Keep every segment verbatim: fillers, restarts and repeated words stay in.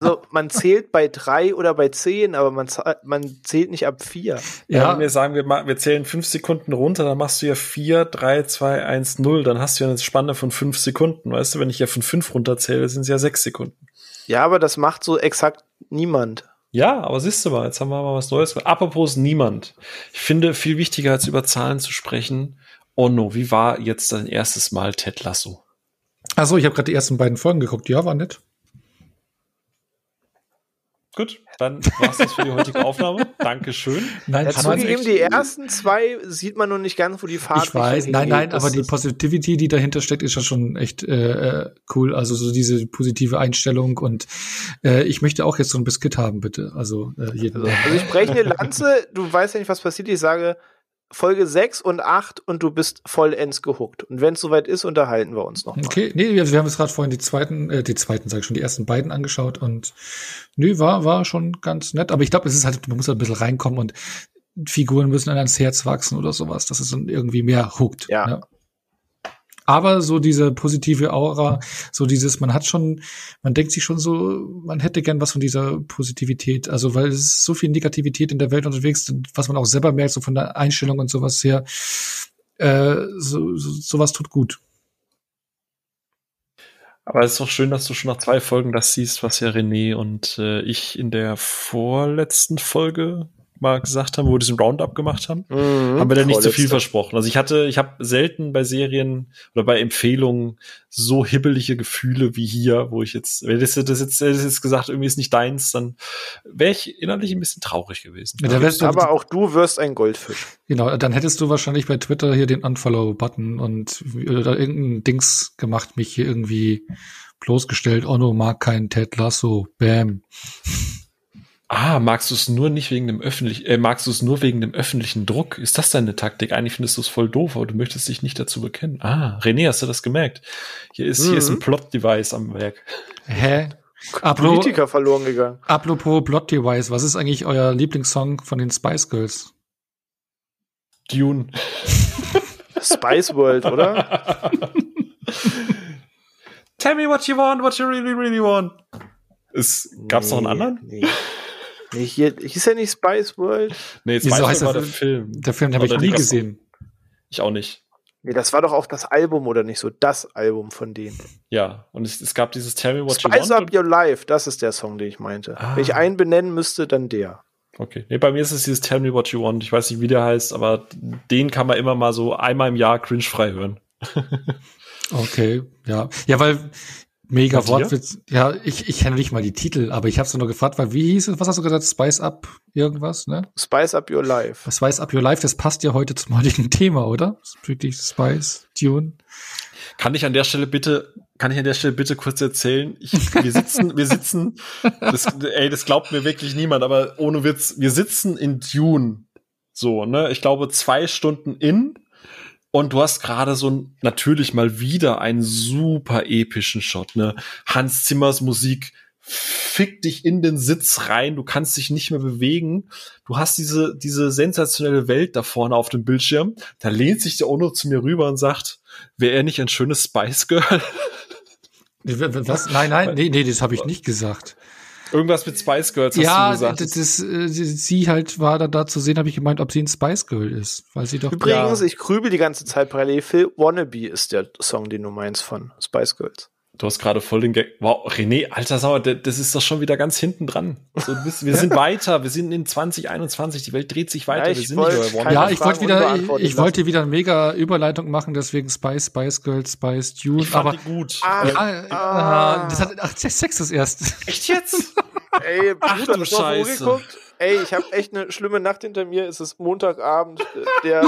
Also man zählt bei drei oder bei zehn, aber man, man zählt nicht ab vier. Ja, wenn wir sagen, wir, wir zählen fünf Sekunden runter, dann machst du ja vier, drei, zwei, eins, null, dann hast du ja eine Spanne von fünf Sekunden. Weißt du, wenn ich ja von fünf runterzähle, sind es ja sechs Sekunden. Ja, aber das macht so exakt niemand. Ja, aber siehst du mal, jetzt haben wir mal was Neues. Apropos niemand. Ich finde, viel wichtiger als über Zahlen zu sprechen. Onno, wie war jetzt dein erstes Mal Ted Lasso? Achso, ich habe gerade die ersten beiden Folgen geguckt. Ja, war nett. Gut, dann war's das für die heutige Aufnahme. Dankeschön. Nein, ja, zugegeben, die ersten zwei sieht man noch nicht ganz, wo die Fahrt Ich weiß, nein, nein, aber die Positivity, die dahinter steckt, ist ja schon echt äh, cool. Also so diese positive Einstellung und äh, ich möchte auch jetzt so ein Biskuit haben, bitte. Also äh, jeden also, also ich breche eine Lanze, du weißt ja nicht, was passiert. Ich sage Folge sechs und acht und du bist vollends gehuckt. Und wenn es soweit ist, unterhalten wir uns noch mal. Okay, nee, wir, wir haben jetzt gerade vorhin die zweiten, äh, die zweiten, sag ich schon, die ersten beiden angeschaut und nee, war, war schon ganz nett. Aber ich glaube, es ist halt, man muss halt ein bisschen reinkommen und Figuren müssen dann ans Herz wachsen oder sowas, dass es dann irgendwie mehr huckt. Ja. Ne? Aber so diese positive Aura, so dieses, man hat schon, man denkt sich schon so, man hätte gern was von dieser Positivität. Also, weil es ist so viel Negativität in der Welt unterwegs, was man auch selber merkt, so von der Einstellung und sowas her. Äh, so, so, sowas tut gut. Aber es ist auch schön, dass du schon nach zwei Folgen das siehst, was ja René und äh, ich in der vorletzten Folge mal gesagt haben, wo wir diesen Roundup gemacht haben, mhm, haben wir da nicht so viel versprochen. Also ich hatte, ich habe selten bei Serien oder bei Empfehlungen so hibbelige Gefühle wie hier, wo ich jetzt, wenn das, das jetzt, das jetzt gesagt, irgendwie ist nicht deins, dann wäre ich innerlich ein bisschen traurig gewesen. Ja, da wärst du, aber auch du wirst ein Goldfisch. Genau, dann hättest du wahrscheinlich bei Twitter hier den Unfollow-Button und oder irgendein Dings gemacht, mich hier irgendwie bloßgestellt. Onno mag keinen Ted Lasso. Bam. Ah, magst du es nur nicht wegen dem öffentlichen, äh, magst du es nur wegen dem öffentlichen Druck? Ist das deine Taktik? Eigentlich findest du es voll doof, aber du möchtest dich nicht dazu bekennen. Ah, René, hast du das gemerkt? Hier ist, mhm. hier ist ein Plot-Device am Werk. Hä? Politiker verloren gegangen. Apropos Plot-Device, was ist eigentlich euer Lieblingssong von den Spice Girls? Dune. Spice World, oder? Tell me what you want, what you really, really want. Es, gab's nee, noch einen anderen? Nee. Nee, hier hieß ja nicht Spice World. Nee, Spice Wieso World war der Film. Film. Der Film, den habe ich nie gesehen. Ich auch nicht. Nee, das war doch auch das Album, oder nicht so? Das Album von denen. Ja, und es, es gab dieses Tell Me What Spice You Want. Spice Up Your Life, das ist der Song, den ich meinte. Ah. Wenn ich einen benennen müsste, dann der. Okay. Nee, bei mir ist es dieses Tell Me What You Want. Ich weiß nicht, wie der heißt, aber den kann man immer mal so einmal im Jahr cringe-frei hören. Okay, ja. Ja, weil mega Wortwitz. Ja, ich, ich kenne nicht mal die Titel, aber ich habe es nur gefragt, weil wie hieß es, was hast du gesagt? Spice Up irgendwas, ne? Spice Up Your Life. Spice Up Your Life, das passt ja heute zum heutigen Thema, oder? Wirklich Spice, Tune. Kann ich an der Stelle bitte, kann ich an der Stelle bitte kurz erzählen? Ich, wir sitzen, wir sitzen, das, ey, das glaubt mir wirklich niemand, aber ohne Witz, wir sitzen in Dune. So, ne? Ich glaube, zwei Stunden in. Und du hast gerade so ein, natürlich mal wieder einen super epischen Shot, ne? Hans Zimmers Musik fickt dich in den Sitz rein, du kannst dich nicht mehr bewegen. Du hast diese, diese sensationelle Welt da vorne auf dem Bildschirm. Da lehnt sich der Ono zu mir rüber und sagt, wäre er nicht ein schönes Spice Girl? Was? Nein, nein, nee, nee, das habe ich nicht gesagt. Irgendwas mit Spice Girls hast ja, du gesagt. Ja, das, das, sie halt war da, da zu sehen, habe ich gemeint, ob sie ein Spice Girl ist. Weil sie doch Übrigens, ja. ich grübel die ganze Zeit parallel. Phil, Wannabe ist der Song, den du meinst von Spice Girls. Du hast gerade voll den Gag. Wow, René, alter Sauer, das ist doch schon wieder ganz hinten dran. So, du bist, wir sind weiter, wir sind in zwanzig einundzwanzig, die Welt dreht sich weiter. Ja, wir sind wollt, nicht ja ich wollte wieder, ich, ich wollte wieder eine mega Überleitung machen, deswegen Spice, Spice Girls, Spice Dune. Ich fand aber die gut. Ah, ja, ah, das hat, ach, Sex ist erst. Echt jetzt? Ey, ach du Scheiße. Ey, ich habe echt eine schlimme Nacht hinter mir. Es ist Montagabend. Der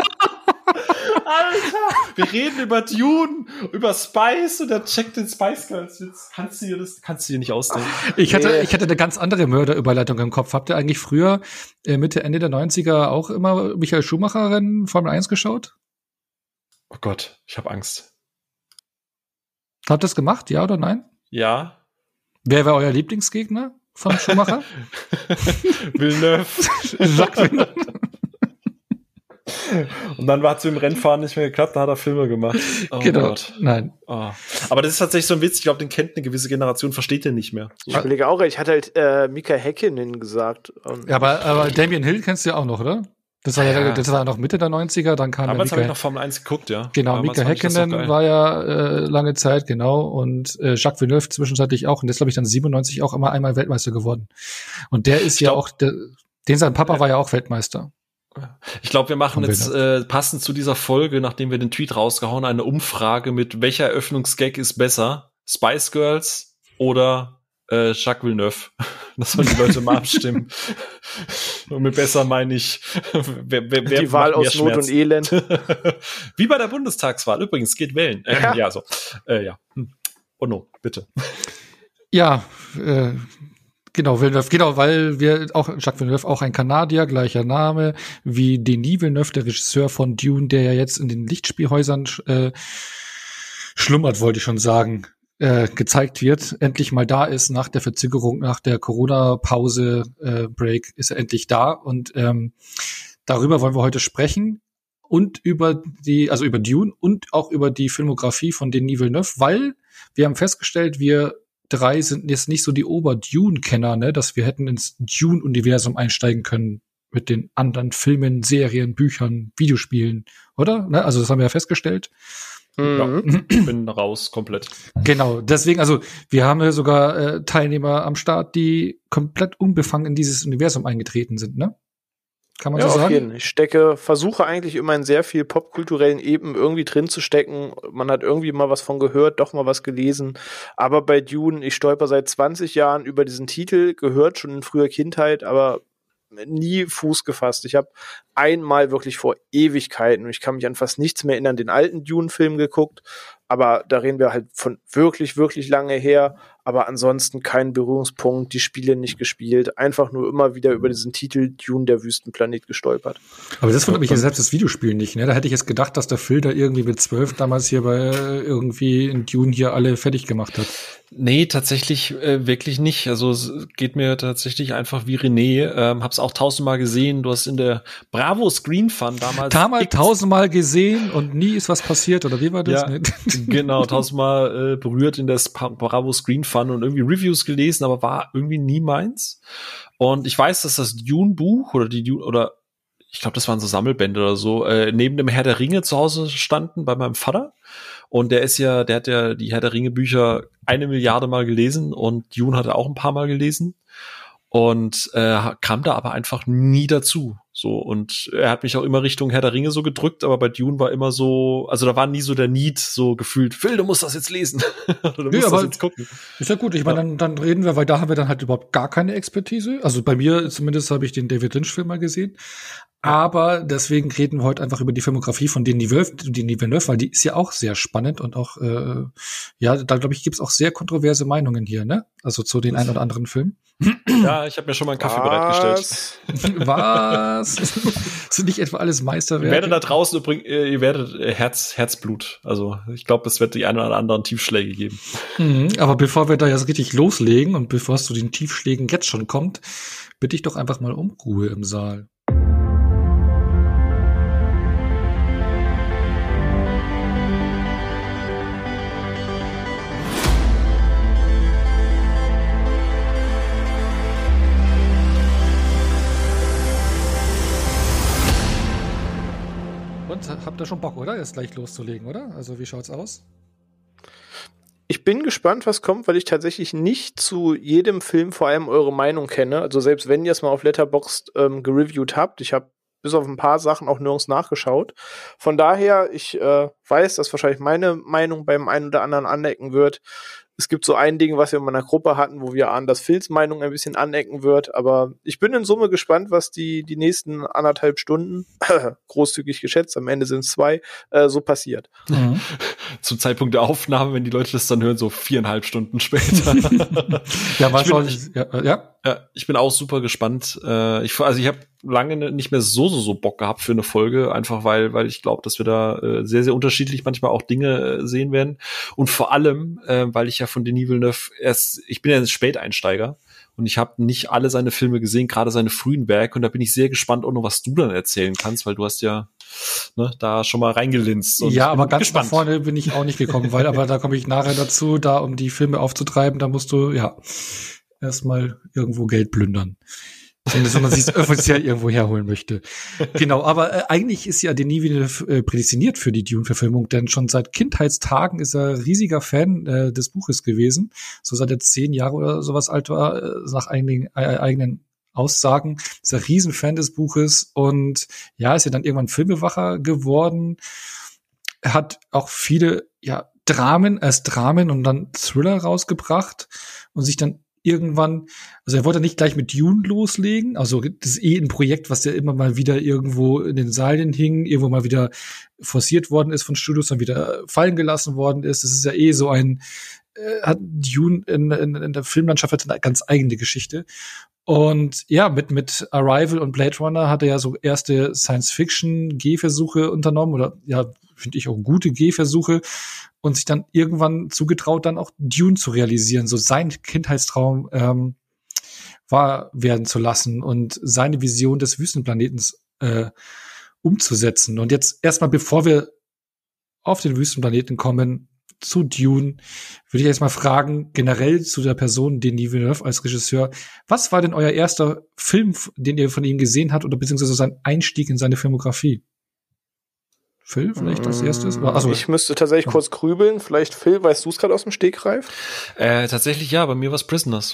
Alter, wir reden über Dune, über Spice und der checkt den Spice Girls. Jetzt kannst du dir das, kannst du dir nicht ausdenken. Ich hatte, ich hatte eine ganz andere Mörderüberleitung im Kopf. Habt ihr eigentlich früher, äh, Mitte, Ende der neunziger auch immer Michael Schumacher Rennen Formel eins geschaut? Oh Gott, ich habe Angst. Habt ihr das gemacht, ja oder nein? Ja. Wer war euer Lieblingsgegner von Schumacher? Villeneuve. Jacques Villeneuve. Und dann hat es im Rennfahren nicht mehr geklappt, da hat er Filme gemacht. Oh genau, Gott. nein. Oh. Aber das ist tatsächlich so ein Witz, ich glaube, den kennt eine gewisse Generation, versteht den nicht mehr. So. Ich überlege auch, ich hatte halt äh, Mika Häkkinen gesagt. Ja, aber, aber Damien Hill kennst du ja auch noch, oder? Das war ja, ja das war noch Mitte der neunziger, dann kam Damals ja habe ich noch Formel eins geguckt, ja. Genau, Mika Häkkinen war ja äh, lange Zeit, genau, und äh, Jacques Villeneuve zwischenzeitlich auch, und der ist, glaube ich, dann siebenundneunzig auch immer einmal Weltmeister geworden. Und der ist ich ja glaub, auch, der, den sein Papa ja. war ja auch Weltmeister. Ich glaube, wir machen jetzt äh, passend zu dieser Folge, nachdem wir den Tweet rausgehauen, eine Umfrage mit welcher Eröffnungsgag ist besser? Spice Girls oder Äh, Jacques Villeneuve. Das sollen die Leute mal abstimmen. Und mit besser meine ich, wer, wer, wer die Wahl aus Not und Elend. Wie bei der Bundestagswahl. Übrigens, geht wählen. Äh, ja. ja, so. Äh, ja. Oh no, bitte. Ja, äh, genau, Villeneuve, genau, weil wir auch, Jacques Villeneuve, auch ein Kanadier, gleicher Name, wie Denis Villeneuve, der Regisseur von Dune, der ja jetzt in den Lichtspielhäusern äh, schlummert, wollte ich schon sagen. Äh, gezeigt wird, endlich mal da ist, nach der Verzögerung, nach der Corona-Pause, äh, Break, ist er endlich da und ähm, darüber wollen wir heute sprechen und über die, also über Dune und auch über die Filmografie von Denis Villeneuve, weil wir haben festgestellt, wir drei sind jetzt nicht so die Ober-Dune-Kenner, ne, dass wir hätten ins Dune-Universum einsteigen können mit den anderen Filmen, Serien, Büchern, Videospielen, oder? Ne? Also das haben wir ja festgestellt. Ja, ich bin raus komplett. Genau, deswegen, also wir haben ja sogar äh, Teilnehmer am Start, die komplett unbefangen in dieses Universum eingetreten sind, ne? Kann man ja, so auf sagen? jeden. Ich stecke, versuche eigentlich immer in sehr viel popkulturellen Eben irgendwie drin zu stecken. Man hat irgendwie mal was von gehört, doch mal was gelesen. Aber bei Dune, ich stolper seit zwanzig Jahren über diesen Titel, gehört schon in früher Kindheit, aber nie Fuß gefasst. Ich habe einmal wirklich vor Ewigkeiten, und ich kann mich an fast nichts mehr erinnern, den alten Dune-Film geguckt, aber da reden wir halt von wirklich, wirklich lange her, aber ansonsten kein Berührungspunkt, die Spiele nicht gespielt, einfach nur immer wieder über diesen Titel Dune, der Wüstenplanet, gestolpert. Aber das wundert mich ja selbst das Videospiel nicht, ne? Da hätte ich jetzt gedacht, dass der Phil da irgendwie mit zwölf damals hier bei äh, irgendwie in Dune hier alle fertig gemacht hat. Nee, tatsächlich äh, wirklich nicht. Also es geht mir tatsächlich einfach wie René. Ähm, hab's auch tausendmal gesehen. Du hast in der Bravo Screen Fun damals damals tausendmal gesehen und nie ist was passiert, oder wie war das? Ja, genau, tausendmal äh, berührt in der Bravo Screen Fun und irgendwie Reviews gelesen, aber war irgendwie nie meins. Und ich weiß, dass das Dune-Buch oder die Dune oder ich glaube, das waren so Sammelbände oder so, äh, neben dem Herr der Ringe zu Hause standen bei meinem Vater. Und der ist ja, der hat ja die Herr der Ringe Bücher eine Milliarde Mal gelesen und Dune hat er auch ein paar Mal gelesen. Und äh, kam da aber einfach nie dazu. So, und er hat mich auch immer Richtung Herr der Ringe so gedrückt, aber bei Dune war immer so, also da war nie so der Need, so gefühlt, Phil, du musst das jetzt lesen. du musst ja, das jetzt gucken. Ist ja gut, ich meine, dann, dann reden wir, weil da haben wir dann halt überhaupt gar keine Expertise. Also bei mir zumindest habe ich den David Lynch-Film mal gesehen. Aber deswegen reden wir heute einfach über die Filmografie von Denis Villeneuve, weil die ist ja auch sehr spannend und auch, äh, ja, da glaube ich, gibt's auch sehr kontroverse Meinungen hier, ne? Also zu den ein oder anderen Filmen. Ja, ich habe mir schon mal einen Kaffee Was? bereitgestellt. Was? Sind nicht etwa alles Meisterwerke? Ihr werdet da draußen übrigens, ihr werdet Herz, Herzblut. Also ich glaube, es wird die ein oder anderen Tiefschläge geben. Mhm, aber bevor wir da jetzt richtig loslegen und bevor es zu den Tiefschlägen jetzt schon kommt, bitte ich doch einfach mal um Ruhe im Saal. Und habt ihr schon Bock, oder? Jetzt gleich loszulegen, oder? Also wie schaut's aus? Ich bin gespannt, was kommt, weil ich tatsächlich nicht zu jedem Film vor allem eure Meinung kenne. Also selbst wenn ihr es mal auf Letterboxd ähm, gereviewt habt, ich habe bis auf ein paar Sachen auch nirgends nachgeschaut. Von daher, ich äh, weiß, dass wahrscheinlich meine Meinung beim einen oder anderen anecken wird. Es gibt so ein Ding, was wir in meiner Gruppe hatten, wo wir ahnen, dass Phils Meinung ein bisschen anecken wird. Aber ich bin in Summe gespannt, was die die nächsten anderthalb Stunden, großzügig geschätzt, am Ende sind es zwei, äh, so passiert. Mhm. Zum Zeitpunkt der Aufnahme, wenn die Leute das dann hören, so viereinhalb Stunden später. ja, mal ich schauen. Bin, ich, ja, ja. ja, ich bin auch super gespannt. Äh, ich, also ich habe lange nicht mehr so, so, so Bock gehabt für eine Folge, einfach weil weil ich glaube, dass wir da äh, sehr, sehr unterschiedlich manchmal auch Dinge äh, sehen werden. Und vor allem, äh, weil ich ja von Denis Villeneuve erst, ich bin ja ein Späteinsteiger und ich habe nicht alle seine Filme gesehen, gerade seine frühen Werke. Und da bin ich sehr gespannt auch noch, was du dann erzählen kannst, weil du hast ja ne, da schon mal reingelinst. Und ja, aber ganz gespannt. nach vorne bin ich auch nicht gekommen, weil, aber da komme ich nachher dazu, da um die Filme aufzutreiben, da musst du, ja, erstmal irgendwo Geld plündern. Zumindest, wenn man sich offiziell irgendwo herholen möchte. Genau, aber äh, eigentlich ist ja Denis Villeneuve äh, prädestiniert für die Dune-Verfilmung, denn schon seit Kindheitstagen ist er riesiger Fan äh, des Buches gewesen. So seit er zehn Jahre oder sowas alt war, äh, nach einigen, äh, eigenen Aussagen, ist er Riesenfan des Buches und ja, ist ja dann irgendwann Filmemacher geworden. Er hat auch viele, ja, Dramen, erst Dramen und dann Thriller rausgebracht und sich dann irgendwann, also er wollte nicht gleich mit Dune loslegen, also das ist eh ein Projekt, was ja immer mal wieder irgendwo in den Seilen hing, irgendwo mal wieder forciert worden ist von Studios, dann wieder fallen gelassen worden ist. Das ist ja eh so ein, äh, hat Dune in, in, in der Filmlandschaft hat eine ganz eigene Geschichte. Und ja, mit mit Arrival und Blade Runner hat er ja so erste Science-Fiction-Gehversuche unternommen oder ja, finde ich auch gute Gehversuche und sich dann irgendwann zugetraut, dann auch Dune zu realisieren, so sein Kindheitstraum ähm, wahr werden zu lassen und seine Vision des Wüstenplanetens äh, umzusetzen. Und jetzt erstmal, bevor wir auf den Wüstenplaneten kommen, zu Dune, würde ich jetzt mal fragen, generell zu der Person Denis Villeneuve als Regisseur, was war denn euer erster Film, den ihr von ihm gesehen habt oder beziehungsweise sein Einstieg in seine Filmografie? Phil, vielleicht als erstes? Also ich müsste tatsächlich ja. kurz grübeln. Vielleicht, Phil, weißt du es gerade aus dem Stegreif? Äh, tatsächlich ja, bei mir war es Prisoners.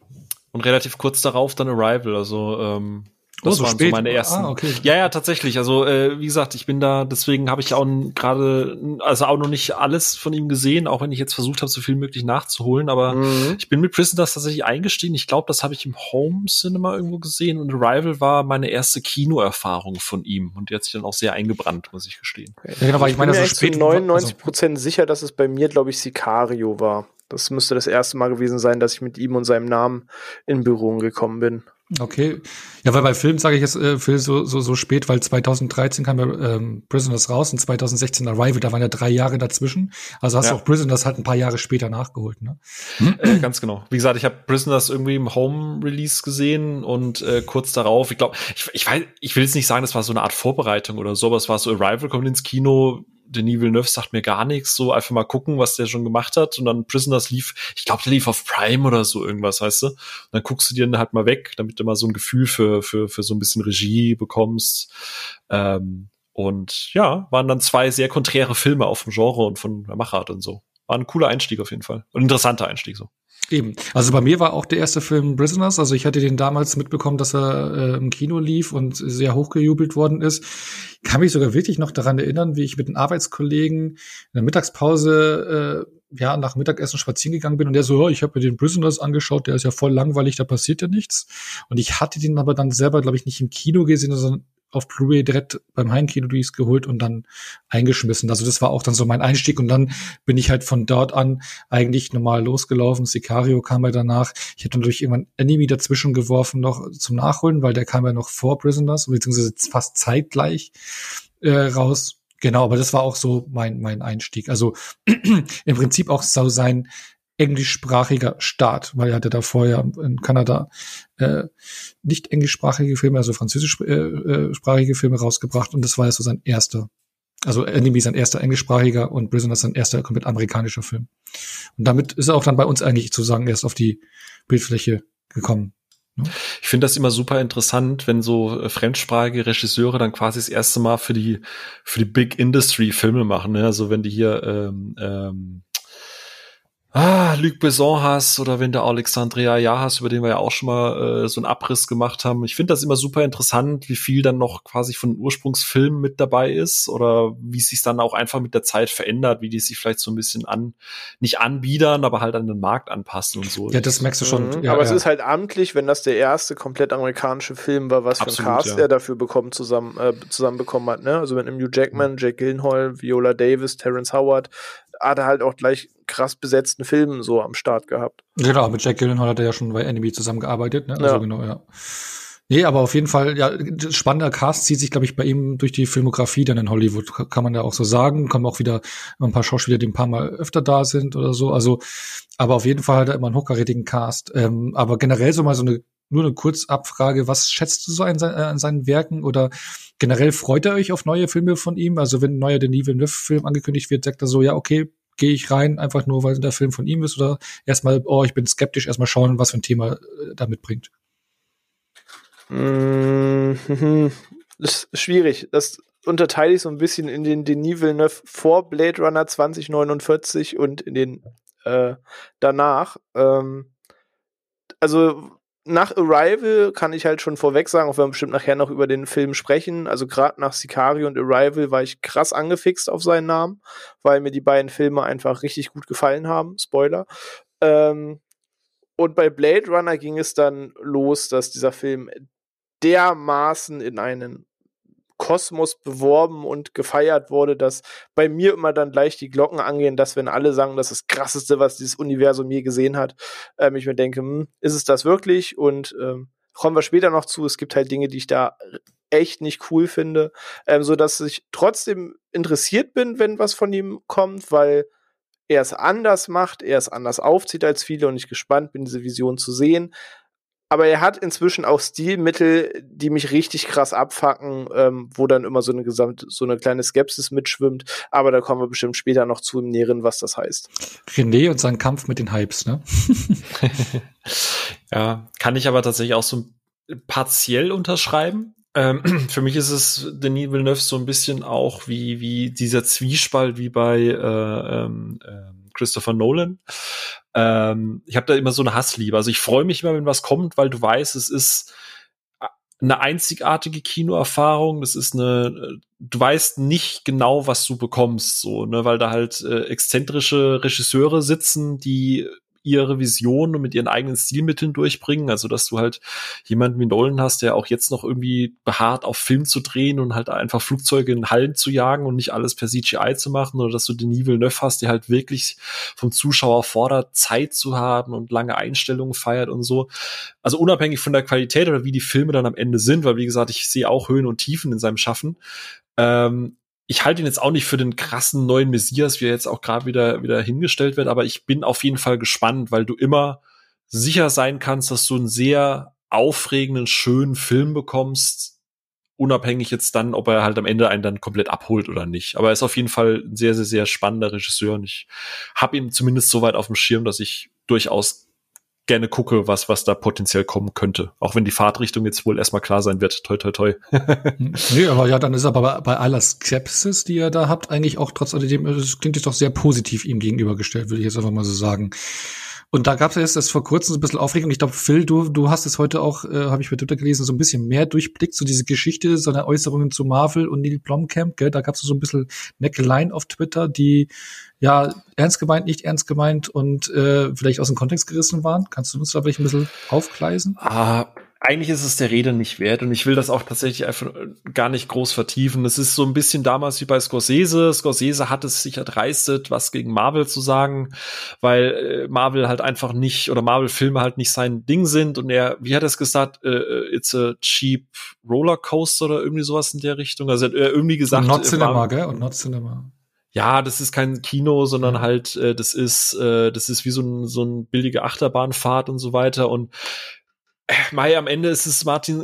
Und relativ kurz darauf dann Arrival, also ähm Das oh, so waren spät. so meine ersten. Ah, okay. Ja, ja, tatsächlich. Also äh, wie gesagt, ich bin da, deswegen habe ich auch gerade, also auch noch nicht alles von ihm gesehen, auch wenn ich jetzt versucht habe, so viel möglich nachzuholen. Aber mhm. ich bin mit Prisoners tatsächlich eingestiegen. Ich glaube, das habe ich im Home Cinema irgendwo gesehen. Und Arrival war meine erste Kinoerfahrung von ihm. Und die hat sich dann auch sehr eingebrannt, muss ich gestehen. Ja, genau, weil ich, ich meine, so spät zu neunundneunzig Prozent also sicher, dass es bei mir, glaube ich, Sicario war. Das müsste das erste Mal gewesen sein, dass ich mit ihm und seinem Namen in Berührung gekommen bin. Okay. Ja, weil bei Filmen sage ich jetzt äh, Phil so so so spät, weil zweitausenddreizehn kam ja ähm, Prisoners raus und zweitausendsechzehn Arrival, da waren ja drei Jahre dazwischen. Also hast ja. du auch Prisoners halt ein paar Jahre später nachgeholt, ne? Äh, ganz genau. Wie gesagt, ich habe Prisoners irgendwie im Home-Release gesehen und äh, kurz darauf, ich glaube, ich, ich weiß, ich will jetzt nicht sagen, das war so eine Art Vorbereitung oder so, aber es war so, Arrival kommt ins Kino, Denis Villeneuve sagt mir gar nichts, so einfach mal gucken, was der schon gemacht hat und dann Prisoners lief, ich glaube, der lief auf Prime oder so irgendwas, weißt du? Und dann guckst du dir dann halt mal weg, damit du mal so ein Gefühl für für für so ein bisschen Regie bekommst. Ähm, und ja, waren dann zwei sehr konträre Filme auf dem Genre und von der Machart und so. War ein cooler Einstieg auf jeden Fall. Und ein interessanter Einstieg so. Eben. Also bei mir war auch der erste Film Prisoners. Also ich hatte den damals mitbekommen, dass er äh, im Kino lief und sehr hochgejubelt worden ist. Ich kann mich sogar wirklich noch daran erinnern, wie ich mit einem Arbeitskollegen in der Mittagspause äh, ja nach Mittagessen spazieren gegangen bin und der so, oh, ich habe mir den Prisoners angeschaut, der ist ja voll langweilig, da passiert ja nichts. Und ich hatte den aber dann selber, glaube ich, nicht im Kino gesehen, sondern auf Blu-ray direkt beim Heimkino-Release geholt und dann eingeschmissen. Also das war auch dann so mein Einstieg und dann bin ich halt von dort an eigentlich normal losgelaufen. Sicario kam ja danach. Ich habe dann durch irgendwann Enemy dazwischen geworfen noch zum Nachholen, weil der kam ja noch vor Prisoners, beziehungsweise fast zeitgleich äh, raus. Genau, aber das war auch so mein mein Einstieg. Also im Prinzip auch so sein englischsprachiger Start, weil er hatte da vorher in Kanada äh, nicht englischsprachige Filme, also französischsprachige äh, Filme rausgebracht und das war ja so sein erster, also Enemy sein erster englischsprachiger und Prisoners sein erster komplett amerikanischer Film. Und damit ist er auch dann bei uns eigentlich sozusagen erst auf die Bildfläche gekommen. Ich finde das immer super interessant, wenn so äh, fremdsprachige Regisseure dann quasi das erste Mal für die für die Big Industry Filme machen, ne? Also wenn die hier ähm, ähm, Ah, Luc Besson hast oder wenn du Alexandre Aja hast, über den wir ja auch schon mal äh, so einen Abriss gemacht haben. Ich finde das immer super interessant, wie viel dann noch quasi von Ursprungsfilmen mit dabei ist oder wie es sich dann auch einfach mit der Zeit verändert, wie die sich vielleicht so ein bisschen an, nicht anbiedern, aber halt an den Markt anpassen und so. Ja, das merkst du schon. Mhm. Ja, aber ja. es ist halt amtlich, wenn das der erste komplett amerikanische Film war, was für Absolut, einen Cast ja. er dafür bekommen, zusammen, äh, zusammenbekommen hat, ne? Also mit einem Hugh Jackman, Jake Gyllenhaal, Viola Davis, Terrence Howard, hat er halt auch gleich krass besetzten Filmen so am Start gehabt. Genau, mit Jake Gyllenhaal hat er ja schon bei Enemy zusammengearbeitet, ne? Also ja. genau, ja. Nee, aber auf jeden Fall, ja, spannender Cast zieht sich, glaube ich, bei ihm durch die Filmografie dann in Hollywood, kann man ja auch so sagen. Kommen auch wieder ein paar Schauspieler, die ein paar Mal öfter da sind oder so. Also, aber auf jeden Fall hat er immer einen hochkarätigen Cast. Ähm, aber generell so mal so eine nur eine Kurzabfrage, was schätzt du so an, sein, an seinen Werken oder generell freut ihr euch auf neue Filme von ihm? Also wenn ein neuer Denis Villeneuve-Film angekündigt wird, sagt er so, ja, okay, gehe ich rein, einfach nur, weil der Film von ihm ist oder erstmal, oh, ich bin skeptisch, erstmal schauen, was für ein Thema äh, da mitbringt? Mm-hmm. Das ist schwierig. Das unterteile ich so ein bisschen in den Denis Villeneuve vor Blade Runner zwanzig neunundvierzig und in den äh, danach. Ähm, also nach Arrival kann ich halt schon vorweg sagen, auch wenn wir bestimmt nachher noch über den Film sprechen, also gerade nach Sicario und Arrival war ich krass angefixt auf seinen Namen, weil mir die beiden Filme einfach richtig gut gefallen haben. Spoiler. Ähm, und bei Blade Runner ging es dann los, dass dieser Film dermaßen in einen Kosmos beworben und gefeiert wurde, dass bei mir immer dann gleich die Glocken angehen, dass wenn alle sagen, das ist das Krasseste, was dieses Universum je gesehen hat, ähm, ich mir denke, hm, ist es das wirklich? Und ähm, kommen wir später noch zu, es gibt halt Dinge, die ich da echt nicht cool finde, ähm, so dass ich trotzdem interessiert bin, wenn was von ihm kommt, weil er es anders macht, er es anders aufzieht als viele und ich gespannt bin, diese Vision zu sehen. Aber er hat inzwischen auch Stilmittel, die mich richtig krass abfacken, ähm, wo dann immer so eine gesamt, so eine kleine Skepsis mitschwimmt. Aber da kommen wir bestimmt später noch zu im Näheren, was das heißt. René und sein Kampf mit den Hypes, ne? Ja, kann ich aber tatsächlich auch so partiell unterschreiben. Ähm, für mich ist es Denis Villeneuve so ein bisschen auch wie wie dieser Zwiespalt wie bei äh, ähm, äh, Christopher Nolan. Ähm, ich habe da immer so eine Hassliebe. Also ich freue mich immer, wenn was kommt, weil du weißt, es ist eine einzigartige Kinoerfahrung. Das ist eine, du weißt nicht genau, was du bekommst, so, ne, weil da halt äh, exzentrische Regisseure sitzen, die ihre Vision und mit ihren eigenen Stilmitteln durchbringen, also dass du halt jemanden wie Nolan hast, der auch jetzt noch irgendwie beharrt auf Film zu drehen und halt einfach Flugzeuge in Hallen zu jagen und nicht alles per C G I zu machen, oder dass du Denis Villeneuve hast, der halt wirklich vom Zuschauer fordert, Zeit zu haben und lange Einstellungen feiert und so. Also unabhängig von der Qualität oder wie die Filme dann am Ende sind, weil wie gesagt, ich sehe auch Höhen und Tiefen in seinem Schaffen. Ähm, Ich halte ihn jetzt auch nicht für den krassen neuen Messias, wie er jetzt auch gerade wieder wieder hingestellt wird, aber ich bin auf jeden Fall gespannt, weil du immer sicher sein kannst, dass du einen sehr aufregenden, schönen Film bekommst, unabhängig jetzt dann, ob er halt am Ende einen dann komplett abholt oder nicht. Aber er ist auf jeden Fall ein sehr, sehr, sehr spannender Regisseur und ich habe ihn zumindest so weit auf dem Schirm, dass ich durchaus gerne gucke, was was da potenziell kommen könnte. Auch wenn die Fahrtrichtung jetzt wohl erstmal klar sein wird. Toi, toi, toi. Nee, aber ja, dann ist aber bei, bei aller Skepsis, die ihr da habt, eigentlich auch trotz alledem, das klingt jetzt doch sehr positiv ihm gegenübergestellt, würde ich jetzt einfach mal so sagen. Und da gab es ja jetzt das vor kurzem so ein bisschen Aufregung. Ich glaube, Phil, du du hast es heute auch, äh, habe ich bei Twitter gelesen, so ein bisschen mehr durchblickt, so diese Geschichte, seine Äußerungen zu Marvel und Neil Blomkamp, gell? Da gab es so ein bisschen Neckeleien auf Twitter, die ja ernst gemeint, nicht ernst gemeint und äh, vielleicht aus dem Kontext gerissen waren. Kannst du uns da vielleicht ein bisschen aufgleisen? Ah, eigentlich ist es der Rede nicht wert und ich will das auch tatsächlich einfach gar nicht groß vertiefen. Es ist so ein bisschen damals wie bei Scorsese. Scorsese hat es sich erdreistet, was gegen Marvel zu sagen, weil äh, Marvel halt einfach nicht, oder Marvel-Filme halt nicht sein Ding sind und er, wie hat er es gesagt, äh, it's a cheap Rollercoaster oder irgendwie sowas in der Richtung. Also er hat irgendwie gesagt, und Not äh, Cinema, gell? Und Not Cinema. Ja, das ist kein Kino, sondern ja. halt, äh, das ist, äh, das ist wie so ein, so ein billige Achterbahnfahrt und so weiter. Und äh, Mai, am Ende ist es Martin,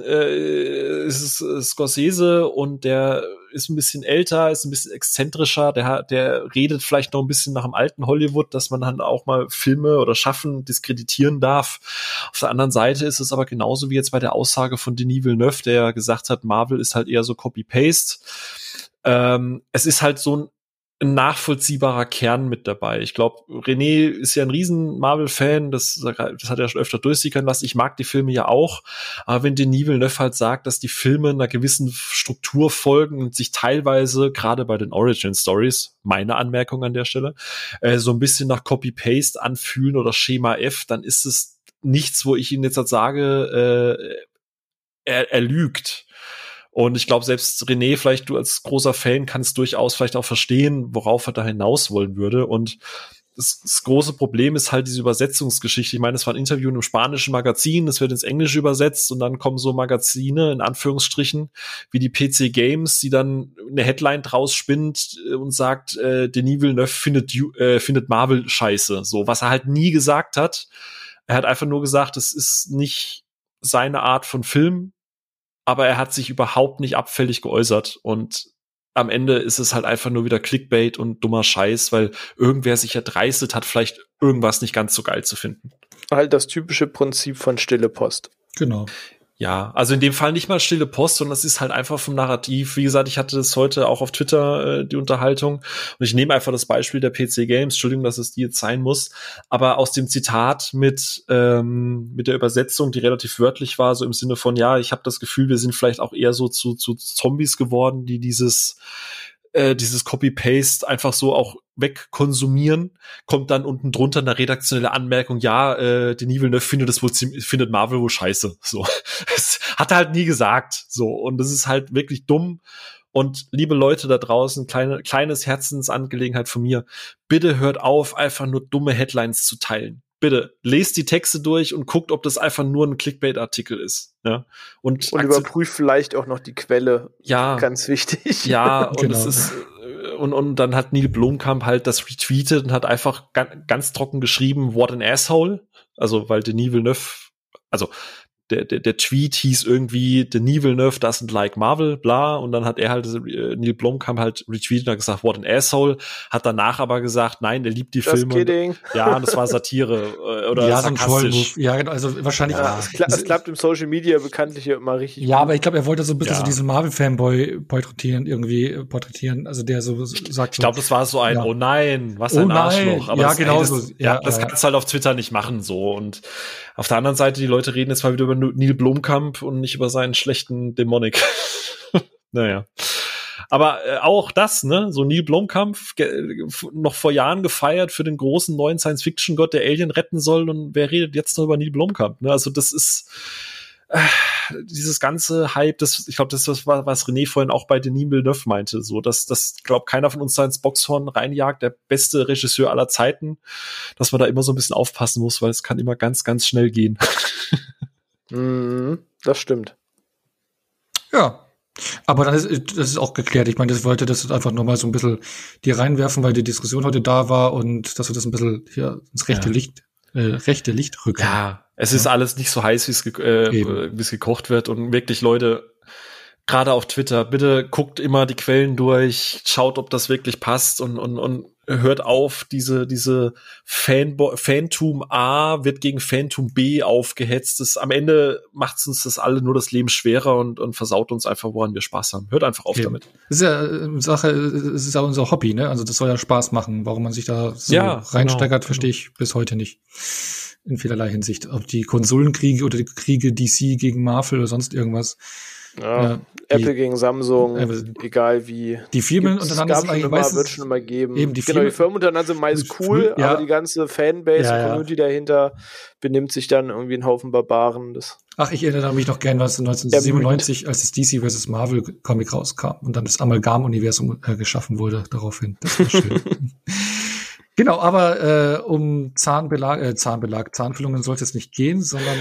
äh, ist es äh, Scorsese und der ist ein bisschen älter, ist ein bisschen exzentrischer, der, der redet vielleicht noch ein bisschen nach dem alten Hollywood, dass man dann auch mal Filme oder Schaffen diskreditieren darf. Auf der anderen Seite ist es aber genauso wie jetzt bei der Aussage von Denis Villeneuve, der gesagt hat, Marvel ist halt eher so Copy-Paste. Ähm, es ist halt so ein ein nachvollziehbarer Kern mit dabei. Ich glaube, René ist ja ein riesen Marvel-Fan, das, das hat er schon öfter durchsickern lassen. Ich mag die Filme ja auch, aber wenn Denis Villeneuve halt sagt, dass die Filme einer gewissen Struktur folgen und sich teilweise, gerade bei den Origin-Stories, meine Anmerkung an der Stelle, äh, so ein bisschen nach Copy-Paste anfühlen oder Schema F, dann ist es nichts, wo ich Ihnen jetzt halt sage, äh, er, er lügt. Und ich glaube, selbst René, vielleicht du als großer Fan, kannst durchaus vielleicht auch verstehen, worauf er da hinaus wollen würde. Und das, das große Problem ist halt diese Übersetzungsgeschichte. Ich meine, es war ein Interview in einem spanischen Magazin, das wird ins Englische übersetzt und dann kommen so Magazine, in Anführungsstrichen, wie die P C Games, die dann eine Headline draus spinnt und sagt, äh, Denis Villeneuve findet, äh, findet Marvel scheiße. So, was er halt nie gesagt hat. Er hat einfach nur gesagt, es ist nicht seine Art von Film, aber er hat sich überhaupt nicht abfällig geäußert und am Ende ist es halt einfach nur wieder Clickbait und dummer Scheiß, weil irgendwer sich erdreistet hat, vielleicht irgendwas nicht ganz so geil zu finden. Halt das typische Prinzip von stille Post. Genau. Ja, also in dem Fall nicht mal stille Post, sondern es ist halt einfach vom Narrativ. Wie gesagt, ich hatte das heute auch auf Twitter, äh, die Unterhaltung. Und ich nehme einfach das Beispiel der P C Games. Entschuldigung, dass es die jetzt sein muss. Aber aus dem Zitat mit ähm, mit der Übersetzung, die relativ wörtlich war, so im Sinne von, ja, ich habe das Gefühl, wir sind vielleicht auch eher so zu, zu Zombies geworden, die dieses äh, dieses Copy-Paste einfach so auch wegkonsumieren, kommt dann unten drunter eine redaktionelle Anmerkung, ja, äh, Denis Villeneuve findet das wohl ziemlich, findet Marvel wohl scheiße. So. Das hat er halt nie gesagt. So. Und das ist halt wirklich dumm. Und liebe Leute da draußen, kleine, kleines Herzensangelegenheit von mir, bitte hört auf, einfach nur dumme Headlines zu teilen. Bitte, lest die Texte durch und guckt, ob das einfach nur ein Clickbait-Artikel ist. Ja? Und, und überprüft vielleicht auch noch die Quelle. Ja. Ganz wichtig. Ja, und genau. es ist Und, und dann hat Neil Blomkamp halt das retweetet und hat einfach ganz, ganz trocken geschrieben, what an asshole. Also, weil Denis Villeneuve, also der, der, der Tweet hieß irgendwie, Denis Villeneuve doesn't like Marvel, bla. Und dann hat er halt, äh, Neil Blomkamp halt retweetet und hat gesagt, what an asshole. Hat danach aber gesagt, nein, der liebt die Just Filme. Kidding. Ja, und das war Satire äh, oder ja, sarkastisch. So ja, genau, also wahrscheinlich. Ja, es, kla- es klappt im Social Media bekanntlich immer richtig. Ja, gut. Aber ich glaube, er wollte so ein bisschen ja. so diesen Marvel-Fanboy porträtieren, irgendwie porträtieren. Also der so sagt. Ich glaube, das war so ein, ja. oh nein, was oh ein nein. Arschloch. Aber ja, das, genau ey, das, so. Ja, ja, das ja. kannst du halt auf Twitter nicht machen, so. Und auf der anderen Seite, die Leute reden jetzt mal wieder über Neil Blomkamp und nicht über seinen schlechten Dämonik. Naja. Aber äh, auch das, ne, so Neil Blomkamp, ge- noch vor Jahren gefeiert für den großen neuen Science-Fiction-Gott, der Alien retten soll, und wer redet jetzt noch über Neil Blomkamp, ne? Also das ist äh, dieses ganze Hype, das, ich glaube, das ist was, was René vorhin auch bei Denis Villeneuve meinte, so, dass das, glaube keiner von uns da ins Boxhorn reinjagt, der beste Regisseur aller Zeiten, dass man da immer so ein bisschen aufpassen muss, weil es kann immer ganz, ganz schnell gehen. mm, das stimmt. Ja. Aber dann ist das ist auch geklärt. Ich meine, das wollte das einfach nur mal so ein bisschen dir reinwerfen, weil die Diskussion heute da war und dass wir das ein bisschen hier ins rechte Ja. Licht, äh, rechte Licht rücken. Ja, es ist alles nicht so heiß, wie es ge- äh, wie es gekocht wird. Und wirklich, Leute, gerade auf Twitter, bitte guckt immer die Quellen durch, schaut, ob das wirklich passt und und und hört auf, diese diese Fanbo- Fantum A wird gegen Fantum B aufgehetzt. Das, am Ende macht uns das alle nur das Leben schwerer und und versaut uns einfach, woran wir Spaß haben. Hört einfach auf Eben. damit. Das ist ja äh, Sache, es ist ja unser Hobby, ne? Also das soll ja Spaß machen. Warum man sich da so Ja, reinsteigert, genau, verstehe ich bis heute nicht. In vielerlei Hinsicht. Ob die Konsolenkriege oder die Kriege D C gegen Marvel oder sonst irgendwas. Ja, Ja, Apple die- gegen Samsung, äh, egal wie. Die Firmen Gibt's- untereinander gab sind schon eigentlich immer, meistens wird schon immer geben. eben die genau, Firmen- die Firmen untereinander sind meist die cool, Fr- ja. aber die ganze Fanbase, Ja, ja. Community dahinter benimmt sich dann irgendwie ein Haufen Barbaren. Das Ach, ich erinnere mich noch gern, was neunzehnhundertsiebenundneunzig, als das D C versus Marvel Comic rauskam und dann das Amalgam-Universum äh, geschaffen wurde daraufhin. Das war schön. Genau, aber äh, um Zahnbelag, äh, Zahnbelag, Zahnfüllungen sollte es nicht gehen, sondern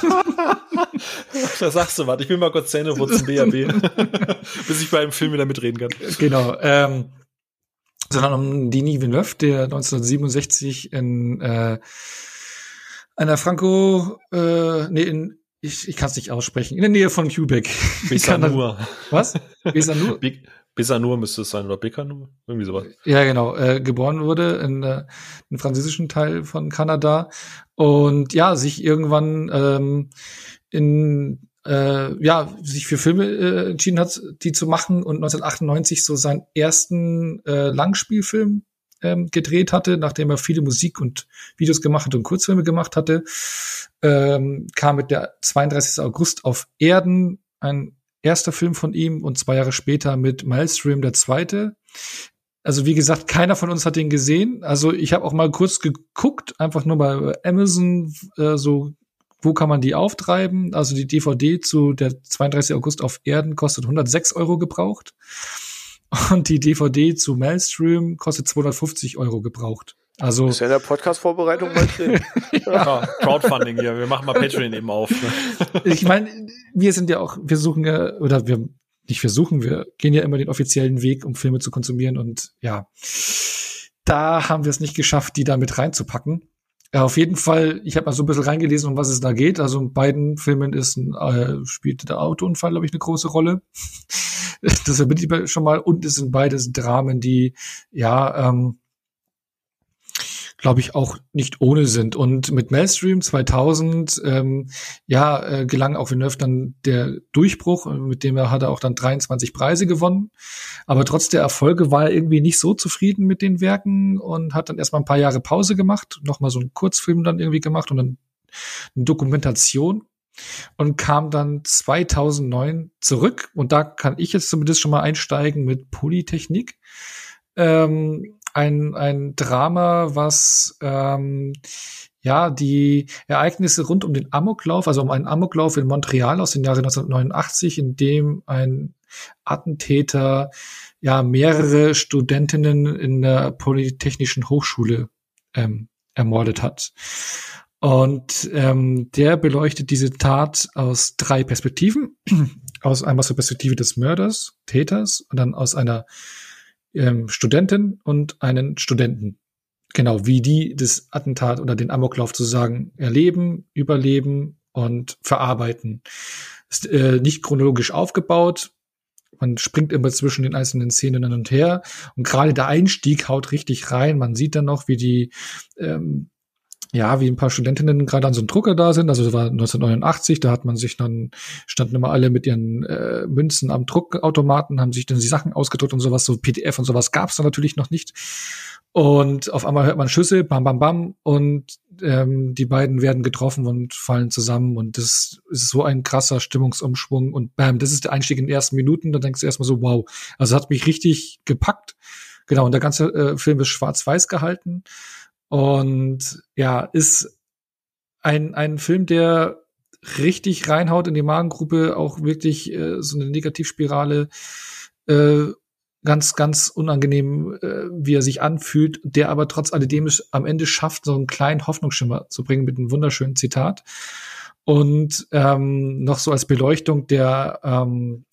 Da sagst du was. Ich will mal kurz Zähne putzen, B A B. Bis ich bei einem Film wieder mitreden kann. genau, ähm, sondern um Denis Villeneuve, der neunzehnhundertsiebenundsechzig in äh, einer Franco, äh, nee, in ich, ich kann es nicht aussprechen, in der Nähe von Quebec. Besanur. Was? Besanur? Be- Besanur müsste es sein, oder Becanur? Irgendwie sowas. Ja, genau, äh, geboren wurde in äh, im französischen Teil von Kanada und ja, sich irgendwann ähm, in äh, ja, sich für Filme äh, entschieden hat, die zu machen und neunzehnhundertachtundneunzig so seinen ersten äh, Langspielfilm ähm, gedreht hatte, nachdem er viele Musik und Videos gemacht hat und Kurzfilme gemacht hatte, ähm, kam mit der zweiunddreißigsten August auf Erden ein erster Film von ihm und zwei Jahre später mit Maelstrom der zweite. Also wie gesagt, keiner von uns hat den gesehen. Also ich habe auch mal kurz geguckt, einfach nur bei Amazon, äh, so wo kann man die auftreiben. Also die D V D zu der zweiunddreißigsten August auf Erden kostet hundertsechs Euro gebraucht und die D V D zu Maelstrom kostet zweihundertfünfzig Euro gebraucht. Also ist ja in der Podcast-Vorbereitung mal drin. Ja, Crowdfunding hier. Wir machen mal Patreon eben auf. Ne? ich meine, wir sind ja auch, wir suchen ja, oder wir nicht versuchen, wir gehen ja immer den offiziellen Weg, um Filme zu konsumieren und ja, da haben wir es nicht geschafft, die da mit reinzupacken. Ja, auf jeden Fall. Ich habe mal so ein bisschen reingelesen, um was es da geht. Also in beiden Filmen ist ein, äh, spielt der Autounfall, glaube ich, eine große Rolle. Das verbindet ich schon mal. Und es sind beides Dramen, die, ja, ähm, glaube ich, auch nicht ohne sind. Und mit Maelstrom zweitausend, ähm, ja, äh, gelang auch Villeneuve dann der Durchbruch, mit dem er hat er auch dann dreiundzwanzig Preise gewonnen. Aber trotz der Erfolge war er irgendwie nicht so zufrieden mit den Werken und hat dann erstmal ein paar Jahre Pause gemacht, nochmal so einen Kurzfilm dann irgendwie gemacht und dann eine Dokumentation und kam dann zweitausendneun zurück. Und da kann ich jetzt zumindest schon mal einsteigen mit Polytechnik. Ähm, ein ein Drama, was ähm, ja die Ereignisse rund um den Amoklauf, also um einen Amoklauf in Montreal aus dem Jahre neunzehnhundertneunundachtzig, in dem ein Attentäter ja mehrere Studentinnen in der Polytechnischen Hochschule ähm, ermordet hat. Und ähm, der beleuchtet diese Tat aus drei Perspektiven. Aus einmal aus der Perspektive des Mörders, Täters und dann aus einer ähm, Studentin und einen Studenten. Genau, wie die das Attentat oder den Amoklauf sozusagen erleben, überleben und verarbeiten. Ist äh, nicht chronologisch aufgebaut. Man springt immer zwischen den einzelnen Szenen hin und her. Und gerade der Einstieg haut richtig rein. Man sieht dann noch, wie die ähm, ja, wie ein paar Studentinnen gerade an so einem Drucker da sind. Also das war neunzehnhundertneunundachtzig, da hat man sich dann, standen immer alle mit ihren äh, Münzen am Druckautomaten, haben sich dann die Sachen ausgedruckt und sowas, so P D F und sowas gab's da natürlich noch nicht. Und auf einmal hört man Schüsse, bam, bam, bam, und ähm, die beiden werden getroffen und fallen zusammen und das ist so ein krasser Stimmungsumschwung und bam, das ist der Einstieg in den ersten Minuten, da denkst du erstmal so, wow, also hat mich richtig gepackt. Genau, und der ganze äh, Film ist schwarz-weiß gehalten. Und ja, ist ein ein Film, der richtig reinhaut in die Magengruppe, auch wirklich äh, so eine Negativspirale, äh, ganz, ganz unangenehm, äh, wie er sich anfühlt, der aber trotz alledem es am Ende schafft, so einen kleinen Hoffnungsschimmer zu bringen mit einem wunderschönen Zitat. Und ähm, noch so als Beleuchtung, der ähm,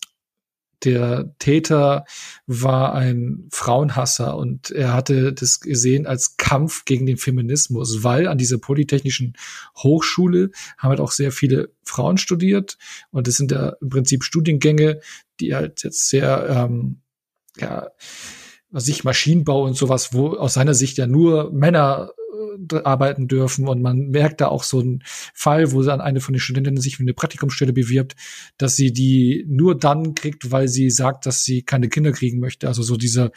Der Täter war ein Frauenhasser und er hatte das gesehen als Kampf gegen den Feminismus, weil an dieser Polytechnischen Hochschule haben halt auch sehr viele Frauen studiert und das sind ja im Prinzip Studiengänge, die halt jetzt sehr, ähm, ja, was ich Maschinenbau und sowas, wo aus seiner Sicht ja nur Männer arbeiten dürfen und man merkt da auch so einen Fall, wo dann eine von den Studentinnen sich für eine Praktikumsstelle bewirbt, dass sie die nur dann kriegt, weil sie sagt, dass sie keine Kinder kriegen möchte. Also so dieser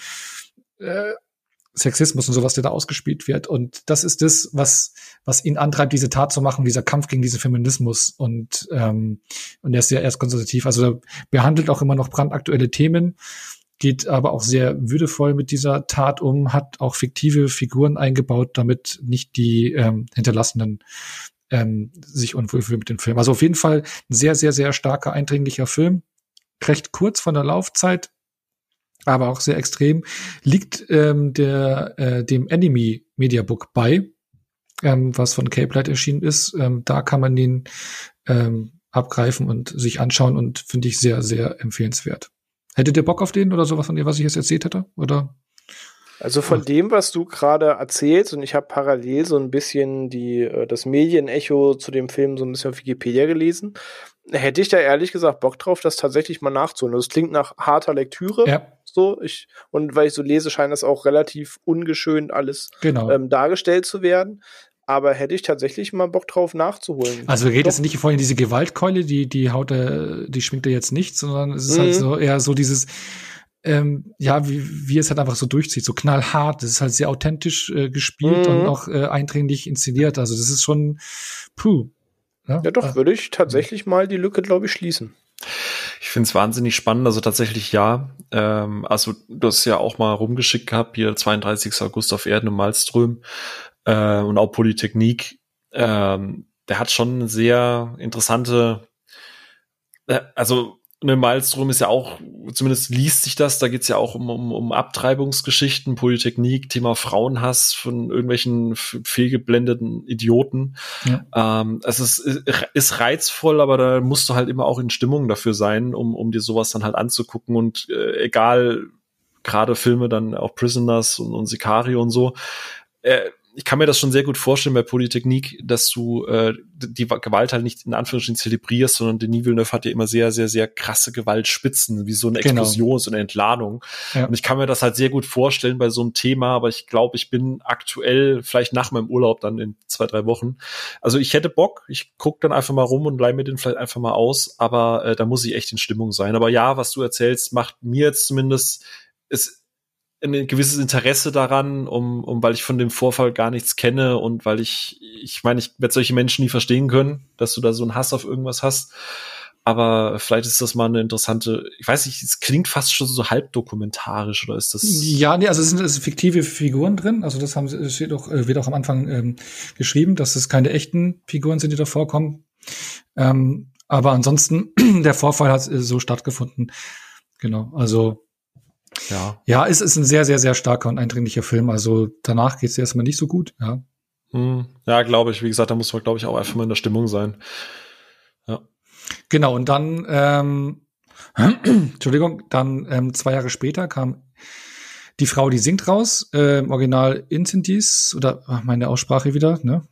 äh, Sexismus und sowas, der da ausgespielt wird. Und das ist das, was was ihn antreibt, diese Tat zu machen, dieser Kampf gegen diesen Feminismus. Und ähm, und er ist sehr erst konservativ. Also er behandelt auch immer noch brandaktuelle Themen, geht aber auch sehr würdevoll mit dieser Tat um, hat auch fiktive Figuren eingebaut, damit nicht die ähm, Hinterlassenen ähm, sich unwohl fühlen mit dem Film. Also auf jeden Fall ein sehr, sehr, sehr starker, eindringlicher Film. Recht kurz von der Laufzeit, aber auch sehr extrem. Liegt ähm, der äh, dem Enemy Mediabook bei, ähm, was von Cape Light erschienen ist. Ähm, da kann man den ähm, abgreifen und sich anschauen und finde ich sehr, sehr empfehlenswert. Hättet ihr Bock auf den oder sowas von dir, was ich jetzt erzählt hätte? Oder? Also von dem, was du gerade erzählst, und ich habe parallel so ein bisschen die das Medienecho zu dem Film so ein bisschen auf Wikipedia gelesen, hätte ich da ehrlich gesagt Bock drauf, das tatsächlich mal nachzuholen. Das klingt nach harter Lektüre. Ja. So, ich, und weil ich so lese, scheint das auch relativ ungeschönt alles genau. ähm, dargestellt zu werden. Aber hätte ich tatsächlich mal Bock drauf nachzuholen. Also wir reden jetzt nicht vorhin diese Gewaltkeule, die die haut er, die schwingt er jetzt nicht, sondern es ist mhm. halt so eher so dieses, ähm, ja, wie, wie es halt einfach so durchzieht, so knallhart. Das ist halt sehr authentisch äh, gespielt mhm. und auch äh, eindringlich inszeniert. Also das ist schon, puh. Ja, ja doch, Ach. würde ich tatsächlich mal die Lücke, glaube ich, schließen. Ich finde es wahnsinnig spannend, also tatsächlich ja. Ähm, also du hast ja auch mal rumgeschickt gehabt, hier zweiunddreißigster August auf Erden und Malmström. Äh, und auch Polytechnik, ähm, der hat schon eine sehr interessante, äh, also eine Malmström ist ja auch, zumindest liest sich das, da geht's ja auch um, um, um Abtreibungsgeschichten, Polytechnik, Thema Frauenhass von irgendwelchen fehlgeblendeten Idioten. Ja. Ähm, es ist, ist reizvoll, aber da musst du halt immer auch in Stimmung dafür sein, um, um dir sowas dann halt anzugucken und äh, egal, gerade Filme dann auch Prisoners und, und Sicario und so, äh, ich kann mir das schon sehr gut vorstellen bei Polytechnik, dass du äh, die Gewalt halt nicht in Anführungsstrichen zelebrierst, sondern Denis Villeneuve hat ja immer sehr, sehr, sehr krasse Gewaltspitzen, wie so eine Explosion, genau. so eine Entladung. Ja. Und ich kann mir das halt sehr gut vorstellen bei so einem Thema, aber ich glaube, ich bin aktuell vielleicht nach meinem Urlaub dann in zwei, drei Wochen. Also ich hätte Bock, ich gucke dann einfach mal rum und leih mir den vielleicht einfach mal aus, aber äh, da muss ich echt in Stimmung sein. Aber ja, was du erzählst, macht mir jetzt zumindest ist ein gewisses Interesse daran, um, um, weil ich von dem Vorfall gar nichts kenne und weil ich, ich meine, ich werde solche Menschen nie verstehen können, dass du da so einen Hass auf irgendwas hast. Aber vielleicht ist das mal eine interessante, ich weiß nicht, es klingt fast schon so halb dokumentarisch, oder ist das? Ja, nee, also es sind, es sind fiktive Figuren drin. Also das haben sie, es steht auch, wird auch am Anfang ähm, geschrieben, dass es keine echten Figuren sind, die da vorkommen. Ähm, aber ansonsten, der Vorfall hat so stattgefunden. Genau, also Ja, ja, es ist ein sehr, sehr, sehr starker und eindringlicher Film. Also danach geht's erstmal nicht so gut, ja. Hm, ja, glaube ich. Wie gesagt, da muss man, glaube ich, auch einfach mal in der Stimmung sein. Ja. Genau, und dann, ähm, Entschuldigung, dann ähm, zwei Jahre später kam Die Frau, die singt raus, äh, im Original Incendies, oder ach, meine Aussprache wieder, ne?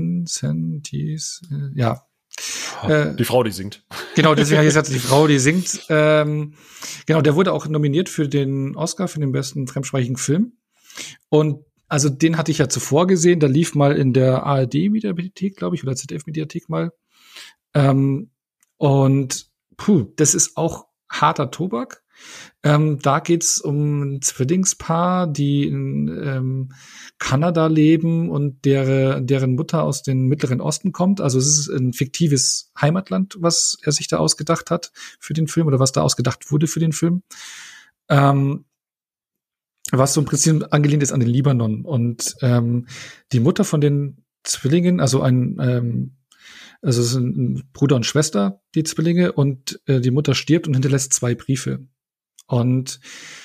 Incendies, äh, ja. Äh, die Frau, die singt. Genau, deswegen habe ich gesagt, die Frau, die singt. Ähm, genau, der wurde auch nominiert für den Oscar, für den besten fremdsprachigen Film. Und also den hatte ich ja zuvor gesehen. Da lief mal in der A R D-Mediathek, glaube ich, oder Z D F-Mediathek mal. Ähm, und puh, das ist auch harter Tobak. Ähm, da geht's um ein Zwillingspaar, die in ähm, Kanada leben und deren, deren Mutter aus dem Mittleren Osten kommt. Also es ist ein fiktives Heimatland, was er sich da ausgedacht hat für den Film oder was da ausgedacht wurde für den Film. Ähm, was so im Prinzip angelehnt ist an den Libanon. Und ähm, die Mutter von den Zwillingen, also ein ähm, also es sind ein Bruder und Schwester, die Zwillinge, und äh, die Mutter stirbt und hinterlässt zwei Briefe. Und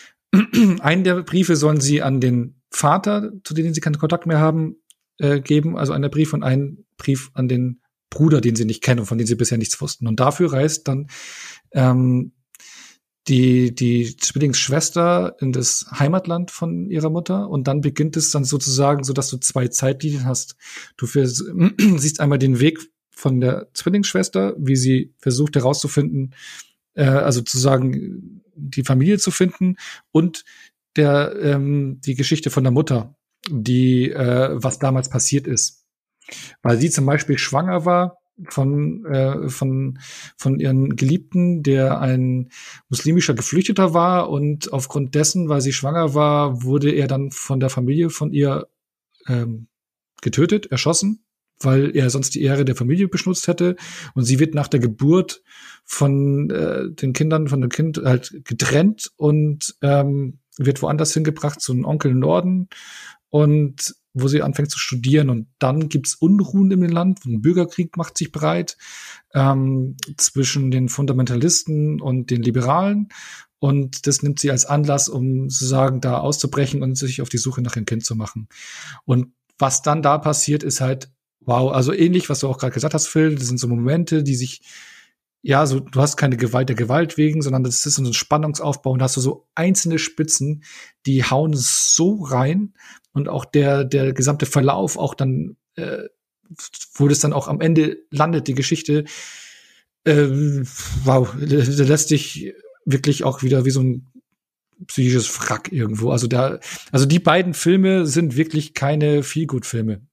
einen der Briefe sollen sie an den Vater, zu dem sie keinen Kontakt mehr haben, äh, geben, also einen Brief, und einen Brief an den Bruder, den sie nicht kennen und von dem sie bisher nichts wussten. Und dafür reist dann ähm, die die Zwillingsschwester in das Heimatland von ihrer Mutter, und dann beginnt es dann sozusagen so, dass du zwei Zeitlinien hast. Du für, siehst einmal den Weg von der Zwillingsschwester, wie sie versucht herauszufinden, äh, also zu sagen, die Familie zu finden, und der ähm, die Geschichte von der Mutter, die äh, was damals passiert ist, weil sie zum Beispiel schwanger war von äh, von von ihren Geliebten, der ein muslimischer Geflüchteter war, und aufgrund dessen, weil sie schwanger war, wurde er dann von der Familie von ihr ähm, getötet, erschossen, weil er sonst die Ehre der Familie beschmutzt hätte. Und sie wird nach der Geburt von äh, den Kindern, von dem Kind halt getrennt und ähm, wird woanders hingebracht, zu einem Onkel im Norden, und wo sie anfängt zu studieren. Und dann gibt's Unruhen im Land, ein Bürgerkrieg macht sich breit ähm, zwischen den Fundamentalisten und den Liberalen. Und das nimmt sie als Anlass, um sozusagen da auszubrechen und sich auf die Suche nach ihrem Kind zu machen. Und was dann da passiert, ist halt wow, also ähnlich, was du auch gerade gesagt hast, Phil, das sind so Momente, die sich, ja, so, du hast keine Gewalt der Gewalt wegen, sondern das ist so ein Spannungsaufbau, und hast du so einzelne Spitzen, die hauen so rein, und auch der, der gesamte Verlauf, auch dann, äh, wo das dann auch am Ende landet, die Geschichte, äh, wow, der lässt dich wirklich auch wieder wie so ein psychisches Wrack irgendwo. Also da, also die beiden Filme sind wirklich keine Feel-Good-Filme.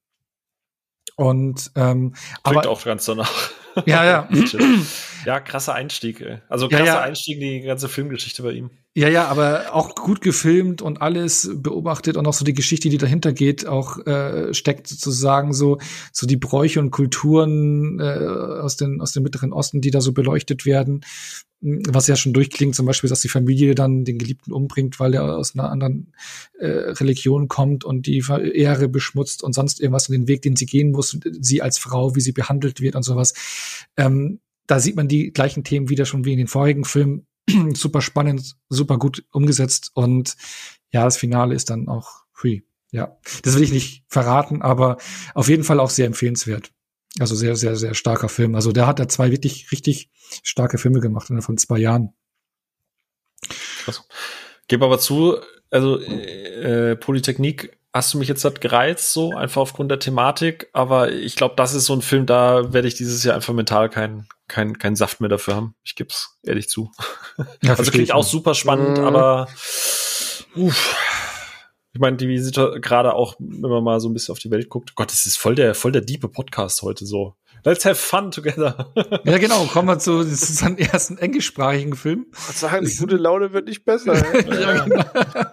Und ähm, klingt aber auch ganz danach. Ja, ja. Ja, krasser Einstieg, ey. Also krasser ja, ja. Einstieg in die ganze Filmgeschichte bei ihm. Ja, ja, aber auch gut gefilmt und alles beobachtet, und auch so die Geschichte, die dahinter geht, auch äh, steckt sozusagen so so die Bräuche und Kulturen äh, aus den aus dem Mittleren Osten, die da so beleuchtet werden, was ja schon durchklingt, zum Beispiel, dass die Familie dann den Geliebten umbringt, weil er aus einer anderen äh, Religion kommt und die Ehre beschmutzt und sonst irgendwas, und den Weg, den sie gehen muss, sie als Frau, wie sie behandelt wird und sowas. Ähm, da sieht man die gleichen Themen wieder schon wie in den vorigen Filmen. Super spannend, super gut umgesetzt, und ja, das Finale ist dann auch, hui, ja. Das will ich nicht verraten, aber auf jeden Fall auch sehr empfehlenswert. Also sehr, sehr, sehr starker Film. Also der hat da zwei wirklich richtig starke Filme gemacht innerhalb von zwei Jahren. Krass. Gebe aber zu, also äh, Polytechnik hast du mich jetzt halt gereizt, so einfach aufgrund der Thematik. Aber ich glaube, das ist so ein Film, da werde ich dieses Jahr einfach mental keinen kein, kein Saft mehr dafür haben. Ich gebe es ehrlich zu. Ja, also klingt auch super spannend, mm. aber uff. Ich meine, die sieht gerade auch, wenn man mal so ein bisschen auf die Welt guckt. Gott, das ist voll der voll der diepe Podcast heute so. Let's have fun together. Ja, genau. Kommen wir zu, zu seinem ersten englischsprachigen Film. Ich würde sagen, die gute Laune wird nicht besser. Ja, genau.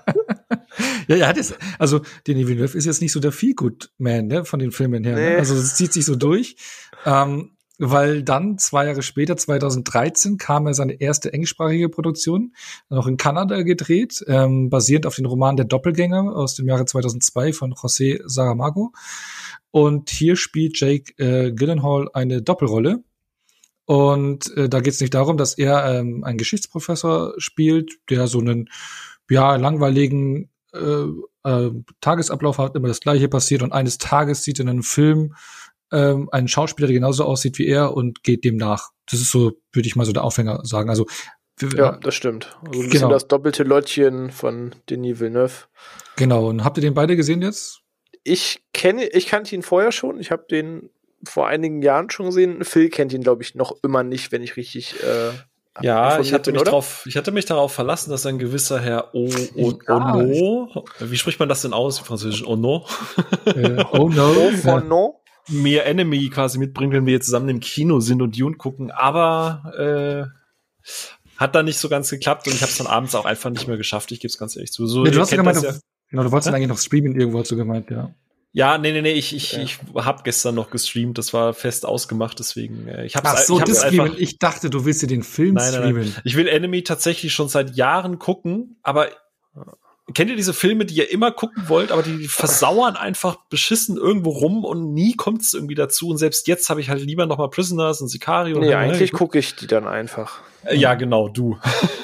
Ja, er hat jetzt, also Denis Villeneuve ist jetzt nicht so der Feel-Good-Man, ne, von den Filmen her. Nee. Ne? Also es zieht sich so durch. Ähm, weil dann, zwei Jahre später, zweitausenddreizehn, kam er seine erste englischsprachige Produktion, noch in Kanada gedreht, ähm, basierend auf den Roman Der Doppelgänger aus dem Jahre zweitausendzwei von José Saramago. Und hier spielt Jake äh, Gyllenhaal eine Doppelrolle. Und äh, da geht es nicht darum, dass er ähm, einen Geschichtsprofessor spielt, der so einen ja langweiligen äh, äh, Tagesablauf hat, immer das Gleiche passiert. Und eines Tages sieht er in einem Film ähm, einen Schauspieler, der genauso aussieht wie er und geht dem nach. Das ist so, würde ich mal so der Aufhänger sagen. Also ja, das stimmt. Also ein bisschen genau. Das doppelte Lottchen von Denis Villeneuve. Genau. Und habt ihr den beide gesehen jetzt? Ich kenne, ich kannte ihn vorher schon. Ich habe den vor einigen Jahren schon gesehen. Phil kennt ihn, glaube ich, noch immer nicht, wenn ich richtig äh, ja, ich hatte, bin, mich drauf, ich hatte mich darauf verlassen, dass ein gewisser Herr O, o, Ono, wie spricht man das denn aus, im Französischen? Ono? Äh, oh no. Oh no. Mir Enemy quasi mitbringen, wenn wir jetzt zusammen im Kino sind und Dune gucken, aber äh, hat da nicht so ganz geklappt und ich habe es dann abends auch einfach nicht mehr geschafft, ich gebe es ganz ehrlich zu. So, ja, du hast ja gemeint, ja. Genau, du wolltest ja? eigentlich noch streamen irgendwo, hast du gemeint, ja. Ja, nee, nee, nee, ich, ich, ja. ich habe gestern noch gestreamt, das war fest ausgemacht, deswegen, äh, ich hab's, Ach so, ich hab's das einfach, streamen, ich dachte, du willst dir den Film nein, nein, streamen. Nein. Ich will Enemy tatsächlich schon seit Jahren gucken, aber kennt ihr diese Filme, die ihr immer gucken wollt, aber die versauern einfach beschissen irgendwo rum und nie kommt es irgendwie dazu und selbst jetzt habe ich halt lieber noch mal Prisoners und Sicario. Nee, eigentlich gucke ich die dann einfach. Äh, ja, genau, du.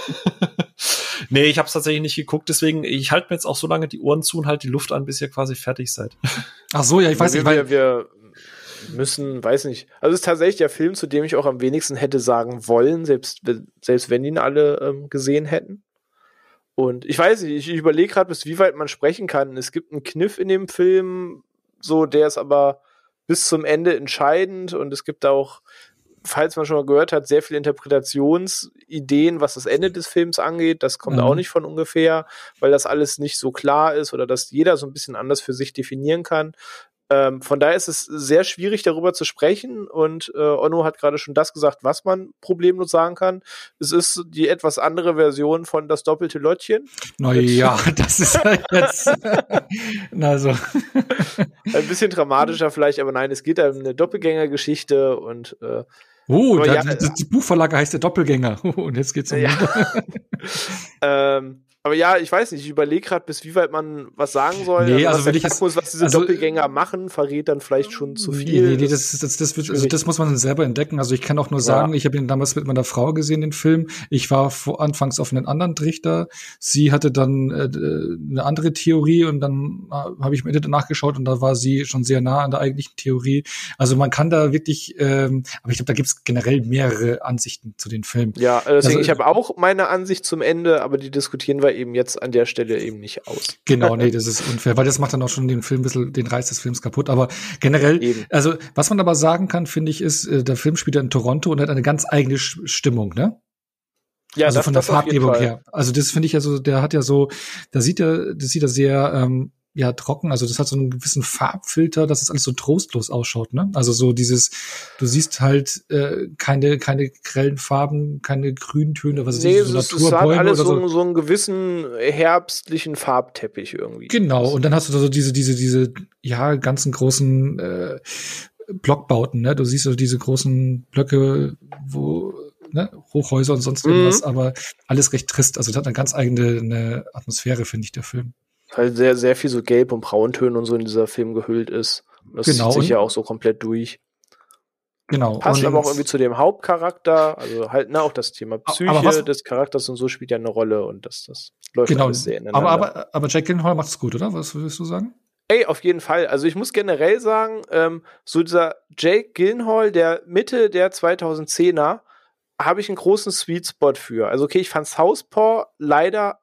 Nee, ich habe es tatsächlich nicht geguckt, deswegen, ich halte mir jetzt auch so lange die Ohren zu und halt die Luft an, bis ihr quasi fertig seid. Ach so, ja, ich weiß wir, nicht, weil wir, wir müssen, weiß nicht. Also es ist tatsächlich der Film, zu dem ich auch am wenigsten hätte sagen wollen, selbst, selbst wenn ihn alle ähm, gesehen hätten. Und ich weiß nicht, ich überlege gerade, bis wie weit man sprechen kann. Es gibt einen Kniff in dem Film, so, der ist aber bis zum Ende entscheidend und es gibt auch, falls man schon mal gehört hat, sehr viele Interpretationsideen, was das Ende des Films angeht. Das kommt mhm. auch nicht von ungefähr, weil das alles nicht so klar ist oder dass jeder so ein bisschen anders für sich definieren kann. Ähm, von daher ist es sehr schwierig, darüber zu sprechen und äh, Onno hat gerade schon das gesagt, was man problemlos sagen kann. Es ist die etwas andere Version von Das doppelte Lottchen. Naja, das ist jetzt also ein bisschen dramatischer vielleicht, aber nein, es geht um eine Doppelgängergeschichte und äh, Oh, da, ja, die, die Buchvorlage heißt der Doppelgänger. Und jetzt geht's um ja. ähm, aber ja, ich weiß nicht, ich überlege gerade, bis wie weit man was sagen soll. Nee, also, also was, ich es, muss, was diese also, Doppelgänger machen, verrät dann vielleicht schon zu viel. Nee, nee, das, das, das, wird, also das muss man dann selber entdecken. Also ich kann auch nur sagen, ja. ich habe ihn damals mit meiner Frau gesehen, den Film. Ich war vor, anfangs auf einen anderen Trichter. Sie hatte dann äh, eine andere Theorie und dann äh, habe ich mir nachgeschaut und da war sie schon sehr nah an der eigentlichen Theorie. Also man kann da wirklich, ähm, aber ich glaube, da gibt's generell mehrere Ansichten zu den Filmen. Ja, deswegen, also, ich habe auch meine Ansicht zum Ende, aber die diskutieren wir eben jetzt an der Stelle eben nicht aus. Genau, nee, das ist unfair, weil das macht dann auch schon den Film ein bisschen, den Reiz des Films kaputt. Aber generell, eben. Also was man aber sagen kann, finde ich, ist, der Film spielt ja in Toronto und hat eine ganz eigene Stimmung, ne? Ja, also das, von der Farbgebung her. Also das finde ich ja so, der hat ja so, da sieht er, das sieht er sehr ähm, ja trocken, also das hat so einen gewissen Farbfilter, dass es alles so trostlos ausschaut, ne? Also so dieses, du siehst halt äh, keine keine grellen Farben, keine Grüntöne, was nee, ist so Naturbäume oder so. Es hat alles so, so einen gewissen herbstlichen Farbteppich irgendwie. Genau, und dann hast du da so diese diese diese ja ganzen großen äh, Blockbauten, ne? Du siehst so diese großen Blöcke, wo ne, Hochhäuser und sonst irgendwas, mhm. aber alles recht trist. Also das hat eine ganz eigene eine Atmosphäre, finde ich, der Film. Weil sehr, sehr viel so Gelb- und Brauntöne und so in dieser Film gehüllt ist. Das genau. zieht sich ja auch so komplett durch. Genau. Passt und aber auch irgendwie zu dem Hauptcharakter, also halt, ne, auch das Thema Psyche was, des Charakters und so spielt ja eine Rolle und das, das läuft genau. alles sehr ineinander. Aber, aber, aber Jake Gyllenhaal macht's gut, oder? Was würdest du sagen? Ey, auf jeden Fall. Also ich muss generell sagen, ähm, so dieser Jake Gyllenhaal der Mitte der zweitausendzehner habe ich einen großen Sweet Spot für. Also okay, ich fand Southpaw leider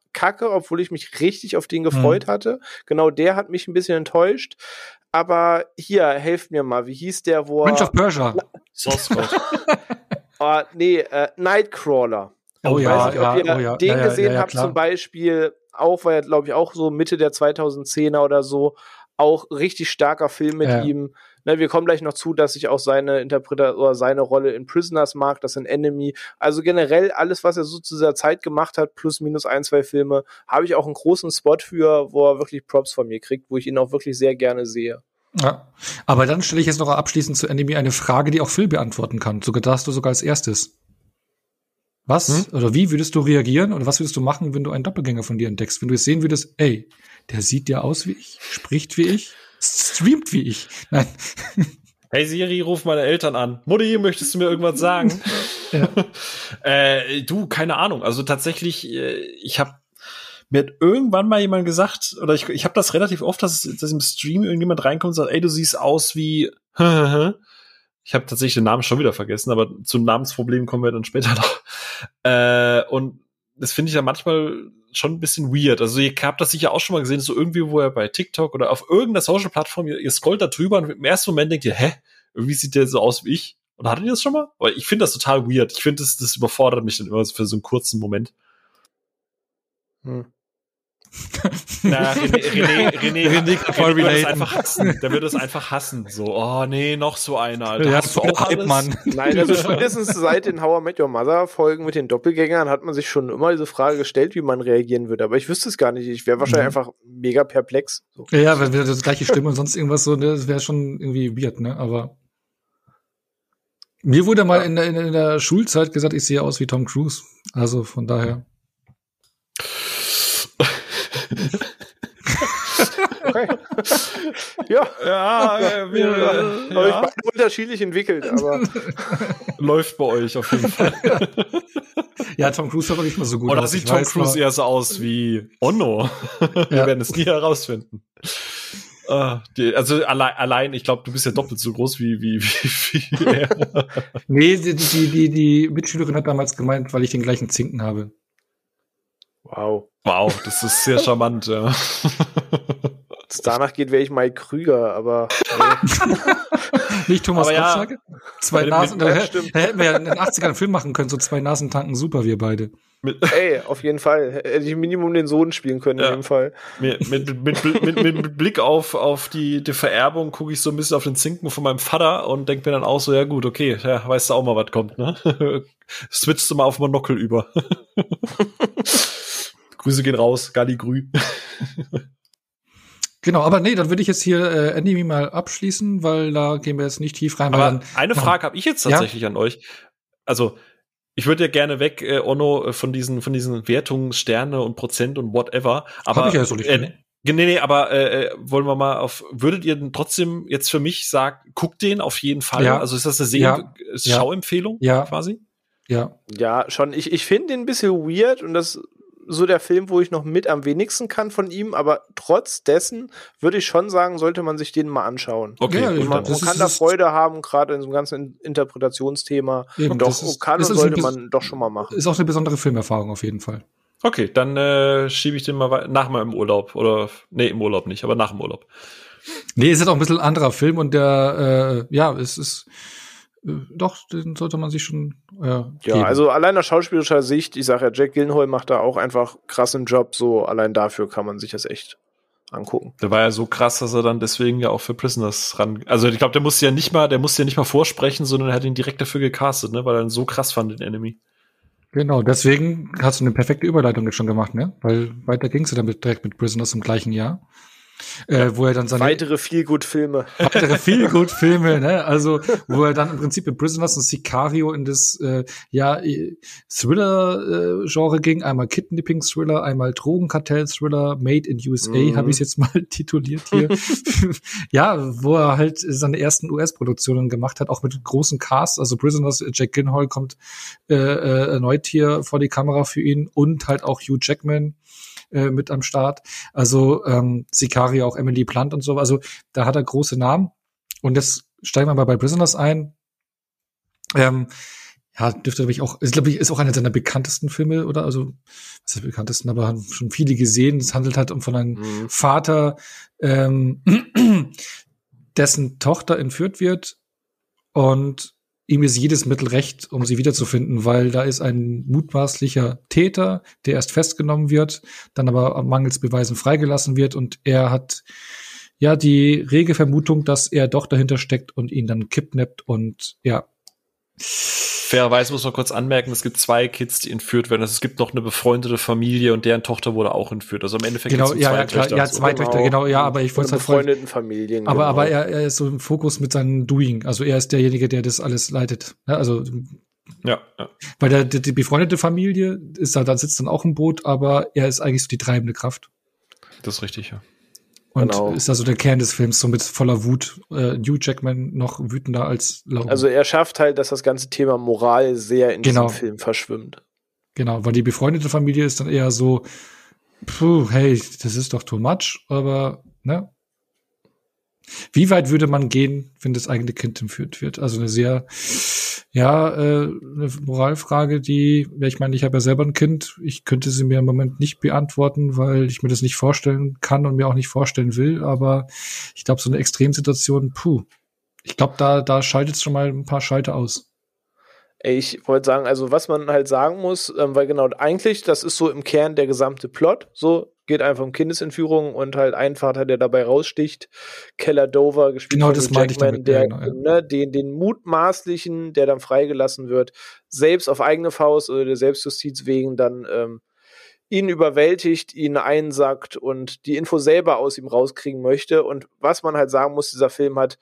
kacke, obwohl ich mich richtig auf den gefreut mhm. hatte. Genau der hat mich ein bisschen enttäuscht. Aber hier, helft mir mal, wie hieß der, wo Prince of Persia. Source Code. uh, nee, äh, Nightcrawler. Oh ich ja, weiß nicht, ob ja, ihr oh ja. den ja, ja, gesehen ja, ja, habt klar. zum Beispiel, auch, weil er, glaube ich, auch so Mitte der zweitausendzehner oder so, auch richtig starker Film mit ja. ihm. Ne, wir kommen gleich noch zu, dass ich auch seine Interpretation oder seine Rolle in Prisoners mag, das in Enemy. Also generell alles, was er so zu dieser Zeit gemacht hat, plus minus ein, zwei Filme, habe ich auch einen großen Spot für, wo er wirklich Props von mir kriegt, wo ich ihn auch wirklich sehr gerne sehe. Ja, aber dann stelle ich jetzt noch abschließend zu Enemy eine Frage, die auch Phil beantworten kann. Sogar darfst du sogar als erstes. Was hm? oder wie würdest du reagieren oder was würdest du machen, wenn du einen Doppelgänger von dir entdeckst? Wenn du jetzt sehen würdest, ey, der sieht ja aus wie ich, spricht wie ich, streamt wie ich. Nein. Hey Siri, ruf meine Eltern an. Mutti, möchtest du mir irgendwas sagen? Ja. äh, du, keine Ahnung. Also tatsächlich, äh, ich habe mir hat irgendwann mal jemand gesagt, oder ich, ich habe das relativ oft, dass, dass im Stream irgendjemand reinkommt und sagt, ey, du siehst aus wie ich habe tatsächlich den Namen schon wieder vergessen, aber zu Namensproblemen kommen wir dann später noch. Äh, und das finde ich ja manchmal schon ein bisschen weird. Also ihr habt das sicher auch schon mal gesehen, so irgendwie, wo er bei TikTok oder auf irgendeiner Social-Plattform, ihr, ihr scrollt da drüber und im ersten Moment denkt ihr, hä, irgendwie sieht der so aus wie ich. Und hattet ihr das schon mal? Weil ich finde das total weird. Ich finde, das, das überfordert mich dann immer für so einen kurzen Moment. Hm. Na, René, René, René, René, René wird es einfach hassen. Der wird es einfach hassen. So, oh nee, noch so einer. Alter. Ja, Hast du auch alles? Mann. Nein, also spätestens seit den How I Met Your Mother Folgen mit den Doppelgängern hat man sich schon immer diese Frage gestellt, wie man reagieren würde. Aber ich wüsste es gar nicht. Ich wäre wahrscheinlich mhm. einfach mega perplex. So. Ja, wenn wir das gleiche Stimme und sonst irgendwas so, das wäre schon irgendwie weird, ne? Aber mir wurde mal ja. in, der, in der Schulzeit gesagt, ich sehe aus wie Tom Cruise. Also von daher. Okay. Ja. Ja, wir, ja. Aber ich beide unterschiedlich entwickelt, aber läuft bei euch auf jeden Fall. Ja, Tom Cruise sieht aber nicht mal so gut Oder aus. sieht Tom Cruise eher so aus wie Onno? Wir ja. werden es nie herausfinden. Uh, die, also allein, allein, ich glaube, du bist ja doppelt so groß wie wie wie, wie er. Nee, die, die, die, die Mitschülerin hat damals gemeint, weil ich den gleichen Zinken habe. Wow. Wow, das ist sehr charmant, ja. Wenn es danach geht, wäre ich Mike Krüger, aber nee. Nicht Thomas Gottschalk? Ja, zwei Nasen. Da hätten wir ja in den achtzigern einen Film machen können, so zwei Nasen tanken super, wir beide. Ey, auf jeden Fall. Hätte ich Minimum den Sohn spielen können, ja. in dem Fall. Mit, mit, mit, mit, mit, mit Blick auf, auf die, die Vererbung gucke ich so ein bisschen auf den Zinken von meinem Vater und denke mir dann auch so, ja gut, okay, ja, weißt du auch mal, was kommt, ne? Switchst du mal auf Monokel über. Grüße gehen raus, Galli Grü. Genau, aber nee, dann würde ich jetzt hier äh, Enemy mal abschließen, weil da gehen wir jetzt nicht tief rein. Aber weil dann, eine Frage habe ich jetzt tatsächlich ja? an euch. Also, ich würde ja gerne weg, äh, Onno, von diesen von diesen Wertungen, Sterne und Prozent und whatever. Aber hab ich ja so nicht, äh, ne? Nee, nee, aber äh, wollen wir mal auf, würdet ihr denn trotzdem jetzt für mich sagen, guckt den auf jeden Fall? Ja. Also ist das eine Seh- ja. Schauempfehlung ja. quasi? Ja. Ja, schon. Ich, ich finde den ein bisschen weird und das so der Film, wo ich noch mit am wenigsten kann von ihm, aber trotz dessen würde ich schon sagen, sollte man sich den mal anschauen. Okay, ja, und man, man kann da Freude haben, gerade in so einem ganzen Interpretationsthema. Eben, doch, ist, kann und sollte man doch schon mal machen. Ist auch eine besondere Filmerfahrung auf jeden Fall. Okay, dann äh, schiebe ich den mal nach meinem Urlaub. Oder, nee, im Urlaub nicht, aber nach dem Urlaub. Nee, ist jetzt auch ein bisschen ein anderer Film und der, äh, ja, es ist doch, den sollte man sich schon äh, ja, geben. Also allein aus schauspielerischer Sicht, ich sage ja, Jack Gyllenhaal macht da auch einfach krassen Job, so allein dafür kann man sich das echt angucken. Der war ja so krass, dass er dann deswegen ja auch für Prisoners ran, also ich glaube, der musste ja nicht mal, der musste ja nicht mal vorsprechen, sondern er hat ihn direkt dafür gecastet, ne, weil er ihn so krass fand, den Enemy. Genau, deswegen hast du eine perfekte Überleitung jetzt schon gemacht, ne, weil weiter ging's ja damit direkt mit Prisoners im gleichen Jahr. Äh, wo er dann seine weitere Feelgood-Filme. Weitere Feelgood-Filme, ne? Also, wo er dann im Prinzip mit Prisoners und Sicario in das äh, ja Thriller-Genre äh, ging. Einmal Kidnapping-Thriller, einmal Drogenkartell-Thriller, Made in U S A, mhm. habe ich es jetzt mal tituliert hier. Ja, wo er halt seine ersten U S-Produktionen gemacht hat, auch mit großen Casts. Also Prisoners, Jack Gyllenhaal kommt äh, äh, erneut hier vor die Kamera für ihn und halt auch Hugh Jackman mit am Start. Also ähm, Sicario, auch Emily Blunt und so. Also da hat er große Namen. Und jetzt steigen wir mal bei Prisoners ein. Ähm, ja, dürfte glaube ich auch, ist glaube ich ist auch einer seiner bekanntesten Filme, oder? Also, was ist der bekanntesten, aber haben schon viele gesehen. Es handelt halt von einem mhm. Vater, ähm, dessen Tochter entführt wird und ihm ist jedes Mittel recht, um sie wiederzufinden, weil da ist ein mutmaßlicher Täter, der erst festgenommen wird, dann aber mangels Beweisen freigelassen wird und er hat ja die rege Vermutung, dass er doch dahinter steckt und ihn dann kidnappt und ja. Fairerweise muss man kurz anmerken, es gibt zwei Kids, die entführt werden. Also es gibt noch eine befreundete Familie und deren Tochter wurde auch entführt. Also im Endeffekt genau, gibt es ja, zwei ja, klar, Töchter. ja, zwei Töchter, genau. genau, ja, aber ich wollte halt befreundeten Familien. Aber, genau. aber er, er ist so im Fokus mit seinem Doing. Also er ist derjenige, der das alles leitet. Ja, also ja, ja. Weil der, die, die befreundete Familie ist da, da sitzt dann auch im Boot, aber er ist eigentlich so die treibende Kraft. Das ist richtig, ja. Und genau. ist also der Kern des Films, so mit voller Wut. Äh, Hugh Jackman noch wütender als Lauren. Also er schafft halt, dass das ganze Thema Moral sehr in genau. diesem Film verschwimmt. Genau, weil die befreundete Familie ist dann eher so, puh, hey, das ist doch too much, aber, ne? Wie weit würde man gehen, wenn das eigene Kind entführt wird? Also eine sehr, ja, äh, eine Moralfrage, die, ja, ich meine, ich habe ja selber ein Kind, ich könnte sie mir im Moment nicht beantworten, weil ich mir das nicht vorstellen kann und mir auch nicht vorstellen will, aber ich glaube, so eine Extremsituation, puh, ich glaube, da, da schaltet es schon mal ein paar Schalter aus. Ich wollte sagen, also was man halt sagen muss, ähm, weil genau eigentlich, das ist so im Kern der gesamte Plot, so geht einfach um Kindesentführung und halt ein Vater, der dabei raussticht, Keller Dover, gespielt genau, von das meinte ich damit, der, genau, ja. ne, den, den mutmaßlichen, der dann freigelassen wird, selbst auf eigene Faust oder der Selbstjustiz wegen dann ähm, ihn überwältigt, ihn einsackt und die Info selber aus ihm rauskriegen möchte. Und was man halt sagen muss, dieser Film hat,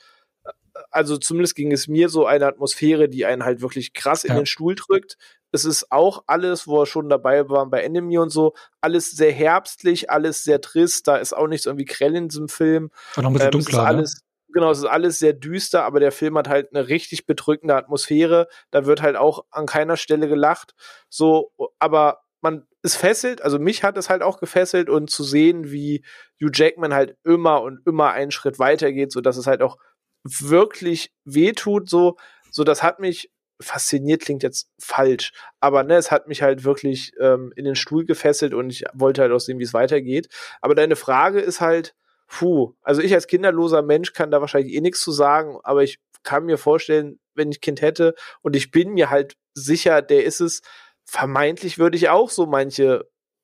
also zumindest ging es mir so, eine Atmosphäre, die einen halt wirklich krass in ja. den Stuhl drückt. Es ist auch alles, wo er schon dabei war bei Enemy und so, alles sehr herbstlich, alles sehr trist, da ist auch nichts irgendwie grell in diesem Film. Und noch ein bisschen ähm, dunkler, es ist alles, ne? Genau, es ist alles sehr düster, aber der Film hat halt eine richtig bedrückende Atmosphäre, da wird halt auch an keiner Stelle gelacht, so, aber man ist fesselt, also mich hat es halt auch gefesselt und zu sehen, wie Hugh Jackman halt immer und immer einen Schritt weiter geht, so dass es halt auch wirklich wehtut, so, so das hat mich fasziniert, klingt jetzt falsch, aber ne, es hat mich halt wirklich ähm, in den Stuhl gefesselt und ich wollte halt auch sehen, wie es weitergeht. Aber deine Frage ist halt, puh, also ich als kinderloser Mensch kann da wahrscheinlich eh nichts zu sagen, aber ich kann mir vorstellen, wenn ich ein Kind hätte und ich bin mir halt sicher, der ist es, vermeintlich würde ich auch so manche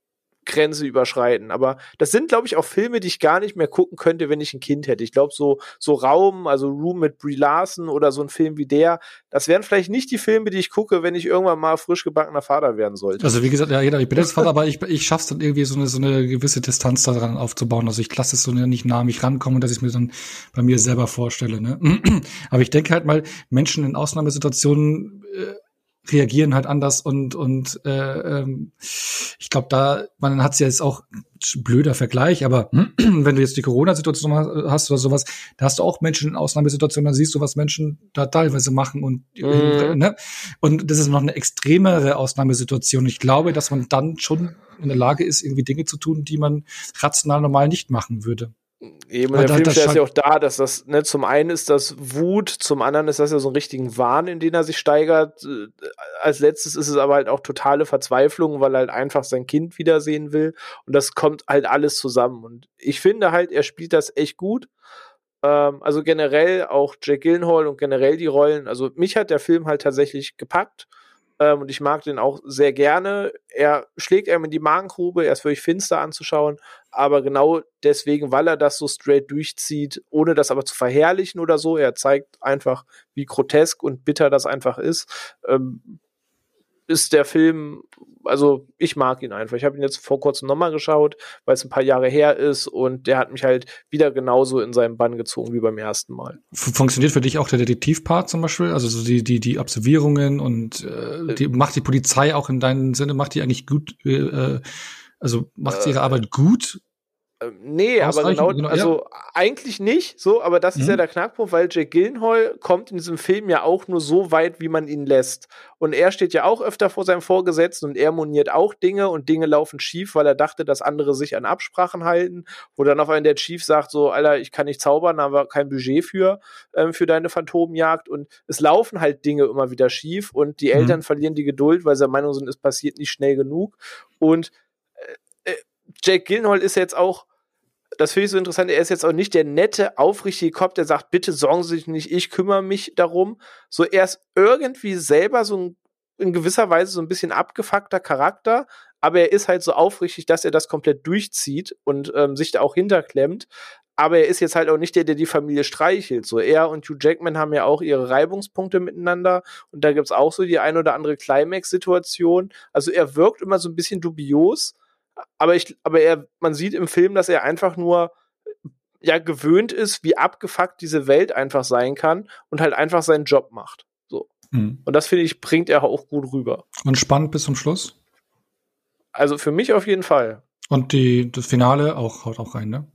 Grenze überschreiten. Aber das sind, glaube ich, auch Filme, die ich gar nicht mehr gucken könnte, wenn ich ein Kind hätte. Ich glaube, so, so Raum, also Room mit Brie Larson oder so ein Film wie der, das wären vielleicht nicht die Filme, die ich gucke, wenn ich irgendwann mal frisch gebackener Vater werden sollte. Also wie gesagt, ja, ich bin jetzt Vater, aber ich, ich schaff's dann irgendwie so eine, so eine gewisse Distanz daran aufzubauen. Also ich lasse es so nicht nah an mich rankommen, dass ich mir dann bei mir selber vorstelle. Ne? Aber ich denke halt mal, Menschen in Ausnahmesituationen äh, reagieren halt anders und und äh, ähm, ich glaube, da man hat es ja jetzt auch blöder Vergleich, aber wenn du jetzt die Corona-Situation hast oder sowas, da hast du auch Menschen in Ausnahmesituationen, da siehst du, was Menschen da teilweise machen und Mhm. ne? Und das ist noch eine extremere Ausnahmesituation. Ich glaube, dass man dann schon in der Lage ist, irgendwie Dinge zu tun, die man rational normal nicht machen würde. Eben, Aber der da- Film das stellt scheint- ja auch da, dass das, ne, zum einen ist das Wut, zum anderen ist das ja so ein richtigen Wahn, in den er sich steigert. Äh, Als letztes ist es aber halt auch totale Verzweiflung, weil er halt einfach sein Kind wiedersehen will. Und das kommt halt alles zusammen. Und ich finde halt, er spielt das echt gut. Ähm, also generell auch Jake Gyllenhaal und generell die Rollen. Also mich hat der Film halt tatsächlich gepackt. Ähm, und ich mag den auch sehr gerne. Er schlägt einem in die Magengrube, er ist wirklich finster anzuschauen, aber genau deswegen, weil er das so straight durchzieht, ohne das aber zu verherrlichen oder so, er zeigt einfach, wie grotesk und bitter das einfach ist, ähm, ist der Film, also ich mag ihn einfach. Ich habe ihn jetzt vor kurzem nochmal geschaut, weil es ein paar Jahre her ist und der hat mich halt wieder genauso in seinen Bann gezogen wie beim ersten Mal. F- Funktioniert für dich auch der Detektivpart zum Beispiel? Also so die, die, die Observierungen und äh, die, macht die Polizei auch in deinem Sinne, macht die eigentlich gut, äh, also macht sie ihre Äh, Arbeit gut? Nee, aber genau, genau, also ja. eigentlich nicht so, aber das ist mhm. ja der Knackpunkt, weil Jake Gyllenhaal kommt in diesem Film ja auch nur so weit, wie man ihn lässt. Und er steht ja auch öfter vor seinem Vorgesetzten und er moniert auch Dinge und Dinge laufen schief, weil er dachte, dass andere sich an Absprachen halten, wo dann auf einen der Chief sagt so, Alter, ich kann nicht zaubern, da haben wir kein Budget für, ähm, für deine Phantomjagd und es laufen halt Dinge immer wieder schief und die mhm. Eltern verlieren die Geduld, weil sie der Meinung sind, es passiert nicht schnell genug und äh, Jake Gyllenhaal ist jetzt auch, das finde ich so interessant, er ist jetzt auch nicht der nette, aufrichtige Cop, der sagt, bitte sorgen Sie sich nicht, ich kümmere mich darum. So, er ist irgendwie selber so ein, in gewisser Weise so ein bisschen abgefuckter Charakter, aber er ist halt so aufrichtig, dass er das komplett durchzieht und ähm, sich da auch hinterklemmt. Aber er ist jetzt halt auch nicht der, der die Familie streichelt. So, er und Hugh Jackman haben ja auch ihre Reibungspunkte miteinander und da gibt's auch so die ein oder andere Climax-Situation. Also er wirkt immer so ein bisschen dubios, aber ich, aber er, man sieht im Film, dass er einfach nur ja gewöhnt ist, wie abgefuckt diese Welt einfach sein kann und halt einfach seinen Job macht. So. Mhm. Und das, finde ich, bringt er auch gut rüber. Und spannend bis zum Schluss? Also für mich auf jeden Fall. Und die, das Finale auch, haut auch rein, ne?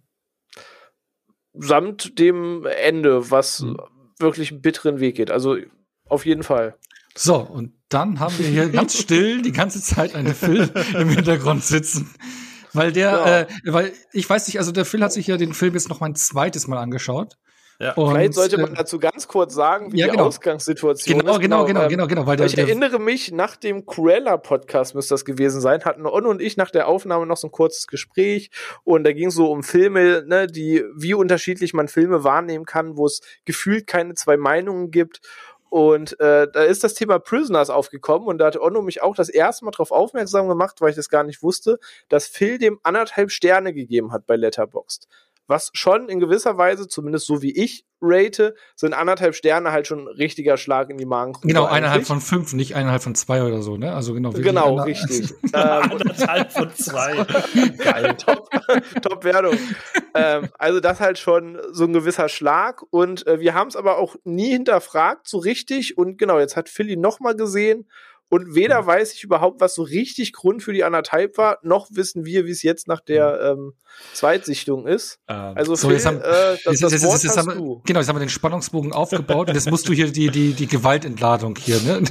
Samt dem Ende, was mhm. wirklich einen bitteren Weg geht. Also auf jeden Fall. So, und dann haben wir hier ganz still die ganze Zeit einen Phil im Hintergrund sitzen. Weil der, ja. äh, weil ich weiß nicht, also der Phil hat sich ja den Film jetzt noch mal ein zweites Mal angeschaut. Ja. Und, vielleicht sollte man dazu ganz kurz sagen, wie ja, genau. die Ausgangssituation genau, ist. Genau, genau, genau, genau. Weil der, ich der, erinnere mich, nach dem Cruella-Podcast müsste das gewesen sein, hatten Onno und ich nach der Aufnahme noch so ein kurzes Gespräch und da ging es so um Filme, ne, die, wie unterschiedlich man Filme wahrnehmen kann, wo es gefühlt keine zwei Meinungen gibt. Und äh, da ist das Thema Prisoners aufgekommen und da hat Onno mich auch das erste Mal drauf aufmerksam gemacht, weil ich das gar nicht wusste, dass Phil dem anderthalb Sterne gegeben hat bei Letterboxd. Was schon in gewisser Weise, zumindest so wie ich rate, sind anderthalb Sterne halt schon ein richtiger Schlag in die Magengrube. Genau, eineinhalb von fünf, nicht eineinhalb von zwei oder so, ne? Also genau. Genau, richtig. ähm, anderthalb von zwei. Geil, top, top Wertung. ähm, also das halt schon so ein gewisser Schlag und äh, wir haben es aber auch nie hinterfragt so richtig und genau, jetzt hat Philly nochmal gesehen und weder weiß ich überhaupt, was so richtig Grund für die anderthalb war, noch wissen wir, wie es jetzt nach der ähm, Zweitsichtung ist. Ähm, also so, Phil, jetzt haben, äh, das, jetzt, das jetzt, Wort jetzt, jetzt hast haben, du. Genau, jetzt haben wir den Spannungsbogen aufgebaut und jetzt musst du hier die, die, die Gewaltentladung hier, ne?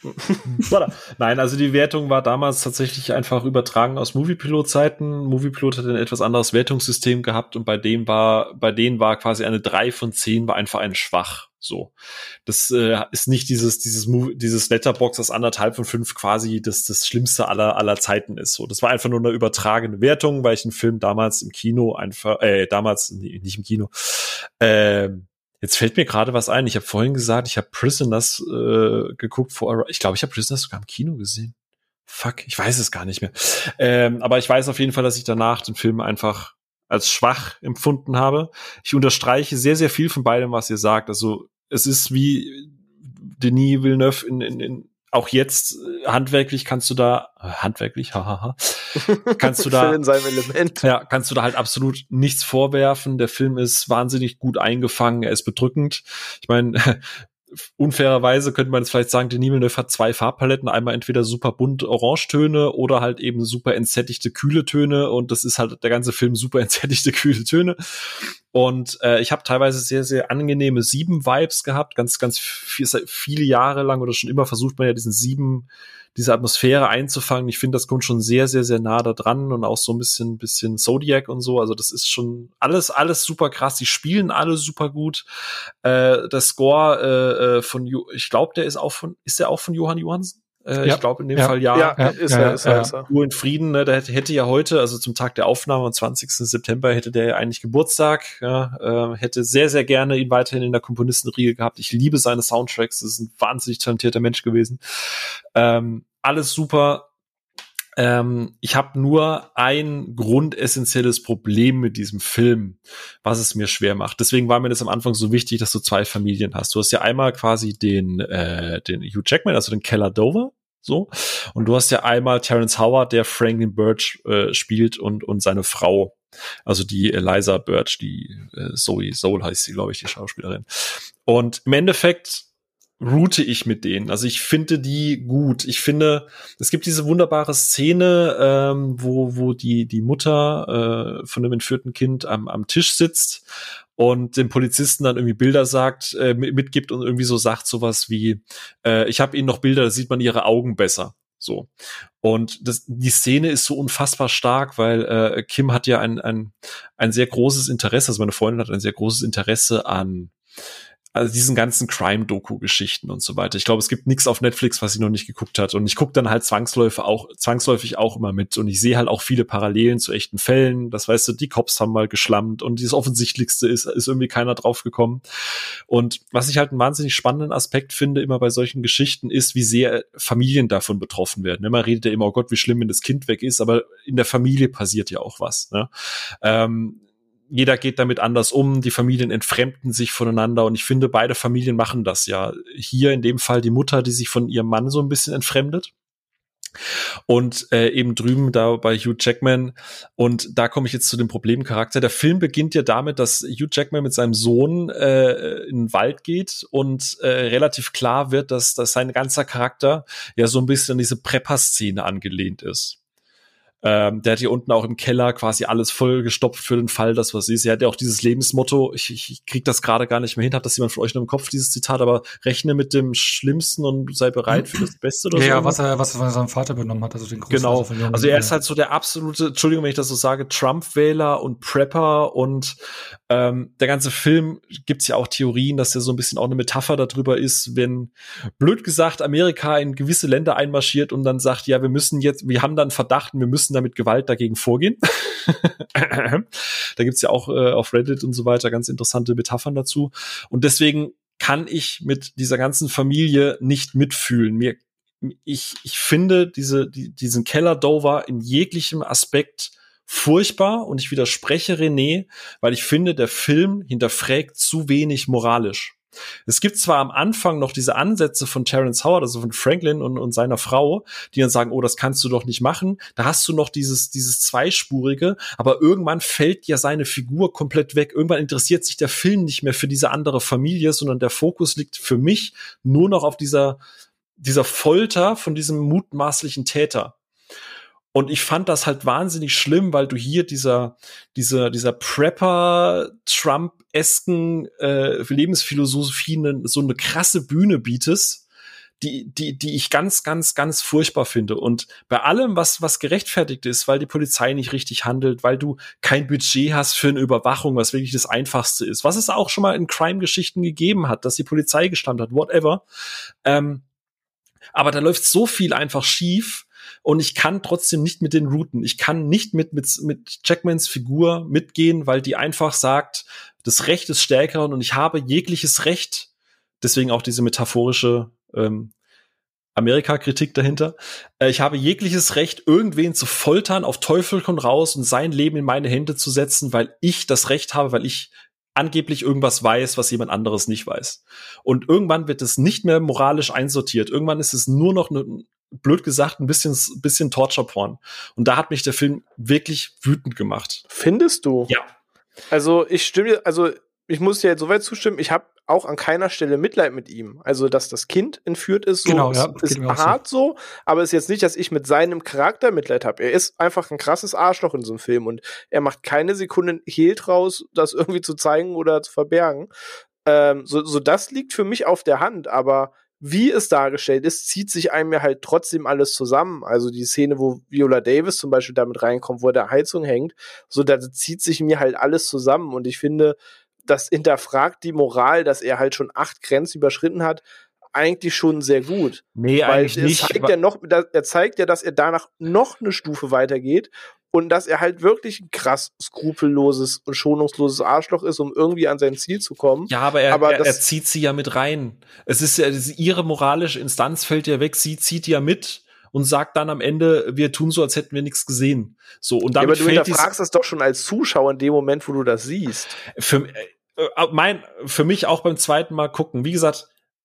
Nein, also die Wertung war damals tatsächlich einfach übertragen aus Moviepilot-Zeiten. Moviepilot hat ein etwas anderes Wertungssystem gehabt und bei dem war, bei denen war quasi eine drei von zehn, war einfach ein schwach. So, das äh, ist nicht dieses dieses Move, dieses Letterbox, das anderthalb von fünf quasi das das Schlimmste aller aller Zeiten ist. So, das war einfach nur eine übertragene Wertung, weil ich den Film damals im Kino einfach, äh, damals nee, nicht im Kino. Ähm, jetzt fällt mir gerade was ein. Ich habe vorhin gesagt, ich habe Prisoners äh, geguckt vor. Ich glaube, ich habe Prisoners sogar im Kino gesehen. Fuck, ich weiß es gar nicht mehr. Ähm, aber ich weiß auf jeden Fall, dass ich danach den Film einfach als schwach empfunden habe. Ich unterstreiche sehr, sehr viel von beidem, was ihr sagt. Also es ist wie Denis Villeneuve in, in, in auch jetzt handwerklich kannst du da äh, handwerklich, hahaha, kannst du da in seinem Element. Ja, kannst du da halt absolut nichts vorwerfen. Der Film ist wahnsinnig gut eingefangen, er ist bedrückend. Ich meine, unfairerweise könnte man jetzt vielleicht sagen, Denis Villeneuve hat zwei Farbpaletten, einmal entweder super bunt Orangetöne oder halt eben super entsättigte kühle Töne und das ist halt der ganze Film super entsättigte kühle Töne und äh, ich habe teilweise sehr, sehr angenehme Sieben-Vibes gehabt, ganz, ganz viel, viele Jahre lang oder schon immer versucht man ja diesen Sieben, diese Atmosphäre einzufangen. Ich finde, das kommt schon sehr, sehr, sehr nah da dran und auch so ein bisschen, bisschen Zodiac und so. Also das ist schon alles, alles super krass. Die spielen alle super gut. Äh, der Score äh, von, ich glaube, der ist auch von, ist der auch von Johann Johansen? Äh, ja. Ich glaube in dem ja. Fall ja. Ja, ja ist er, ist er, ist er. Ruhe in Frieden, ne? Der hätte, hätte ja heute, also zum Tag der Aufnahme am zwanzigsten September, hätte der ja eigentlich Geburtstag. Ja, äh, hätte sehr, sehr gerne ihn weiterhin in der Komponistenriege gehabt. Ich liebe seine Soundtracks. Das ist ein wahnsinnig talentierter Mensch gewesen. Ähm, alles super. Ähm, ich habe nur ein grundessentielles Problem mit diesem Film, was es mir schwer macht. Deswegen war mir das am Anfang so wichtig, dass du zwei Familien hast. Du hast ja einmal quasi den, äh, den Hugh Jackman, also den Keller Dover, so. Und du hast ja einmal Terrence Howard, der Franklin Birch äh, spielt und und seine Frau, also die Eliza Birch, die äh, Zoe Soul heißt sie, glaube ich, die Schauspielerin. Und im Endeffekt route ich mit denen. Also ich finde die gut. Ich finde, es gibt diese wunderbare Szene, ähm, wo wo die die Mutter äh, von dem entführten Kind am am Tisch sitzt und dem Polizisten dann irgendwie Bilder sagt, äh, mitgibt und irgendwie so sagt sowas wie, äh, ich habe Ihnen noch Bilder, da sieht man Ihre Augen besser. So. Und das, die Szene ist so unfassbar stark, weil äh, Kim hat ja ein, ein, ein sehr großes Interesse, also meine Freundin hat ein sehr großes Interesse an also diesen ganzen Crime-Doku-Geschichten und so weiter. Ich glaube, es gibt nichts auf Netflix, was sie noch nicht geguckt hat. Und ich gucke dann halt zwangsläufig auch, zwangsläufig auch immer mit. Und ich sehe halt auch viele Parallelen zu echten Fällen. Das weißt du, die Cops haben mal geschlammt und das Offensichtlichste ist, ist irgendwie keiner drauf gekommen. Und was ich halt einen wahnsinnig spannenden Aspekt finde, immer bei solchen Geschichten, ist, wie sehr Familien davon betroffen werden. Man redet ja immer, oh Gott, wie schlimm, wenn das Kind weg ist, aber in der Familie passiert ja auch was, ne? Ähm, Jeder geht damit anders um, die Familien entfremden sich voneinander und ich finde, beide Familien machen das ja. Hier in dem Fall die Mutter, die sich von ihrem Mann so ein bisschen entfremdet und äh, eben drüben da bei Hugh Jackman und da komme ich jetzt zu dem Problemcharakter. Der Film beginnt ja damit, dass Hugh Jackman mit seinem Sohn äh, in den Wald geht und äh, relativ klar wird, dass, dass sein ganzer Charakter ja so ein bisschen an diese Prepper-Szene angelehnt ist. Ähm, der hat hier unten auch im Keller quasi alles vollgestopft für den Fall, dass was ist. Er hat ja auch dieses Lebensmotto, ich, ich, ich krieg das gerade gar nicht mehr hin, hat das jemand von euch noch im Kopf, dieses Zitat, aber rechne mit dem Schlimmsten und sei bereit für das Beste oder ja, so. Ja, was er, was er von seinem Vater benommen hat, also den Großvater Genau, von Jungen. also er ist halt so der absolute, Entschuldigung, wenn ich das so sage, Trump-Wähler und Prepper und ähm, der ganze Film gibt's ja auch Theorien, dass der so ein bisschen auch eine Metapher darüber ist, wenn, blöd gesagt, Amerika in gewisse Länder einmarschiert und dann sagt, ja, wir müssen jetzt, wir haben dann Verdacht, wir müssen da mit Gewalt dagegen vorgehen. Da gibt's ja auch äh, auf Reddit und so weiter ganz interessante Metaphern dazu. Und deswegen kann ich mit dieser ganzen Familie nicht mitfühlen. Mir, ich, ich finde diese, die, diesen Keller Dover in jeglichem Aspekt furchtbar und ich widerspreche René, weil ich finde, der Film hinterfragt zu wenig moralisch. Es gibt zwar am Anfang noch diese Ansätze von Terrence Howard, also von Franklin und, und seiner Frau, die dann sagen, oh, das kannst du doch nicht machen. Da hast du noch dieses, dieses Zweispurige, aber irgendwann fällt ja seine Figur komplett weg. Irgendwann interessiert sich der Film nicht mehr für diese andere Familie, sondern der Fokus liegt für mich nur noch auf dieser, dieser Folter von diesem mutmaßlichen Täter. Und ich fand das halt wahnsinnig schlimm, weil du hier dieser, dieser, dieser Prepper-Trump-esken äh, Lebensphilosophie ne, so eine krasse Bühne bietest, die, die, die ich ganz, ganz, ganz furchtbar finde. Und bei allem, was, was gerechtfertigt ist, weil die Polizei nicht richtig handelt, weil du kein Budget hast für eine Überwachung, was wirklich das Einfachste ist, was es auch schon mal in Crime-Geschichten gegeben hat, dass die Polizei gestanden hat, whatever. Ähm, aber da läuft so viel einfach schief. Und ich kann trotzdem nicht mit den routen. Ich kann nicht mit, mit, mit Jackmans Figur mitgehen, weil die einfach sagt, das Recht ist stärker und ich habe jegliches Recht. Deswegen auch diese metaphorische ähm, Amerika-Kritik dahinter. Äh, ich habe jegliches Recht, irgendwen zu foltern, auf Teufel komm raus und sein Leben in meine Hände zu setzen, weil ich das Recht habe, weil ich angeblich irgendwas weiß, was jemand anderes nicht weiß. Und irgendwann wird es nicht mehr moralisch einsortiert. Irgendwann ist es nur noch eine, blöd gesagt, ein bisschen, bisschen Torture-Porn. Und da hat mich der Film wirklich wütend gemacht. Findest du? Ja. Also ich stimme, also ich muss dir jetzt soweit zustimmen, ich habe auch an keiner Stelle Mitleid mit ihm. Also, dass das Kind entführt ist, so genau, ja, ist, ist hart so. so, aber es ist jetzt nicht, dass ich mit seinem Charakter Mitleid habe. Er ist einfach ein krasses Arschloch in so einem Film und er macht keine Sekunde Hehl draus, das irgendwie zu zeigen oder zu verbergen. Ähm, so, so das liegt für mich auf der Hand, aber wie es dargestellt ist, zieht sich einem ja halt trotzdem alles zusammen. Also die Szene, wo Viola Davis zum Beispiel damit reinkommt, wo er der Heizung hängt, so da zieht sich mir halt alles zusammen und ich finde, das hinterfragt die Moral, dass er halt schon acht Grenzen überschritten hat, eigentlich schon sehr gut. Nee, weil eigentlich nicht. Zeigt ja noch, er zeigt ja, dass er danach noch eine Stufe weitergeht und dass er halt wirklich ein krass skrupelloses und schonungsloses Arschloch ist, um irgendwie an sein Ziel zu kommen. Ja, aber er, aber er, er zieht sie ja mit rein. Es ist ja, ihre moralische Instanz fällt ja weg, sie zieht ja mit und sagt dann am Ende, wir tun so, als hätten wir nichts gesehen. So, und damit ja, aber du fällt hinterfragst das doch schon als Zuschauer in dem Moment, wo du das siehst. Für, äh, mein, für mich auch beim zweiten Mal gucken. Wie gesagt,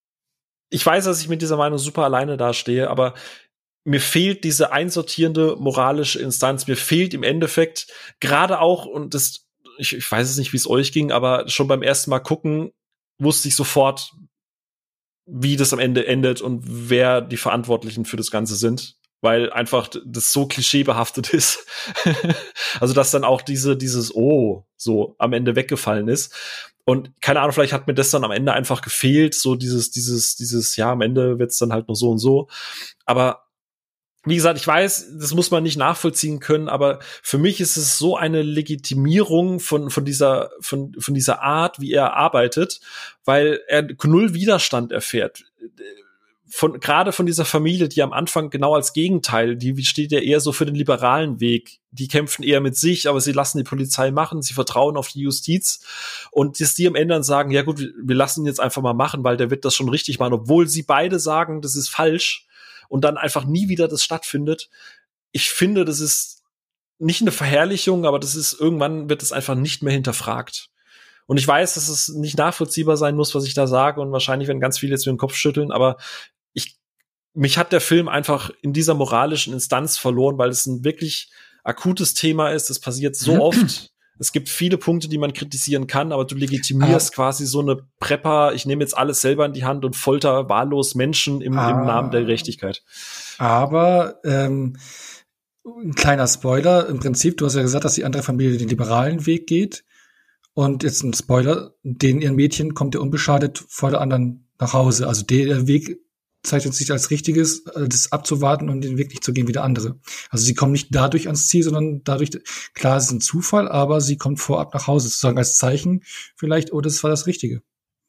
ich weiß, dass ich mit dieser Meinung super alleine dastehe, aber mir fehlt diese einsortierende moralische Instanz. Mir fehlt im Endeffekt gerade auch, und das, ich, ich weiß es nicht, wie es euch ging, aber schon beim ersten Mal gucken, wusste ich sofort, wie das am Ende endet und wer die Verantwortlichen für das Ganze sind. Weil einfach das so klischeebehaftet ist. Also, dass dann auch diese, dieses Oh so am Ende weggefallen ist. Und keine Ahnung, vielleicht hat mir das dann am Ende einfach gefehlt, so dieses, dieses, dieses, ja, am Ende wird's dann halt nur so und so. Aber wie gesagt, ich weiß, das muss man nicht nachvollziehen können, aber für mich ist es so eine Legitimierung von, von dieser, von, von dieser Art, wie er arbeitet, weil er null Widerstand erfährt. Von, gerade von dieser Familie, die am Anfang genau als Gegenteil, die steht ja eher so für den liberalen Weg. Die kämpfen eher mit sich, aber sie lassen die Polizei machen, sie vertrauen auf die Justiz. Und dass die am Ende dann sagen, ja gut, wir lassen ihn jetzt einfach mal machen, weil der wird das schon richtig machen, obwohl sie beide sagen, das ist falsch. Und dann einfach nie wieder das stattfindet. Ich finde, das ist nicht eine Verherrlichung, aber das ist, irgendwann wird es einfach nicht mehr hinterfragt. Und ich weiß, dass es nicht nachvollziehbar sein muss, was ich da sage, und wahrscheinlich werden ganz viele jetzt mit dem Kopf schütteln, aber ich, mich hat der Film einfach in dieser moralischen Instanz verloren, weil es ein wirklich akutes Thema ist. Das passiert so oft. Es gibt viele Punkte, die man kritisieren kann, aber du legitimierst ah. quasi so eine Prepper, ich nehme jetzt alles selber in die Hand und folter wahllos Menschen im, ah. im Namen der Gerechtigkeit. Aber ähm, ein kleiner Spoiler, im Prinzip, du hast ja gesagt, dass die andere Familie den liberalen Weg geht. Und jetzt ein Spoiler, den ihren Mädchen kommt ja unbeschadet vor der anderen nach Hause. Also der Weg zeichnet sich als richtiges, das abzuwarten und den Weg nicht zu gehen wie der andere. Also sie kommen nicht dadurch ans Ziel, sondern dadurch, klar, es ist ein Zufall, aber sie kommt vorab nach Hause, sozusagen als Zeichen vielleicht, oh, das war das Richtige.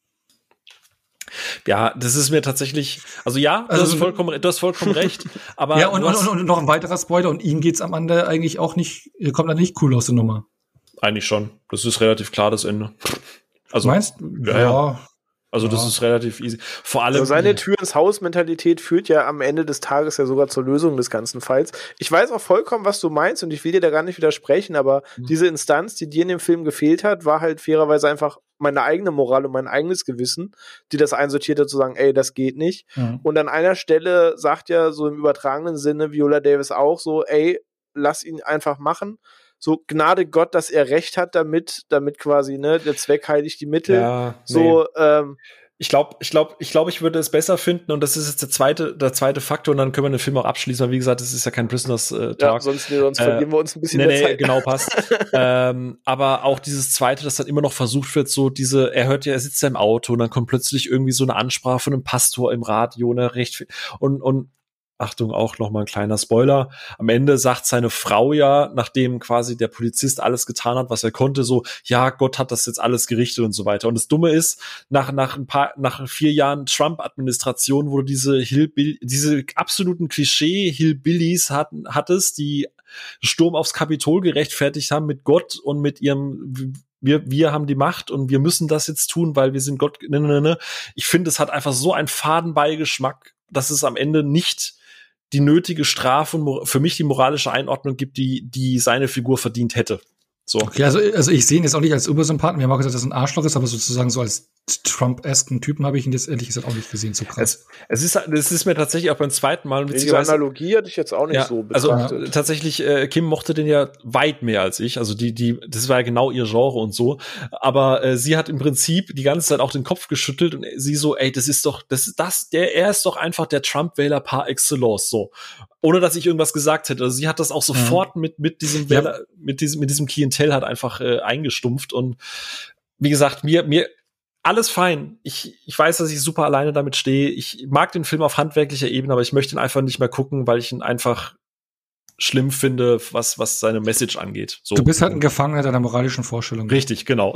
Ja, das ist mir tatsächlich, also ja, du, also, hast, vollkommen, du hast vollkommen recht, aber ja, und, und, und, und noch ein weiterer Spoiler, und ihm geht's am Ende eigentlich auch nicht, kommt dann nicht cool aus der Nummer. Eigentlich schon, das ist relativ klar, das Ende. Also, meinst ja, ja. ja. Also ja. Das ist relativ easy. Vor allem also seine Tür ins Haus-Mentalität führt ja am Ende des Tages ja sogar zur Lösung des ganzen Falls. Ich weiß auch vollkommen, was du meinst, und ich will dir da gar nicht widersprechen, aber mhm. diese Instanz, die dir in dem Film gefehlt hat, war halt fairerweise einfach meine eigene Moral und mein eigenes Gewissen, die das einsortiert hat, zu sagen, ey, das geht nicht. Mhm. Und an einer Stelle sagt ja so im übertragenen Sinne Viola Davis auch so, ey, lass ihn einfach machen. So, Gnade Gott, dass er recht hat damit, damit quasi, ne, der Zweck heiligt die Mittel. Ja, so, nee. ähm, Ich glaube, ich glaube, ich glaube, ich würde es besser finden, und das ist jetzt der zweite, der zweite Faktor, und dann können wir den Film auch abschließen, weil wie gesagt, das ist ja kein Prisoners äh, Talk. Ja, sonst, nee, sonst äh, verlieren wir uns ein bisschen nee, der nee, Zeit. Genau, passt. ähm, aber auch dieses zweite, das dann immer noch versucht wird, so diese, er hört ja, er sitzt ja im Auto und dann kommt plötzlich irgendwie so eine Ansprache von einem Pastor im Radio, ne, recht, und, und, Achtung, auch noch mal ein kleiner Spoiler. Am Ende sagt seine Frau ja, nachdem quasi der Polizist alles getan hat, was er konnte, so, ja, Gott hat das jetzt alles gerichtet und so weiter. Und das Dumme ist, nach, nach ein paar, nach vier Jahren Trump-Administration, wo du diese Hillbill, diese absoluten Klischee-Hillbillies hatten, hattest, die Sturm aufs Kapitol gerechtfertigt haben mit Gott und mit ihrem, wir, wir haben die Macht und wir müssen das jetzt tun, weil wir sind Gott, ne, ne, ne. Ich finde, es hat einfach so einen Fadenbeigeschmack, dass es am Ende nicht die nötige Strafe und für mich die moralische Einordnung gibt, die, die seine Figur verdient hätte. So. Okay, also, also ich sehe ihn jetzt auch nicht als Übersympathen. Wir haben auch gesagt, dass er ein Arschloch ist, aber sozusagen so als Trump-esken Typen habe ich ihn jetzt ehrlich gesagt auch nicht gesehen, so krass. Es, es ist, es ist mir tatsächlich auch beim zweiten Mal. Diese Analogie hatte ich jetzt auch nicht ja, so betrachtet. Also tatsächlich, äh, Kim mochte den ja weit mehr als ich. Also die, die, das war ja genau ihr Genre und so. Aber äh, sie hat im Prinzip die ganze Zeit auch den Kopf geschüttelt und sie so, ey, das ist doch, das ist das, der, er ist doch einfach der Trump-Wähler par excellence, so. Ohne dass ich irgendwas gesagt hätte. Also sie hat das auch sofort mhm. mit, mit diesem Wähler, ja. mit diesem, mit diesem Klientel halt einfach äh, eingestumpft. Und wie gesagt, mir, mir, alles fein. Ich, ich weiß, dass ich super alleine damit stehe. Ich mag den Film auf handwerklicher Ebene, aber ich möchte ihn einfach nicht mehr gucken, weil ich ihn einfach schlimm finde, was, was seine Message angeht. So. Du bist halt ein Gefangener deiner moralischen Vorstellung. Richtig, genau.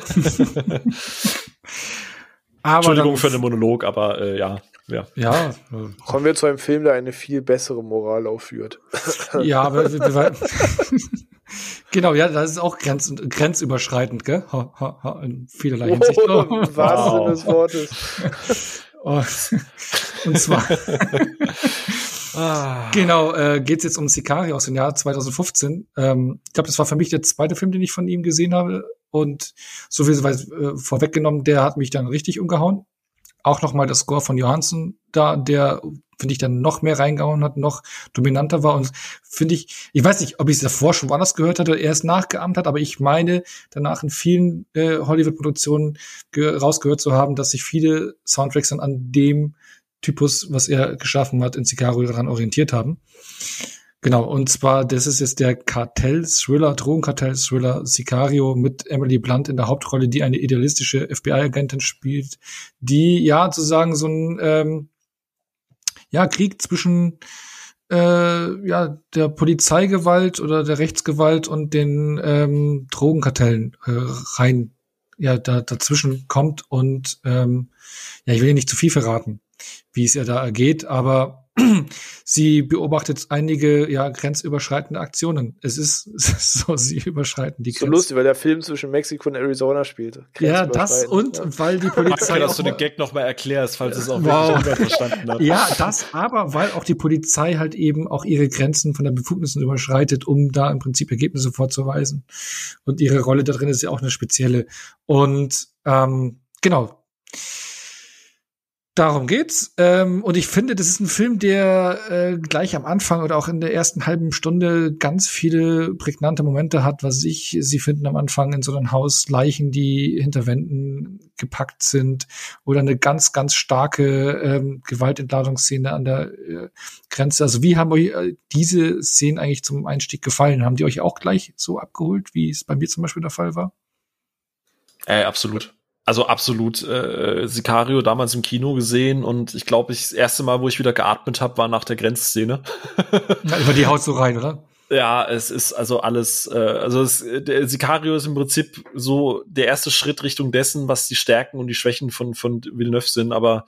aber Entschuldigung für den Monolog, aber äh, ja. Ja. ja. Kommen wir zu einem Film, der eine viel bessere Moral aufführt. Ja, aber wir, wir, genau, ja, das ist auch grenz, grenzüberschreitend, gell? Ha, ha, ha, in vielerlei Hinsicht. Oh, im wahrsten Sinne des Wortes. Oh. Und zwar ah. genau, äh, geht's jetzt um Sicario aus dem Jahr zwanzig fünfzehn. Ähm, ich glaube, das war für mich der zweite Film, den ich von ihm gesehen habe. Und so viel äh, vorweggenommen, der hat mich dann richtig umgehauen. auch noch mal der Score von Johansson da, der, finde ich, dann noch mehr reingehauen hat, noch dominanter war. Und finde ich, ich weiß nicht, ob ich es davor schon woanders gehört hatte oder erst nachgeahmt hat, aber ich meine, danach in vielen äh, Hollywood-Produktionen ge- rausgehört zu haben, dass sich viele Soundtracks dann an dem Typus, was er geschaffen hat, in Sicario daran orientiert haben. Genau, und zwar, das ist jetzt der Kartell-Thriller, Drogenkartell-Thriller Sicario mit Emily Blunt in der Hauptrolle, die eine idealistische F B I-Agentin spielt, die, ja, sozusagen so ein ähm, ja, Krieg zwischen äh, ja, der Polizeigewalt oder der Rechtsgewalt und den ähm, Drogenkartellen äh, rein, ja, da dazwischen kommt und ähm, ja, ich will ja nicht zu viel verraten, wie es ihr da ergeht, aber sie beobachtet einige, ja, grenzüberschreitende Aktionen. Es ist, es ist so, sie überschreiten die so Grenzen. So lustig, weil der Film zwischen Mexiko und Arizona spielte. Ja, das und ja. weil die Polizei Danke, dass du den Gag noch mal erklärst, falls es auch wow. wirklich niemand verstanden hat. Ja, das aber, weil auch die Polizei halt eben auch ihre Grenzen von der Befugnissen überschreitet, um da im Prinzip Ergebnisse vorzuweisen. Und ihre Rolle da drin ist ja auch eine spezielle. Und ähm, genau. Darum geht's. Ähm, und ich finde, das ist ein Film, der äh, gleich am Anfang oder auch in der ersten halben Stunde ganz viele prägnante Momente hat, was ich, sie finden am Anfang in so einem Haus Leichen, die hinter Wänden gepackt sind, oder eine ganz, ganz starke ähm, Gewaltentladungsszene an der äh, Grenze. Also wie haben euch äh, diese Szenen eigentlich zum Einstieg gefallen? Haben die euch auch gleich so abgeholt, wie es bei mir zum Beispiel der Fall war? Äh, absolut. Also absolut äh, Sicario damals im Kino gesehen und ich glaube, ich das erste Mal, wo ich wieder geatmet habe, war nach der Grenzszene. Ja, über die Haut so rein, oder? Ja, es ist also alles, äh, also es, der Sicario ist im Prinzip so der erste Schritt Richtung dessen, was die Stärken und die Schwächen von von Villeneuve sind, aber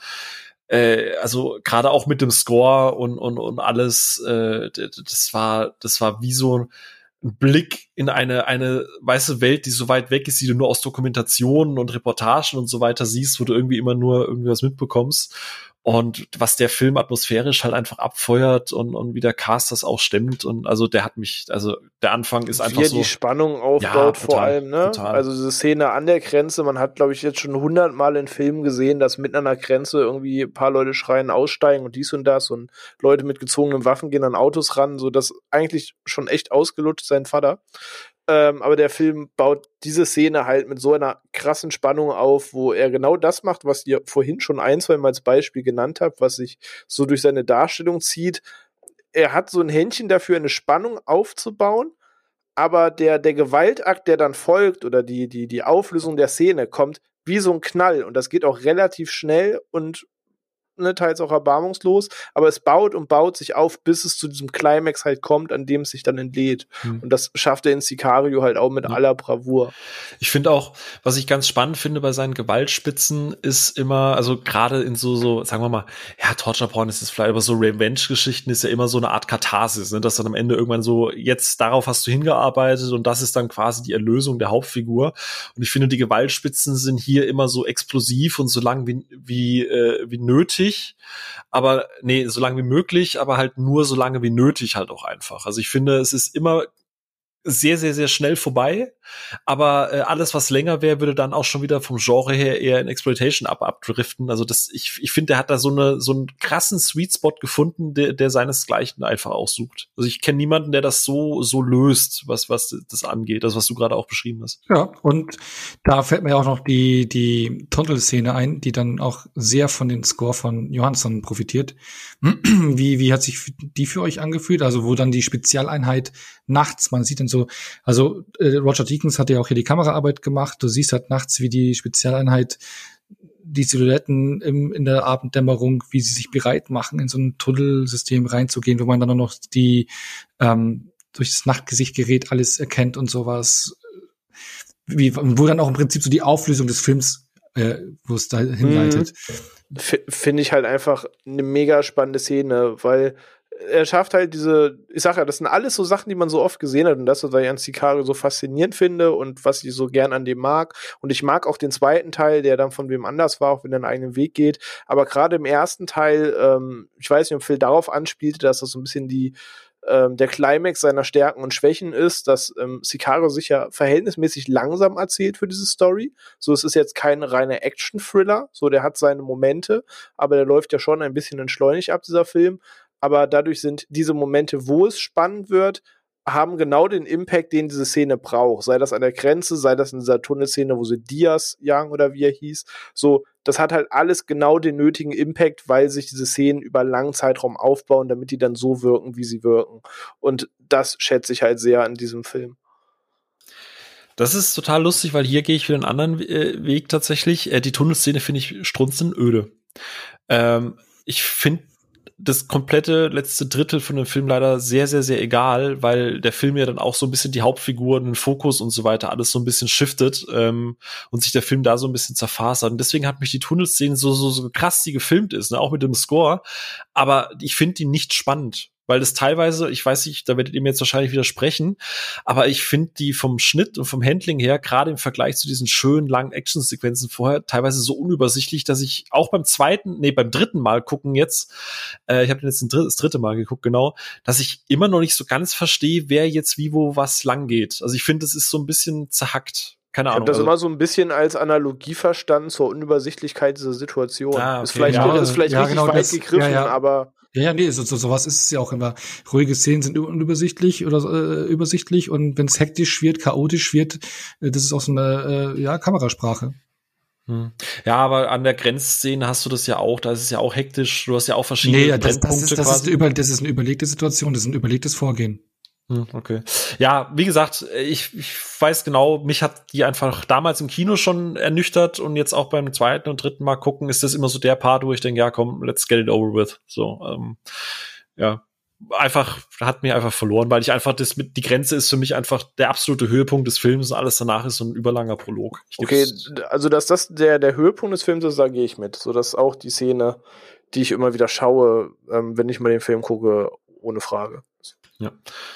äh, also gerade auch mit dem Score und und und alles, äh, das war das war wie so ein Blick in eine, eine weiße Welt, die so weit weg ist, die du nur aus Dokumentationen und Reportagen und so weiter siehst, wo du irgendwie immer nur irgendwie was mitbekommst. Und was der Film atmosphärisch halt einfach abfeuert und, und wie der Cast das auch stemmt. Und also der hat mich, also der Anfang ist einfach wie er so. die Spannung aufbaut, ja, total, vor allem, ne? Total. Also diese Szene an der Grenze, man hat, glaube ich, jetzt schon hundertmal in Filmen gesehen, dass mitten an der Grenze irgendwie ein paar Leute schreien, aussteigen und dies und das und Leute mit gezogenen Waffen gehen an Autos ran, so das eigentlich schon echt ausgelutscht sein Vater. Ähm, aber der Film baut diese Szene halt mit so einer krassen Spannung auf, wo er genau das macht, was ihr vorhin schon ein, zwei Mal als Beispiel genannt habt, was sich so durch seine Darstellung zieht. Er hat so ein Händchen dafür, eine Spannung aufzubauen, aber der, der Gewaltakt, der dann folgt, oder die, die, die Auflösung der Szene, kommt wie so ein Knall. Und das geht auch relativ schnell und ne, teils auch erbarmungslos, aber es baut und baut sich auf, bis es zu diesem Climax halt kommt, an dem es sich dann entlädt. Hm. Und das schafft er in Sicario halt auch mit ja. aller Bravour. Ich finde auch, was ich ganz spannend finde bei seinen Gewaltspitzen, ist immer, also gerade in so, so, sagen wir mal, ja, Torture Porn ist es vielleicht, aber so Revenge-Geschichten ist ja immer so eine Art Katharsis, ne, dass dann am Ende irgendwann so, jetzt darauf hast du hingearbeitet und das ist dann quasi die Erlösung der Hauptfigur. Und ich finde, die Gewaltspitzen sind hier immer so explosiv und so lang wie, wie, äh, wie nötig. Aber nee, so lange wie möglich, aber halt nur so lange wie nötig halt auch einfach. Also ich finde, es ist immer sehr, sehr, sehr schnell vorbei, aber äh, alles, was länger wäre, würde dann auch schon wieder vom Genre her eher in Exploitation ab abdriften. Also das, ich, ich finde, der hat da so eine so einen krassen Sweet Spot gefunden, der, der seinesgleichen einfach auch sucht. Also ich kenne niemanden, der das so so löst, was was das angeht, das was du gerade auch beschrieben hast. Ja, und da fällt mir auch noch die die Tunnel-Szene ein, die dann auch sehr von dem Score von Johansson profitiert. Wie wie hat sich die für euch angefühlt? Also wo dann die Spezialeinheit nachts, man sieht dann so, also äh, Roger Deakins hat ja auch hier die Kameraarbeit gemacht. Du siehst halt nachts, wie die Spezialeinheit die Silhouetten im, in der Abenddämmerung, wie sie sich bereit machen, in so ein Tunnelsystem reinzugehen, wo man dann noch die ähm, durch das Nachtgesichtgerät alles erkennt und sowas. Wie, wo dann auch im Prinzip so die Auflösung des Films, äh, wo es da hinleitet. Mhm. F- Finde ich halt einfach eine mega spannende Szene, weil er schafft halt diese, ich sag ja, das sind alles so Sachen, die man so oft gesehen hat und das, was ich an Sicario so faszinierend finde und was ich so gern an dem mag. Und ich mag auch den zweiten Teil, der dann von wem anders war, auch wenn er einen eigenen Weg geht. Aber gerade im ersten Teil, ähm, ich weiß nicht, ob Phil darauf anspielte, dass das so ein bisschen die ähm, der Climax seiner Stärken und Schwächen ist, dass ähm, Sicario sich ja verhältnismäßig langsam erzählt für diese Story. So, es ist jetzt kein reiner Action-Thriller, so, der hat seine Momente, aber der läuft ja schon ein bisschen entschleunigt ab, dieser Film. Aber dadurch sind diese Momente, wo es spannend wird, haben genau den Impact, den diese Szene braucht. Sei das an der Grenze, sei das in dieser Tunnelszene, wo sie Diaz jagen oder wie er hieß. So, das hat halt alles genau den nötigen Impact, weil sich diese Szenen über einen langen Zeitraum aufbauen, damit die dann so wirken, wie sie wirken. Und das schätze ich halt sehr an diesem Film. Das ist total lustig, weil hier gehe ich wieder einen anderen äh, Weg tatsächlich. Äh, die Tunnelszene finde ich strunzenöde. Ähm, ich finde das komplette letzte Drittel von dem Film leider sehr, sehr, sehr egal, weil der Film ja dann auch so ein bisschen die Hauptfiguren, den Fokus und so weiter alles so ein bisschen shiftet ähm, und sich der Film da so ein bisschen zerfasert. Und deswegen hat mich die Tunnelszene so, so, so krass, die gefilmt ist, ne? Auch mit dem Score. Aber ich finde die nicht spannend. Weil das teilweise, ich weiß nicht, da werdet ihr mir jetzt wahrscheinlich widersprechen, aber ich finde die vom Schnitt und vom Handling her, gerade im Vergleich zu diesen schönen, langen Actionsequenzen vorher, teilweise so unübersichtlich, dass ich auch beim zweiten, nee, beim dritten Mal gucken jetzt, äh, ich habe den jetzt ein dritt, das dritte Mal geguckt, genau, dass ich immer noch nicht so ganz verstehe, wer jetzt wie wo was lang geht. Also ich finde, es ist so ein bisschen zerhackt. Keine Ahnung. Ich habe das also, immer so ein bisschen als Analogie verstanden zur Unübersichtlichkeit dieser Situation. Ah, okay. Ist vielleicht, Ja, ist vielleicht ja, richtig genau, weit das- gegriffen, ja, ja. aber Ja, ja, nee, so, so, sowas ist es ja auch immer. Ruhige Szenen sind unübersichtlich oder äh, übersichtlich und wenn es hektisch wird, chaotisch wird, äh, das ist auch so eine äh, ja, Kamerasprache. hm. Ja, aber an der Grenzszene hast du das ja auch, da ist es ja auch hektisch, du hast ja auch verschiedene Nee, das, das, Brennpunkte ist, das, ist quasi. eine über, das ist eine überlegte Situation, das ist ein überlegtes Vorgehen. Hm, okay. Ja, wie gesagt, ich, ich weiß genau, mich hat die einfach damals im Kino schon ernüchtert und jetzt auch beim zweiten und dritten Mal gucken, ist das immer so der Part, wo ich denke, ja komm, let's get it over with. So, ähm, ja, einfach, hat mir einfach verloren, weil ich einfach, das mit, die Grenze ist für mich einfach der absolute Höhepunkt des Films und alles danach ist so ein überlanger Prolog. Ich okay, gib's- also dass das der, der Höhepunkt des Films ist, da gehe ich mit. So, dass auch die Szene, die ich immer wieder schaue, ähm, wenn ich mal den Film gucke, ohne Frage. Ja.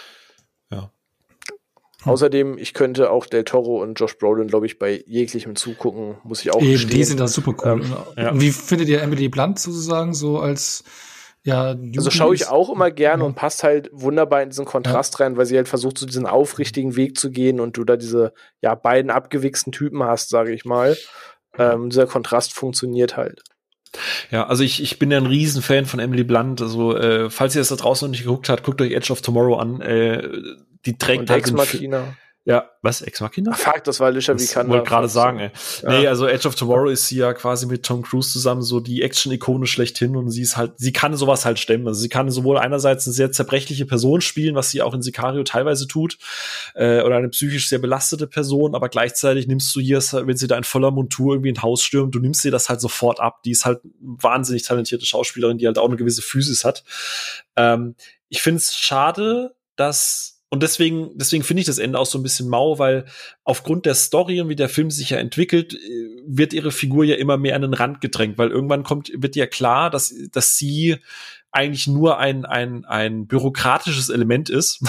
Ja. Hm. Außerdem, ich könnte auch Del Toro und Josh Brolin, glaube ich, bei jeglichem zugucken, muss ich auch Eben, gestehen. die sind da super cool. Ähm, ja. Und wie findet ihr Emily Blunt sozusagen so als ja, Also schaue ich auch immer gerne Ja. und passt halt wunderbar in diesen Kontrast rein, weil sie halt versucht, so diesen aufrichtigen Weg zu gehen und du da diese, ja, beiden abgewichsten Typen hast, sage ich mal. Ähm, dieser Kontrast funktioniert halt. Ja, also ich, ich bin ja ein Riesenfan von Emily Blunt. Also, äh, falls ihr das da draußen noch nicht geguckt habt, guckt euch Edge of Tomorrow an. Äh, die trägt Und halt Ex den Fi- Machina. Ja, was? Ex Machina? Ach, fuck, das war Alicia Das Vikander. wollte gerade sagen, ey. Ja. Nee, also Edge of Tomorrow ist sie ja quasi mit Tom Cruise zusammen so die Action-Ikone schlechthin und sie ist halt, sie kann sowas halt stemmen. Also sie kann sowohl einerseits eine sehr zerbrechliche Person spielen, was sie auch in Sicario teilweise tut, äh, oder eine psychisch sehr belastete Person, aber gleichzeitig nimmst du hier, wenn sie da in voller Montur irgendwie ein Haus stürmt, du nimmst dir das halt sofort ab. Die ist halt eine wahnsinnig talentierte Schauspielerin, die halt auch eine gewisse Physis hat. Ähm, ich finde es schade, dass Und deswegen, deswegen finde ich das Ende auch so ein bisschen mau, weil aufgrund der Story und wie der Film sich ja entwickelt, wird ihre Figur ja immer mehr an den Rand gedrängt, weil irgendwann kommt, wird ja klar, dass, dass sie eigentlich nur ein, ein, ein bürokratisches Element ist.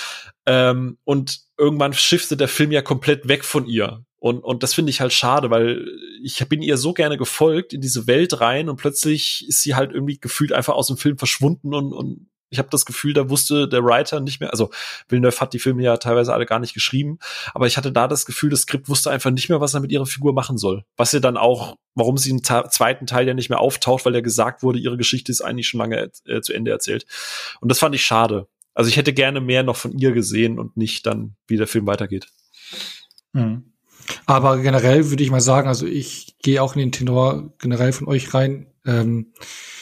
ähm, und irgendwann shiftet der Film ja komplett weg von ihr. Und, und das finde ich halt schade, weil ich bin ihr so gerne gefolgt in diese Welt rein und plötzlich ist sie halt irgendwie gefühlt einfach aus dem Film verschwunden und, und ich habe das Gefühl, da wusste der Writer nicht mehr, also Villeneuve hat die Filme ja teilweise alle gar nicht geschrieben, aber ich hatte da das Gefühl, das Skript wusste einfach nicht mehr, was er mit ihrer Figur machen soll. Was ja dann auch, warum sie im ta- zweiten Teil ja nicht mehr auftaucht, weil ja gesagt wurde, ihre Geschichte ist eigentlich schon lange äh, zu Ende erzählt. Und das fand ich schade. Also ich hätte gerne mehr noch von ihr gesehen und nicht dann, wie der Film weitergeht. Mhm. Aber generell würde ich mal sagen, also ich gehe auch in den Tenor generell von euch rein, ähm,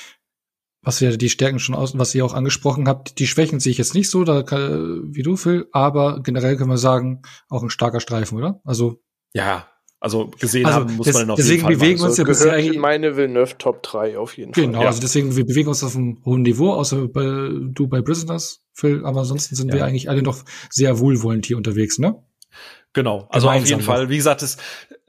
was ja die Stärken schon aus, was ihr auch angesprochen habt, die Schwächen sehe ich jetzt nicht so, da kann, wie du, Phil, aber generell können wir sagen, auch ein starker Streifen, oder? Also Ja, also gesehen Also haben muss des- man den auf deswegen jeden Fall bewegen wir machen. uns ja Also bisher gehört in eigentlich- meine Villeneuve Top drei auf jeden Fall. genau, Ja. also deswegen, wir bewegen uns auf einem hohen Niveau, außer bei, du bei Prisoners, Phil, aber ansonsten sind Ja. wir eigentlich alle noch sehr wohlwollend hier unterwegs, ne? Genau, also auf Gemeinsam jeden Fall. noch. Wie gesagt, das,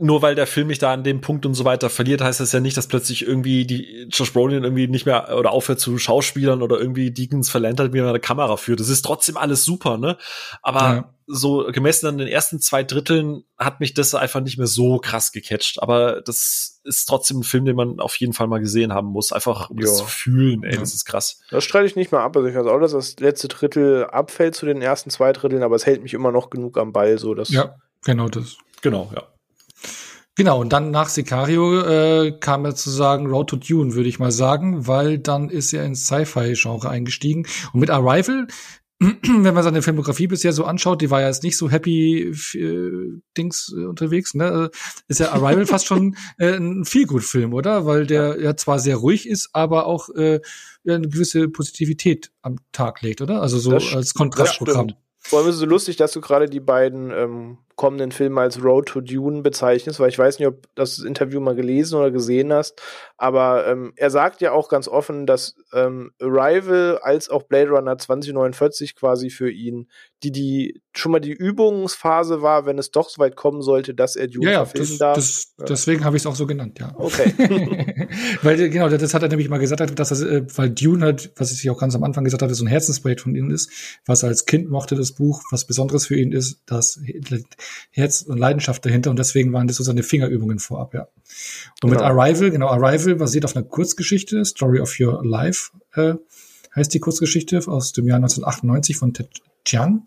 nur weil der Film mich da an dem Punkt und so weiter verliert, heißt das ja nicht, dass plötzlich irgendwie die Josh Brolin irgendwie nicht mehr oder aufhört zu Schauspielern oder irgendwie Deacons verlernt hat, wie man eine Kamera führt. Das ist trotzdem alles super, ne? Aber ja. so gemessen an den ersten zwei Dritteln hat mich das einfach nicht mehr so krass gecatcht. Aber das ist trotzdem ein Film, den man auf jeden Fall mal gesehen haben muss. Einfach um das zu fühlen, ey, ja. Das ist krass. Das streite ich nicht mal ab. Also ich weiß auch, dass das letzte Drittel abfällt zu den ersten zwei Dritteln, aber es hält mich immer noch genug am Ball, so dass. Ja, genau das. Genau, ja. Genau, und dann nach Sicario äh, kam er zu sagen Road to Dune, würde ich mal sagen, weil dann ist er ins Sci-Fi-Genre eingestiegen. Und mit Arrival, wenn man seine Filmografie bisher so anschaut, die war ja jetzt nicht so happy äh, Dings äh, unterwegs, ne? Ist ja Arrival fast schon äh, ein Feel-Good-Film, oder? Weil der ja zwar sehr ruhig ist, aber auch äh, eine gewisse Positivität am Tag legt, oder? Also so das als Kontrastprogramm. Vor allem ist es so lustig, dass du gerade die beiden ähm, kommenden Filme als Road to Dune bezeichnest, weil ich weiß nicht, ob du das Interview mal gelesen oder gesehen hast, aber ähm, er sagt ja auch ganz offen, dass ähm, Arrival als auch Blade Runner zwanzig neunundvierzig quasi für ihn die die schon mal die Übungsphase war, wenn es doch so weit kommen sollte, dass er Dune ja, ja, verfilmen das, darf. Das, ja. Deswegen habe ich es auch so genannt, ja. Okay. Weil, genau, das hat er nämlich mal gesagt, dass das, weil Dune halt, was ich auch ganz am Anfang gesagt hatte, so ein Herzensprojekt von ihm ist, was er als Kind mochte, das Buch, was Besonderes für ihn ist, das Herz und Leidenschaft dahinter und deswegen waren das so seine Fingerübungen vorab, ja. Und genau. Mit Arrival, genau, Arrival basiert auf einer Kurzgeschichte, Story of Your Life, äh, heißt die Kurzgeschichte aus dem Jahr neunzehnhundertachtundneunzig von Ted Chiang.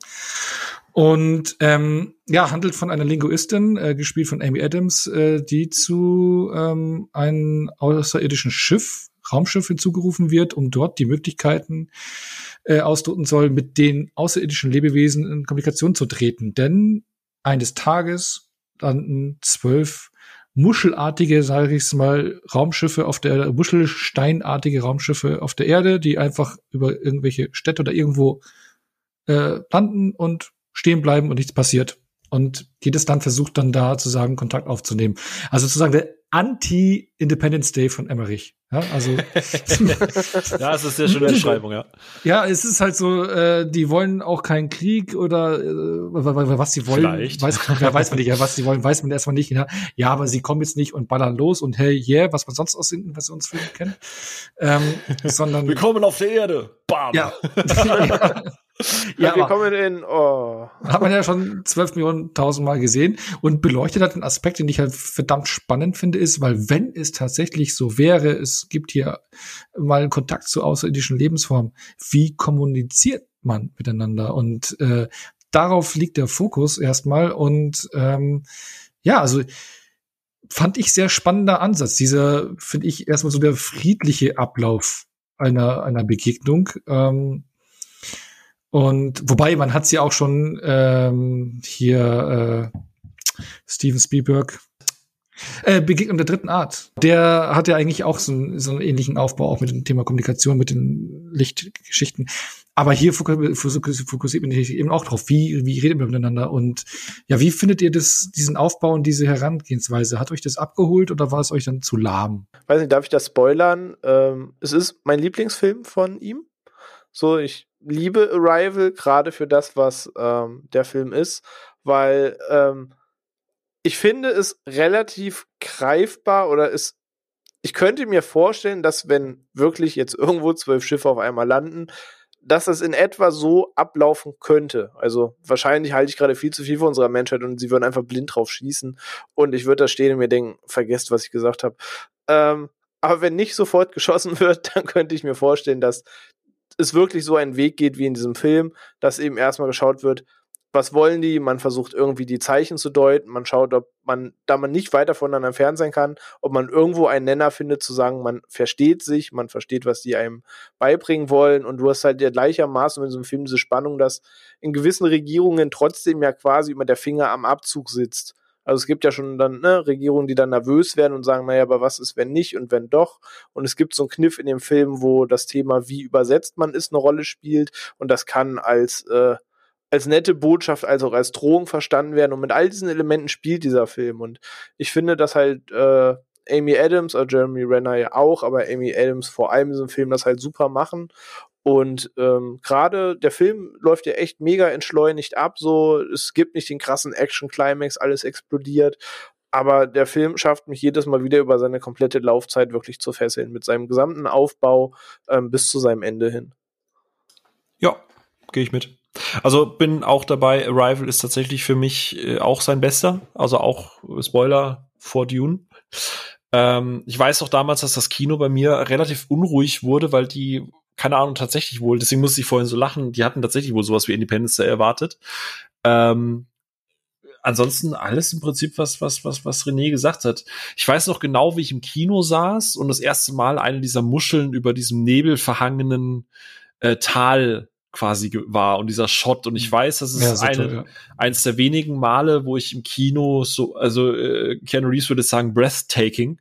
Und ähm, ja, handelt von einer Linguistin, äh, gespielt von Amy Adams, äh, die zu ähm, einem außerirdischen Schiff, Raumschiff hinzugerufen wird, um dort die Möglichkeiten äh, ausdrücken soll, mit den außerirdischen Lebewesen in Kommunikation zu treten. Denn eines Tages landen zwölf muschelartige, sage ich mal, Raumschiffe auf der Muschelsteinartige Raumschiffe auf der Erde, die einfach über irgendwelche Städte oder irgendwo äh, landen und stehen bleiben und nichts passiert. Und jedes Land versucht dann da zu sagen, Kontakt aufzunehmen. Also sozusagen der Anti-Independence Day von Emmerich. Ja, also ja, es ist sehr schöne Beschreibung, ja. Ja, es ist halt so, äh, die wollen auch keinen Krieg oder äh, was sie wollen, Vielleicht. weiß, ja, weiß man nicht, ja, was sie wollen, weiß man erstmal nicht. Ja, ja, aber sie kommen jetzt nicht und ballern los und hey, yeah, was man sonst aus Invasionsfilmen kennt. Ähm, sondern Willkommen auf der Erde. Bam. Ja. ja. Ja, wir kommen in, oh. Hat man ja schon zwölf Millionen tausendmal gesehen und beleuchtet hat einen Aspekt, den ich halt verdammt spannend finde, ist, weil wenn es tatsächlich so wäre, es gibt hier mal einen Kontakt zu außerirdischen Lebensformen, wie kommuniziert man miteinander? Und äh, darauf liegt der Fokus erstmal und ähm, ja, also fand ich sehr spannender Ansatz. Dieser, finde ich, erstmal so der friedliche Ablauf einer, einer Begegnung. Ähm, Und wobei, man hat's ja auch schon ähm, hier äh, Steven Spielberg äh, Begegnung der dritten Art. Der hat ja eigentlich auch so, einen, so einen ähnlichen Aufbau, auch mit dem Thema Kommunikation, mit den Lichtgeschichten. Aber hier fokussiert man sich eben auch drauf, wie, wie redet man miteinander und ja, wie findet ihr das, diesen Aufbau und diese Herangehensweise? Hat euch das abgeholt oder war es euch dann zu lahm? Weiß nicht, darf ich das spoilern? Ähm, es ist mein Lieblingsfilm von ihm. So, ich liebe Arrival, gerade für das, was ähm, der Film ist, weil ähm, ich finde es relativ greifbar oder ist, ich könnte mir vorstellen, dass wenn wirklich jetzt irgendwo zwölf Schiffe auf einmal landen, dass es in etwa so ablaufen könnte. Also wahrscheinlich halte ich gerade viel zu viel von unserer Menschheit und sie würden einfach blind drauf schießen und ich würde da stehen und mir denken, vergesst, was ich gesagt habe. Ähm, aber wenn nicht sofort geschossen wird, dann könnte ich mir vorstellen, dass es wirklich so einen Weg geht wie in diesem Film, dass eben erstmal geschaut wird, was wollen die, man versucht irgendwie die Zeichen zu deuten, man schaut, ob man, da man nicht weiter voneinander entfernt sein kann, ob man irgendwo einen Nenner findet, zu sagen, man versteht sich, man versteht, was die einem beibringen wollen und du hast halt ja gleichermaßen in so einem Film diese Spannung, dass in gewissen Regierungen trotzdem ja quasi immer der Finger am Abzug sitzt. Also es gibt ja schon dann ne, Regierungen, die dann nervös werden und sagen, naja, aber was ist, wenn nicht und wenn doch? Und es gibt so einen Kniff in dem Film, wo das Thema, wie übersetzt man ist, eine Rolle spielt und das kann als äh, als nette Botschaft, als auch als Drohung verstanden werden und mit all diesen Elementen spielt dieser Film und ich finde, dass halt äh, Amy Adams oder Jeremy Renner ja auch, aber Amy Adams vor allem in diesem Film das halt super machen. Und ähm, gerade der Film läuft ja echt mega entschleunigt ab, so es gibt nicht den krassen Action-Climax, alles explodiert, aber der Film schafft mich jedes Mal wieder über seine komplette Laufzeit wirklich zu fesseln, mit seinem gesamten Aufbau ähm, bis zu seinem Ende hin. Ja, gehe ich mit. Also bin auch dabei, Arrival ist tatsächlich für mich äh, auch sein bester, also auch Spoiler vor Dune. Ähm, ich weiß auch damals, dass das Kino bei mir relativ unruhig wurde, weil die, keine Ahnung, tatsächlich wohl, deswegen musste ich vorhin so lachen, die hatten tatsächlich wohl sowas wie Independence Day erwartet. Ähm, ansonsten alles im Prinzip, was, was, was, was René gesagt hat. Ich weiß noch genau, wie ich im Kino saß und das erste Mal eine dieser Muscheln über diesem nebelverhangenen äh, Tal quasi war und dieser Shot. Und ich weiß, das ist Ja, so eine, toll, ja. eins der wenigen Male, wo ich im Kino so, also äh, Keanu Reeves würde sagen, breathtaking.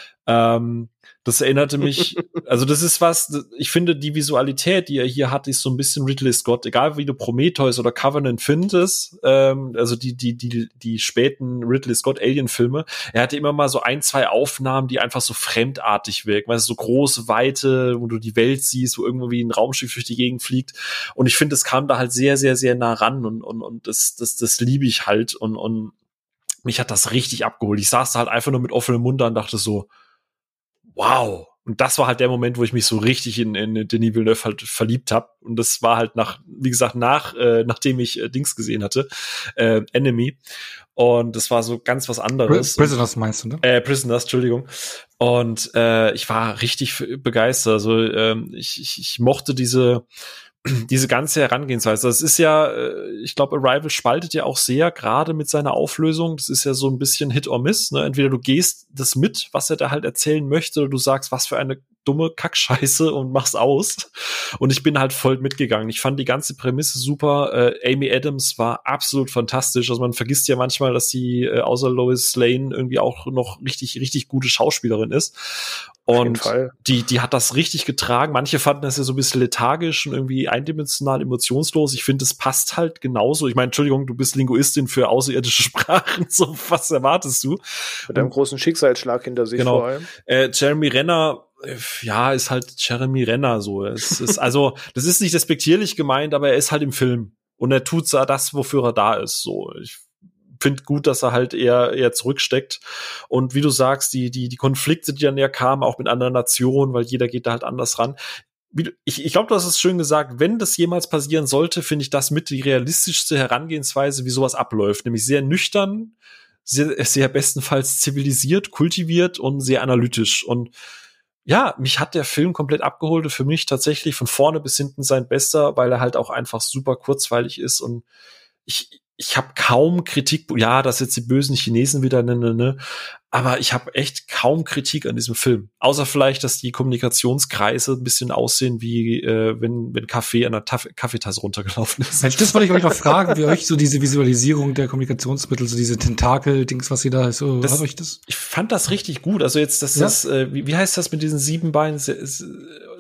Ähm, das erinnerte mich, also das ist was, ich finde, die Visualität, die er hier hat, ist so ein bisschen Ridley Scott, egal wie du Prometheus oder Covenant findest, ähm, also die, die, die, die späten Ridley Scott Alien-Filme, er hatte immer mal so ein, zwei Aufnahmen, die einfach so fremdartig wirken, weil es so große Weite, wo du die Welt siehst, wo irgendwie ein Raumschiff durch die Gegend fliegt, und ich finde, es kam da halt sehr, sehr, sehr nah ran, und, und, und das, das, das liebe ich halt, und, und mich hat das richtig abgeholt. Ich saß da halt einfach nur mit offenem Mund da und dachte so, wow. Und das war halt der Moment, wo ich mich so richtig in, in Denis Villeneuve halt verliebt habe. Und das war halt nach, wie gesagt, nach, äh, nachdem ich äh, Dings gesehen hatte, äh, Enemy. Und das war so ganz was anderes. Prisoners meinst du, ne? Äh, Prisoners, Entschuldigung. Und äh, ich war richtig begeistert. Also ähm, ich, ich, ich mochte diese diese ganze Herangehensweise. Das ist ja, ich glaube, Arrival spaltet ja auch sehr, gerade mit seiner Auflösung. Das ist ja so ein bisschen Hit or Miss, ne? Entweder du gehst das mit, was er da halt erzählen möchte, oder du sagst, was für eine dumme Kackscheiße, und mach's aus. Und ich bin halt voll mitgegangen. Ich fand die ganze Prämisse super. Äh, Amy Adams war absolut fantastisch. Also man vergisst ja manchmal, dass sie äh, außer Lois Lane irgendwie auch noch richtig, richtig gute Schauspielerin ist. Und die, die hat das richtig getragen. Manche fanden das ja so ein bisschen lethargisch und irgendwie eindimensional, emotionslos. Ich finde, es passt halt genauso. Ich meine, Entschuldigung, du bist Linguistin für außerirdische Sprachen. So, was erwartest du? Mit einem großen Schicksalsschlag hinter sich, genau. vor allem. Äh, Jeremy Renner, ja, ist halt Jeremy Renner so. Es ist, also, das ist nicht despektierlich gemeint, aber er ist halt im Film. Und er tut da das, wofür er da ist. So, ich finde gut, dass er halt eher eher zurücksteckt. Und wie du sagst, die die die Konflikte, die dann ja kamen, auch mit anderen Nationen, weil jeder geht da halt anders ran. Wie, ich ich glaube, du hast es schön gesagt, wenn das jemals passieren sollte, finde ich das mit die realistischste Herangehensweise, wie sowas abläuft. Nämlich sehr nüchtern, sehr, sehr bestenfalls zivilisiert, kultiviert und sehr analytisch. Und ja, mich hat der Film komplett abgeholt und für mich tatsächlich von vorne bis hinten sein Bester, weil er halt auch einfach super kurzweilig ist, und ich ich habe kaum Kritik, ja, das jetzt die bösen Chinesen wieder, ne, ne, ne, aber ich habe echt kaum Kritik an diesem Film. Außer vielleicht, dass die Kommunikationskreise ein bisschen aussehen wie, äh, wenn, wenn Kaffee an der Taf- Kaffeetasse runtergelaufen ist. Mensch, das wollte ich euch noch fragen, wie euch so diese Visualisierung der Kommunikationsmittel, so diese Tentakel-Dings, was ihr da so, das, hat euch das? Ich fand das richtig gut. Also jetzt, das, ja? das, äh, wie, wie heißt das mit diesen sieben Beinen? Se- Se-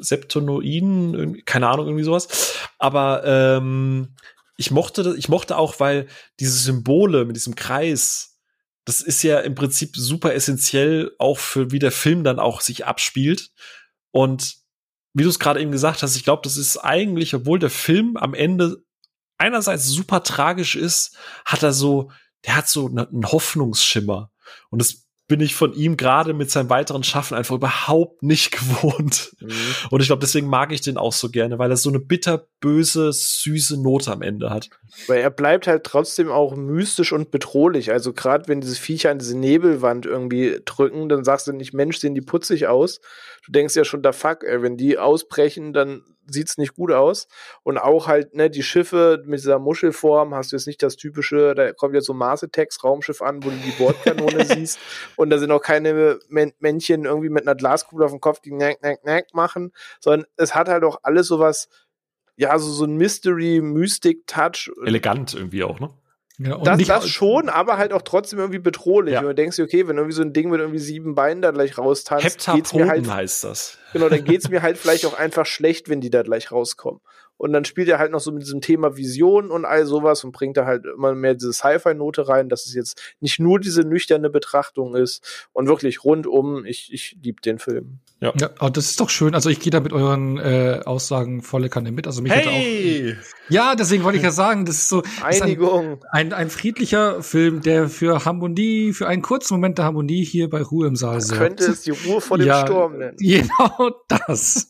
Septonoiden? Keine Ahnung, irgendwie sowas. Aber, ähm, Ich mochte, ich mochte auch, weil diese Symbole mit diesem Kreis, das ist ja im Prinzip super essentiell auch für, wie der Film dann auch sich abspielt. Und wie du es gerade eben gesagt hast, ich glaube, das ist eigentlich, obwohl der Film am Ende einerseits super tragisch ist, hat er so, der hat so einen Hoffnungsschimmer. Und das bin ich von ihm gerade mit seinem weiteren Schaffen einfach überhaupt nicht gewohnt. Mhm. Und ich glaube, deswegen mag ich den auch so gerne, weil er so eine bitterböse, süße Note am Ende hat. Weil er bleibt halt trotzdem auch mystisch und bedrohlich. Also gerade wenn diese Viecher an diese Nebelwand irgendwie drücken, dann sagst du nicht, Mensch, sehen die putzig aus. Du denkst ja schon, da fuck, ey, wenn die ausbrechen, dann sieht's nicht gut aus. Und auch halt, ne, die Schiffe mit dieser Muschelform, hast du jetzt nicht das typische, da kommt jetzt so Mars Attacks Raumschiff an, wo du die Bordkanone siehst. Und da sind auch keine Män- Männchen irgendwie mit einer Glaskugel auf dem Kopf, die nack, nack, nack machen, sondern es hat halt auch alles sowas, ja, so, so ein Mystery, Mystic-Touch. Elegant irgendwie auch, ne? Ja, das, das schon, aber halt auch trotzdem irgendwie bedrohlich. Ja. Und du denkst dir, okay, wenn irgendwie so ein Ding mit irgendwie sieben Beinen da gleich raustanzt, geht's mir halt, heißt das. genau, dann geht's mir halt vielleicht auch einfach schlecht, wenn die da gleich rauskommen. Und dann spielt er halt noch so mit diesem Thema Vision und all sowas und bringt da halt immer mehr diese Sci-Fi-Note rein, dass es jetzt nicht nur diese nüchterne Betrachtung ist und wirklich rundum, ich, ich liebe den Film. Ja. ja, aber das ist doch schön. Also ich gehe da mit euren äh, Aussagen volle Kanne mit. Also mich hey! Hatte auch. Ja, deswegen wollte ich ja sagen, das ist so Einigung. Ist ein, ein, ein friedlicher Film, der für Harmonie, für einen kurzen Moment der Harmonie hier bei Ruhe im Saal sorgt. Könnte es die Ruhe vor dem ja, Sturm nennen. Genau das.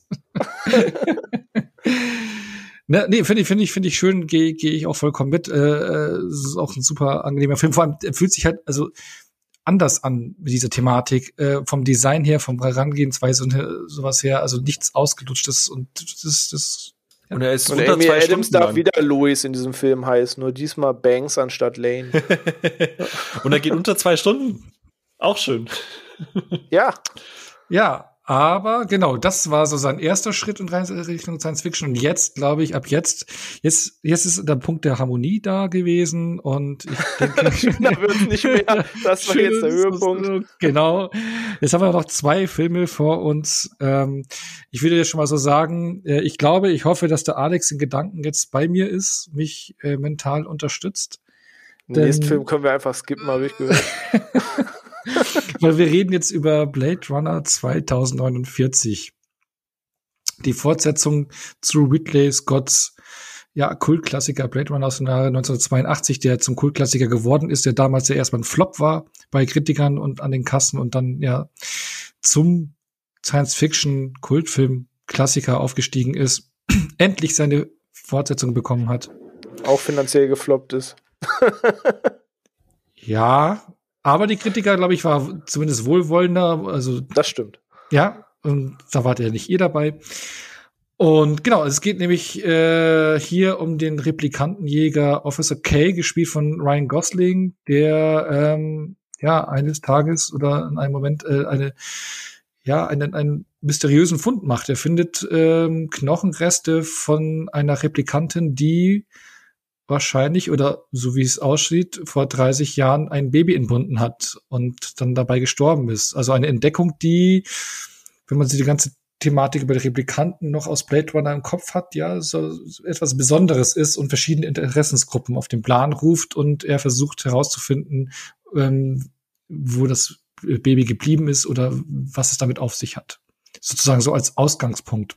Ne, nee, finde ich, finde ich, finde ich schön, gehe geh ich auch vollkommen mit. Äh, es ist auch ein super angenehmer Film. Vor allem, er fühlt sich halt also anders an mit dieser Thematik, äh, vom Design her, vom Herangehensweise und sowas her, also nichts Ausgelutschtes und das, das ja. Und er ist und unter Amy zwei Adams Stunden darf lang. wieder Louis in diesem Film heißen, nur diesmal Banks anstatt Lane. Und er geht unter zwei Stunden. Auch schön. Ja. Ja. Aber genau, das war so sein erster Schritt in Richtung Science Fiction. Und jetzt, glaube ich, ab jetzt, jetzt, jetzt ist der Punkt der Harmonie da gewesen. Und ich denke, da wird es nicht mehr. Das war jetzt der Höhepunkt. Genau. Jetzt haben wir noch zwei Filme vor uns. Ähm, ich würde jetzt schon mal so sagen, äh, ich glaube, ich hoffe, dass der Alex in Gedanken jetzt bei mir ist, mich äh, mental unterstützt. Den nächsten Film können wir einfach skippen, habe ich gehört. Weil wir reden jetzt über Blade Runner zwanzig neunundvierzig. Die Fortsetzung zu Ridley Scotts ja, Kultklassiker Blade Runner aus dem Jahre neunzehnhundertzweiundachtzig, der zum Kultklassiker geworden ist, der damals ja erstmal ein Flop war bei Kritikern und an den Kassen und dann ja zum Science-Fiction-Kultfilm-Klassiker aufgestiegen ist, endlich seine Fortsetzung bekommen hat. Auch finanziell gefloppt ist. Ja, aber die Kritiker, glaube ich, war zumindest wohlwollender. Also das stimmt. Ja, und da wart ja nicht ihr dabei. Und genau, es geht nämlich äh, hier um den Replikantenjäger Officer K, gespielt von Ryan Gosling, der ähm, ja eines Tages oder in einem Moment äh, eine ja einen, einen mysteriösen Fund macht. Er findet ähm, Knochenreste von einer Replikantin, die wahrscheinlich, oder so wie es aussieht, vor dreißig Jahren ein Baby entbunden hat und dann dabei gestorben ist. Also eine Entdeckung, die, wenn man sich die ganze Thematik über die Replikanten noch aus Blade Runner im Kopf hat, ja, so etwas Besonderes ist und verschiedene Interessensgruppen auf den Plan ruft und er versucht herauszufinden, ähm, wo das Baby geblieben ist oder was es damit auf sich hat. Sozusagen so als Ausgangspunkt.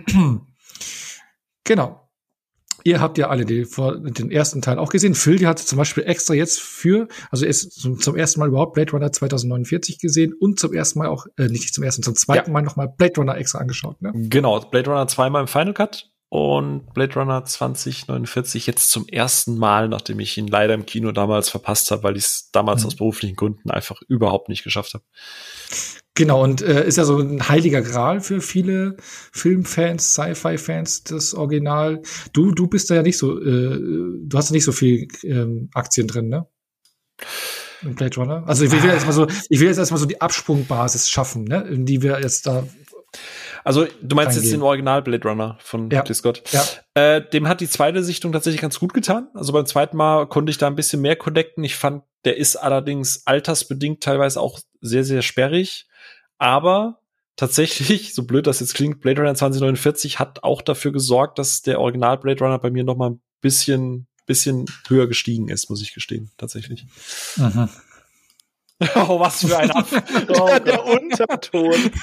Genau. Ihr habt ja alle die, vor, den ersten Teil auch gesehen. Phil, die hat zum Beispiel extra jetzt für, also er ist zum, zum ersten Mal überhaupt Blade Runner zwanzig neunundvierzig gesehen und zum ersten Mal auch, äh, nicht zum ersten, zum zweiten ja. Mal nochmal Blade Runner extra angeschaut, ne? Genau, Blade Runner zweimal im Final Cut und Blade Runner zwanzig neunundvierzig jetzt zum ersten Mal, nachdem ich ihn leider im Kino damals verpasst habe, weil ich es damals mhm. aus beruflichen Gründen einfach überhaupt nicht geschafft habe. Genau, und äh, ist ja so ein heiliger Gral für viele Filmfans, Sci-Fi-Fans, das Original. Du, du bist da ja nicht so, äh, du hast ja nicht so viel ähm, Aktien drin, ne? Im Blade Runner. Also ich will jetzt erstmal so, ich will jetzt erstmal so die Absprungbasis schaffen, ne? In die wir jetzt da. Also du meinst reingehen. Jetzt den Original Blade Runner von ja. Ridley Scott. Ja. Äh, dem hat die zweite Sichtung tatsächlich ganz gut getan. Also beim zweiten Mal konnte ich da ein bisschen mehr connecten. Ich fand, der ist allerdings altersbedingt teilweise auch sehr, sehr sperrig. Aber tatsächlich, so blöd das jetzt klingt, Blade Runner zwanzig neunundvierzig hat auch dafür gesorgt, dass der Original Blade Runner bei mir noch mal ein bisschen, bisschen höher gestiegen ist, muss ich gestehen, tatsächlich. Mhm. Oh, was für ein Ab- oh, der, der Unterton.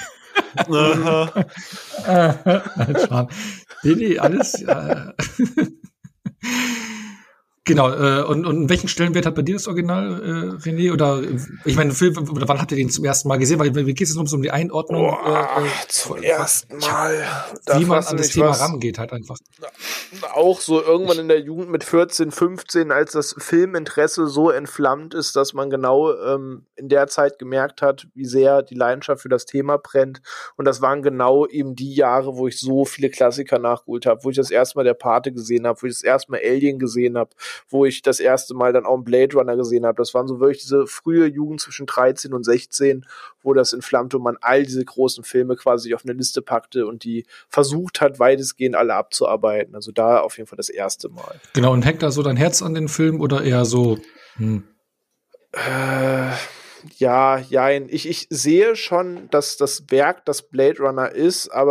Nein, Schwan. Nee, nee, alles. Äh. Genau, äh, und, und welchen Stellenwert hat bei dir das Original, äh, René? Oder ich meine, Film, oder wann habt ihr den zum ersten Mal gesehen? Weil wie geht es uns um die Einordnung? Oh, äh, zum äh, ersten Mal. Wie man an das Thema rangeht, halt einfach. Auch so irgendwann in der Jugend mit vierzehn, fünfzehn, als das Filminteresse so entflammt ist, dass man genau ähm, in der Zeit gemerkt hat, wie sehr die Leidenschaft für das Thema brennt. Und das waren genau eben die Jahre, wo ich so viele Klassiker nachgeholt habe, wo ich das erste Mal der Pate gesehen habe, wo ich das erste Mal Alien gesehen habe, wo ich das erste Mal dann auch einen Blade Runner gesehen habe. Das waren so wirklich diese frühe Jugend zwischen dreizehn und sechzehn, wo das entflammte und man all diese großen Filme quasi auf eine Liste packte und die versucht hat, weitestgehend alle abzuarbeiten. Also da auf jeden Fall das erste Mal. Genau, und hängt da so dein Herz an den Film oder eher so? Hm. Äh, ja, jein. Ich, ich sehe schon, dass das Werk das Blade Runner ist, aber ob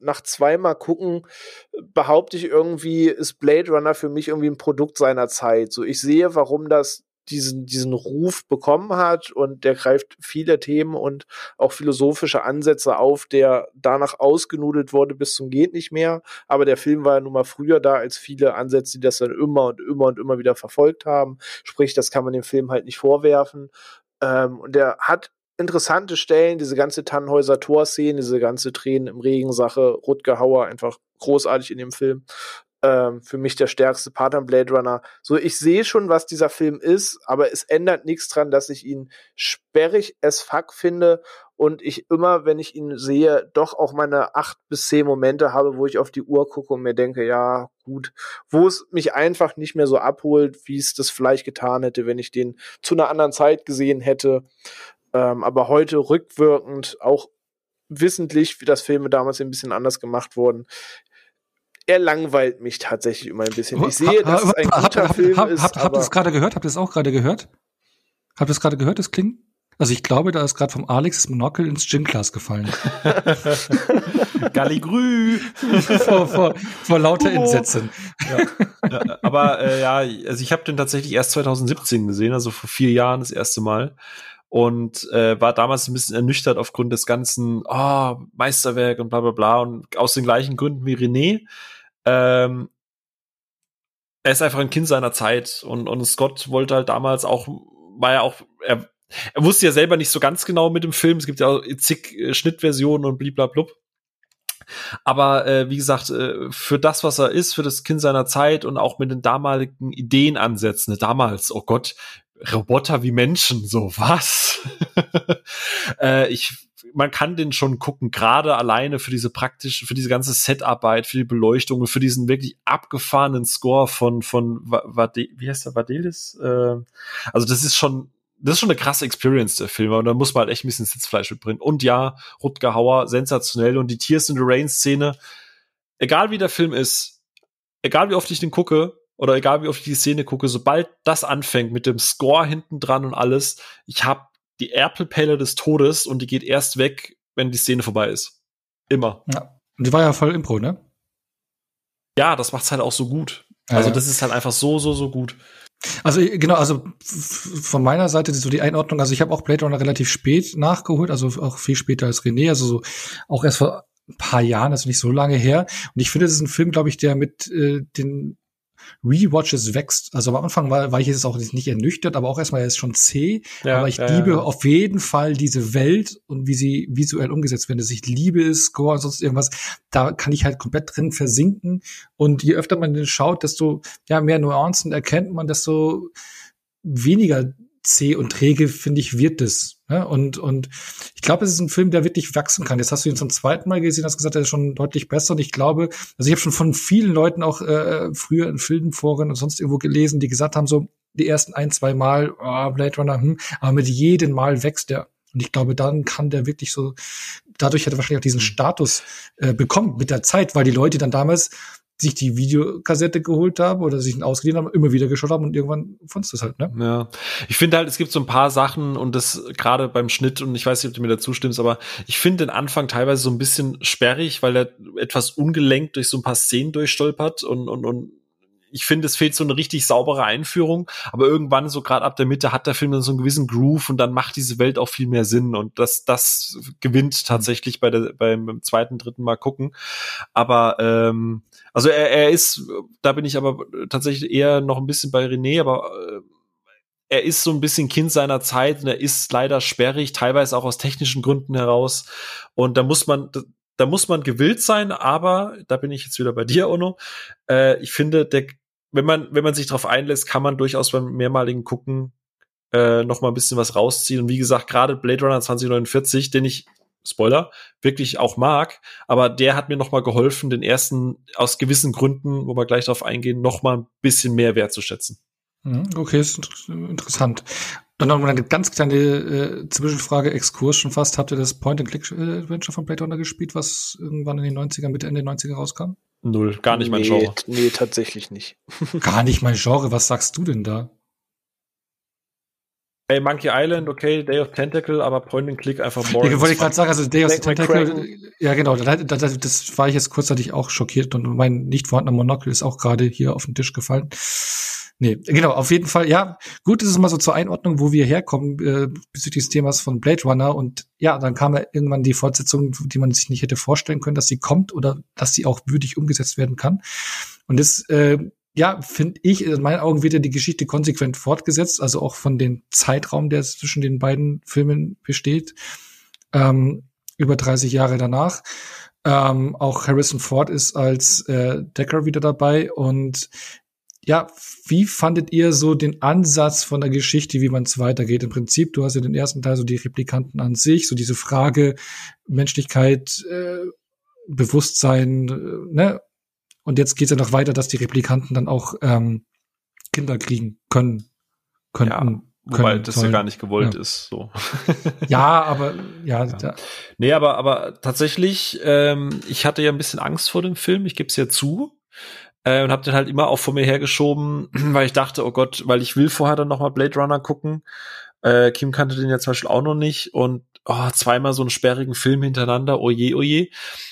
nach zweimal gucken behaupte ich irgendwie, ist Blade Runner für mich irgendwie ein Produkt seiner Zeit. So, ich sehe, warum das diesen, diesen Ruf bekommen hat und der greift viele Themen und auch philosophische Ansätze auf, der danach ausgenudelt wurde bis zum geht nicht mehr. Aber der Film war ja nun mal früher da als viele Ansätze, die das dann immer und immer und immer wieder verfolgt haben. Sprich, das kann man dem Film halt nicht vorwerfen. Ähm, und der hat interessante Stellen, diese ganze Tannhäuser-Tor-Szene, diese ganze Tränen im Regen-Sache, Rutger Hauer einfach großartig in dem Film. Ähm, für mich der stärkste Part am Blade Runner. So, ich sehe schon, was dieser Film ist, aber es ändert nichts dran, dass ich ihn sperrig as fuck finde und ich immer, wenn ich ihn sehe, doch auch meine acht bis zehn Momente habe, wo ich auf die Uhr gucke und mir denke, ja, gut, wo es mich einfach nicht mehr so abholt, wie es das vielleicht getan hätte, wenn ich den zu einer anderen Zeit gesehen hätte. Ähm, aber heute rückwirkend, auch wissentlich, wie das Filme damals ein bisschen anders gemacht wurden, er langweilt mich tatsächlich immer ein bisschen. Ich sehe, dass es ein guter Film ist. Habt ihr das gerade gehört? Habt ihr das auch gerade gehört? Habt ihr das gerade gehört, das Klingen? Also ich glaube, da ist gerade vom Alex das Monokel ins Gin-Glas gefallen. Galligrü! vor, vor, vor lauter oh. Entsetzen. Ja. Ja, aber äh, ja, also ich habe den tatsächlich erst zwanzig siebzehn gesehen, also vor vier Jahren das erste Mal. Und äh, war damals ein bisschen ernüchtert aufgrund des ganzen oh, Meisterwerk und bla bla bla. Und aus den gleichen Gründen wie René. Ähm, er ist einfach ein Kind seiner Zeit. Und, und Scott wollte halt damals auch, war ja auch, er, er wusste ja selber nicht so ganz genau mit dem Film. Es gibt ja auch zig äh, Schnittversionen und bliblablub. Aber äh, wie gesagt, äh, für das, was er ist, für das Kind seiner Zeit und auch mit den damaligen Ideenansätzen, ne, damals, oh Gott, Roboter wie Menschen, so was? äh, ich, man kann den schon gucken, gerade alleine für diese praktische, für diese ganze Setarbeit, für die Beleuchtung und für diesen wirklich abgefahrenen Score von von Vade, wie heißt der, Vadelis? Äh, also das ist schon, das ist schon eine krasse Experience, der Film, und da muss man halt echt ein bisschen Sitzfleisch mitbringen. Und ja, Rutger Hauer, sensationell, und die Tears in the Rain Szene, egal wie der Film ist, egal wie oft ich den gucke, oder egal wie oft ich die Szene gucke, sobald das anfängt mit dem Score hinten dran und alles, ich hab die Erpelpelle des Todes und die geht erst weg, wenn die Szene vorbei ist. Immer. Ja. Und die war ja voll Impro, ne? Ja, das macht's halt auch so gut. Ja, also ja. das ist halt einfach so, so, so gut. Also genau, also von meiner Seite so die Einordnung, also ich habe auch Blade Runner relativ spät nachgeholt, also auch viel später als René, also so auch erst vor ein paar Jahren, also nicht so lange her. Und ich finde, das ist ein Film, glaube ich, der mit äh, den Rewatches wächst. Also am Anfang war, war ich jetzt auch nicht ernüchtert, aber auch erstmal, er ist schon zäh. Ja, aber ich ja, liebe ja. auf jeden Fall diese Welt und wie sie visuell umgesetzt wird. Also ich liebe es, Score und sonst irgendwas. Da kann ich halt komplett drin versinken. Und je öfter man den schaut, desto ja mehr Nuancen erkennt man, desto weniger zäh und träge, finde ich, wird es. Ja, und, und ich glaube, es ist ein Film, der wirklich wachsen kann. Jetzt hast du ihn zum zweiten Mal gesehen, hast gesagt, er ist schon deutlich besser. Und ich glaube, also ich habe schon von vielen Leuten auch äh, früher in Filmforen und sonst irgendwo gelesen, die gesagt haben, so die ersten ein, zwei Mal, oh, Blade Runner, hm, aber mit jedem Mal wächst er. Und ich glaube, dann kann der wirklich so, dadurch hat er wahrscheinlich auch diesen Status äh, bekommen mit der Zeit, weil die Leute dann damals sich die Videokassette geholt haben oder sich ihn ausgeliehen haben, immer wieder geschaut haben und irgendwann fandst du es halt, ne? Ja. Ich finde halt, es gibt so ein paar Sachen und das gerade beim Schnitt, und ich weiß nicht, ob du mir dazu stimmst, aber ich finde den Anfang teilweise so ein bisschen sperrig, weil er etwas ungelenkt durch so ein paar Szenen durchstolpert und, und, und ich finde, es fehlt so eine richtig saubere Einführung, aber irgendwann, so gerade ab der Mitte, hat der Film dann so einen gewissen Groove und dann macht diese Welt auch viel mehr Sinn und das, das gewinnt tatsächlich bei der, beim zweiten, dritten Mal gucken. Aber, ähm, also er, er ist, da bin ich aber tatsächlich eher noch ein bisschen bei René, aber äh, er ist so ein bisschen Kind seiner Zeit und er ist leider sperrig, teilweise auch aus technischen Gründen heraus und da muss man, da muss man gewillt sein, aber da bin ich jetzt wieder bei dir, Ono. Äh, ich finde, der wenn man, wenn man sich darauf einlässt, kann man durchaus beim mehrmaligen Gucken äh, noch mal ein bisschen was rausziehen. Und wie gesagt, gerade Blade Runner zwanzig neunundvierzig, den ich, Spoiler, wirklich auch mag, aber der hat mir noch mal geholfen, den ersten aus gewissen Gründen, wo wir gleich drauf eingehen, noch mal ein bisschen mehr wertzuschätzen. Okay, ist interessant. Dann noch mal eine ganz kleine äh, Zwischenfrage, Exkurs schon fast. Habt ihr das Point-and-Click-Adventure von Blade Runner gespielt, was irgendwann in den neunzigern, Mitte, Ende neunziger rauskam? Null, gar nicht nee, mein Genre. Nee, tatsächlich nicht. Gar nicht mein Genre, was sagst du denn da? Ey, Monkey Island, okay, Day of Tentacle, aber Point and Click einfach boring. Ja, wollte ich gerade sagen, also Day of the Tentacle, ja genau, das, das, das war ich jetzt kurzzeitig auch schockiert und mein nicht vorhandener Monokel ist auch gerade hier auf den Tisch gefallen. Nee, genau, auf jeden Fall, ja, gut, ist es mal so zur Einordnung, wo wir herkommen, äh, bezüglich des Themas von Blade Runner und ja, dann kam ja irgendwann die Fortsetzung, die man sich nicht hätte vorstellen können, dass sie kommt oder dass sie auch würdig umgesetzt werden kann. Und das, äh, ja, finde ich, in meinen Augen wird ja die Geschichte konsequent fortgesetzt, also auch von dem Zeitraum, der zwischen den beiden Filmen besteht, ähm, über dreißig Jahre danach. Ähm, auch Harrison Ford ist als äh, Deckard wieder dabei und ja, wie fandet ihr so den Ansatz von der Geschichte, wie man es weitergeht? Im Prinzip, du hast ja den ersten Teil, so die Replikanten an sich, so diese Frage Menschlichkeit, äh, Bewusstsein, äh, ne? Und jetzt geht's ja noch weiter, dass die Replikanten dann auch ähm, Kinder kriegen können, könnten. Ja, wobei können, das sollen. ja gar nicht gewollt Ja. ist. So. Ja, aber ja. Ja. Da. Nee, aber, aber tatsächlich, ähm, ich hatte ja ein bisschen Angst vor dem Film, ich gebe es ja zu. Äh, und habe den halt immer auch vor mir hergeschoben, weil ich dachte, oh Gott, weil ich will vorher dann noch mal Blade Runner gucken. Äh, Kim kannte den ja zum Beispiel auch noch nicht und oh, zweimal so einen sperrigen Film hintereinander, oje, oje.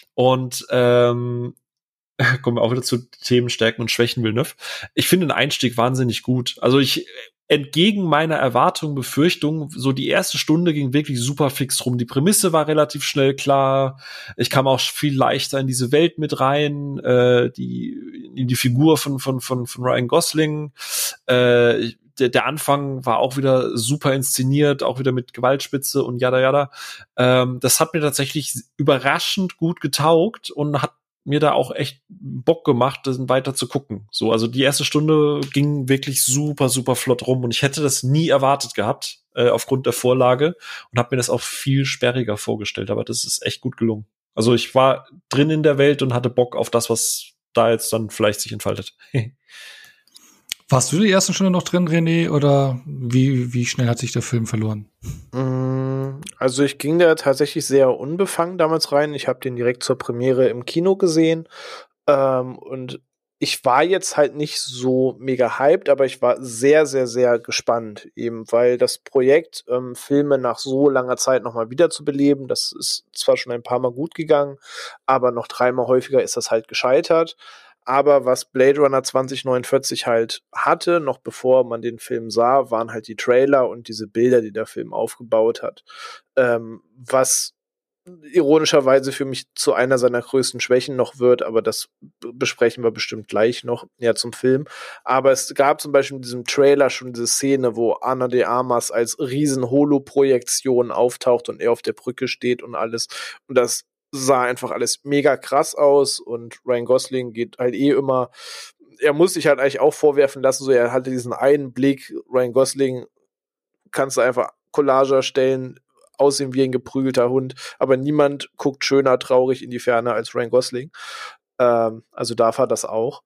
Und ähm, kommen wir auch wieder zu Themen Stärken und Schwächen Villeneuve. Ich finde den Einstieg wahnsinnig gut. Also ich entgegen meiner Erwartungen, Befürchtungen, so die erste Stunde ging wirklich super fix rum. Die Prämisse war relativ schnell klar. Ich kam auch viel leichter in diese Welt mit rein, äh, die in die Figur von von von von Ryan Gosling. Äh, der, der Anfang war auch wieder super inszeniert, auch wieder mit Gewaltspitze und yada yada. Ähm, das hat mir tatsächlich überraschend gut getaugt und hat mir da auch echt Bock gemacht, das weiter zu gucken. So, also die erste Stunde ging wirklich super, super flott rum und ich hätte das nie erwartet gehabt, äh, aufgrund der Vorlage und habe mir das auch viel sperriger vorgestellt, aber das ist echt gut gelungen. Also ich war drin in der Welt und hatte Bock auf das, was da jetzt dann vielleicht sich entfaltet. Warst du die erste Stunde noch drin, René, oder wie, wie schnell hat sich der Film verloren? Also ich ging da tatsächlich sehr unbefangen damals rein. Ich habe den direkt zur Premiere im Kino gesehen. Ähm, und ich war jetzt halt nicht so mega hyped, aber ich war sehr, sehr, sehr gespannt. Eben weil das Projekt, ähm, Filme nach so langer Zeit nochmal wiederzubeleben, das ist zwar schon ein paar Mal gut gegangen, aber noch dreimal häufiger ist das halt gescheitert. Aber was Blade Runner zwanzig neunundvierzig halt hatte, noch bevor man den Film sah, waren halt die Trailer und diese Bilder, die der Film aufgebaut hat. Ähm, was ironischerweise für mich zu einer seiner größten Schwächen noch wird, aber das b- besprechen wir bestimmt gleich noch, ja, zum Film. Aber es gab zum Beispiel in diesem Trailer schon diese Szene, wo Ana de Armas als riesen Holo-Projektion auftaucht und er auf der Brücke steht und alles. Und das sah einfach alles mega krass aus und Ryan Gosling geht halt eh immer, er muss sich halt eigentlich auch vorwerfen lassen, so er hatte diesen einen Blick, Ryan Gosling kannst du einfach Collage erstellen, aussehen wie ein geprügelter Hund, aber niemand guckt schöner traurig in die Ferne als Ryan Gosling. Ähm, also darf er das auch.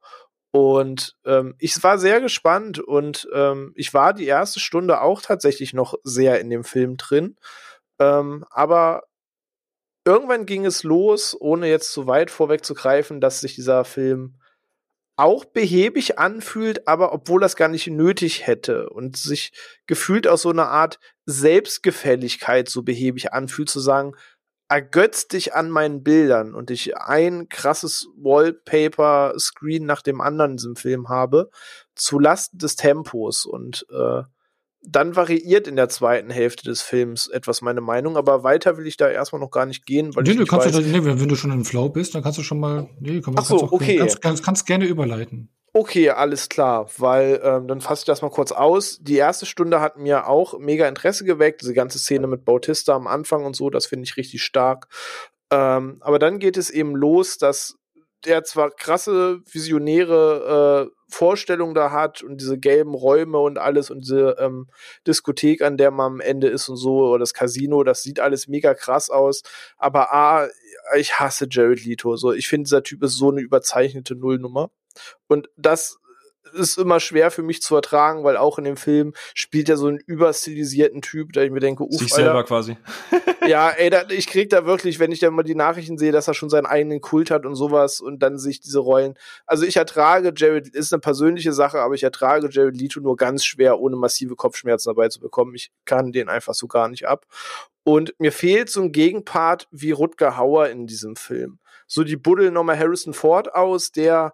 Und ähm, ich war sehr gespannt und ähm, ich war die erste Stunde auch tatsächlich noch sehr in dem Film drin. Ähm, aber irgendwann ging es los, ohne jetzt zu weit vorwegzugreifen, dass sich dieser Film auch behäbig anfühlt, aber obwohl das gar nicht nötig hätte und sich gefühlt aus so einer Art Selbstgefälligkeit so behäbig anfühlt, zu sagen, ergötz dich an meinen Bildern und ich ein krasses Wallpaper-Screen nach dem anderen in diesem Film habe, zu Lasten des Tempos und äh, dann variiert in der zweiten Hälfte des Films etwas meine Meinung, aber weiter will ich da erstmal noch gar nicht gehen, weil Nee, ich du nicht kannst weiß. ja, nee, wenn du schon im Flow bist, dann kannst du schon mal, nee, kann man, Ach so, kannst, auch, okay. kannst, kannst, kannst gerne überleiten. Okay, alles klar, weil ähm, dann fasse ich das mal kurz aus. Die erste Stunde hat mir auch mega Interesse geweckt, diese ganze Szene mit Bautista am Anfang und so, das finde ich richtig stark. Ähm, aber dann geht es eben los, dass der zwar krasse, visionäre äh, Vorstellungen da hat und diese gelben Räume und alles und diese ähm, Diskothek, an der man am Ende ist und so, oder das Casino, das sieht alles mega krass aus. Aber A, ich hasse Jared Leto. So, ich finde, dieser Typ ist so eine überzeichnete Nullnummer. Und das ist immer schwer für mich zu ertragen, weil auch in dem Film spielt er so einen überstilisierten Typ, da ich mir denke, uff, sich Alter, selber quasi. Ja, ey, da, ich krieg da wirklich, wenn ich dann mal die Nachrichten sehe, dass er schon seinen eigenen Kult hat und sowas und dann sich diese Rollen. Also ich ertrage Jared, ist eine persönliche Sache, aber ich ertrage Jared Leto nur ganz schwer, ohne massive Kopfschmerzen dabei zu bekommen. Ich kann den einfach so gar nicht ab. Und mir fehlt so ein Gegenpart wie Rutger Hauer in diesem Film. So die buddeln nochmal Harrison Ford aus, der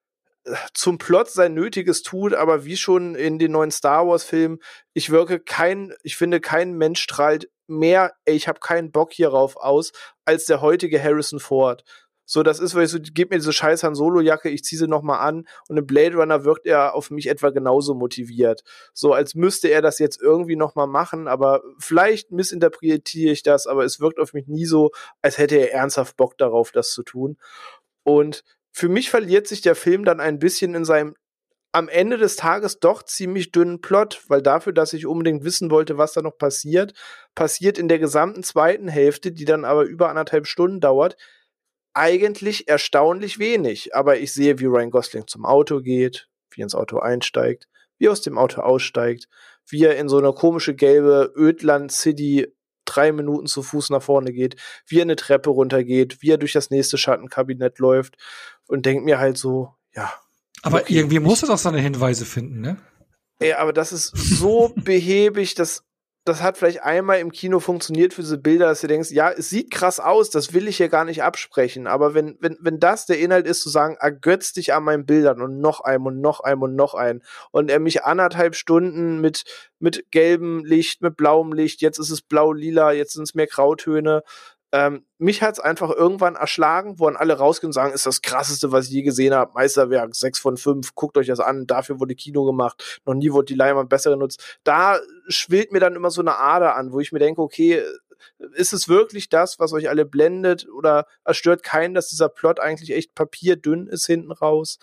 zum Plot sein Nötiges tut, aber wie schon in den neuen Star Wars Filmen, ich wirke kein, ich finde, kein Mensch strahlt mehr, ey, ich habe keinen Bock hierauf aus, als der heutige Harrison Ford. So, das ist, weil ich so, gib mir diese scheiß Han Solo Jacke, ich zieh sie noch mal an und im Blade Runner wirkt er auf mich etwa genauso motiviert. So, als müsste er das jetzt irgendwie noch mal machen, aber vielleicht missinterpretiere ich das, aber es wirkt auf mich nie so, als hätte er ernsthaft Bock darauf, das zu tun. Und für mich verliert sich der Film dann ein bisschen in seinem am Ende des Tages doch ziemlich dünnen Plot, weil dafür, dass ich unbedingt wissen wollte, was da noch passiert, passiert in der gesamten zweiten Hälfte, die dann aber über anderthalb Stunden dauert, eigentlich erstaunlich wenig. Aber ich sehe, wie Ryan Gosling zum Auto geht, wie er ins Auto einsteigt, wie er aus dem Auto aussteigt, wie er in so eine komische gelbe Ödland-City drei Minuten zu Fuß nach vorne geht, wie er eine Treppe runtergeht, wie er durch das nächste Schattenkabinett läuft und denkt mir halt so, ja. Aber okay, irgendwie muss es auch seine Hinweise finden, ne? Ey, aber das ist so behäbig, das, das hat vielleicht einmal im Kino funktioniert für diese Bilder, dass du denkst, ja, es sieht krass aus, das will ich hier gar nicht absprechen, aber wenn, wenn, wenn das der Inhalt ist, zu sagen, ergötz dich an meinen Bildern und noch einem und noch einem und noch einen und er mich anderthalb Stunden mit, mit gelbem Licht, mit blauem Licht, jetzt ist es blau-lila, jetzt sind es mehr Grautöne, Ähm, mich hat's einfach irgendwann erschlagen, wo dann alle rausgehen und sagen, ist das krasseste, was ich je gesehen habe, Meisterwerk, sechs von fünf, guckt euch das an, dafür wurde Kino gemacht, noch nie wurde die Leinwand besser genutzt. Da schwillt mir dann immer so eine Ader an, wo ich mir denke, okay, ist es wirklich das, was euch alle blendet oder es stört keinen, dass dieser Plot eigentlich echt papierdünn ist hinten raus?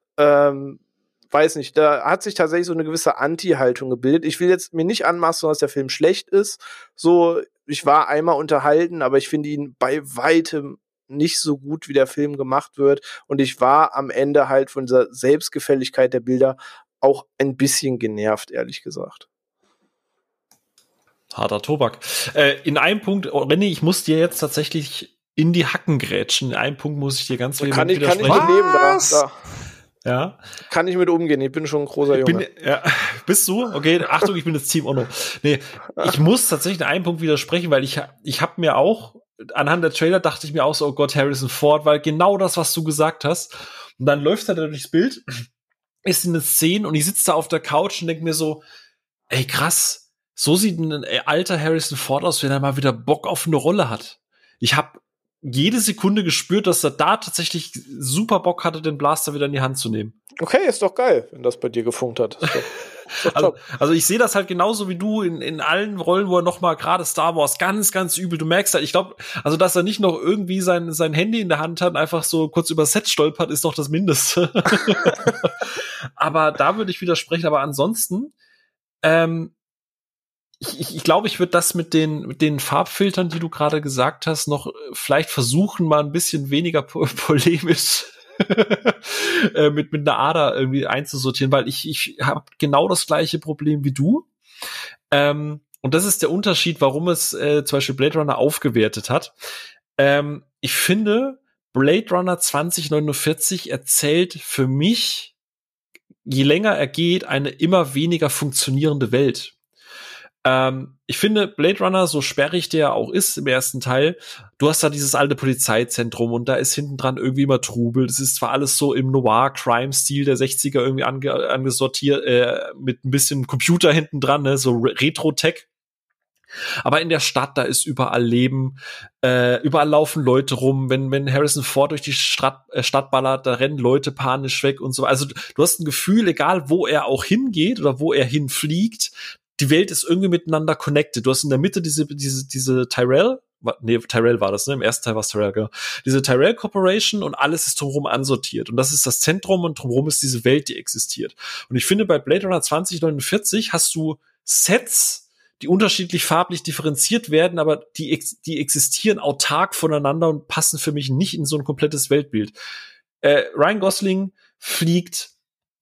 Ähm, weiß nicht, da hat sich tatsächlich so eine gewisse Anti-Haltung gebildet. Ich will jetzt mir nicht anmaßen, dass der Film schlecht ist, so, ich war einmal unterhalten, aber ich finde ihn bei weitem nicht so gut, wie der Film gemacht wird. Und ich war am Ende halt von dieser Selbstgefälligkeit der Bilder auch ein bisschen genervt, ehrlich gesagt. Harter Tobak. Äh, in einem Punkt, oh, René, ich muss dir jetzt tatsächlich in die Hacken grätschen. In einem Punkt muss ich dir ganz vehement widersprechen. Kann ich mit leben, da, da. Ja. Kann ich mit umgehen, ich bin schon ein großer Junge. Bin, ja, bist du? Okay, Achtung, ich bin das Team Ono. Nee, ich muss tatsächlich in einem Punkt widersprechen, weil ich, ich habe mir auch, anhand der Trailer dachte ich mir auch so, oh Gott, Harrison Ford, weil genau das, was du gesagt hast. Und dann läuft er da durchs Bild, ist in der Szene und ich sitze da auf der Couch und denke mir so, ey krass, so sieht ein alter Harrison Ford aus, wenn er mal wieder Bock auf eine Rolle hat. Ich habe jede Sekunde gespürt, dass er da tatsächlich super Bock hatte, den Blaster wieder in die Hand zu nehmen. Okay, ist doch geil, wenn das bei dir gefunkt hat. Ist doch, ist doch also, also ich sehe das halt genauso wie du in, in allen Rollen, wo er noch mal gerade Star Wars ganz, ganz übel, du merkst halt, ich glaube, also dass er nicht noch irgendwie sein, sein Handy in der Hand hat und einfach so kurz über Set stolpert, ist doch das Mindeste. Aber da würde ich widersprechen, aber ansonsten ähm, Ich, ich, ich glaube, ich würde das mit den, mit den Farbfiltern, die du gerade gesagt hast, noch vielleicht versuchen, mal ein bisschen weniger po- polemisch äh, mit, mit einer Ader irgendwie einzusortieren, weil ich, ich habe genau das gleiche Problem wie du. Ähm, und das ist der Unterschied, warum es äh, zum Beispiel Blade Runner aufgewertet hat. Ähm, ich finde, Blade Runner zwanzig neunundvierzig erzählt für mich, je länger er geht, eine immer weniger funktionierende Welt. Ähm, ich finde, Blade Runner, so sperrig der auch ist im ersten Teil, du hast da dieses alte Polizeizentrum und da ist hinten dran irgendwie immer Trubel. Das ist zwar alles so im Noir-Crime-Stil der sechziger irgendwie ange- angesortiert, äh, mit ein bisschen Computer hinten dran, ne, so Re- Retro-Tech. Aber in der Stadt, da ist überall Leben, äh, überall laufen Leute rum. Wenn, wenn Harrison Ford durch die Stadt, äh, Stadt ballert, da rennen Leute panisch weg und so. Also du hast ein Gefühl, egal wo er auch hingeht oder wo er hinfliegt, die Welt ist irgendwie miteinander connected. Du hast in der Mitte diese, diese, diese Tyrell, nee, Tyrell war das, ne? Im ersten Teil war es Tyrell, genau. Diese Tyrell Corporation und alles ist drumherum ansortiert. Und das ist das Zentrum und drumherum ist diese Welt, die existiert. Und ich finde, bei Blade Runner zwanzig neunundvierzig hast du Sets, die unterschiedlich farblich differenziert werden, aber die, ex- die existieren autark voneinander und passen für mich nicht in so ein komplettes Weltbild. Äh, Ryan Gosling fliegt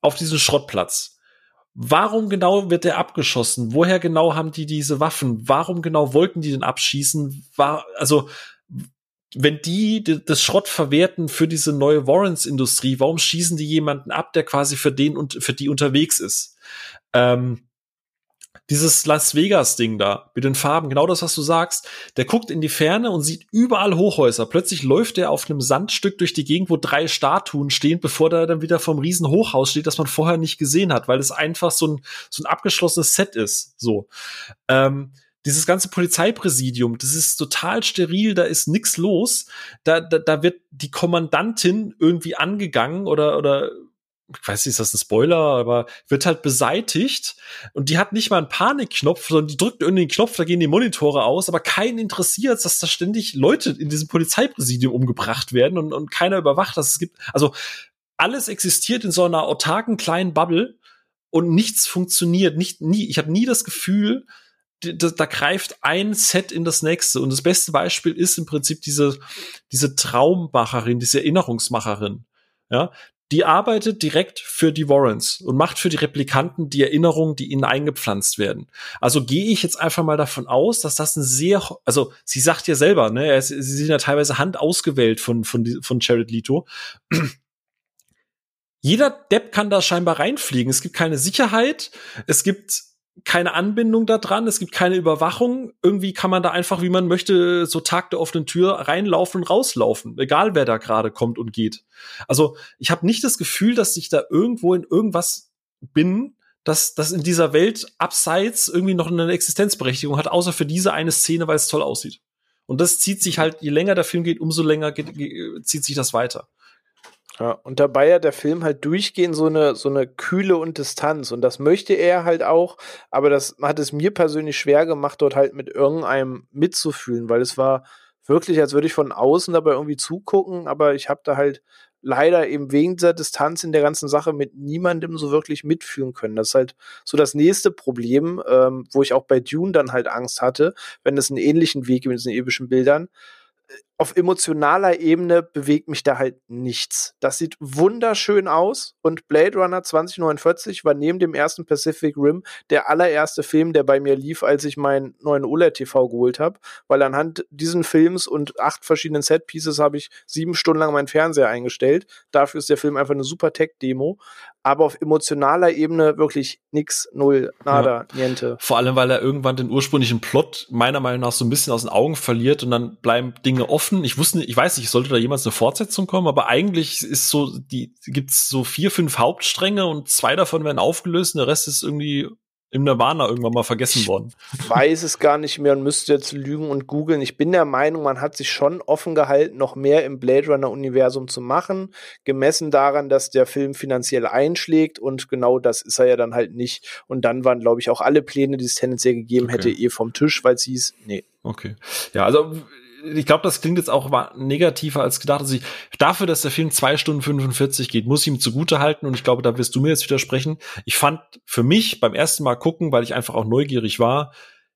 auf diesen Schrottplatz. Warum genau wird der abgeschossen? Woher genau haben die diese Waffen? Warum genau wollten die den abschießen? War, also, wenn die d- das Schrott verwerten für diese neue Warrants-Industrie, warum schießen die jemanden ab, der quasi für den und für die unterwegs ist? Ähm, Dieses Las Vegas-Ding da mit den Farben, genau das, was du sagst, der guckt in die Ferne und sieht überall Hochhäuser. Plötzlich läuft er auf einem Sandstück durch die Gegend, wo drei Statuen stehen, bevor der dann wieder vom riesen Hochhaus steht, das man vorher nicht gesehen hat, weil es einfach so ein, so ein abgeschlossenes Set ist. So. Ähm, dieses ganze Polizeipräsidium, das ist total steril, da ist nix los. Da, da, da wird die Kommandantin irgendwie angegangen oder, oder ich weiß nicht, ist das ein Spoiler, aber wird halt beseitigt und die hat nicht mal einen Panikknopf, sondern die drückt irgendwie den Knopf, da gehen die Monitore aus, aber keinen interessiert, dass da ständig Leute in diesem Polizeipräsidium umgebracht werden und, und keiner überwacht, dass es gibt. Also alles existiert in so einer autarken kleinen Bubble und nichts funktioniert. Nicht, nie, ich habe nie das Gefühl, da, da greift ein Set in das nächste. Und das beste Beispiel ist im Prinzip diese, diese Traummacherin, diese Erinnerungsmacherin. Ja, die arbeitet direkt für die Warrants und macht für die Replikanten die Erinnerungen, die ihnen eingepflanzt werden. Also gehe ich jetzt einfach mal davon aus, dass das ein sehr, also sie sagt ja selber, ne, sie sind ja teilweise handausgewählt von, von, von Jared Leto. Jeder Depp kann da scheinbar reinfliegen. Es gibt keine Sicherheit, es gibt keine Anbindung da dran, es gibt keine Überwachung. Irgendwie kann man da einfach, wie man möchte, so Tag der offenen Tür reinlaufen und rauslaufen, egal wer da gerade kommt und geht. Also ich habe nicht das Gefühl, dass ich da irgendwo in irgendwas bin, dass das in dieser Welt abseits irgendwie noch eine Existenzberechtigung hat, außer für diese eine Szene, weil es toll aussieht. Und das zieht sich halt, je länger der Film geht, umso länger geht, geht, zieht sich das weiter. Ja, und dabei hat der Film halt durchgehend so eine, so eine Kühle und Distanz. Und das möchte er halt auch, aber das hat es mir persönlich schwer gemacht, dort halt mit irgendeinem mitzufühlen, weil es war wirklich, als würde ich von außen dabei irgendwie zugucken, aber ich habe da halt leider eben wegen dieser Distanz in der ganzen Sache mit niemandem so wirklich mitfühlen können. Das ist halt so das nächste Problem, ähm, wo ich auch bei Dune dann halt Angst hatte, wenn es einen ähnlichen Weg gibt mit diesen epischen Bildern. Auf emotionaler Ebene bewegt mich da halt nichts. Das sieht wunderschön aus und Blade Runner zwanzig neunundvierzig war neben dem ersten Pacific Rim der allererste Film, der bei mir lief, als ich meinen neuen O L E D-T V geholt habe, weil anhand diesen Films und acht verschiedenen Set-Pieces habe ich sieben Stunden lang meinen Fernseher eingestellt. Dafür ist der Film einfach eine super Tech-Demo. Aber auf emotionaler Ebene wirklich nix, null, nada, ja. Niente. Vor allem, weil er irgendwann den ursprünglichen Plot meiner Meinung nach so ein bisschen aus den Augen verliert und dann bleiben Dinge offen. Ich wusste nicht, ich weiß nicht, sollte da jemals eine Fortsetzung kommen, aber eigentlich ist so, die gibt's so vier, fünf Hauptstränge und zwei davon werden aufgelöst und der Rest ist irgendwie im Nirvana irgendwann mal vergessen worden. Ich weiß es gar nicht mehr und müsste jetzt lügen und googeln. Ich bin der Meinung, man hat sich schon offen gehalten, noch mehr im Blade Runner-Universum zu machen, gemessen daran, dass der Film finanziell einschlägt und genau das ist er ja dann halt nicht. Und dann waren, glaube ich, auch alle Pläne, die es tendenziell gegeben Okay. hätte, eh vom Tisch, weil es hieß, nee. Okay. Ja, also ich glaube, das klingt jetzt auch negativer als gedacht. Also ich, dafür, dass der Film zwei Stunden fünfundvierzig geht, muss ich ihm zugute halten und ich glaube, da wirst du mir jetzt widersprechen. Ich fand für mich beim ersten Mal gucken, weil ich einfach auch neugierig war,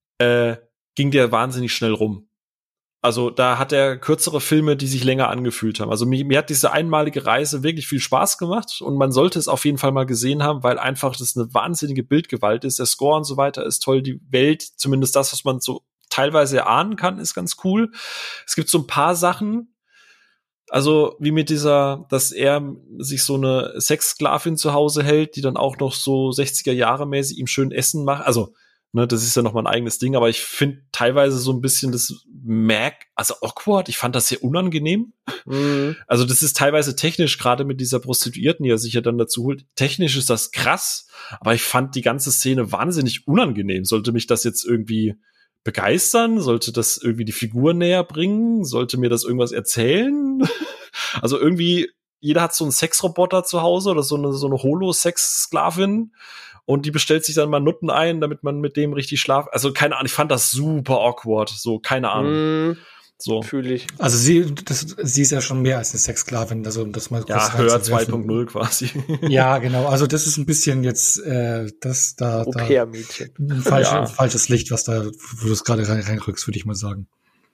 äh, ging der wahnsinnig schnell rum. Also da hat er kürzere Filme, die sich länger angefühlt haben. Also mir, mir hat diese einmalige Reise wirklich viel Spaß gemacht und man sollte es auf jeden Fall mal gesehen haben, weil einfach das eine wahnsinnige Bildgewalt ist. Der Score und so weiter ist toll, die Welt, zumindest das, was man so teilweise erahnen kann, ist ganz cool. Es gibt so ein paar Sachen, also wie mit dieser, dass er sich so eine Sexsklavin zu Hause hält, die dann auch noch so sechziger Jahre mäßig ihm schön Essen macht. Also, ne, das ist ja noch mal ein eigenes Ding, aber ich finde teilweise so ein bisschen das Mac, also awkward, ich fand das sehr unangenehm. Mhm. Also das ist teilweise technisch, gerade mit dieser Prostituierten, die er sich ja dann dazu holt, technisch ist das krass, aber ich fand die ganze Szene wahnsinnig unangenehm. Sollte mich das jetzt irgendwie begeistern? Sollte das irgendwie die Figur näher bringen? Sollte mir das irgendwas erzählen? Also irgendwie, jeder hat so einen Sexroboter zu Hause oder so eine, so eine Holo-Sex-Sklavin und die bestellt sich dann mal Nutten ein, damit man mit dem richtig schlaft. Also keine Ahnung, ich fand das super awkward. So, keine Ahnung. Mm. So. Fühle ich. Also sie, das, sie ist ja schon mehr als eine Sexsklavin, also um das mal kurz ja, Hör zwei Punkt null quasi. Ja, genau. Also das ist ein bisschen jetzt äh, das da, da Au-pair-Mädchen. Ein falsch, ja. falsches Licht, was da, wo du es gerade rein, reinrückst, würde ich mal sagen.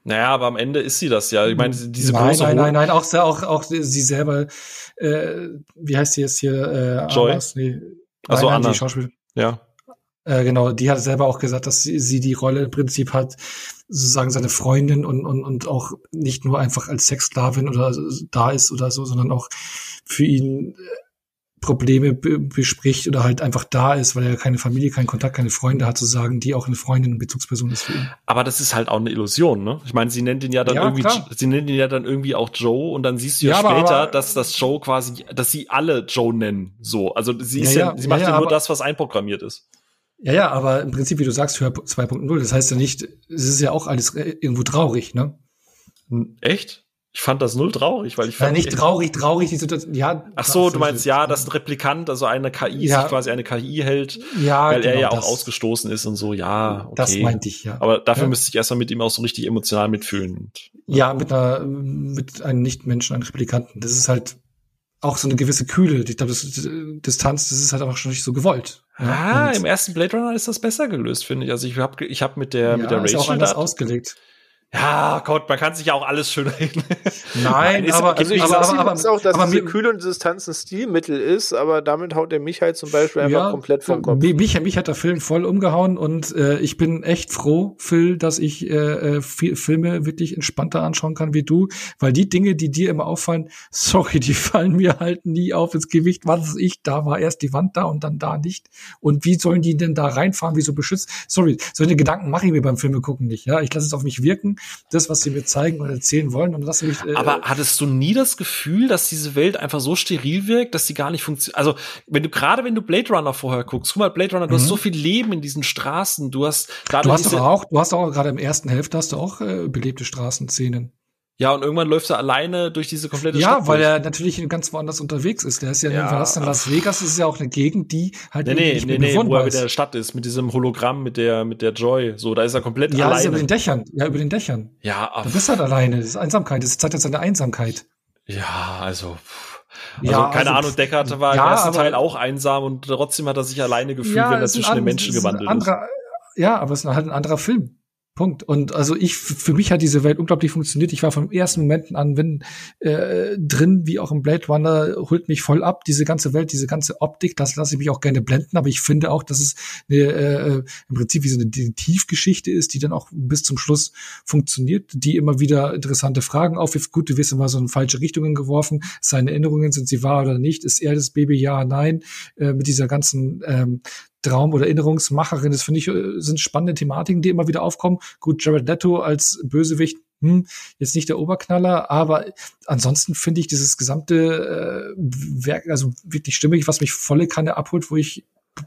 Naja, aber am Ende ist sie das ja. Ich meine, diese nein, große nein, Ho- nein, nein, auch, auch, auch sie selber, äh, wie heißt sie jetzt hier? Äh, Joy? Amas? Nee. Ach so, nein, nein, Anna. die Schauspielerin. Ja. Äh, genau, die hat selber auch gesagt, dass sie, sie die Rolle im Prinzip hat, sozusagen seine Freundin und, und, und auch nicht nur einfach als Sexsklavin oder da ist oder so, sondern auch für ihn Probleme be- bespricht oder halt einfach da ist, weil er keine Familie, keinen Kontakt, keine Freunde hat, sozusagen, die auch eine Freundin und Bezugsperson ist für ihn. Aber das ist halt auch eine Illusion, ne? Ich meine, sie nennt ihn ja dann Ja, irgendwie, klar. sie nennt ihn ja dann irgendwie auch Joe und dann siehst du ja, Ja, aber- später, aber- dass das Joe quasi, dass sie alle Joe nennen, so. Also sie ist Ja, ja, ja, sie macht ja, ja, ja, nur aber- das, was einprogrammiert ist. Ja, ja, aber im Prinzip, wie du sagst, für zwei Punkt null, das heißt ja nicht, es ist ja auch alles irgendwo traurig, ne? Hm, Echt? Ich fand das null traurig, weil ich Ja, fand nicht echt- traurig, traurig, die Situation, ja. Ach so, du meinst ja, dass ein Replikant, also eine K I, Ja. sich quasi eine K I hält, Ja, weil er genau, ja auch das, ausgestoßen ist und so, ja, okay. Das meinte ich, ja. Aber dafür Ja. müsste ich erstmal mit ihm auch so richtig emotional mitfühlen. Und, Ja, mit einer, mit einem Nichtmenschen, einem Replikanten. Das ist halt auch so eine gewisse Kühle. Ich glaube, das Distanz, das ist halt einfach schon nicht so gewollt. ah, Und- im ersten Blade Runner ist das besser gelöst, finde ich. Also ich habe ich hab mit der, ja, mit der ist ja auch Rachel anders da, ausgelegt. ja, Gott, man kann sich ja auch alles schön reden. Nein, ist- aber, Also ich aber, sag aber, aber, aber, auch, dass aber diese mir- Kühle und Distanz ein Stilmittel ist, aber damit haut er mich halt zum Beispiel einfach ja, komplett vom Kopf. Mich, mich, mich hat der Film voll umgehauen und äh, ich bin echt froh, Phil, dass ich äh, Fi- Filme wirklich entspannter anschauen kann wie du, weil die Dinge, die dir immer auffallen, sorry, die fallen mir halt nie auf ins Gewicht. Was weiß ich, da war erst die Wand da und dann da nicht. Und wie sollen die denn da reinfahren, wie so beschützt? Sorry, solche Gedanken mache ich mir beim Filme gucken nicht. Ja, ich lasse es auf mich wirken, das, was sie mir zeigen oder erzählen wollen und lasse mich. Äh, Aber hattest du nie das Gefühl, dass diese Welt einfach so steril wirkt, dass sie gar nicht funktioniert? Also, wenn du, gerade wenn du Blade Runner vorher guckst, guck mal, Blade Runner, du Mhm. hast so viel Leben in diesen Straßen, du hast gerade du hast diese, doch auch, du hast doch auch gerade im ersten Hälfte hast du auch äh, belebte Straßenszenen. ja, und irgendwann läuft er alleine durch diese komplette Ja, Stadt weil durch. er natürlich ganz woanders unterwegs ist. Der ist ja, Ja. ja verlassen in Las Vegas, ist ja auch eine Gegend, die halt Nee, eben nee, nicht nee, mehr nee, wo er bewohnbar mit der ist. Stadt ist, mit diesem Hologramm, mit der, mit der Joy, so, da ist er komplett Ja, ist ja über alleine. den Dächern. Ja, über den Dächern. Ja, Du ab, bist halt alleine. Das ist Einsamkeit. Das zeigt jetzt seine Einsamkeit. ja, also, pff. also, Ja, keine also, Ahnung, Deckard war ja, im ersten aber- Teil auch einsam und trotzdem hat er sich alleine gefühlt, wenn er es ist zwischen ein den an- Menschen es ist ein gewandelt ist. anderer, Ja, aber es ist halt ein anderer Film. Punkt. Und also ich, für mich hat diese Welt unglaublich funktioniert. Ich war vom ersten Momenten an, wenn äh, drin, wie auch im Blade Runner, holt mich voll ab. Diese ganze Welt, diese ganze Optik, das lasse ich mich auch gerne blenden. Aber ich finde auch, dass es eine, äh, im Prinzip wie so eine Detektivgeschichte ist, die dann auch bis zum Schluss funktioniert, die immer wieder interessante Fragen aufwirft. Gut, du wirst immer so in falsche Richtungen geworfen. Seine Erinnerungen, sind sie wahr oder nicht? Ist er das Baby? Ja, nein. Äh, mit dieser ganzen ähm, Traum- oder Erinnerungsmacherin, das finde ich, äh, sind spannende Thematiken, die immer wieder aufkommen. Gut, Jared Leto als Bösewicht, hm, jetzt nicht der Oberknaller, aber ansonsten finde ich dieses gesamte äh, Werk, also wirklich stimmig, was mich volle Kanne abholt, wo ich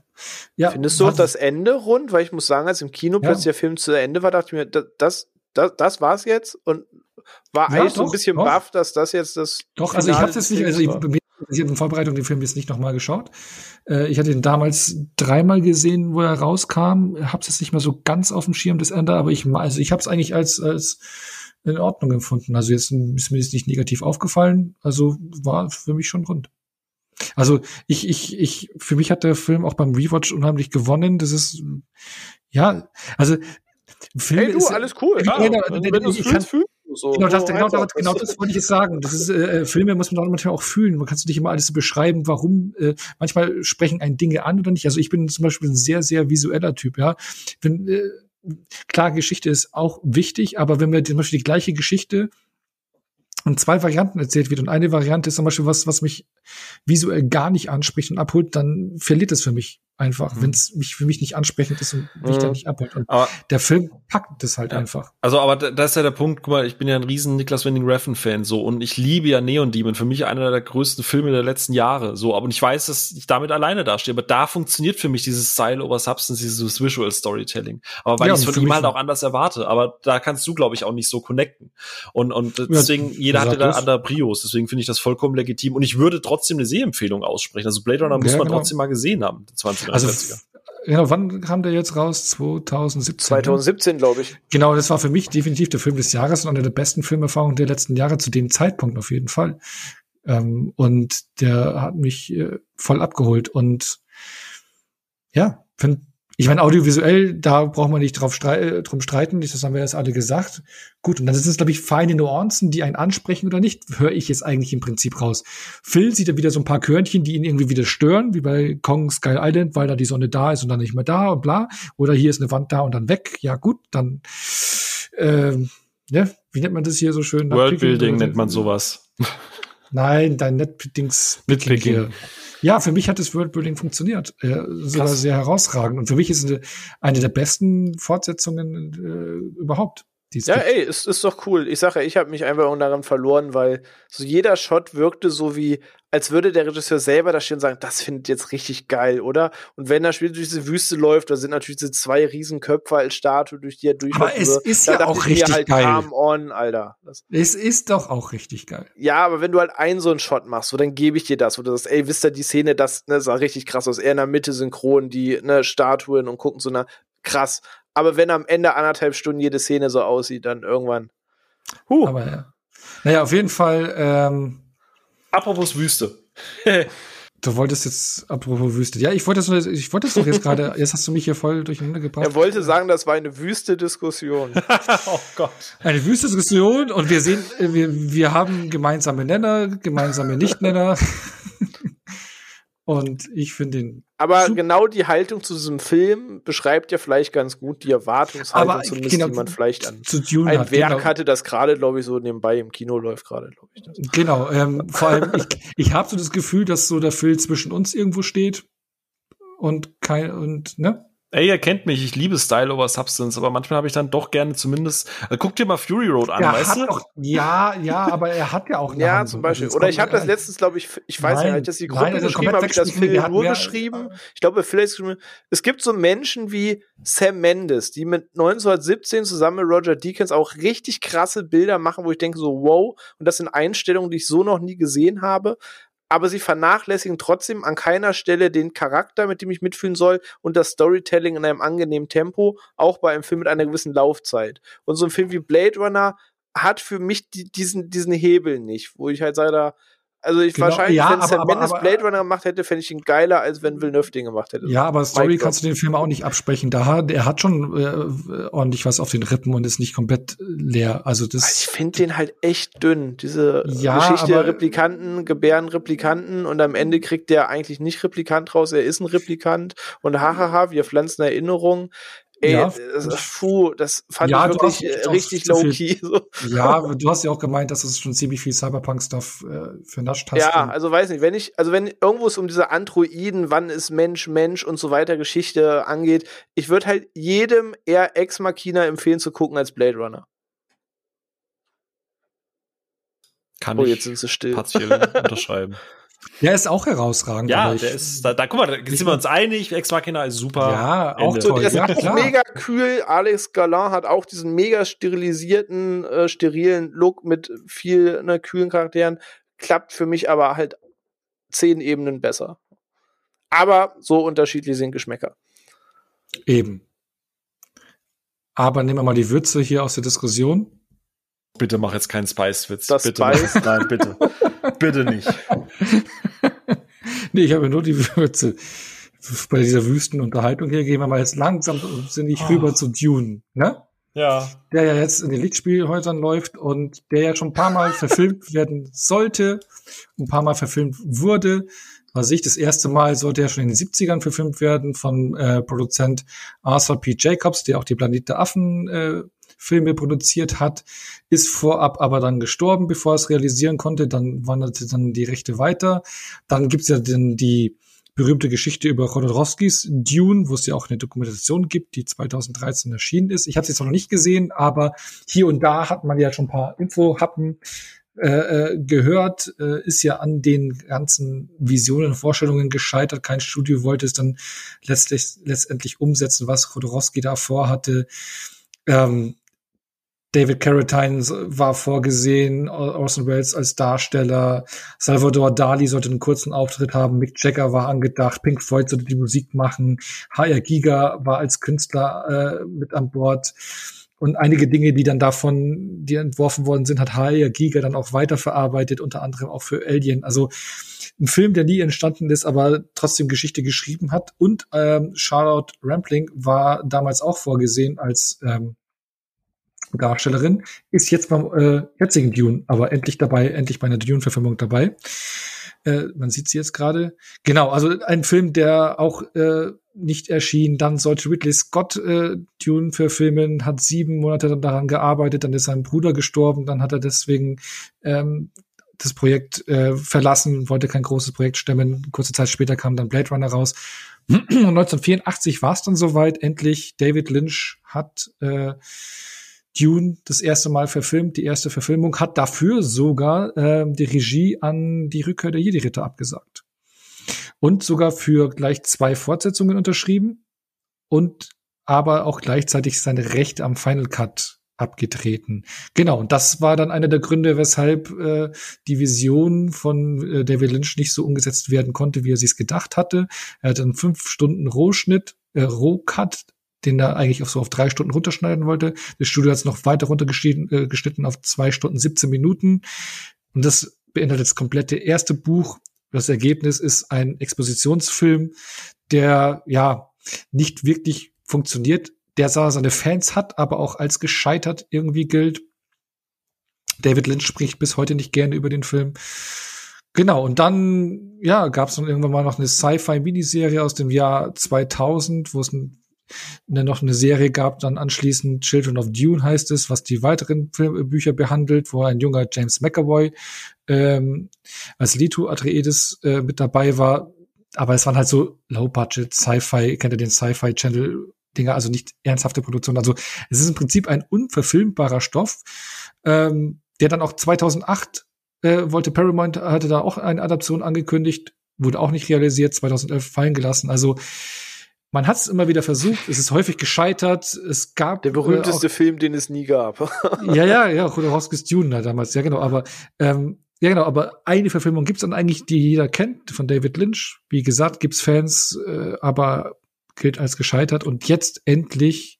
ja. Findest du auch was- das Ende rund? Weil ich muss sagen, als im Kino Ja. plötzlich der Film zu Ende war, dachte ich mir, das, das, das, das war's jetzt und war Ja, eigentlich so ein doch, bisschen doch. baff, dass das jetzt das Doch, also ich Finale habe jetzt des nicht, also ich, Films war. ich habe in Vorbereitung den Film jetzt nicht nochmal geschaut. Äh, ich hatte ihn damals dreimal gesehen, wo er rauskam. Habe es jetzt nicht mehr so ganz auf dem Schirm das Ende, aber ich, also ich habe es eigentlich als als in Ordnung empfunden. Also jetzt ist mir jetzt nicht negativ aufgefallen. Also war für mich schon rund. Also ich, ich, ich, für mich hat der Film auch beim Rewatch unheimlich gewonnen. Das ist ja, also Film Hey du, ist, alles cool. Ja, Ja, genau, wenn ich du es kann- fühlst, fühlst du so. Genau das, So genau, einfach. das, genau das wollte ich jetzt sagen. Das ist, äh, Filme muss man auch manchmal auch fühlen. Man kann nicht immer alles so beschreiben, warum. Äh, manchmal sprechen einen Dinge an oder nicht. Also ich bin zum Beispiel ein sehr, sehr visueller Typ. Ja, wenn äh, klar, Geschichte ist auch wichtig, aber wenn mir zum Beispiel die gleiche Geschichte in zwei Varianten erzählt wird und eine Variante ist zum Beispiel was, was mich visuell gar nicht anspricht und abholt, dann verliert es für mich einfach, Mhm. wenn es mich für mich nicht ansprechend ist und mich Mhm. dann nicht abholt. Und Aber der Film packt das halt Ja. einfach. Also, aber da, da ist ja der Punkt, guck mal, ich bin ja ein riesen Niklas Winding Refn-Fan, so, und ich liebe ja Neon Demon, für mich einer der größten Filme der letzten Jahre, so, aber ich weiß, dass ich damit alleine dastehe, aber da funktioniert für mich dieses Style over Substance, dieses Visual Storytelling, aber weil Ja, ich es und von für ihm mich- halt auch anders erwarte, aber da kannst du, glaube ich, auch nicht so connecten und, und deswegen, jeder sag hatte da das. andere Prios, deswegen finde ich das vollkommen legitim und ich würde trotzdem eine Sehempfehlung aussprechen, also Blade Runner muss Ja, man genau. trotzdem mal gesehen haben, zwanzig Also, dreiundzwanziger. genau, wann kam der jetzt raus? zwanzig siebzehn. zwanzig siebzehn, glaube ich. Genau, das war für mich definitiv der Film des Jahres und eine der besten Filmerfahrungen der letzten Jahre zu dem Zeitpunkt auf jeden Fall. Ähm, und der hat mich äh, voll abgeholt und ja, find, Ich meine, audiovisuell, da braucht man nicht drauf strei- drum streiten, das haben wir jetzt alle gesagt. Gut, und dann sind es, glaube ich, feine Nuancen, die einen ansprechen oder nicht, höre ich jetzt eigentlich im Prinzip raus. Phil sieht da wieder so ein paar Körnchen, die ihn irgendwie wieder stören, wie bei Kong Skull Island, weil da die Sonne da ist und dann nicht mehr da und bla. Oder hier ist eine Wand da und dann weg. Ja gut, dann, ähm, ja, wie nennt man das hier so schön? Worldbuilding nennt man sowas. Nein, dein Netdings Nitpicking. Ja, für mich hat das Worldbuilding funktioniert. Äh, sogar sehr herausragend. Und für mich ist es eine, eine der besten Fortsetzungen äh, überhaupt. Ja, gibt. ey, es ist doch cool. Ich sage ja, ich habe mich einfach daran verloren, weil so jeder Shot wirkte so wie, als würde der Regisseur selber da stehen und sagen, das findet jetzt richtig geil, oder? Und wenn das Spiel durch diese Wüste läuft, da sind natürlich diese zwei Riesenköpfe als Statue, durch die er durchläuft. Aber es ist ja auch richtig halt, geil. Come on, Alter. Das es ist doch auch richtig geil. Ja, aber wenn du halt einen so einen Shot machst, so, dann gebe ich dir das, wo du sagst, ey, wisst ihr, die Szene, das ne, sah richtig krass aus. Er in der Mitte synchron, die ne, Statuen und gucken so na krass. Aber wenn am Ende anderthalb Stunden jede Szene so aussieht, dann irgendwann. Huh. Aber ja. Naja, auf jeden Fall. Ähm, Apropos Wüste. Du wolltest jetzt, apropos Wüste. Ja, ich wollte das, ich wollte das doch jetzt gerade, jetzt hast du mich hier voll durcheinander gebracht. Er wollte sagen, das war eine wüste Diskussion. Oh Gott. Eine wüste Diskussion und wir sehen, wir, wir haben gemeinsame Nenner, gemeinsame Nichtnenner. Und ich finde den. Aber super. Genau die Haltung zu diesem Film beschreibt ja vielleicht ganz gut die Erwartungshaltung, aber zumindest, genau, die man vielleicht an zu Dune ein hat, Werk genau. hatte, das gerade, glaube ich, so nebenbei im Kino läuft, gerade, glaube ich. Das. Genau, ähm, vor allem, ich, ich habe so das Gefühl, dass so der Film zwischen uns irgendwo steht und kein, und, ne? Ey, ihr kennt mich, ich liebe Style over Substance, aber manchmal habe ich dann doch gerne zumindest, äh, guck dir mal Fury Road an, er weißt du? Doch, ja, ja, aber er hat ja auch eine Ja, Hand, zum Beispiel. also Oder ich habe das äh, letztens, glaube ich, ich weiß nein, ja nicht, dass die Gruppe nein, also geschrieben, habe ich das Film nur ja, geschrieben. Ich glaube, vielleicht geschrieben. Es gibt so Menschen wie Sam Mendes, die mit neunzehnhundertsiebzehn zusammen mit Roger Deakins auch richtig krasse Bilder machen, wo ich denke so, wow, und das sind Einstellungen, die ich so noch nie gesehen habe. Aber sie vernachlässigen trotzdem an keiner Stelle den Charakter, mit dem ich mitfühlen soll, und das Storytelling in einem angenehmen Tempo, auch bei einem Film mit einer gewissen Laufzeit. Und so ein Film wie Blade Runner hat für mich die, diesen, diesen Hebel nicht, wo ich halt sage, da, also ich genau, wahrscheinlich, ja, wenn aber, Sam aber, Mendes aber, Blade Runner gemacht hätte, fände ich ihn geiler, als wenn Villeneuve den gemacht hätte. Ja, aber Story Mike kannst du den Film auch nicht absprechen. Da hat, er hat schon äh, ordentlich was auf den Rippen und ist nicht komplett leer. Also das. Ich finde den halt echt dünn. Diese ja, Geschichte aber, Replikanten, gebären Replikanten, und am Ende kriegt der eigentlich nicht Replikant raus, er ist ein Replikant und hahaha, wir pflanzen Erinnerungen. Ey, ja, das, puh, das fand ja, ich wirklich richtig low-key. So. Ja, du hast ja auch gemeint, dass es schon ziemlich viel Cyberpunk-Stuff äh, vernascht hast. Ja, also weiß nicht, wenn ich, also wenn irgendwo es um diese Androiden, wann ist Mensch, Mensch und so weiter Geschichte angeht, ich würde halt jedem eher Ex Machina empfehlen zu gucken als Blade Runner. Kann oh, ich jetzt sind sie still. partiell unterschreiben. Der ist auch herausragend. Ja, ich, der ist, da, da guck mal, da sind wir uns einig, Ex Machina ist super. Ja, auch Ende. toll. Das ja, ist auch mega kühl. Alex Galland hat auch diesen mega sterilisierten, äh, sterilen Look mit viel ne, kühlen Charakteren. Klappt für mich aber halt zehn Ebenen besser. Aber so unterschiedlich sind Geschmäcker. Eben. Aber nehmen wir mal die Würze hier aus der Diskussion. Bitte mach jetzt keinen Spice-Witz. Das bitte Spice? Mach, nein, bitte. Bitte nicht. Nee, ich habe nur die Würze. Bei dieser Wüstenunterhaltung hier gehen wir mal jetzt langsam sinnig oh. rüber zu Dune, ne? Ja. Der ja jetzt in den Lichtspielhäusern läuft und der ja schon ein paar Mal verfilmt werden sollte, ein paar Mal verfilmt wurde. Was ich, das erste Mal sollte er schon in den siebzigern verfilmt werden von äh, Produzent Arthur P. Jacobs, der auch die Planet der Affen äh, Filme produziert hat, ist vorab aber dann gestorben, bevor er es realisieren konnte. Dann wanderte dann die Rechte weiter. Dann gibt's ja dann die berühmte Geschichte über Jodorowskis Dune, wo es ja auch eine Dokumentation gibt, die zweitausenddreizehn erschienen ist. Ich habe es jetzt noch nicht gesehen, aber hier und da hat man ja schon ein paar Infohappen äh, gehört, äh, ist ja an den ganzen Visionen und Vorstellungen gescheitert. Kein Studio wollte es dann letztlich letztendlich umsetzen, was Jodorowsky da vorhatte. Ähm, David Carradine war vorgesehen, Orson Welles als Darsteller, Salvador Dali sollte einen kurzen Auftritt haben, Mick Jagger war angedacht, Pink Floyd sollte die Musik machen, H R. Giger war als Künstler äh, mit an Bord und einige Dinge, die dann davon, die entworfen worden sind, hat H R. Giger dann auch weiterverarbeitet, unter anderem auch für Alien. Also ein Film, der nie entstanden ist, aber trotzdem Geschichte geschrieben hat. Und ähm, Charlotte Rampling war damals auch vorgesehen als ähm, Darstellerin, ist jetzt beim äh, jetzigen Dune, aber endlich dabei, endlich bei einer Dune-Verfilmung dabei. Äh, man sieht sie jetzt gerade. Genau, also ein Film, der auch äh, nicht erschien. Dann sollte Ridley Scott äh, Dune verfilmen, hat sieben Monate dann daran gearbeitet, dann ist sein Bruder gestorben, dann hat er deswegen ähm, das Projekt äh, verlassen, wollte kein großes Projekt stemmen. Kurze Zeit später kam dann Blade Runner raus. Und neunzehnhundertvierundachtzig war es dann soweit, endlich. David Lynch hat äh, Dune das erste Mal verfilmt, die erste Verfilmung, hat dafür sogar äh, die Regie an die Rückkehr der Jedi-Ritter abgesagt. Und sogar für gleich zwei Fortsetzungen unterschrieben und aber auch gleichzeitig seine Rechte am Final Cut abgetreten. Genau, und das war dann einer der Gründe, weshalb äh, die Vision von äh, David Lynch nicht so umgesetzt werden konnte, wie er sich gedacht hatte. Er hat einen fünf Stunden Rohschnitt, äh, Rohcut, den er eigentlich auf so auf drei Stunden runterschneiden wollte. Das Studio hat es noch weiter runtergeschnitten äh, geschnitten auf zwei Stunden siebzehn Minuten. Und das beinhaltet das komplette erste Buch. Das Ergebnis ist ein Expositionsfilm, der ja nicht wirklich funktioniert, der zwar seine Fans hat, aber auch als gescheitert irgendwie gilt. David Lynch spricht bis heute nicht gerne über den Film. Genau, und dann ja gab es dann irgendwann mal noch eine Sci-Fi-Miniserie aus dem Jahr zweitausend, wo es ein dann noch eine Serie gab, dann anschließend Children of Dune heißt es, was die weiteren Film- Bücher behandelt, wo ein junger James McAvoy ähm, als Leto Atreides äh, mit dabei war. Aber es waren halt so Low-Budget Sci-Fi, kennt ihr den Sci-Fi-Channel-Dinger, also nicht ernsthafte Produktion. Also es ist im Prinzip ein unverfilmbarer Stoff, ähm, der dann auch zweitausendacht äh, wollte Paramount, hatte da auch eine Adaption angekündigt, wurde auch nicht realisiert, zweitausendelf fallen gelassen. Also man hat es immer wieder versucht, es ist häufig gescheitert, es gab der berühmteste äh, auch, Film, den es nie gab. ja, ja, ja, Jodorowskis Dune da damals, ja genau, aber ähm, ja genau, aber eine Verfilmung gibt's dann eigentlich, die jeder kennt, von David Lynch. Wie gesagt, gibt's Fans, äh, aber gilt als gescheitert. Und jetzt endlich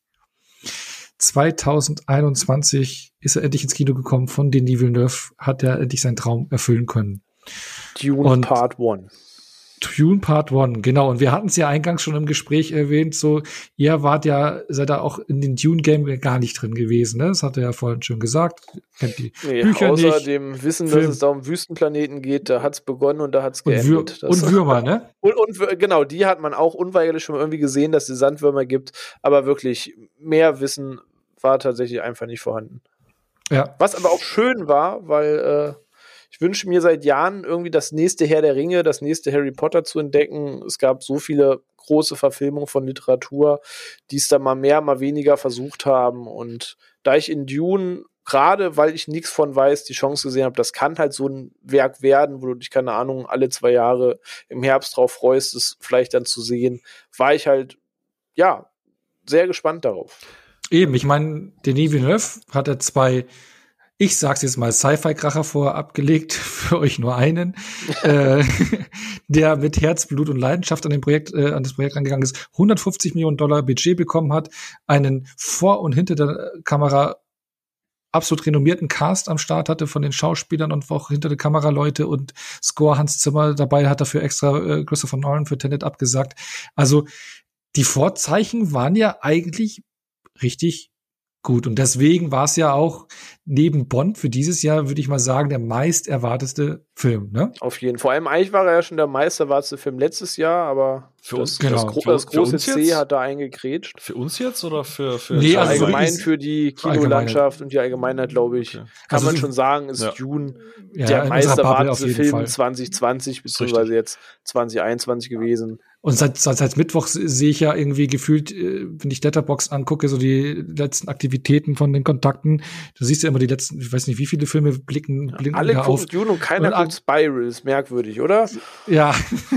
zweitausendeinundzwanzig ist er endlich ins Kino gekommen, von Denis Villeneuve hat er endlich seinen Traum erfüllen können. Dune und Part One. Dune Part One, genau. Und wir hatten es ja eingangs schon im Gespräch erwähnt, so, ihr wart ja, seid da auch in den Dune-Game gar nicht drin gewesen, ne? Das hat er ja vorhin schon gesagt. Kennt die nee, Bücher außer nicht. dem Wissen, Film. dass es da um Wüstenplaneten geht, da hat's begonnen und da hat's geendet. Und, Wür- und Würmer, ne? Und, und genau, die hat man auch unweigerlich schon irgendwie gesehen, dass es Sandwürmer gibt, aber wirklich mehr Wissen war tatsächlich einfach nicht vorhanden. Ja. Was aber auch schön war, weil äh, ich wünsche mir seit Jahren irgendwie das nächste Herr der Ringe, das nächste Harry Potter zu entdecken. Es gab so viele große Verfilmungen von Literatur, die es da mal mehr, mal weniger versucht haben. Und da ich in Dune, gerade weil ich nichts von weiß, die Chance gesehen habe, das kann halt so ein Werk werden, wo du dich, keine Ahnung, alle zwei Jahre im Herbst drauf freust, es vielleicht dann zu sehen, war ich halt, ja, sehr gespannt darauf. Eben, ich meine, Denis Villeneuve hat er zwei, ich sag's jetzt mal, Sci-Fi-Kracher vorher abgelegt, für euch nur einen, äh, der mit Herzblut und Leidenschaft an, dem Projekt, äh, an das Projekt rangegangen ist, hundertfünfzig Millionen Dollar Budget bekommen hat, einen vor und hinter der Kamera absolut renommierten Cast am Start hatte von den Schauspielern und auch hinter der Kamera Leute und Score Hans Zimmer dabei, hat dafür extra äh, Christopher Nolan für Tenet abgesagt. Also die Vorzeichen waren ja eigentlich richtig gut. Und deswegen war es ja auch neben Bond für dieses Jahr, würde ich mal sagen, der meist erwarteste Film, ne? Auf jeden Fall. Vor allem eigentlich war er ja schon der meist erwartete Film letztes Jahr, aber für uns, das, genau. das, gro für, das große für C hat da eingegrätscht. Für uns jetzt oder für, für Nee, also allgemein so für die Kinolandschaft und die Allgemeinheit, glaube ich, okay. kann also man so, schon sagen, ist ja. Dune ja, der in meist unserer Bubble auf erwartete jeden Film Fall. zwanzig zwanzig, beziehungsweise jetzt zwanzig einundzwanzig gewesen. Und seit, seit, seit Mittwoch sehe ich ja irgendwie gefühlt, äh, wenn ich Letterboxd angucke, so die letzten Aktivitäten von den Kontakten, du siehst ja immer die letzten, ich weiß nicht, wie viele Filme blicken, blicken Alle da gucken auf. Dune und keiner und guckt Spiral, ist merkwürdig, oder? Ja.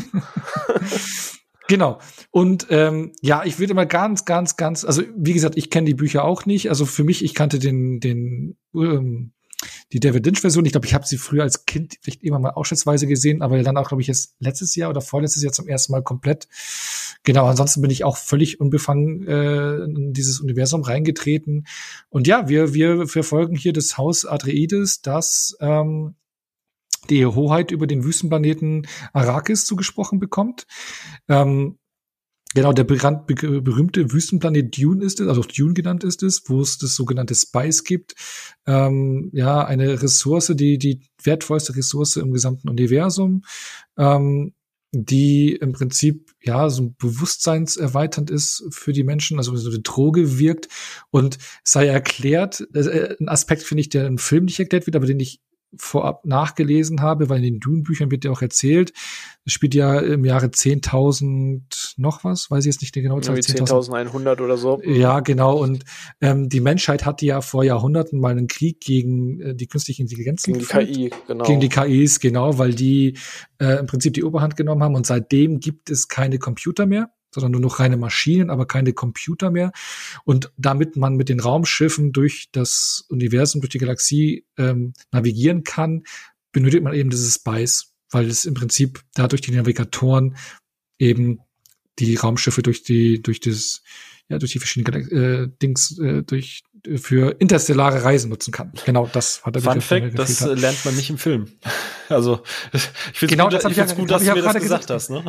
Genau. Und ähm, ja, ich würde immer ganz, ganz, ganz, also wie gesagt, ich kenne die Bücher auch nicht. Also für mich, ich kannte den, den ähm, die David Lynch-Version. Ich glaube, ich habe sie früher als Kind vielleicht immer mal ausschnittsweise gesehen, aber dann auch, glaube ich, jetzt letztes Jahr oder vorletztes Jahr zum ersten Mal komplett. Genau, ansonsten bin ich auch völlig unbefangen äh, in dieses Universum reingetreten. Und ja, wir wir verfolgen hier das Haus Atreides, das ähm, die Hoheit über den Wüstenplaneten Arrakis zugesprochen bekommt. Ähm, Genau, der berühmte Wüstenplanet Dune ist es, also Dune genannt ist es, wo es das sogenannte Spice gibt. Ähm, ja, eine Ressource, die die wertvollste Ressource im gesamten Universum, ähm, die im Prinzip ja so bewusstseinserweiternd ist für die Menschen, also so eine Droge wirkt und sei erklärt, äh, ein Aspekt finde ich, der im Film nicht erklärt wird, aber den ich vorab nachgelesen habe, weil in den Dune-Büchern wird ja auch erzählt, es spielt ja im Jahre zehntausend noch was, weiß ich jetzt nicht genau. zehntausendeinhundert oder so. Ja, genau. Und ähm, die Menschheit hatte ja vor Jahrhunderten mal einen Krieg gegen äh, die künstliche Intelligenz gegen geführt. die K I, genau. Gegen die K Is, genau, weil die äh, im Prinzip die Oberhand genommen haben und seitdem gibt es keine Computer mehr, sondern nur noch reine Maschinen, aber keine Computer mehr. Und damit man mit den Raumschiffen durch das Universum, durch die Galaxie ähm, navigieren kann, benötigt man eben dieses Spice, weil es im Prinzip dadurch die Navigatoren eben die Raumschiffe durch die, durch das, ja, durch die verschiedenen äh, Dings, äh, durch für interstellare Reisen nutzen kann. Genau, das hat er Fun Fact, das hat. lernt man nicht im Film. Also ich finde genau, gut, das ich find's ja, gut, dass du mir das gesagt, gesagt hast. Ne?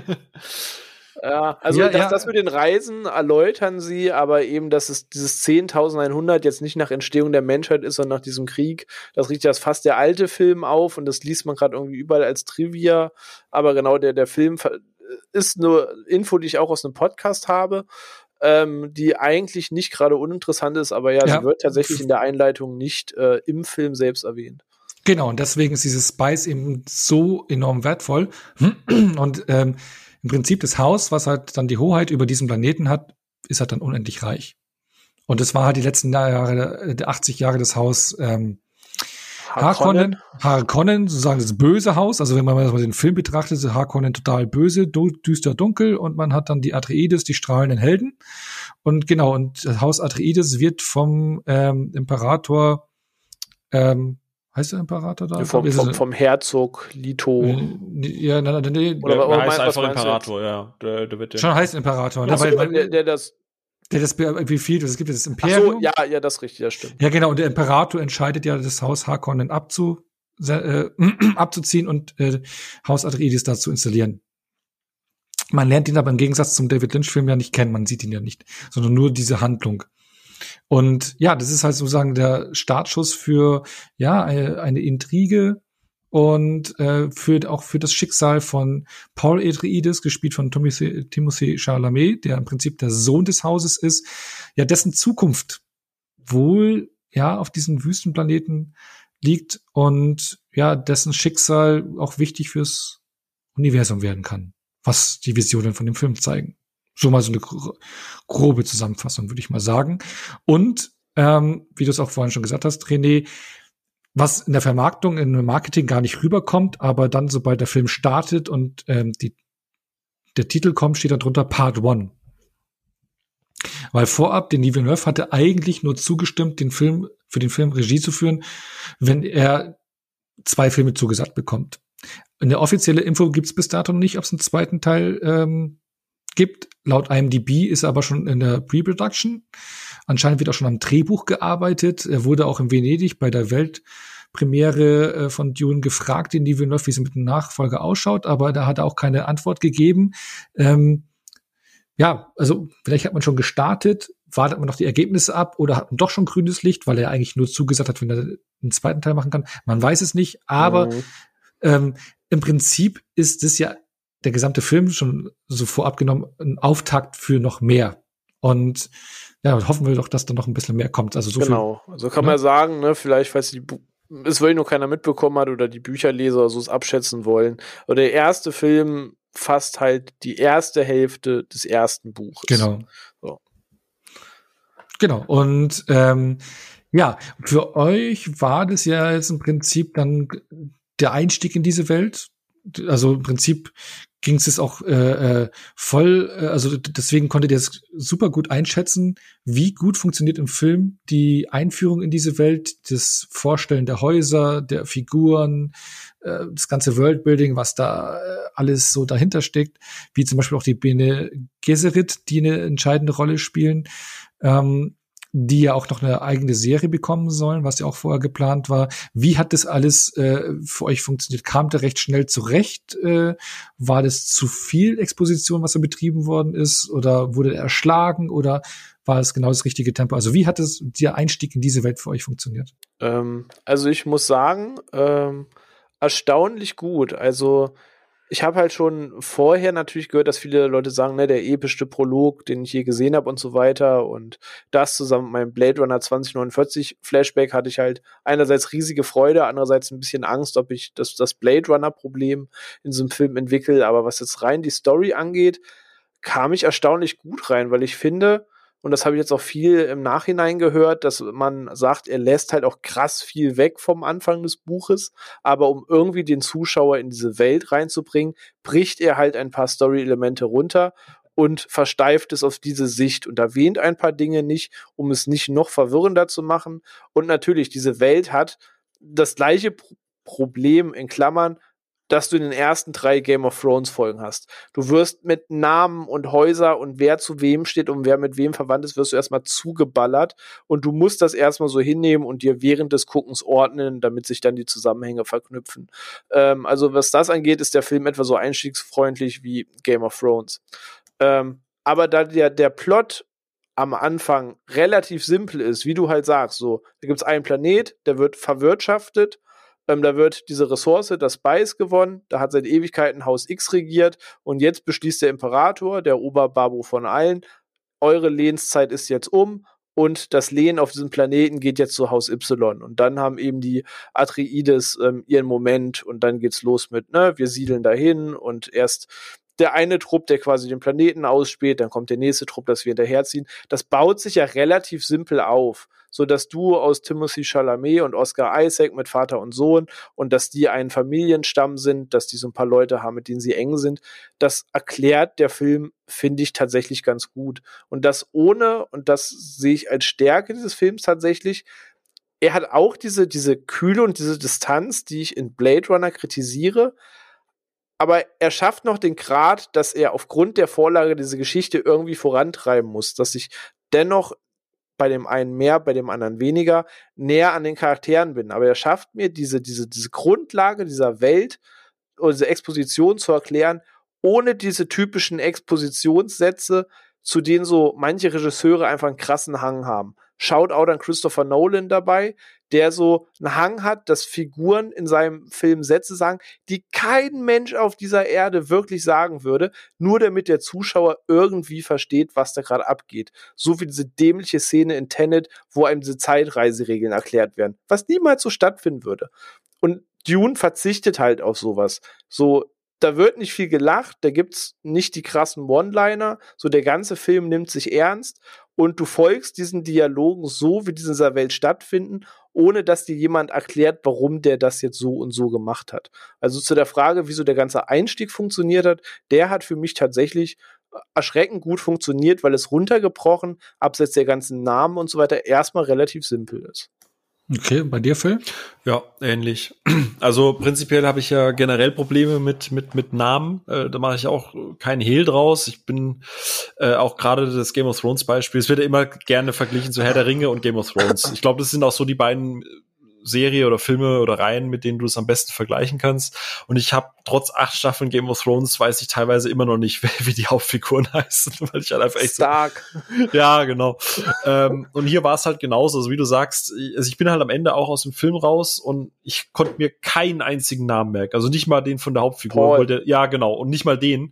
Ja, also ja, das, ja. das mit den Reisen erläutern sie, aber eben, dass es dieses zehntausendeinhundert jetzt nicht nach Entstehung der Menschheit ist, sondern nach diesem Krieg. Das riecht ja fast der alte Film auf und das liest man gerade irgendwie überall als Trivia. Aber genau, der, der Film ist nur Info, die ich auch aus einem Podcast habe, ähm, die eigentlich nicht gerade uninteressant ist, aber ja, ja, sie wird tatsächlich in der Einleitung nicht äh, im Film selbst erwähnt. Genau, und deswegen ist dieses Spice eben so enorm wertvoll. Und ähm, im Prinzip das Haus, was halt dann die Hoheit über diesen Planeten hat, ist halt dann unendlich reich. Und es war halt die letzten Jahre, achtzig Jahre das Haus ähm, Harkonnen, Harkonnen, sozusagen das böse Haus. Also wenn man mal den Film betrachtet, ist Harkonnen total böse, düster, dunkel und man hat dann die Atreides, die strahlenden Helden. Und genau, und das Haus Atreides wird vom ähm, Imperator, ähm, heißt der Imperator da? Vom, vom, vom Herzog Lito. Ja, nein, nein, nee. Oder, oder, oder heißt einfach Imperator, ja. Der, der wird ja. Schon heißt Imperator. Ja, weil, der, der das Der das befiehlt, es gibt ja das Imperium. Ach so, ja, ja, das ist richtig, das stimmt. Ja, genau, und der Imperator entscheidet ja, das Haus Harkonnen abzu, äh, abzuziehen und äh, Haus Atreides da zu installieren. Man lernt ihn aber im Gegensatz zum David Lynch-Film ja nicht kennen, man sieht ihn ja nicht, sondern nur diese Handlung. Und ja, das ist halt sozusagen der Startschuss für ja eine, eine Intrige und äh, für auch für das Schicksal von Paul Atreides, gespielt von Timothée, Timothée Chalamet, der im Prinzip der Sohn des Hauses ist, ja dessen Zukunft wohl ja auf diesem Wüstenplaneten liegt und ja dessen Schicksal auch wichtig fürs Universum werden kann, was die Visionen von dem Film zeigen. So mal so eine grobe Zusammenfassung, würde ich mal sagen. Und ähm, wie du es auch vorhin schon gesagt hast, René, was in der Vermarktung, in dem Marketing gar nicht rüberkommt, aber dann, sobald der Film startet und ähm, die, der Titel kommt, steht da drunter Part One. Weil vorab, Denis Villeneuve hatte eigentlich nur zugestimmt, den Film, für den Film Regie zu führen, wenn er zwei Filme zugesagt bekommt. Eine offizielle Info gibt's bis dato noch nicht, ob es einen zweiten Teil ähm, gibt. Laut I M D B ist er aber schon in der Pre-Production. Anscheinend wird auch schon am Drehbuch gearbeitet. Er wurde auch in Venedig bei der Weltpremiere äh, von Dune gefragt, in die Villeneuve, wie es mit dem Nachfolger ausschaut, aber da hat er auch keine Antwort gegeben. Ähm, ja, also vielleicht hat man schon gestartet, wartet man noch die Ergebnisse ab oder hat man doch schon grünes Licht, weil er eigentlich nur zugesagt hat, wenn er einen zweiten Teil machen kann. Man weiß es nicht, aber mhm. ähm, im Prinzip ist es ja der gesamte Film schon so vorab genommen ein Auftakt für noch mehr. Und ja, hoffen wir doch, dass da noch ein bisschen mehr kommt. Also so genau, viel, also kann ne? man sagen, ne, vielleicht, falls die Bu- es wirklich nur keiner mitbekommen hat oder die Bücherleser oder so es abschätzen wollen. Oder der erste Film fasst halt die erste Hälfte des ersten Buches. Genau. So. Genau. Und ähm, ja, für euch war das ja jetzt im Prinzip dann der Einstieg in diese Welt. Also im Prinzip ging es auch äh, äh, voll, äh, also deswegen konntet ihr es super gut einschätzen, wie gut funktioniert im Film die Einführung in diese Welt, das Vorstellen der Häuser, der Figuren, äh, das ganze Worldbuilding, was da äh, alles so dahinter steckt, wie zum Beispiel auch die Bene Gesserit, die eine entscheidende Rolle spielen. Ähm, die ja auch noch eine eigene Serie bekommen sollen, was ja auch vorher geplant war. Wie hat das alles äh, für euch funktioniert? Kam der recht schnell zurecht? Äh, war das zu viel Exposition, was da betrieben worden ist? Oder wurde er erschlagen? Oder war es genau das richtige Tempo? Also wie hat es der Einstieg in diese Welt für euch funktioniert? Ähm, also ich muss sagen, ähm, erstaunlich gut. Also ich habe halt schon vorher natürlich gehört, dass viele Leute sagen, ne, der epischste Prolog, den ich je gesehen habe und so weiter. Und das zusammen mit meinem Blade Runner zwanzig neunundvierzig Flashback hatte ich halt einerseits riesige Freude, andererseits ein bisschen Angst, ob ich das, das Blade Runner Problem in so einem Film entwickle. Aber was jetzt rein die Story angeht, kam ich erstaunlich gut rein, weil ich finde, und das habe ich jetzt auch viel im Nachhinein gehört, dass man sagt, er lässt halt auch krass viel weg vom Anfang des Buches, aber um irgendwie den Zuschauer in diese Welt reinzubringen, bricht er halt ein paar Story-Elemente runter und versteift es auf diese Sicht und erwähnt ein paar Dinge nicht, um es nicht noch verwirrender zu machen. Und natürlich, diese Welt hat das gleiche Pro- Problem in Klammern, dass du in den ersten drei Game of Thrones Folgen hast. Du wirst mit Namen und Häuser und wer zu wem steht und wer mit wem verwandt ist, wirst du erstmal zugeballert und du musst das erstmal so hinnehmen und dir während des Guckens ordnen, damit sich dann die Zusammenhänge verknüpfen. Ähm, also was das angeht, ist der Film etwa so einstiegsfreundlich wie Game of Thrones. Ähm, aber da der, der Plot am Anfang relativ simpel ist, wie du halt sagst, so, da gibt's einen Planet, der wird verwirtschaftet. Ähm, da wird diese Ressource, das Spice, gewonnen. Da hat seit Ewigkeiten Haus X regiert. Und jetzt beschließt der Imperator, der Oberbabo von allen, eure Lehenszeit ist jetzt um. Und das Lehen auf diesem Planeten geht jetzt zu Haus Y. Und dann haben eben die Atreides ähm, ihren Moment. Und dann geht's los mit, ne, wir siedeln dahin. Und erst der eine Trupp, der quasi den Planeten ausspäht, dann kommt der nächste Trupp, das wir hinterherziehen. Das baut sich ja relativ simpel auf, so dass du aus Timothée Chalamet und Oscar Isaac mit Vater und Sohn und dass die ein Familienstamm sind, dass die so ein paar Leute haben, mit denen sie eng sind. Das erklärt der Film, finde ich, tatsächlich ganz gut. Und das ohne, und das sehe ich als Stärke dieses Films tatsächlich, er hat auch diese, diese Kühle und diese Distanz, die ich in Blade Runner kritisiere, aber er schafft noch den Grad, dass er aufgrund der Vorlage diese Geschichte irgendwie vorantreiben muss, dass ich dennoch bei dem einen mehr, bei dem anderen weniger näher an den Charakteren bin. Aber er schafft mir diese, diese, diese Grundlage dieser Welt oder diese Exposition zu erklären, ohne diese typischen Expositionssätze, zu denen so manche Regisseure einfach einen krassen Hang haben. Shoutout an Christopher Nolan dabei, der so einen Hang hat, dass Figuren in seinem Film Sätze sagen, die kein Mensch auf dieser Erde wirklich sagen würde, nur damit der Zuschauer irgendwie versteht, was da gerade abgeht. So wie diese dämliche Szene in Tenet, wo einem diese Zeitreiseregeln erklärt werden, was niemals so stattfinden würde. Und Dune verzichtet halt auf sowas. So, da wird nicht viel gelacht, da gibt's nicht die krassen One-Liner, so der ganze Film nimmt sich ernst und du folgst diesen Dialogen so, wie die in dieser Welt stattfinden, ohne dass dir jemand erklärt, warum der das jetzt so und so gemacht hat. Also zu der Frage, wieso der ganze Einstieg funktioniert hat, der hat für mich tatsächlich erschreckend gut funktioniert, weil es runtergebrochen, abseits der ganzen Namen und so weiter, erstmal relativ simpel ist. Okay, bei dir, Phil? Ja, ähnlich. Also prinzipiell habe ich ja generell Probleme mit mit mit Namen. Äh, da mache ich auch keinen Hehl draus. Ich bin äh, auch gerade das Game of Thrones Beispiel. Es wird ja immer gerne verglichen zu Herr der Ringe und Game of Thrones. Ich glaube, das sind auch so die beiden Serie oder Filme oder Reihen, mit denen du es am besten vergleichen kannst. Und ich habe trotz acht Staffeln Game of Thrones weiß ich teilweise immer noch nicht, wie die Hauptfiguren heißen, weil ich halt einfach echt Stark. So, ja, genau. ähm, und hier war es halt genauso. Also wie du sagst, also ich bin halt am Ende auch aus dem Film raus und ich konnte mir keinen einzigen Namen merken. Also nicht mal den von der Hauptfigur. Weil der, ja, genau. Und nicht mal den.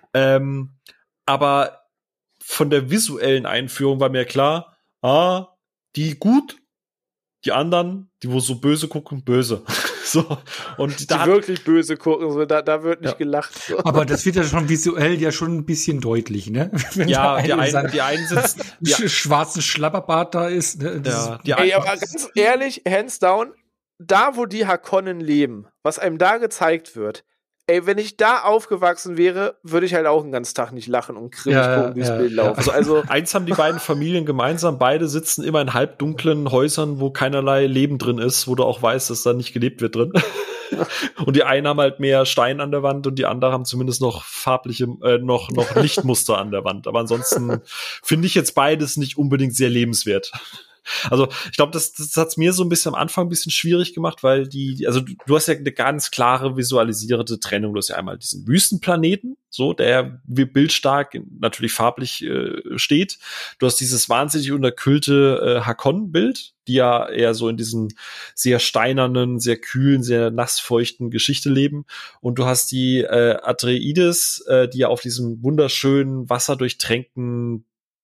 Ähm, aber von der visuellen Einführung war mir klar, ah, die gut, die anderen, die wo so böse gucken, böse. So. Und die da wirklich böse gucken, so, da, da wird nicht ja. gelacht. So. Aber das wird ja schon visuell ja schon ein bisschen deutlich, ne? Wenn ja, die einen, die einen sitzen, sch- schwarzen Schlabberbart da ist. Ne? Ja, die Ey, aber ganz ehrlich, hands down, da wo die Harkonnen leben, was einem da gezeigt wird, ey, wenn ich da aufgewachsen wäre, würde ich halt auch einen ganzen Tag nicht lachen und grimmig ja, gucken, wie das ja, Bild ja. laufen. Also, also eins haben die beiden Familien gemeinsam, beide sitzen immer in halbdunklen Häusern, wo keinerlei Leben drin ist, wo du auch weißt, dass da nicht gelebt wird drin. Und die einen haben halt mehr Stein an der Wand und die anderen haben zumindest noch farbliche, äh, noch, noch Lichtmuster an der Wand. Aber ansonsten finde ich jetzt beides nicht unbedingt sehr lebenswert. Also ich glaube, das, das hat's mir so ein bisschen am Anfang ein bisschen schwierig gemacht, weil die, also du, du hast ja eine ganz klare visualisierte Trennung. Du hast ja einmal diesen Wüstenplaneten, so, der bildstark, natürlich farblich äh, steht. Du hast dieses wahnsinnig unterkühlte äh, Hakon-Bild, die ja eher so in diesem sehr steinernen, sehr kühlen, sehr nassfeuchten Geschichte leben. Und du hast die äh, Atreides, äh, die ja auf diesem wunderschönen, wasserdurchtränkten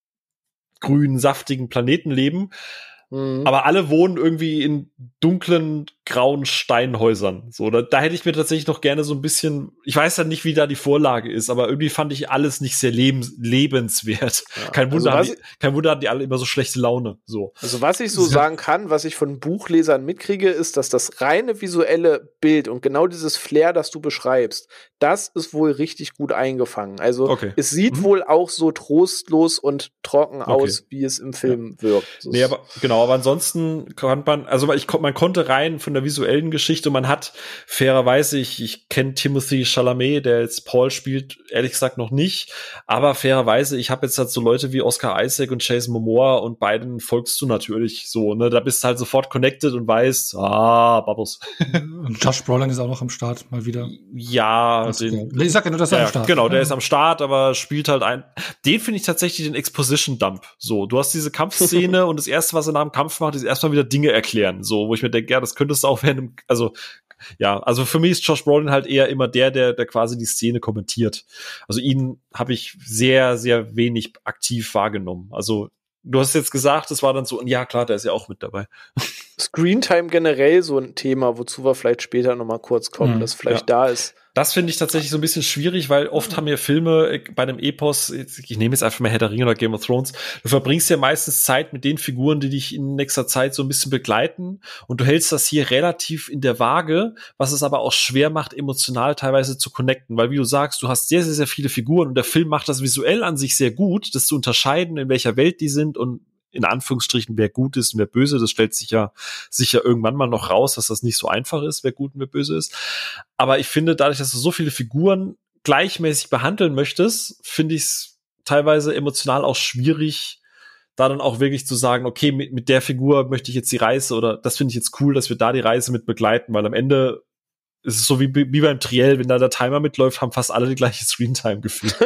grünen, saftigen Planeten leben. Mhm. Aber alle wohnen irgendwie in dunklen, grauen Steinhäusern. So, da, da hätte ich mir tatsächlich noch gerne so ein bisschen, ich weiß ja nicht, wie da die Vorlage ist, aber irgendwie fand ich alles nicht sehr lebens, lebenswert. Ja, kein Wunder, also haben die, kein Wunder hatten die alle immer so schlechte Laune. So. Also was ich so sagen kann, was ich von Buchlesern mitkriege, ist, dass das reine visuelle Bild und genau dieses Flair, das du beschreibst, das ist wohl richtig gut eingefangen. Also okay. Es sieht mhm. wohl auch so trostlos und trocken okay. aus, wie es im Film ja. wirkt. Das nee, aber genau, aber ansonsten kann man, also ich, man konnte rein von der visuellen Geschichte, man hat fairerweise, ich, ich kenne Timothy Chalamet, der jetzt Paul spielt, ehrlich gesagt noch nicht, aber fairerweise, ich habe jetzt halt so Leute wie Oscar Isaac und Jason Momoa und beiden folgst du natürlich so, ne, da bist du halt sofort connected und weißt, ah, Bubbles. Und Josh Brolin ist auch noch am Start, mal wieder. Ja, den, ich sag ja nur, dass er ja, am Start genau, der ist am Start, aber spielt halt ein, den finde ich tatsächlich den Exposition-Dump, so, du hast diese Kampfszene und das erste, was er nach dem Kampf macht, ist erstmal wieder Dinge erklären, so, wo ich mir denke, ja, das könntest du auch während dem, also, ja, also für mich ist Josh Brolin halt eher immer der, der, der quasi die Szene kommentiert. Also ihn habe ich sehr, sehr wenig aktiv wahrgenommen. Also, du hast jetzt gesagt, es war dann so, und ja, klar, der ist ja auch mit dabei. Screentime generell so ein Thema, wozu wir vielleicht später noch mal kurz kommen, mhm, das vielleicht ja. da ist. Das finde ich tatsächlich so ein bisschen schwierig, weil oft haben ja Filme bei einem Epos, ich nehme jetzt einfach mal Herr der Ringe oder Game of Thrones, du verbringst ja meistens Zeit mit den Figuren, die dich in nächster Zeit so ein bisschen begleiten und du hältst das hier relativ in der Waage, was es aber auch schwer macht, emotional teilweise zu connecten, weil wie du sagst, du hast sehr, sehr, sehr viele Figuren und der Film macht das visuell an sich sehr gut, das zu unterscheiden, in welcher Welt die sind und in Anführungsstrichen, wer gut ist und wer böse, das stellt sich ja sicher irgendwann mal noch raus, dass das nicht so einfach ist, wer gut und wer böse ist. Aber ich finde, dadurch, dass du so viele Figuren gleichmäßig behandeln möchtest, finde ich es teilweise emotional auch schwierig, da dann auch wirklich zu sagen, okay, mit, mit der Figur möchte ich jetzt die Reise oder das finde ich jetzt cool, dass wir da die Reise mit begleiten, weil am Ende ist es so wie, wie beim Triell, wenn da der Timer mitläuft, haben fast alle die gleiche Screentime gefühlt.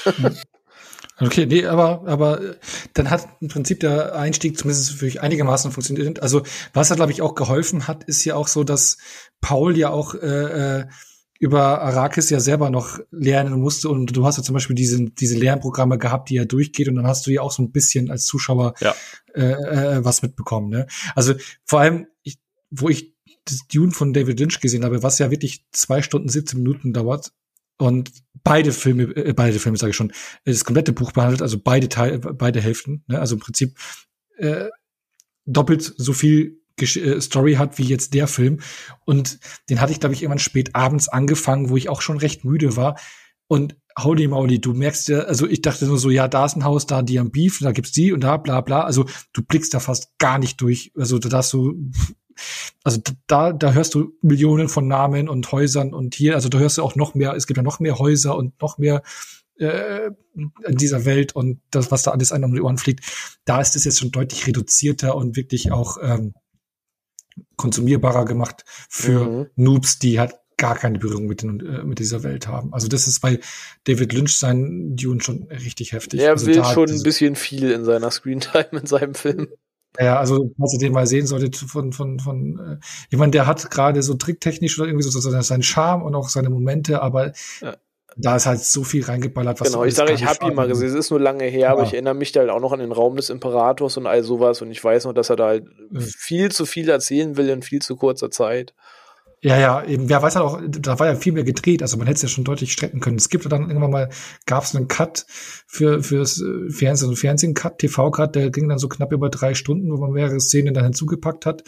Okay, nee, aber, aber dann hat im Prinzip der Einstieg zumindest für mich einigermaßen funktioniert. Also was da, glaube ich, auch geholfen hat, ist ja auch so, dass Paul ja auch äh, über Arrakis ja selber noch lernen musste und du hast ja zum Beispiel diese, diese Lernprogramme gehabt, die er durchgeht und dann hast du ja auch so ein bisschen als Zuschauer ja. äh, äh, was mitbekommen. Ne? Also vor allem, ich, wo ich das Dune von David Lynch gesehen habe, was ja wirklich zwei Stunden siebzehn Minuten dauert, und beide Filme, äh, beide Filme sage ich schon, das komplette Buch behandelt, also beide Teile, beide Hälften, ne? Also im Prinzip äh, doppelt so viel Gesch- äh, Story hat wie jetzt der Film. Und den hatte ich, glaube ich, irgendwann spät abends angefangen, wo ich auch schon recht müde war. Und holy moly, du merkst ja, also ich dachte nur so, ja, da ist ein Haus, da die am Beef, da gibt's die und da bla bla. Also du blickst da fast gar nicht durch. Also da hast du Also da, da hörst du Millionen von Namen und Häusern und hier, also da hörst du auch noch mehr, es gibt ja noch mehr Häuser und noch mehr äh, in dieser Welt und das, was da alles einem um die Ohren fliegt, da ist es jetzt schon deutlich reduzierter und wirklich auch ähm, konsumierbarer gemacht für mhm. Noobs, die halt gar keine Berührung mit, den, äh, mit dieser Welt haben. Also das ist bei David Lynch sein Dune schon richtig heftig. Er also will schon ein bisschen viel in seiner Screentime in seinem Film. Ja, also, falls ihr den mal sehen solltet, von, von, von, äh, ich meine, der hat gerade so tricktechnisch oder irgendwie so seinen Charme und auch seine Momente, aber ja. da ist halt so viel reingeballert, was Genau, ich sage, ich habe ihn mal gesehen, es ist nur lange her, ja. aber ich erinnere mich da halt auch noch an den Raum des Imperators und all sowas und ich weiß noch, dass er da halt mhm. viel zu viel erzählen will in viel zu kurzer Zeit. Ja, ja, eben, wer weiß halt auch, da war ja viel mehr gedreht, also man hätte es ja schon deutlich strecken können. Es gibt dann irgendwann mal, gab es einen Cut für fürs Fernsehen, also Fernsehen-Cut, T V-Cut, der ging dann so knapp über drei Stunden, wo man mehrere Szenen dann hinzugepackt hat,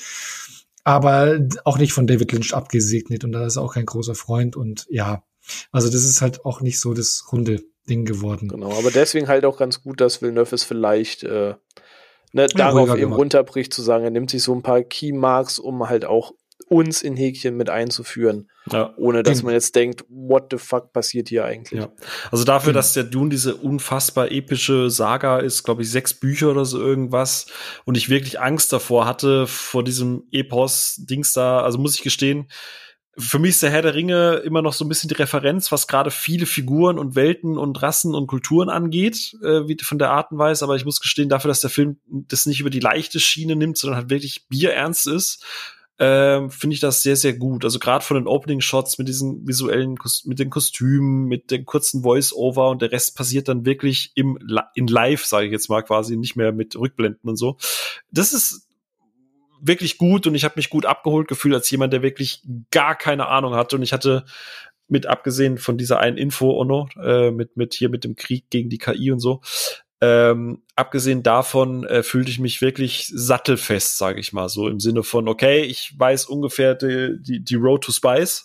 aber auch nicht von David Lynch abgesegnet und da ist er auch kein großer Freund und ja, also das ist halt auch nicht so das runde Ding geworden. Genau, aber deswegen halt auch ganz gut, dass Villeneuve es vielleicht äh, ne, darauf eben runterbricht, zu sagen, er nimmt sich so ein paar Key-Marks, um halt auch uns in Häkchen mit einzuführen. Ja. Ohne dass man jetzt denkt, what the fuck passiert hier eigentlich? Ja. Also dafür, Mhm. dass der Dune diese unfassbar epische Saga ist, glaube ich, sechs Bücher oder so irgendwas, und ich wirklich Angst davor hatte, vor diesem Epos-Dings da, also muss ich gestehen, für mich ist der Herr der Ringe immer noch so ein bisschen die Referenz, was gerade viele Figuren und Welten und Rassen und Kulturen angeht, äh, wie von der Art und Weise. Aber ich muss gestehen, dafür, dass der Film das nicht über die leichte Schiene nimmt, sondern halt wirklich bierernst ist, ähm, finde ich das sehr, sehr gut. Also gerade von den Opening-Shots mit diesen visuellen, Kos- mit den Kostümen, mit den kurzen Voice-Over, und der Rest passiert dann wirklich im Li- in Live, sage ich jetzt mal quasi, nicht mehr mit Rückblenden und so. Das ist wirklich gut, und ich habe mich gut abgeholt gefühlt als jemand, der wirklich gar keine Ahnung hatte, und ich hatte mit abgesehen von dieser einen Info auch noch, äh, mit mit hier mit dem Krieg gegen die K I und so, ähm, abgesehen davon äh, fühlte ich mich wirklich sattelfest, sage ich mal, so im Sinne von, okay, ich weiß ungefähr die die, die Road to Spice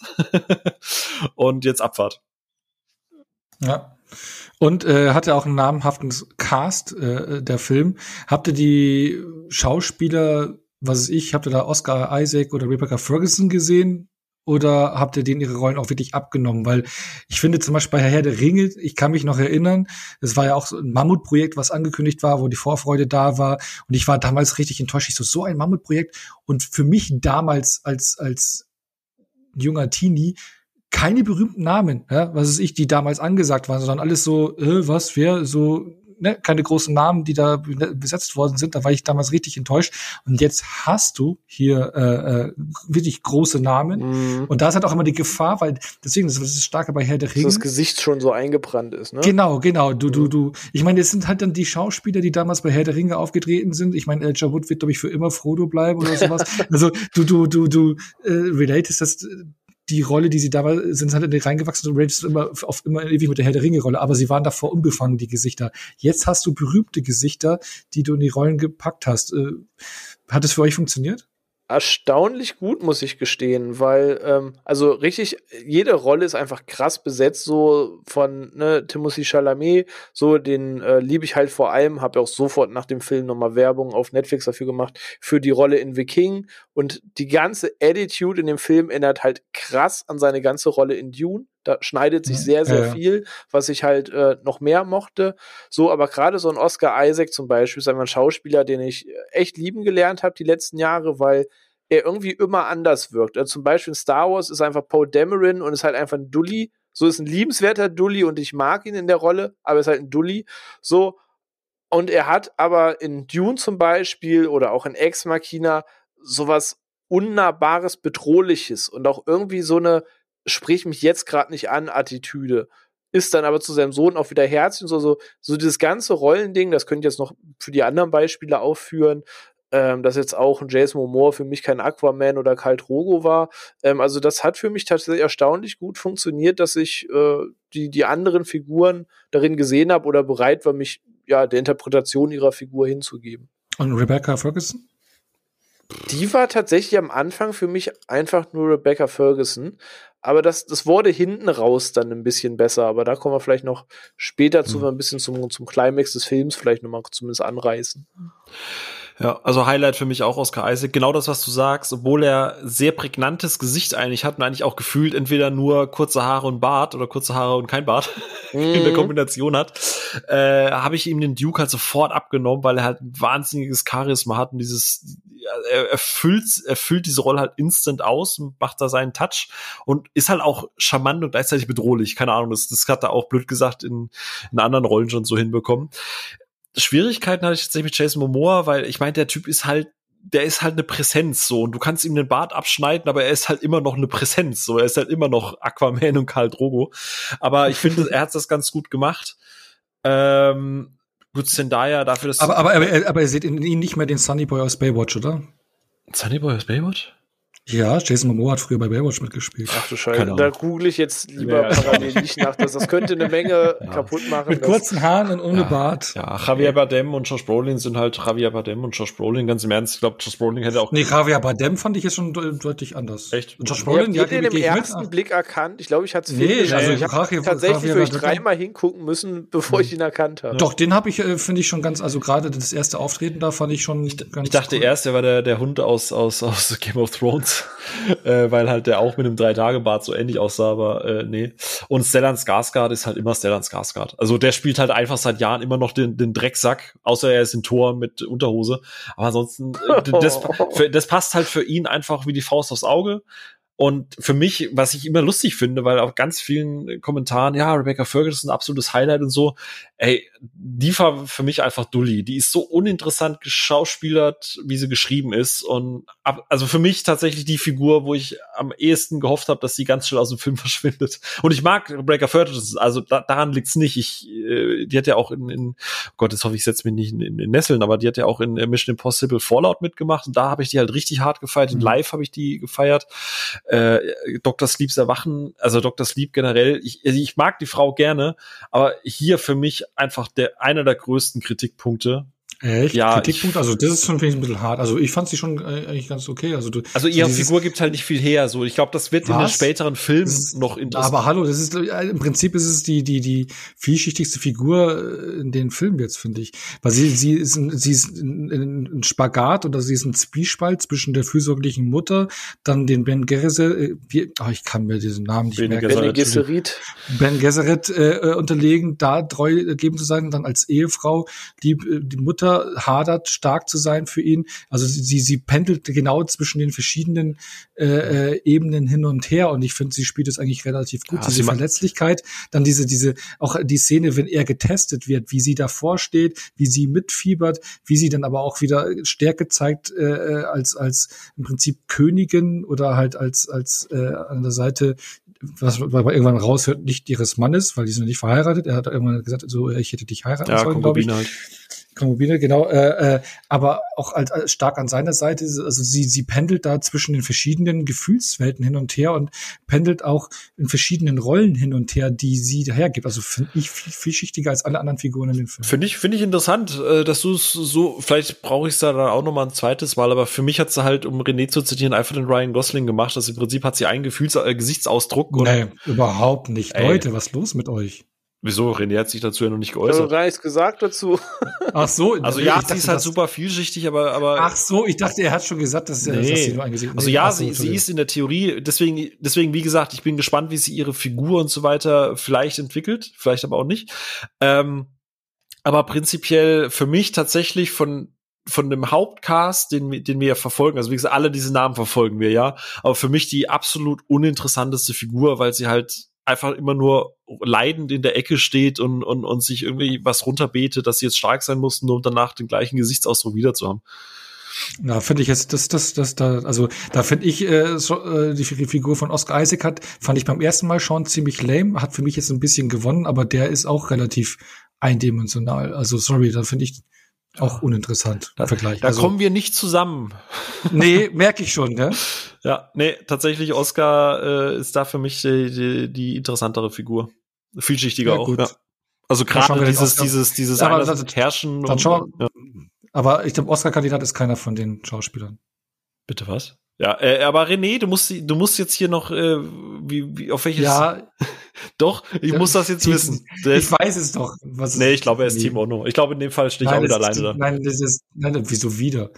und jetzt Abfahrt. Ja. Und äh, hatte auch einen namhaften Cast, äh, der Film. Habt ihr die Schauspieler, was weiß ich, habt ihr da Oscar Isaac oder Rebecca Ferguson gesehen? Oder habt ihr denen ihre Rollen auch wirklich abgenommen? Weil ich finde zum Beispiel bei Herr der Ringe, ich kann mich noch erinnern, es war ja auch so ein Mammutprojekt, was angekündigt war, wo die Vorfreude da war. Und ich war damals richtig enttäuscht. Ich so, so ein Mammutprojekt. Und für mich damals als als junger Teenie keine berühmten Namen, ja, was weiß ich, die damals angesagt waren, sondern alles so, äh, was, wer, so, ne, keine großen Namen, die da besetzt worden sind. Da war ich damals richtig enttäuscht. Und jetzt hast du hier äh, äh, wirklich große Namen. Mhm. Und da ist halt auch immer die Gefahr, weil deswegen, das ist das Starke bei Herr der Ringe. Dass das Gesicht schon so eingebrannt ist, ne? Genau, genau. Du, du, du. Ich meine, es sind halt dann die Schauspieler, die damals bei Herr der Ringe aufgetreten sind. Ich meine, Elijah Wood wird, glaube ich, für immer Frodo bleiben oder sowas. Also du, du, du, du äh, relatest das. Die Rolle, die sie da war, sind halt in die reingewachsen und ratest immer auf immer ewig mit der Herr der Ringe-Rolle, aber sie waren davor unbefangen, die Gesichter. Jetzt hast du berühmte Gesichter, die du in die Rollen gepackt hast. Äh, hat es für euch funktioniert? Erstaunlich gut, muss ich gestehen, weil, ähm, also richtig, jede Rolle ist einfach krass besetzt, so von ne, Timothée Chalamet, so den äh, liebe ich halt vor allem, habe auch sofort nach dem Film nochmal Werbung auf Netflix dafür gemacht, für die Rolle in The King, und die ganze Attitude in dem Film erinnert halt krass an seine ganze Rolle in Dune. Da schneidet sich sehr, sehr ja, ja. viel, was ich halt äh, noch mehr mochte. So, aber gerade so ein Oscar Isaac zum Beispiel ist einfach ein Schauspieler, den ich echt lieben gelernt habe die letzten Jahre, weil er irgendwie immer anders wirkt. Also zum Beispiel in Star Wars ist einfach Poe Dameron und ist halt einfach ein Dulli. So, ist ein liebenswerter Dulli und ich mag ihn in der Rolle, aber er ist halt ein Dulli. So, und er hat aber in Dune zum Beispiel oder auch in Ex Machina sowas Unnahbares, Bedrohliches und auch irgendwie so eine sprich mich jetzt gerade nicht an Attitüde. Ist dann aber zu seinem Sohn auch wieder herzlich, so, so, so dieses ganze Rollending, das könnt ihr jetzt noch für die anderen Beispiele aufführen, ähm, dass jetzt auch ein Jason Momoa für mich kein Aquaman oder Khal Drogo war. Ähm, also das hat für mich tatsächlich erstaunlich gut funktioniert, dass ich äh, die, die anderen Figuren darin gesehen habe oder bereit war, mich ja der Interpretation ihrer Figur hinzugeben. Und Rebecca Ferguson? Die war tatsächlich am Anfang für mich einfach nur Rebecca Ferguson. Aber das, das wurde hinten raus dann ein bisschen besser. Aber da kommen wir vielleicht noch später zu, mhm. ein bisschen zum, zum Climax des Films vielleicht nochmal zumindest anreißen. Ja, also Highlight für mich auch Oscar Isaac. Genau das, was du sagst, obwohl er sehr prägnantes Gesicht eigentlich hat und eigentlich auch gefühlt entweder nur kurze Haare und Bart oder kurze Haare und kein Bart mhm. in der Kombination hat, äh, habe ich ihm den Duke halt sofort abgenommen, weil er halt ein wahnsinniges Charisma hat und dieses, er erfüllt, erfüllt diese Rolle halt instant aus und macht da seinen Touch und ist halt auch charmant und gleichzeitig bedrohlich. Keine Ahnung, das, das hat er auch blöd gesagt in, in anderen Rollen schon so hinbekommen. Schwierigkeiten hatte ich tatsächlich mit Jason Momoa, weil ich meine, der Typ ist halt, der ist halt eine Präsenz so und du kannst ihm den Bart abschneiden, aber er ist halt immer noch eine Präsenz so, er ist halt immer noch Aquaman und Khal Drogo. Aber ich finde, er hat das ganz gut gemacht. Ähm, gut, Zendaya dafür, dass aber aber aber, aber ihr seht in ihm nicht mehr den Sunny Boy aus Baywatch, oder? Sunny Boy aus Baywatch? Ja, Jason Momoa hat früher bei Baywatch mitgespielt. Ach du Scheiße, da google ich jetzt lieber ja. parallel nicht nach. Das, das könnte eine Menge ja. kaputt machen. Mit kurzen Haaren und ohne ja. Bart. Ja, Javier Bardem und Josh Brolin sind halt Javier Bardem und Josh Brolin, ganz im Ernst. Ich glaube, Josh Brolin hätte auch... Nee, Javier Bardem fand ich jetzt schon de- deutlich anders. Echt? Josh Brolin, ja, den im ersten mit? Blick erkannt. Ich glaube, ich hatte es nee, also also ich habe tatsächlich durch dreimal hingucken müssen, bevor hm. ich ihn erkannt habe. Doch, den habe ich, äh, finde ich schon ganz, also gerade das erste Auftreten da fand ich schon ich, ganz Ich dachte cool. erst, er war der, der Hund aus, aus, aus Game of Thrones. äh, weil halt der auch mit einem Drei-Tage-Bart so ähnlich aussah, aber äh, nee. Und Stellan Skarsgård ist halt immer Stellan Skarsgård. Also der spielt halt einfach seit Jahren immer noch den, den Drecksack, außer er ist in Tor mit Unterhose. Aber ansonsten, äh, das, für, das passt halt für ihn einfach wie die Faust aufs Auge. Und für mich, was ich immer lustig finde, weil auf ganz vielen Kommentaren, ja, Rebecca Ferguson ist ein absolutes Highlight und so, ey, die war für mich einfach Dulli. Die ist so uninteressant geschauspielert, wie sie geschrieben ist. Und ab, also für mich tatsächlich die Figur, wo ich am ehesten gehofft habe, dass sie ganz schnell aus dem Film verschwindet. Und ich mag Rebecca Ferguson, also da, daran liegt's nicht. Ich, äh, die hat ja auch in, in oh Gott, jetzt hoffe ich, setze mich nicht in, in, in Nesseln, aber die hat ja auch in Mission Impossible Fallout mitgemacht. Und da habe ich die halt richtig hart gefeiert. In Live habe ich die gefeiert. Äh, Doktor Sleeps Erwachen, also Doktor Sleep generell, ich, ich mag die Frau gerne, aber hier für mich einfach der einer der größten Kritikpunkte. Echt? Ja, Kritikpunkt? Also das ist schon finde ich ein bisschen hart. Also ich fand sie schon äh, eigentlich ganz okay. Also du, also ihre so Figur gibt halt nicht viel her. So, ich glaube, das wird was? in den späteren Filmen ist, noch interessant. Aber hallo, das ist im Prinzip ist es die die die vielschichtigste Figur in den Filmen jetzt, finde ich. Weil sie sie ist ein, sie ist ein, ein Spagat oder sie ist ein Zwiespalt zwischen der fürsorglichen Mutter, dann den Ben Gesserit, wie, oh, ich kann mir diesen Namen nicht ben merken. Ben Gesserit. Ben Gesserit äh, unterlegen, da treu geben zu sein, dann als Ehefrau die die Mutter hadert, stark zu sein für ihn. Also sie sie pendelt genau zwischen den verschiedenen äh, äh, Ebenen hin und her und ich finde, sie spielt es eigentlich relativ gut. Ja, diese Verletzlichkeit, dann diese diese auch die Szene, wenn er getestet wird, wie sie davor steht, wie sie mitfiebert, wie sie dann aber auch wieder Stärke zeigt äh, als als im Prinzip Königin oder halt als als äh, an der Seite, was man irgendwann raushört, nicht ihres Mannes, weil die sind nicht verheiratet. Er hat irgendwann gesagt, so ich hätte dich heiraten ja, sollen, glaube ich. Halt. Konkubine, genau, äh, äh, aber auch als, als stark an seiner Seite, also sie sie pendelt da zwischen den verschiedenen Gefühlswelten hin und her und pendelt auch in verschiedenen Rollen hin und her, die sie dahergibt. Also finde ich viel vielschichtiger als alle anderen Figuren in den Filmen. Finde ich finde ich interessant, dass du es so, vielleicht brauche ich es da dann auch noch mal ein zweites Mal, aber für mich hat sie halt, um René zu zitieren, einfach den Ryan Gosling gemacht. Also im Prinzip hat sie einen Gefühls äh, Gesichtsausdruck. Nee, überhaupt nicht. Ey. Leute, was ist los mit euch? Wieso? René hat sich dazu ja noch nicht geäußert. Ich habe gar nichts gesagt dazu. Ach so. Also ja, sie ist halt super vielschichtig, aber, aber. Ach so, ich dachte, er hat schon gesagt, dass, nee. dass sie nur eingesehen. Also ja, sie, sie ist in der Theorie, deswegen, deswegen, wie gesagt, ich bin gespannt, wie sie ihre Figur und so weiter vielleicht entwickelt, vielleicht aber auch nicht. Ähm, aber prinzipiell für mich tatsächlich von, von dem Hauptcast, den, den wir ja verfolgen, also wie gesagt, alle diese Namen verfolgen wir ja, aber für mich die absolut uninteressanteste Figur, weil sie halt einfach immer nur leidend in der Ecke steht und, und, und sich irgendwie was runterbetet, dass sie jetzt stark sein mussten, nur um danach den gleichen Gesichtsausdruck wieder zu haben. Na, finde ich jetzt, das, das, das, da, also da finde ich äh, so, äh, die Figur von Oscar Isaac hat, fand ich beim ersten Mal schon ziemlich lame, hat für mich jetzt ein bisschen gewonnen, aber der ist auch relativ eindimensional. Also sorry, da finde ich auch uninteressant im Vergleich. Da also, kommen wir nicht zusammen. Nee, merke ich schon, ne? Ja, nee, tatsächlich Oscar äh, ist da für mich die, die, die interessantere Figur. Vielschichtiger ja, auch. Ja. Also gerade dieses, dieses, dieses aber, das, Herrschen. Dann und, schau, ja. Aber ich glaube, Oscar-Kandidat ist keiner von den Schauspielern. Bitte was? Ja, äh, aber René, du musst, du musst jetzt hier noch, äh, wie, wie, auf welches? Ja. Doch, ich muss das jetzt Team, wissen. Der ich ist, weiß es doch. Was nee, ich glaube, er ist nee. Team Ono. Ich glaube, in dem Fall stehe ich nein, auch wieder alleine da. Nein, das ist, nein, wieso wieder?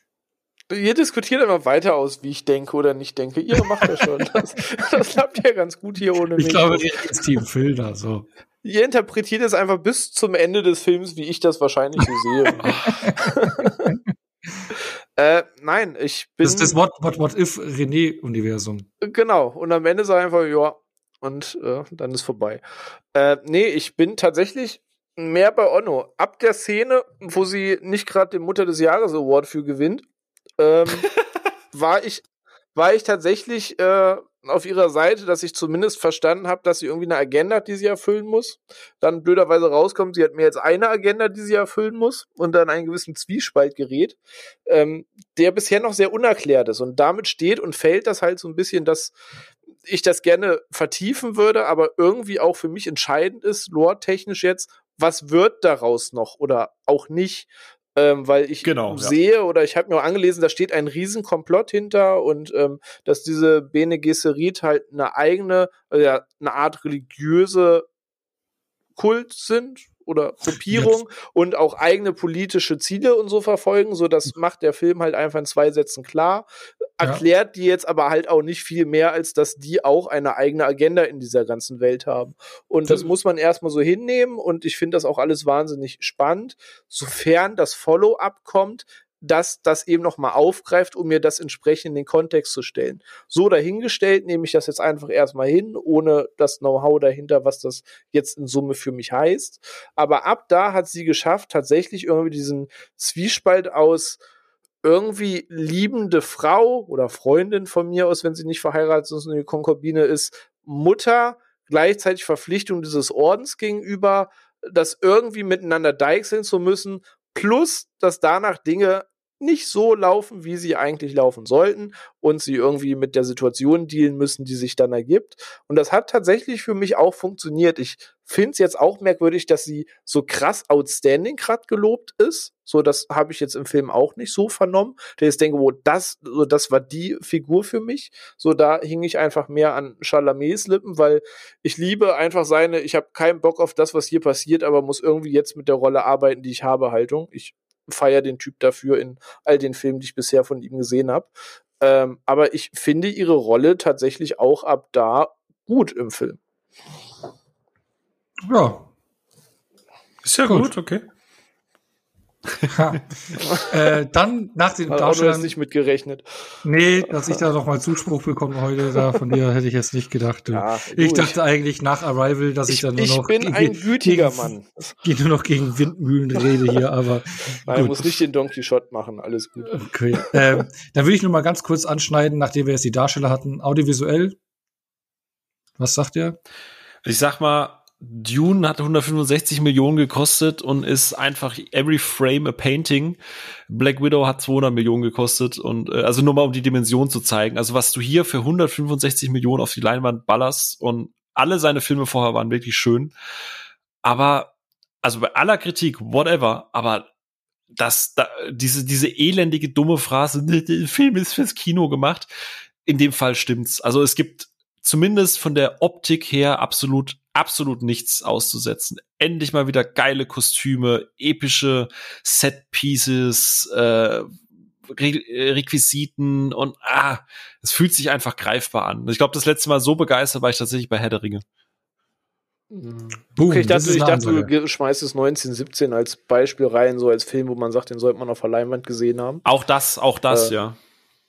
Ihr diskutiert immer weiter aus, wie ich denke oder nicht denke. Ihr macht ja schon. Das, das klappt ja ganz gut hier ohne mich. Ich glaube, ihr ist Team Phil da, so. Ihr interpretiert es einfach bis zum Ende des Films, wie ich das wahrscheinlich so sehe. äh, nein, ich bin... Das ist das What, What, What If René-Universum. Genau, und am Ende sage ich einfach, ja, und äh, dann ist vorbei. Äh, nee, ich bin tatsächlich mehr bei Ono. Ab der Szene, wo sie nicht gerade den Mutter des Jahres Award für gewinnt, ähm, war ich war ich tatsächlich äh, auf ihrer Seite, dass ich zumindest verstanden habe, dass sie irgendwie eine Agenda hat, die sie erfüllen muss. Dann blöderweise rauskommt, sie hat mehr als eine Agenda, die sie erfüllen muss und dann einen gewissen Zwiespalt gerät, ähm, der bisher noch sehr unerklärt ist. Und damit steht und fällt das halt so ein bisschen, dass ich das gerne vertiefen würde, aber irgendwie auch für mich entscheidend ist, lore-technisch jetzt, was wird daraus noch oder auch nicht. Ähm, weil ich genau, sehe ja. oder ich habe mir auch angelesen, da steht ein Riesenkomplott hinter und ähm, dass diese Bene Gesserit halt eine eigene, also ja, eine Art religiöse Kult sind oder Gruppierung ja. und auch eigene politische Ziele und so verfolgen, so das macht der Film halt einfach in zwei Sätzen klar, erklärt ja. die jetzt aber halt auch nicht viel mehr, als dass die auch eine eigene Agenda in dieser ganzen Welt haben. Und das muss man erstmal so hinnehmen und ich finde das auch alles wahnsinnig spannend, sofern das Follow-up kommt, dass das eben noch mal aufgreift, um mir das entsprechend in den Kontext zu stellen. So dahingestellt nehme ich das jetzt einfach erstmal hin, ohne das Know-how dahinter, was das jetzt in Summe für mich heißt. Aber ab da hat sie geschafft, tatsächlich irgendwie diesen Zwiespalt aus irgendwie liebende Frau oder Freundin von mir aus, wenn sie nicht verheiratet ist und eine Konkubine ist, Mutter, gleichzeitig Verpflichtung dieses Ordens gegenüber, das irgendwie miteinander deichseln zu müssen, plus, dass danach Dinge nicht so laufen, wie sie eigentlich laufen sollten und sie irgendwie mit der Situation dealen müssen, die sich dann ergibt. Und das hat tatsächlich für mich auch funktioniert. Ich finde es jetzt auch merkwürdig, dass sie so krass outstanding gerade gelobt ist. So, das habe ich jetzt im Film auch nicht so vernommen. Da ich denke, wo das, so, das war die Figur für mich. So, da hing ich einfach mehr an Chalamets Lippen, weil ich liebe einfach seine, ich habe keinen Bock auf das, was hier passiert, aber muss irgendwie jetzt mit der Rolle arbeiten, die ich habe, Haltung. Ich feiere den Typ dafür in all den Filmen, die ich bisher von ihm gesehen habe. Ähm, aber ich finde ihre Rolle tatsächlich auch ab da gut im Film. Ja. Ist ja gut, gut okay. äh, dann nach den Darstellern nicht mitgerechnet. Nee, dass ich da noch mal Zuspruch bekomme heute, da von dir hätte ich jetzt nicht gedacht. Ja, ich dachte eigentlich nach Arrival, dass ich, ich dann nur noch Ich bin gegen, ein gütiger gegen, Mann. Gehe nur noch gegen Windmühlen rede hier, aber Nein, gut. Muss nicht den Don Quixote machen, alles gut. Okay. ähm, dann würde ich nur mal ganz kurz anschneiden, nachdem wir jetzt die Darsteller hatten, audiovisuell. Was sagt ihr? Ich sag mal, Dune hat hundertfünfundsechzig Millionen gekostet und ist einfach every frame a painting. Black Widow hat zweihundert Millionen gekostet und äh, also nur mal um die Dimension zu zeigen. Also was du hier für hundertfünfundsechzig Millionen auf die Leinwand ballerst und alle seine Filme vorher waren wirklich schön. Aber also bei aller Kritik, whatever, aber das, da, diese, diese elendige, dumme Phrase, der Film ist fürs Kino gemacht, in dem Fall stimmt's. Also es gibt zumindest von der Optik her absolut, absolut nichts auszusetzen. Endlich mal wieder geile Kostüme, epische Set-Pieces, äh, Re- Requisiten und ah, es fühlt sich einfach greifbar an. Ich glaube, das letzte Mal so begeistert war ich tatsächlich bei Herr der Ringe. Boom, okay, ich dachte, ich dachte du schmeißt es neunzehn siebzehn als Beispiel rein, so als Film, wo man sagt, den sollte man auf der Leinwand gesehen haben. Auch das, auch das, äh, ja.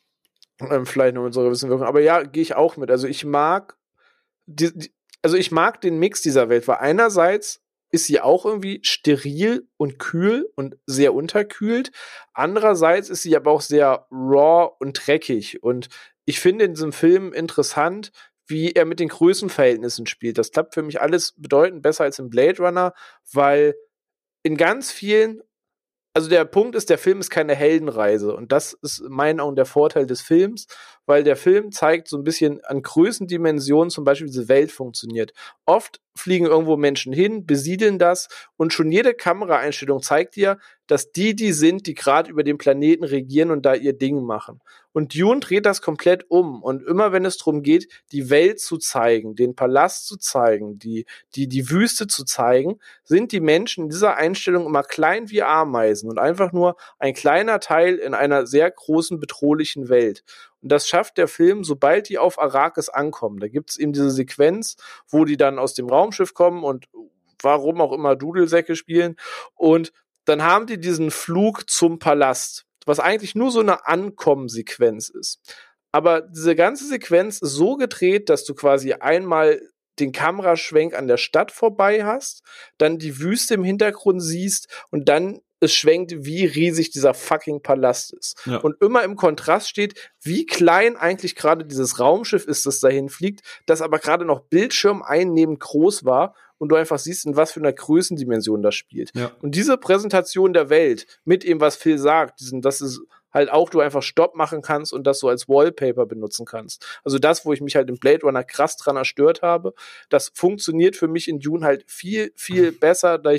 Ähm, vielleicht nur unsere Wissenwirkung. Aber ja, gehe ich auch mit. Also ich mag die, die, also ich mag den Mix dieser Welt, weil einerseits ist sie auch irgendwie steril und kühl und sehr unterkühlt. Andererseits ist sie aber auch sehr raw und dreckig. Und ich finde in diesem Film interessant, wie er mit den Größenverhältnissen spielt. Das klappt für mich alles bedeutend besser als im Blade Runner, weil in ganz vielen Also der Punkt ist, der Film ist keine Heldenreise und das ist in meinen Augen der Vorteil des Films, weil der Film zeigt so ein bisschen an Größendimensionen zum Beispiel, wie diese Welt funktioniert. Oft fliegen irgendwo Menschen hin, besiedeln das und schon jede Kameraeinstellung zeigt dir, dass die die sind, die gerade über den Planeten regieren und da ihr Ding machen. Und Dune dreht das komplett um und immer wenn es darum geht, die Welt zu zeigen, den Palast zu zeigen, die die die Wüste zu zeigen, sind die Menschen in dieser Einstellung immer klein wie Ameisen und einfach nur ein kleiner Teil in einer sehr großen, bedrohlichen Welt. Und das schafft der Film, sobald die auf Arrakis ankommen. Da gibt es eben diese Sequenz, wo die dann aus dem Raumschiff kommen und warum auch immer Dudelsäcke spielen. Und dann haben die diesen Flug zum Palast, was eigentlich nur so eine Ankommensequenz ist. Aber diese ganze Sequenz ist so gedreht, dass du quasi einmal den Kameraschwenk an der Stadt vorbei hast, dann die Wüste im Hintergrund siehst und dann es schwenkt, wie riesig dieser fucking Palast ist. Ja. Und immer im Kontrast steht, wie klein eigentlich gerade dieses Raumschiff ist, das dahin fliegt, das aber gerade noch Bildschirm einnehmend groß war und du einfach siehst, in was für einer Größendimension das spielt. Ja. Und diese Präsentation der Welt mit dem, was Phil sagt, diesen, dass es halt auch du einfach Stopp machen kannst und das so als Wallpaper benutzen kannst. Also das, wo ich mich halt im Blade Runner krass dran erstört habe, das funktioniert für mich in Dune halt viel, viel besser, da ich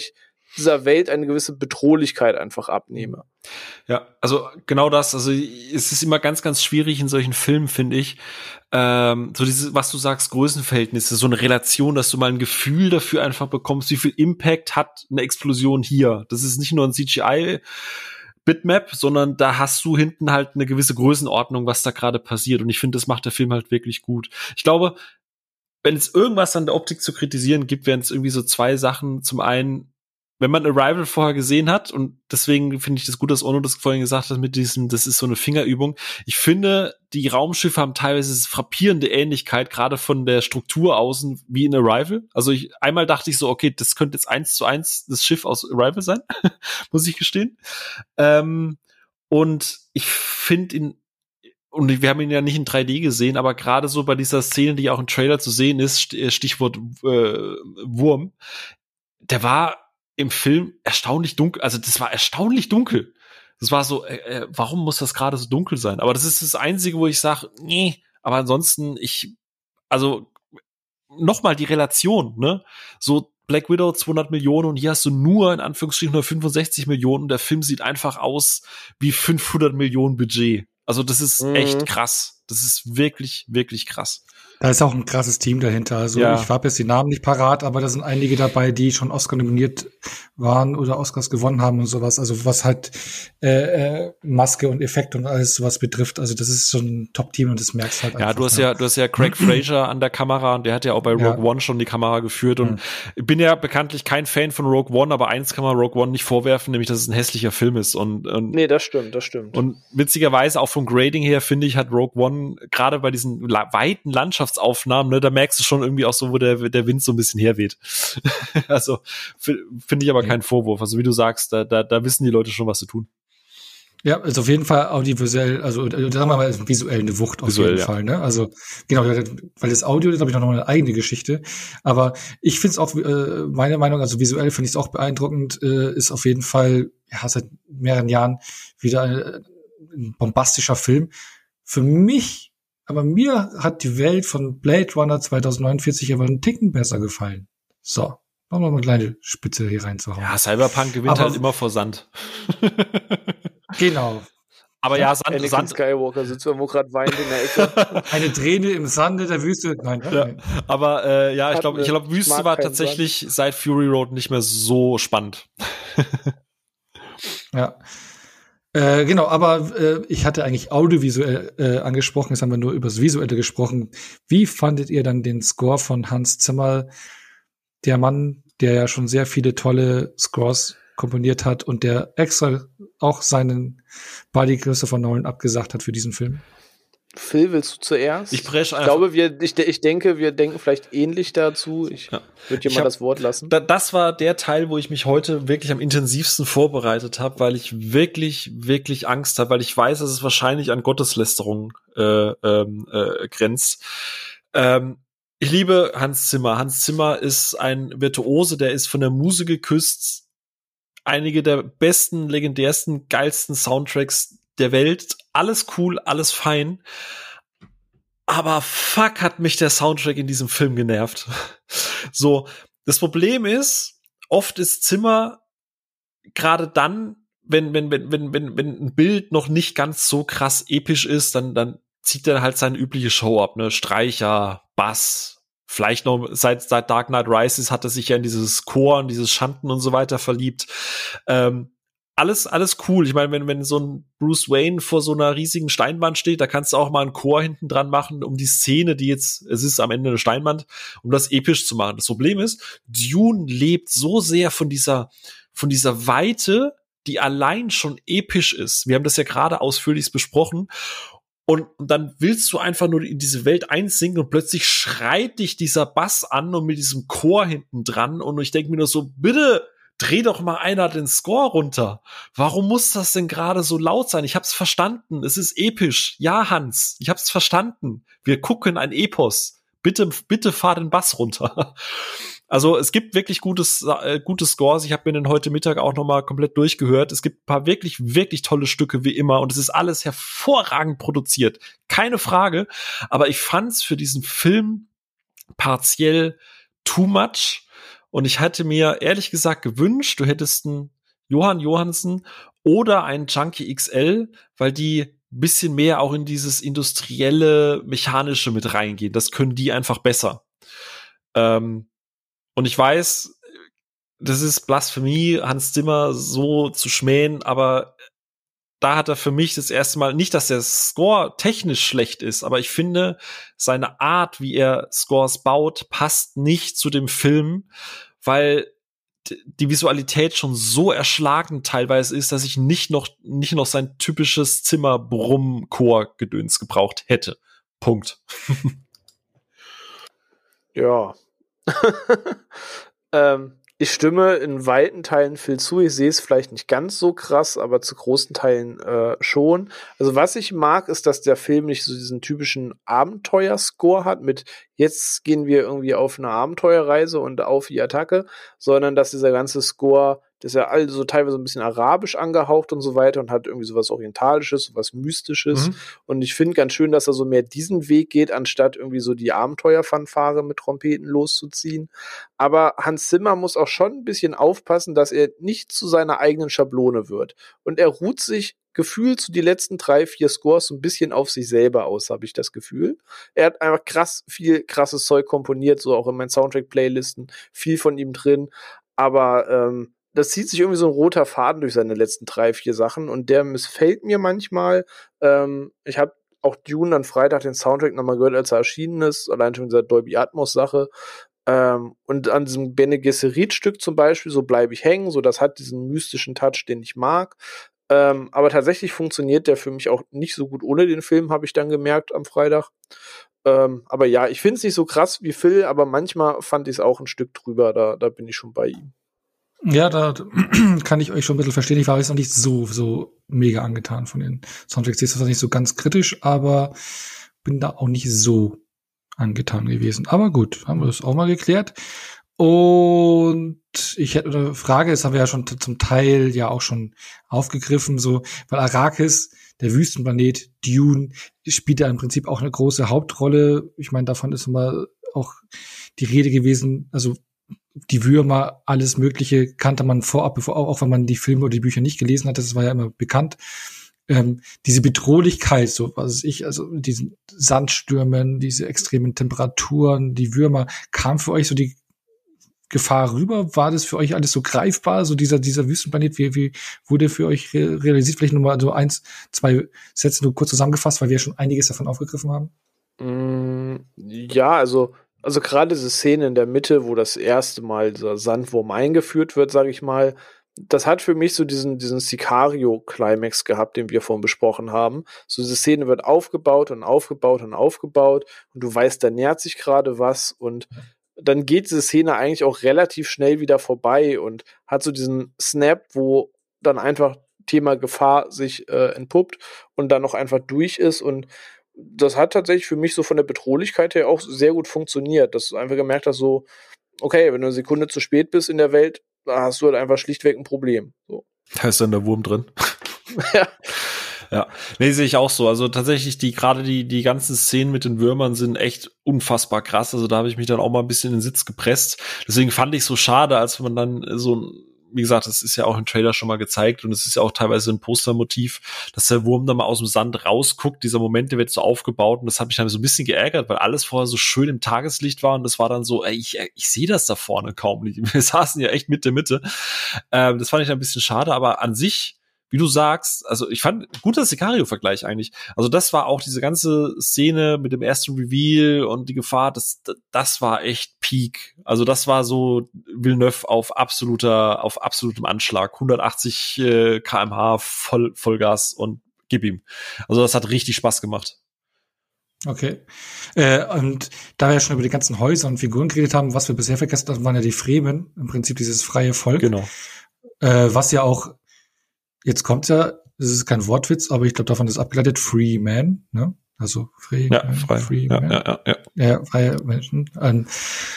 dieser Welt eine gewisse Bedrohlichkeit einfach abnehme. Ja, also genau das. Also es ist immer ganz, ganz schwierig in solchen Filmen, finde ich. Ähm, so dieses, was du sagst, Größenverhältnisse, so eine Relation, dass du mal ein Gefühl dafür einfach bekommst, wie viel Impact hat eine Explosion hier. Das ist nicht nur ein C G I-Bitmap, sondern da hast du hinten halt eine gewisse Größenordnung, was da gerade passiert. Und ich finde, das macht der Film halt wirklich gut. Ich glaube, wenn es irgendwas an der Optik zu kritisieren gibt, wären es irgendwie so zwei Sachen. Zum einen, wenn man Arrival vorher gesehen hat, und deswegen finde ich das gut, dass Ono das vorhin gesagt hat mit diesem, das ist so eine Fingerübung. Ich finde, die Raumschiffe haben teilweise frappierende Ähnlichkeit, gerade von der Struktur außen, wie in Arrival. Also ich, einmal dachte ich so, okay, das könnte jetzt eins zu eins das Schiff aus Arrival sein, muss ich gestehen. Ähm, und ich finde ihn, und wir haben ihn ja nicht in drei D gesehen, aber gerade so bei dieser Szene, die auch im Trailer zu sehen ist, Stichwort äh, Wurm, der war im Film erstaunlich dunkel, also das war erstaunlich dunkel. Das war so, äh, warum muss das gerade so dunkel sein? Aber das ist das Einzige, wo ich sage, nee, aber ansonsten, ich, also nochmal die Relation, ne? So Black Widow zweihundert Millionen und hier hast du nur in Anführungsstrichen nur fünfundsechzig Millionen und der Film sieht einfach aus wie fünfhundert Millionen Budget. Also das ist mhm. echt krass. Das ist wirklich, wirklich krass. Da ist auch ein krasses Team dahinter. Also ja. Ich habe jetzt die Namen nicht parat, aber da sind einige dabei, die schon Oscar nominiert waren oder Oscars gewonnen haben und sowas. Also was halt äh, äh, Maske und Effekte und alles sowas betrifft. Also das ist so ein Top-Team und das merkst halt einfach. Ja, du hast ja, du hast ja Craig Fraser an der Kamera und der hat ja auch bei Rogue ja. One schon die Kamera geführt und mhm. ich bin ja bekanntlich kein Fan von Rogue One, aber eins kann man Rogue One nicht vorwerfen, nämlich dass es ein hässlicher Film ist und, und nee, das stimmt, das stimmt. Und witzigerweise auch vom Grading her finde ich, hat Rogue One gerade bei diesen la- weiten Landschaftsaufnahmen, ne, da merkst du schon irgendwie auch so, wo der, der Wind so ein bisschen herweht. Also f- finde ich aber keinen Vorwurf. Also wie du sagst, da, da, da wissen die Leute schon, was zu tun. Ja, also auf jeden Fall audiovisuell, also sagen wir mal visuell eine Wucht auf visuell, jeden ja. Fall, ne? Also genau, weil das Audio ist, glaube ich, noch eine eigene Geschichte. Aber ich finde es auch, äh, meine Meinung, also visuell finde ich es auch beeindruckend, äh, ist auf jeden Fall, ja, seit mehreren Jahren wieder ein, ein bombastischer Film. Für mich, aber mir hat die Welt von Blade Runner zwanzig neunundvierzig aber einen Ticken besser gefallen. So. Noch mal eine kleine Spitze hier reinzuhauen. Ja, Cyberpunk gewinnt aber halt immer vor Sand. Genau. Aber ja, Sand, Anakin Sand. Skywalker sitzt irgendwo gerade weinend in der Ecke. Eine Träne im Sande der Wüste. Nein, nein, ja. nein. Aber äh, ja, ich glaube, ich glaube, Wüste war tatsächlich Sand. Seit Fury Road nicht mehr so spannend. Ja. Äh, genau, aber äh, ich hatte eigentlich audiovisuell äh, angesprochen, jetzt haben wir nur über das Visuelle gesprochen. Wie fandet ihr dann den Score von Hans Zimmer? Der Mann, der ja schon sehr viele tolle Scores komponiert hat und der extra auch seinen Buddy Christopher Nolan abgesagt hat für diesen Film. Phil, willst du zuerst? Ich breche einfach. Ich glaube, wir, ich, ich denke, wir denken vielleicht ähnlich dazu. Ich ja. würde dir ich mal hab, das Wort lassen. Da, das war der Teil, wo ich mich heute wirklich am intensivsten vorbereitet habe, weil ich wirklich, wirklich Angst habe, weil ich weiß, dass es wahrscheinlich an Gotteslästerung äh, ähm, äh, grenzt. Ähm, Ich liebe Hans Zimmer. Hans Zimmer ist ein Virtuose, der ist von der Muse geküsst. Einige der besten, legendärsten, geilsten Soundtracks der Welt. Alles cool, alles fein. Aber fuck, hat mich der Soundtrack in diesem Film genervt. So, das Problem ist, oft ist Zimmer gerade dann, wenn, wenn, wenn, wenn, wenn, wenn ein Bild noch nicht ganz so krass episch ist, dann, dann zieht er halt seine übliche Show ab, ne? Streicher, Bass, vielleicht noch seit, seit Dark Knight Rises hat er sich ja in dieses Chor und dieses Chanten und so weiter verliebt. Ähm, alles, alles cool. Ich meine, wenn, wenn so ein Bruce Wayne vor so einer riesigen Steinwand steht, da kannst du auch mal einen Chor hinten dran machen, um die Szene, die jetzt, es ist am Ende eine Steinwand, um das episch zu machen. Das Problem ist, Dune lebt so sehr von dieser, von dieser Weite, die allein schon episch ist. Wir haben das ja gerade ausführlich besprochen. Und dann willst du einfach nur in diese Welt einsingen und plötzlich schreit dich dieser Bass an und mit diesem Chor hinten dran. Und ich denke mir nur so, bitte dreh doch mal einer den Score runter. Warum muss das denn gerade so laut sein? Ich hab's verstanden. Es ist episch. Ja, Hans, ich hab's verstanden. Wir gucken ein Epos. Bitte, bitte fahr den Bass runter. Also es gibt wirklich gutes, äh, gute Scores. Ich habe mir den heute Mittag auch noch mal komplett durchgehört. Es gibt ein paar wirklich, wirklich tolle Stücke wie immer und es ist alles hervorragend produziert. Keine Frage. Aber ich fand's für diesen Film partiell too much. Und ich hatte mir ehrlich gesagt gewünscht, du hättest einen Johann Johansen oder einen Junkie X L, weil die ein bisschen mehr auch in dieses industrielle, mechanische mit reingehen. Das können die einfach besser. Ähm, und ich weiß, das ist Blasphemie, Hans Zimmer so zu schmähen, aber da hat er für mich das erste Mal, nicht, dass der Score technisch schlecht ist, aber ich finde, seine Art, wie er Scores baut, passt nicht zu dem Film, weil die Visualität schon so erschlagend teilweise ist, dass ich nicht noch, nicht noch sein typisches Zimmer-Brumm-Chor-Gedöns gebraucht hätte. Punkt. Ja. ähm, ich stimme in weiten Teilen viel zu. Ich sehe es vielleicht nicht ganz so krass, aber zu großen Teilen äh, schon. Also was ich mag, ist, dass der Film nicht so diesen typischen Abenteuerscore hat mit jetzt gehen wir irgendwie auf eine Abenteuerreise und auf die Attacke, sondern dass dieser ganze Score, das ist ja also teilweise ein bisschen arabisch angehaucht und so weiter und hat irgendwie sowas Orientalisches, sowas Mystisches. Mhm. Und ich finde ganz schön, dass er so mehr diesen Weg geht, anstatt irgendwie so die Abenteuerfanfare mit Trompeten loszuziehen. Aber Hans Zimmer muss auch schon ein bisschen aufpassen, dass er nicht zu seiner eigenen Schablone wird. Und er ruht sich gefühlt zu die letzten drei, vier Scores so ein bisschen auf sich selber aus, habe ich das Gefühl. Er hat einfach krass viel krasses Zeug komponiert, so auch in meinen Soundtrack-Playlisten, viel von ihm drin. Aber ähm, das zieht sich irgendwie so ein roter Faden durch seine letzten drei, vier Sachen und der missfällt mir manchmal. Ähm, ich habe auch Dune dann Freitag den Soundtrack nochmal gehört, als er erschienen ist, allein schon dieser Dolby Atmos-Sache. Ähm, und an diesem Bene Gesserit-Stück zum Beispiel, so bleibe ich hängen, so das hat diesen mystischen Touch, den ich mag. Ähm, aber tatsächlich funktioniert der für mich auch nicht so gut ohne den Film, habe ich dann gemerkt am Freitag. Ähm, aber ja, ich finde es nicht so krass wie Phil, aber manchmal fand ich es auch ein Stück drüber, da, da bin ich schon bei ihm. Ja, da kann ich euch schon ein bisschen verstehen. Ich war jetzt noch nicht so, so mega angetan von den Soundtracks. Das war nicht so ganz kritisch, aber bin da auch nicht so angetan gewesen. Aber gut, haben wir das auch mal geklärt. Und ich hätte eine Frage, das haben wir ja schon t- zum Teil ja auch schon aufgegriffen, so, weil Arrakis, der Wüstenplanet, Dune, spielt ja im Prinzip auch eine große Hauptrolle. Ich meine, davon ist immer auch die Rede gewesen, also die Würmer, alles Mögliche kannte man vorab, bevor, auch, auch wenn man die Filme oder die Bücher nicht gelesen hat, das war ja immer bekannt. Ähm, diese Bedrohlichkeit, so was weiß ich, also diesen Sandstürmen, diese extremen Temperaturen, die Würmer, kam für euch so die Gefahr rüber? War das für euch alles so greifbar? So dieser dieser Wüstenplanet, wie, wie wurde für euch re- realisiert? Vielleicht nur mal so eins, zwei Sätze nur kurz zusammengefasst, weil wir ja schon einiges davon aufgegriffen haben. Mm, ja, also also gerade diese Szene in der Mitte, wo das erste Mal dieser Sandwurm eingeführt wird, sage ich mal, das hat für mich so diesen diesen Sicario-Climax gehabt, den wir vorhin besprochen haben. So diese Szene wird aufgebaut und aufgebaut und aufgebaut und du weißt, da nähert sich gerade was und dann geht diese Szene eigentlich auch relativ schnell wieder vorbei und hat so diesen Snap, wo dann einfach Thema Gefahr sich äh, entpuppt und dann noch einfach durch ist und das hat tatsächlich für mich so von der Bedrohlichkeit her auch sehr gut funktioniert, dass du einfach gemerkt hast, so, okay, wenn du eine Sekunde zu spät bist in der Welt, da hast du halt einfach schlichtweg ein Problem. So. Da ist dann der Wurm drin. Ja. Ja, nee, sehe ich auch so. Also tatsächlich, die gerade die die ganzen Szenen mit den Würmern sind echt unfassbar krass. Also da habe ich mich dann auch mal ein bisschen in den Sitz gepresst. Deswegen fand ich es so schade, als man dann so, wie gesagt, das ist ja auch im Trailer schon mal gezeigt und es ist ja auch teilweise ein Postermotiv, dass der Wurm dann mal aus dem Sand rausguckt. Dieser Moment, der wird so aufgebaut und das hat mich dann so ein bisschen geärgert, weil alles vorher so schön im Tageslicht war und das war dann so, ey, ich, ich sehe das da vorne kaum nicht. Wir saßen ja echt Mitte, Mitte. Ähm, das fand ich ein bisschen schade, aber an sich, wie du sagst, also ich fand, guter Sicario-Vergleich eigentlich. Also das war auch diese ganze Szene mit dem ersten Reveal und die Gefahr, das, das war echt Peak. Also das war so Villeneuve auf absoluter, auf absolutem Anschlag. hundertachtzig äh, Kilometer pro Stunde, voll, Vollgas und gib ihm. Also das hat richtig Spaß gemacht. Okay. Äh, und da wir ja schon über die ganzen Häuser und Figuren geredet haben, was wir bisher vergessen haben, waren ja die Fremen, im Prinzip dieses freie Volk. Genau. Äh, was ja auch Jetzt kommt's ja, das ist kein Wortwitz, aber ich glaube, davon ist abgeleitet Free Man, ne? Also free, ja, man, frei. free ja, Man. Ja, ja, ja. Ja, freie Menschen. Ähm,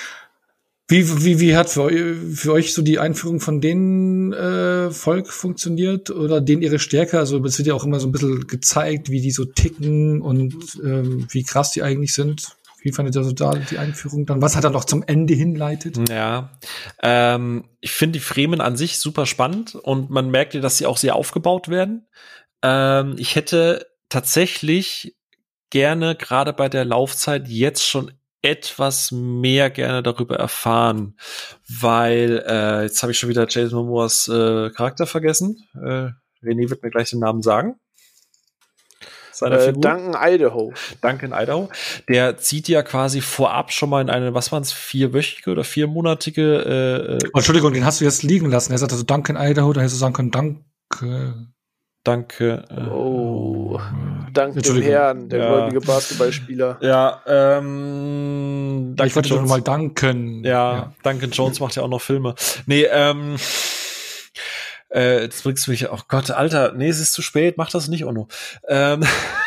wie, wie, wie hat für euch, für euch so die Einführung von denen äh, Volk funktioniert oder denen ihre Stärke? Also es wird ja auch immer so ein bisschen gezeigt, wie die so ticken und ähm, wie krass die eigentlich sind. Wie fandet ihr so da die Einführung dann? Was hat er noch zum Ende hinleitet? Ja, ähm, ich finde die Fremen an sich super spannend und man merkt ja, dass sie auch sehr aufgebaut werden. Ähm, ich hätte tatsächlich gerne gerade bei der Laufzeit jetzt schon etwas mehr gerne darüber erfahren, weil äh, jetzt habe ich schon wieder Jason Momoas äh, Charakter vergessen. Äh, René wird mir gleich den Namen sagen. Seiner äh, Figur. Duncan Idaho. Duncan Idaho. Der zieht ja quasi vorab schon mal in eine, was waren es, vierwöchige oder viermonatige äh, oh, Entschuldigung, den hast du jetzt liegen lassen. Er sagt also Duncan Idaho, da hättest du sagen können, danke. Danke. Äh, oh. Dank dem Herrn, der ja. gläubige Basketballspieler. Ja, ähm ja, ich wollte doch mal danken. Ja, ja, Duncan Jones macht ja auch noch Filme. Nee, ähm Äh, jetzt bringst du mich, oh Gott, Alter, nee, es ist zu spät, mach das nicht, Onno. Ähm,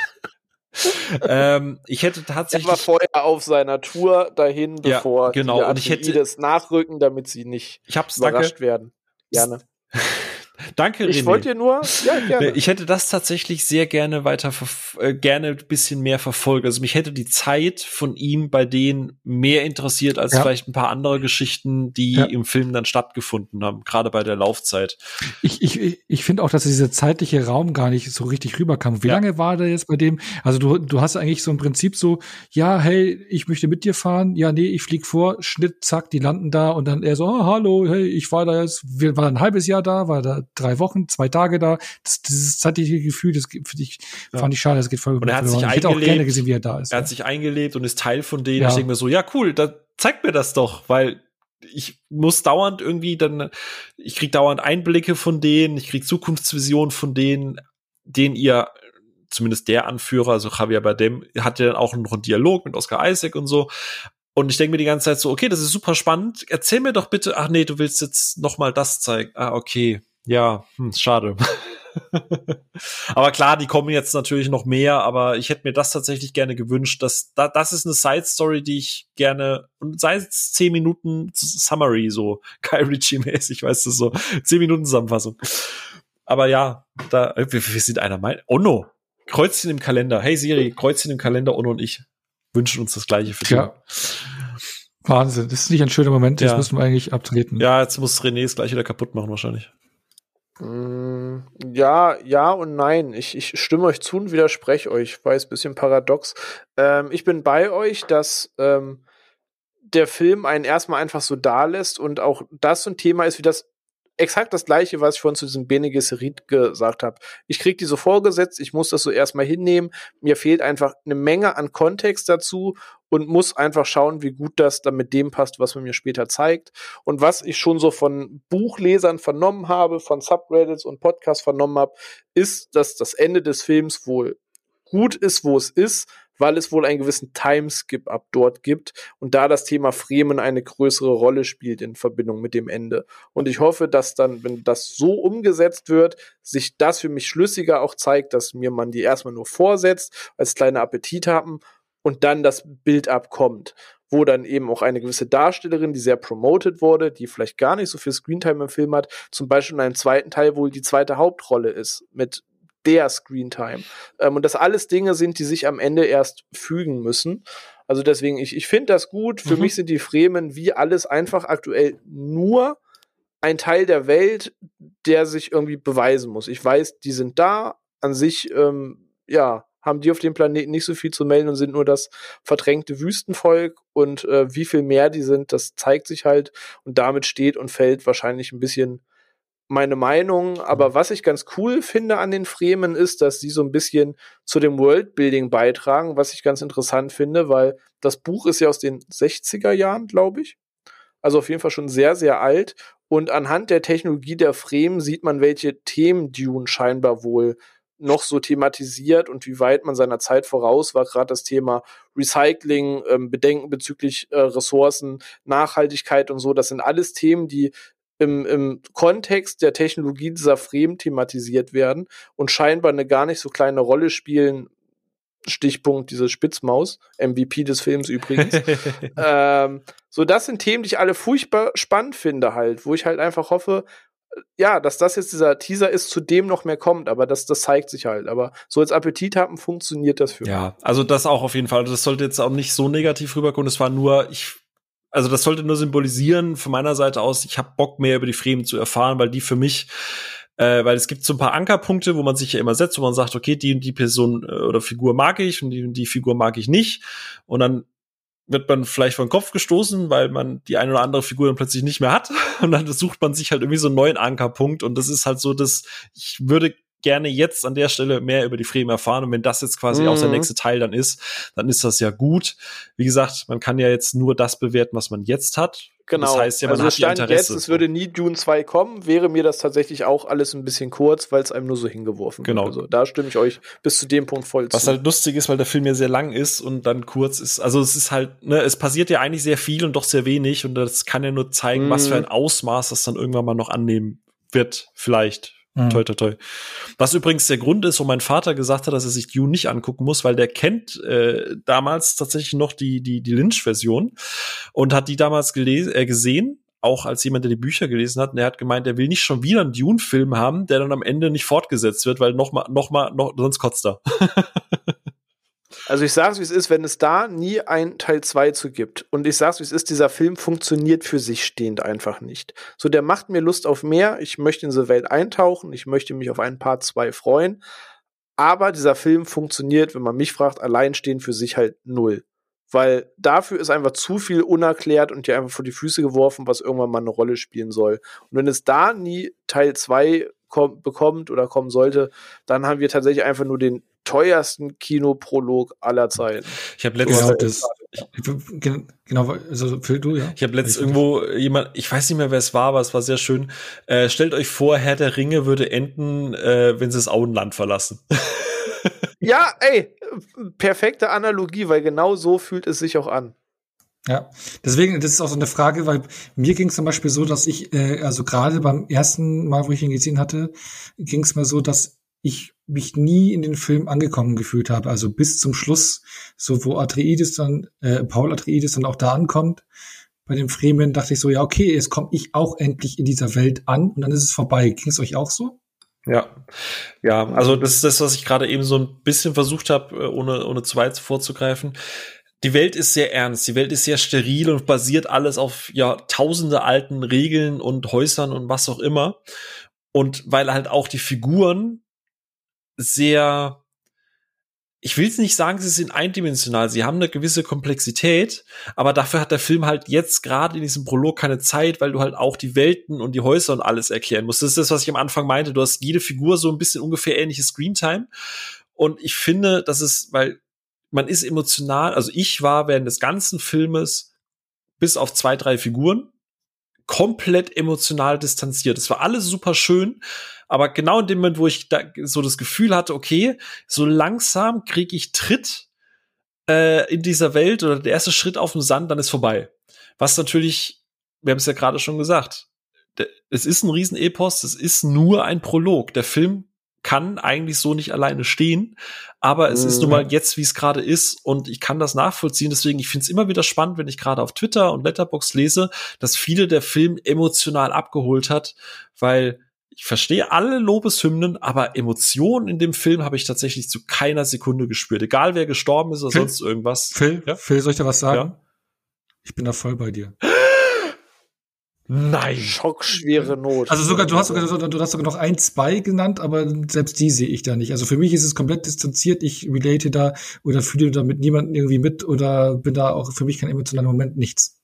ähm, ich hätte tatsächlich. Er war vorher auf seiner Tour dahin, bevor ja, genau. die und ich hätte das nachrücken, damit sie nicht ich hab's, überrascht danke. werden. Gerne. Danke, René. Ich wollte dir nur, ja, gerne. Ich hätte das tatsächlich sehr gerne weiter, äh, gerne ein bisschen mehr verfolgt. Also mich hätte die Zeit von ihm bei denen mehr interessiert als ja. vielleicht ein paar andere Geschichten, die ja. im Film dann stattgefunden haben, gerade bei der Laufzeit. Ich, ich, ich finde auch, dass dieser zeitliche Raum gar nicht so richtig rüberkam. Wie ja. lange war der jetzt bei dem? Also du, du hast eigentlich so im Prinzip so, ja, hey, ich möchte mit dir fahren. Ja, nee, ich flieg vor, Schnitt, zack, die landen da und dann er so, oh, hallo, hey, ich war da jetzt, wir waren ein halbes Jahr da, war da drei Wochen, zwei Tage da. Das, dieses zeitliche Gefühl, das finde ich, ja. fand ich schade, das geht voll. Und er hat sich ich eingelebt, hätte auch gerne gesehen, wie er da ist. Er ja. hat sich eingelebt und ist Teil von denen. Ja. Ich denke mir so, ja cool, da zeigt mir das doch, weil ich muss dauernd irgendwie dann, ich krieg dauernd Einblicke von denen, ich krieg Zukunftsvisionen von denen, denen ihr, zumindest der Anführer, also Javier Bardem, hat ja dann auch noch einen Dialog mit Oscar Isaac und so. Und ich denke mir die ganze Zeit so, okay, das ist super spannend. Erzähl mir doch bitte, ach nee, du willst jetzt noch mal das zeigen. Ah, okay. Ja, hm, schade. Aber klar, die kommen jetzt natürlich noch mehr, aber ich hätte mir das tatsächlich gerne gewünscht, dass da, das ist eine Side-Story, die ich gerne, und sei es zehn Minuten Summary, so Guy Ritchie-mäßig, weißt du, so zehn Minuten Zusammenfassung. Aber ja, da, wir, wir sind einer Meinung. Onno, Kreuzchen im Kalender. Hey Siri, Kreuzchen im Kalender, Onno und ich wünschen uns das Gleiche für dich. Ja. Wahnsinn, das ist nicht ein schöner Moment, das ja. müssen wir eigentlich abtreten. Ja, jetzt muss René es gleich wieder kaputt machen wahrscheinlich. Ja, ja und nein. Ich, ich stimme euch zu und widerspreche euch. Ich weiß, ein bisschen paradox. Ähm, ich bin bei euch, dass ähm, der Film einen erstmal einfach so da lässt und auch das so ein Thema ist wie das exakt das Gleiche, was ich vorhin zu diesem Bene Gesserit gesagt habe. Ich krieg die so vorgesetzt, ich muss das so erstmal hinnehmen. Mir fehlt einfach eine Menge an Kontext dazu und muss einfach schauen, wie gut das dann mit dem passt, was man mir später zeigt. Und was ich schon so von Buchlesern vernommen habe, von Subreddits und Podcasts vernommen habe, ist, dass das Ende des Films wohl gut ist, wo es ist, weil es wohl einen gewissen Timeskip ab dort gibt und da das Thema Fremen eine größere Rolle spielt in Verbindung mit dem Ende. Und ich hoffe, dass dann, wenn das so umgesetzt wird, sich das für mich schlüssiger auch zeigt, dass mir man die erstmal nur vorsetzt, als kleine Appetit haben und dann das Bild abkommt, wo dann eben auch eine gewisse Darstellerin, die sehr promoted wurde, die vielleicht gar nicht so viel Screentime im Film hat, zum Beispiel in einem zweiten Teil wohl die zweite Hauptrolle ist, mit der Screentime. Ähm, und das alles Dinge sind, die sich am Ende erst fügen müssen. Also deswegen, ich, ich finde das gut. Für mhm. mich sind die Fremen wie alles einfach aktuell nur ein Teil der Welt, der sich irgendwie beweisen muss. Ich weiß, die sind da, an sich, ähm, ja, haben die auf dem Planeten nicht so viel zu melden und sind nur das verdrängte Wüstenvolk und äh, wie viel mehr die sind, das zeigt sich halt und damit steht und fällt wahrscheinlich ein bisschen meine Meinung, aber was ich ganz cool finde an den Fremen ist, dass sie so ein bisschen zu dem Worldbuilding beitragen, was ich ganz interessant finde, weil das Buch ist ja aus den sechziger Jahren, glaube ich. Also auf jeden Fall schon sehr, sehr alt. Und anhand der Technologie der Fremen sieht man, welche Themen Dune scheinbar wohl noch so thematisiert und wie weit man seiner Zeit voraus war. Gerade das Thema Recycling, ähm, Bedenken bezüglich äh, Ressourcen, Nachhaltigkeit und so. Das sind alles Themen, die Im, im Kontext der Technologie dieser Fremen thematisiert werden und scheinbar eine gar nicht so kleine Rolle spielen. Stichpunkt diese Spitzmaus, M V P des Films übrigens. ähm, so, das sind Themen, die ich alle furchtbar spannend finde halt, wo ich halt einfach hoffe, ja, dass das jetzt dieser Teaser ist, zu dem noch mehr kommt, aber das, das zeigt sich halt. Aber so als Appetit haben funktioniert das für mich. Ja, also das auch auf jeden Fall. Das sollte jetzt auch nicht so negativ rüberkommen. Es war nur, ich, also das sollte nur symbolisieren von meiner Seite aus, ich habe Bock mehr über die Fremen zu erfahren, weil die für mich, äh, weil es gibt so ein paar Ankerpunkte, wo man sich ja immer setzt, wo man sagt, okay, die und die Person äh, oder Figur mag ich und die und die Figur mag ich nicht. Und dann wird man vielleicht vor den Kopf gestoßen, weil man die eine oder andere Figur dann plötzlich nicht mehr hat. Und dann sucht man sich halt irgendwie so einen neuen Ankerpunkt. Und das ist halt so, dass ich würde gerne jetzt an der Stelle mehr über die Fremen erfahren. Und wenn das jetzt quasi mhm. auch der nächste Teil dann ist, dann ist das ja gut. Wie gesagt, man kann ja jetzt nur das bewerten, was man jetzt hat. Genau. Das heißt ja, man also hat stand die Interesse. Jetzt, es würde nie Dune zwei kommen, wäre mir das tatsächlich auch alles ein bisschen kurz, weil es einem nur so hingeworfen genau. wird. Also da stimme ich euch bis zu dem Punkt voll zu. Was halt lustig ist, weil der Film ja sehr lang ist und dann kurz ist. Also es ist halt, ne, es passiert ja eigentlich sehr viel und doch sehr wenig und das kann ja nur zeigen, mm. was für ein Ausmaß das dann irgendwann mal noch annehmen wird, vielleicht. Mhm. Toi, toi, toi. Was übrigens der Grund ist, wo mein Vater gesagt hat, dass er sich Dune nicht angucken muss, weil der kennt äh, damals tatsächlich noch die die die Lynch-Version und hat die damals gelesen, äh, gesehen, auch als jemand, der die Bücher gelesen hat. Und er hat gemeint, er will nicht schon wieder einen Dune-Film haben, der dann am Ende nicht fortgesetzt wird, weil noch mal, noch mal, noch, sonst kotzt er. Also ich sag's, wie es ist, wenn es da nie ein Teil zwei zu gibt und ich sag's, wie es ist, dieser Film funktioniert für sich stehend einfach nicht. So, der macht mir Lust auf mehr, ich möchte in diese Welt eintauchen, ich möchte mich auf einen Part zwei freuen, aber dieser Film funktioniert, wenn man mich fragt, alleinstehend für sich halt null. Weil dafür ist einfach zu viel unerklärt und dir einfach vor die Füße geworfen, was irgendwann mal eine Rolle spielen soll. Und wenn es da nie Teil zwei kom- bekommt oder kommen sollte, dann haben wir tatsächlich einfach nur den teuersten Kinoprolog aller Zeiten. Ich habe letztens genau, das, ich, genau, also Phil, du, ja. Ich habe letztens irgendwo jemand, ich weiß nicht mehr, wer es war, aber es war sehr schön. Äh, stellt euch vor, Herr der Ringe würde enden, äh, wenn sie das Auenland verlassen. Ja, ey, perfekte Analogie, weil genau so fühlt es sich auch an. Ja, deswegen, das ist auch so eine Frage, weil mir ging es zum Beispiel so, dass ich, äh, also gerade beim ersten Mal, wo ich ihn gesehen hatte, ging es mir so, dass ich mich nie in den Film angekommen gefühlt habe, also bis zum Schluss, so wo Atreides dann, äh, Paul Atreides dann auch da ankommt, bei den Fremen, dachte ich so, ja okay, jetzt komme ich auch endlich in dieser Welt an und dann ist es vorbei. Ging es euch auch so? Ja, ja, also das ist das, was ich gerade eben so ein bisschen versucht habe, ohne ohne zu weit vorzugreifen. Die Welt ist sehr ernst, die Welt ist sehr steril und basiert alles auf ja tausende alten Regeln und Häusern und was auch immer. Und weil halt auch die Figuren sehr, ich will es nicht sagen, sie sind eindimensional, sie haben eine gewisse Komplexität, aber dafür hat der Film halt jetzt gerade in diesem Prolog keine Zeit, weil du halt auch die Welten und die Häuser und alles erklären musst. Das ist das, was ich am Anfang meinte, du hast jede Figur so ein bisschen ungefähr ähnliche Screentime und ich finde, das ist, weil man ist emotional, also ich war während des ganzen Filmes bis auf zwei, drei Figuren komplett emotional distanziert. Es war alles super schön, aber genau in dem Moment, wo ich da so das Gefühl hatte, okay, so langsam kriege ich Tritt äh, in dieser Welt oder der erste Schritt auf dem Sand, dann ist vorbei. Was natürlich, wir haben es ja gerade schon gesagt, der, es ist ein Riesenepos, es ist nur ein Prolog. Der Film kann eigentlich so nicht alleine stehen, aber es ist nun mal jetzt, wie es gerade ist und ich kann das nachvollziehen, deswegen, ich finde es immer wieder spannend, wenn ich gerade auf Twitter und Letterboxd lese, dass viele der Film emotional abgeholt hat, weil ich verstehe alle Lobeshymnen, aber Emotionen in dem Film habe ich tatsächlich zu keiner Sekunde gespürt, egal wer gestorben ist oder Phil, sonst irgendwas. Phil, ja? Phil, soll ich da was sagen? Ja? Ich bin da voll bei dir. Nein. Schockschwere Not. Also sogar, du hast sogar, du hast sogar noch ein, zwei genannt, aber selbst die sehe ich da nicht. Also für mich ist es komplett distanziert. Ich relate da oder fühle da mit niemandem irgendwie mit oder bin da auch für mich kein emotionaler Moment, nichts.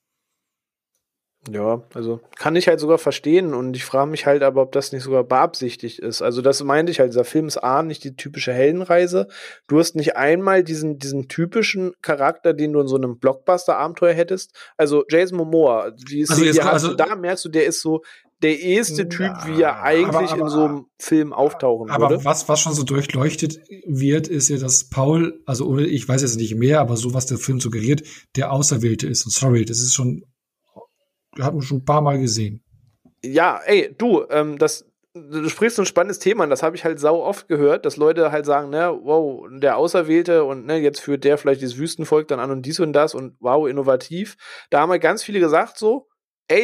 Ja, also kann ich halt sogar verstehen und ich frage mich halt aber, ob das nicht sogar beabsichtigt ist. Also das meinte ich halt, dieser Film ist A, nicht die typische Heldenreise. Du hast nicht einmal diesen diesen typischen Charakter, den du in so einem Blockbuster-Abenteuer hättest. Also Jason Momoa, die ist, also die jetzt, hast also, du, da merkst du, der ist so der erste Typ, wie er eigentlich aber, aber, in so einem Film auftauchen aber würde. Aber was, was schon so durchleuchtet wird, ist ja, dass Paul, also ich weiß jetzt nicht mehr, aber so, was der Film suggeriert, der Auserwählte ist. Und sorry, das ist schon hat man schon ein paar Mal gesehen. Ja, ey, du, ähm, das, du sprichst so ein spannendes Thema an, das habe ich halt sau oft gehört, dass Leute halt sagen, ne, wow, der Auserwählte und ne, jetzt führt der vielleicht dieses Wüstenvolk dann an und dies und das und wow, innovativ. Da haben halt ganz viele gesagt so, ey,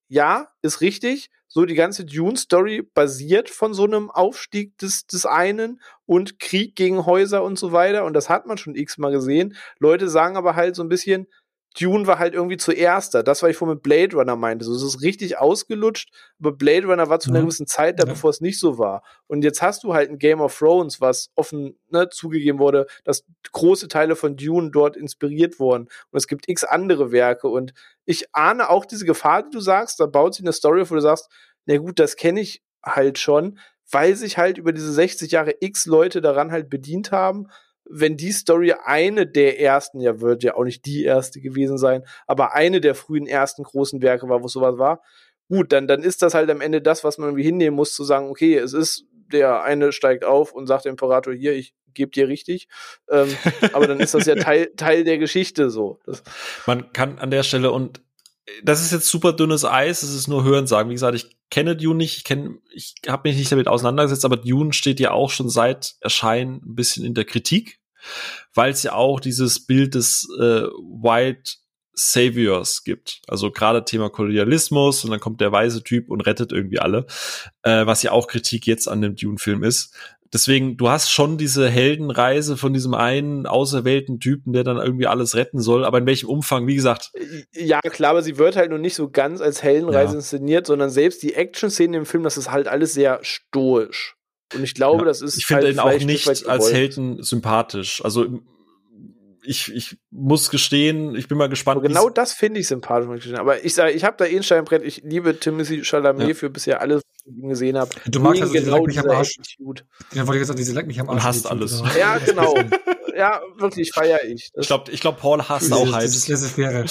ja, ist richtig, so die ganze Dune-Story basiert von so einem Aufstieg des, des einen und Krieg gegen Häuser und so weiter und das hat man schon x-mal gesehen. Leute sagen aber halt so ein bisschen, Dune war halt irgendwie zuerst da. Das, was ich vorhin mit Blade Runner meinte. So, es ist richtig ausgelutscht, aber Blade Runner war zu einer Mhm. gewissen Zeit da, Ja. bevor es nicht so war. Und jetzt hast du halt ein Game of Thrones, was offen ne, zugegeben wurde, dass große Teile von Dune dort inspiriert wurden. Und es gibt x andere Werke. Und ich ahne auch diese Gefahr, die du sagst, da baut sich eine Story auf, wo du sagst, na gut, das kenne ich halt schon, weil sich halt über diese sechzig Jahre x Leute daran halt bedient haben. Wenn die Story eine der ersten, ja, wird ja auch nicht die erste gewesen sein, aber eine der frühen ersten großen Werke war, wo sowas war, gut, dann, dann ist das halt am Ende das, was man irgendwie hinnehmen muss, zu sagen, okay, es ist, der eine steigt auf und sagt dem Imperator, hier, ich gebe dir richtig, ähm, aber dann ist das ja Teil, Teil der Geschichte so. Das Man kann an der Stelle, und das ist jetzt super dünnes Eis, es ist nur Hörensagen. Wie gesagt, ich kenne Dune nicht, ich kenne, ich habe mich nicht damit auseinandergesetzt, aber Dune steht ja auch schon seit Erscheinen ein bisschen in der Kritik, weil es ja auch dieses Bild des äh, White Saviors gibt. Also gerade Thema Kolonialismus und dann kommt der weise Typ und rettet irgendwie alle, äh, was ja auch Kritik jetzt an dem Dune-Film ist. Deswegen, du hast schon diese Heldenreise von diesem einen auserwählten Typen, der dann irgendwie alles retten soll, aber in welchem Umfang, wie gesagt. Ja, klar, aber sie wird halt noch nicht so ganz als Heldenreise Ja. inszeniert, sondern selbst die Action-Szenen im Film, das ist halt alles sehr stoisch. Und ich glaube, Ja, das ist ich finde halt ihn auch vielleicht nicht ein Stück weit als gewollt. Helden sympathisch. Also ich, ich muss gestehen, ich bin mal gespannt. Aber genau wie's- das finde ich sympathisch. muss ich gestehen. Aber ich sage, ich habe da eh ein Steinbrett. Ich liebe Timothy Chalamet Ja. für bisher alles, was ich ihn gesehen habe. Du magst also diese Leck mich am dieser Arsch. Attitude. Ja, wollte ich jetzt sagen, diese Leck mich am Und Arsch. hasst Attitude, alles. oder? Ja, genau. Ja, wirklich feiere ich. Das Ich glaube, ich glaub, Paul hasst Dieses- auch Dieses Hypes. laissez-faire.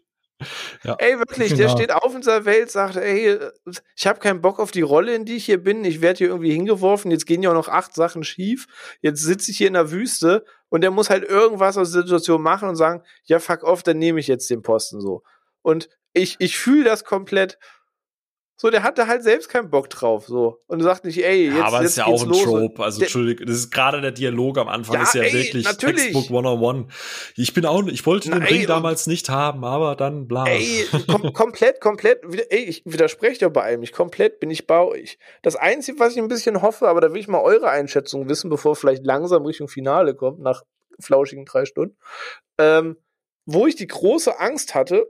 Ey, wirklich, der Genau. steht auf in seiner Welt, sagt, ey, ich habe keinen Bock auf die Rolle, in die ich hier bin. Ich werde hier irgendwie hingeworfen. Jetzt gehen ja auch noch acht Sachen schief. Jetzt sitze ich hier in der Wüste und der muss halt irgendwas aus der Situation machen und sagen, ja, fuck off, dann nehme ich jetzt den Posten so. Und ich, ich fühle das komplett. So, der hatte halt selbst keinen Bock drauf, so. Und sagt nicht, ey, jetzt, Ja, aber es jetzt ist ja geht's auch ein los. Trope. Also, Der- Entschuldigung, das ist gerade der Dialog am Anfang Ja, ist ja ey, wirklich natürlich. Textbook one-on-one. Ich bin auch, ich wollte den Nein, Ring und- damals nicht haben, aber dann bla. Ey, kom komplett, komplett, wieder- ey, ich widerspreche ja bei allem nicht. Komplett bin ich bei euch. Das Einzige, was ich ein bisschen hoffe, aber da will ich mal eure Einschätzung wissen, bevor vielleicht langsam Richtung Finale kommt, nach flauschigen drei Stunden. Ähm, wo ich die große Angst hatte,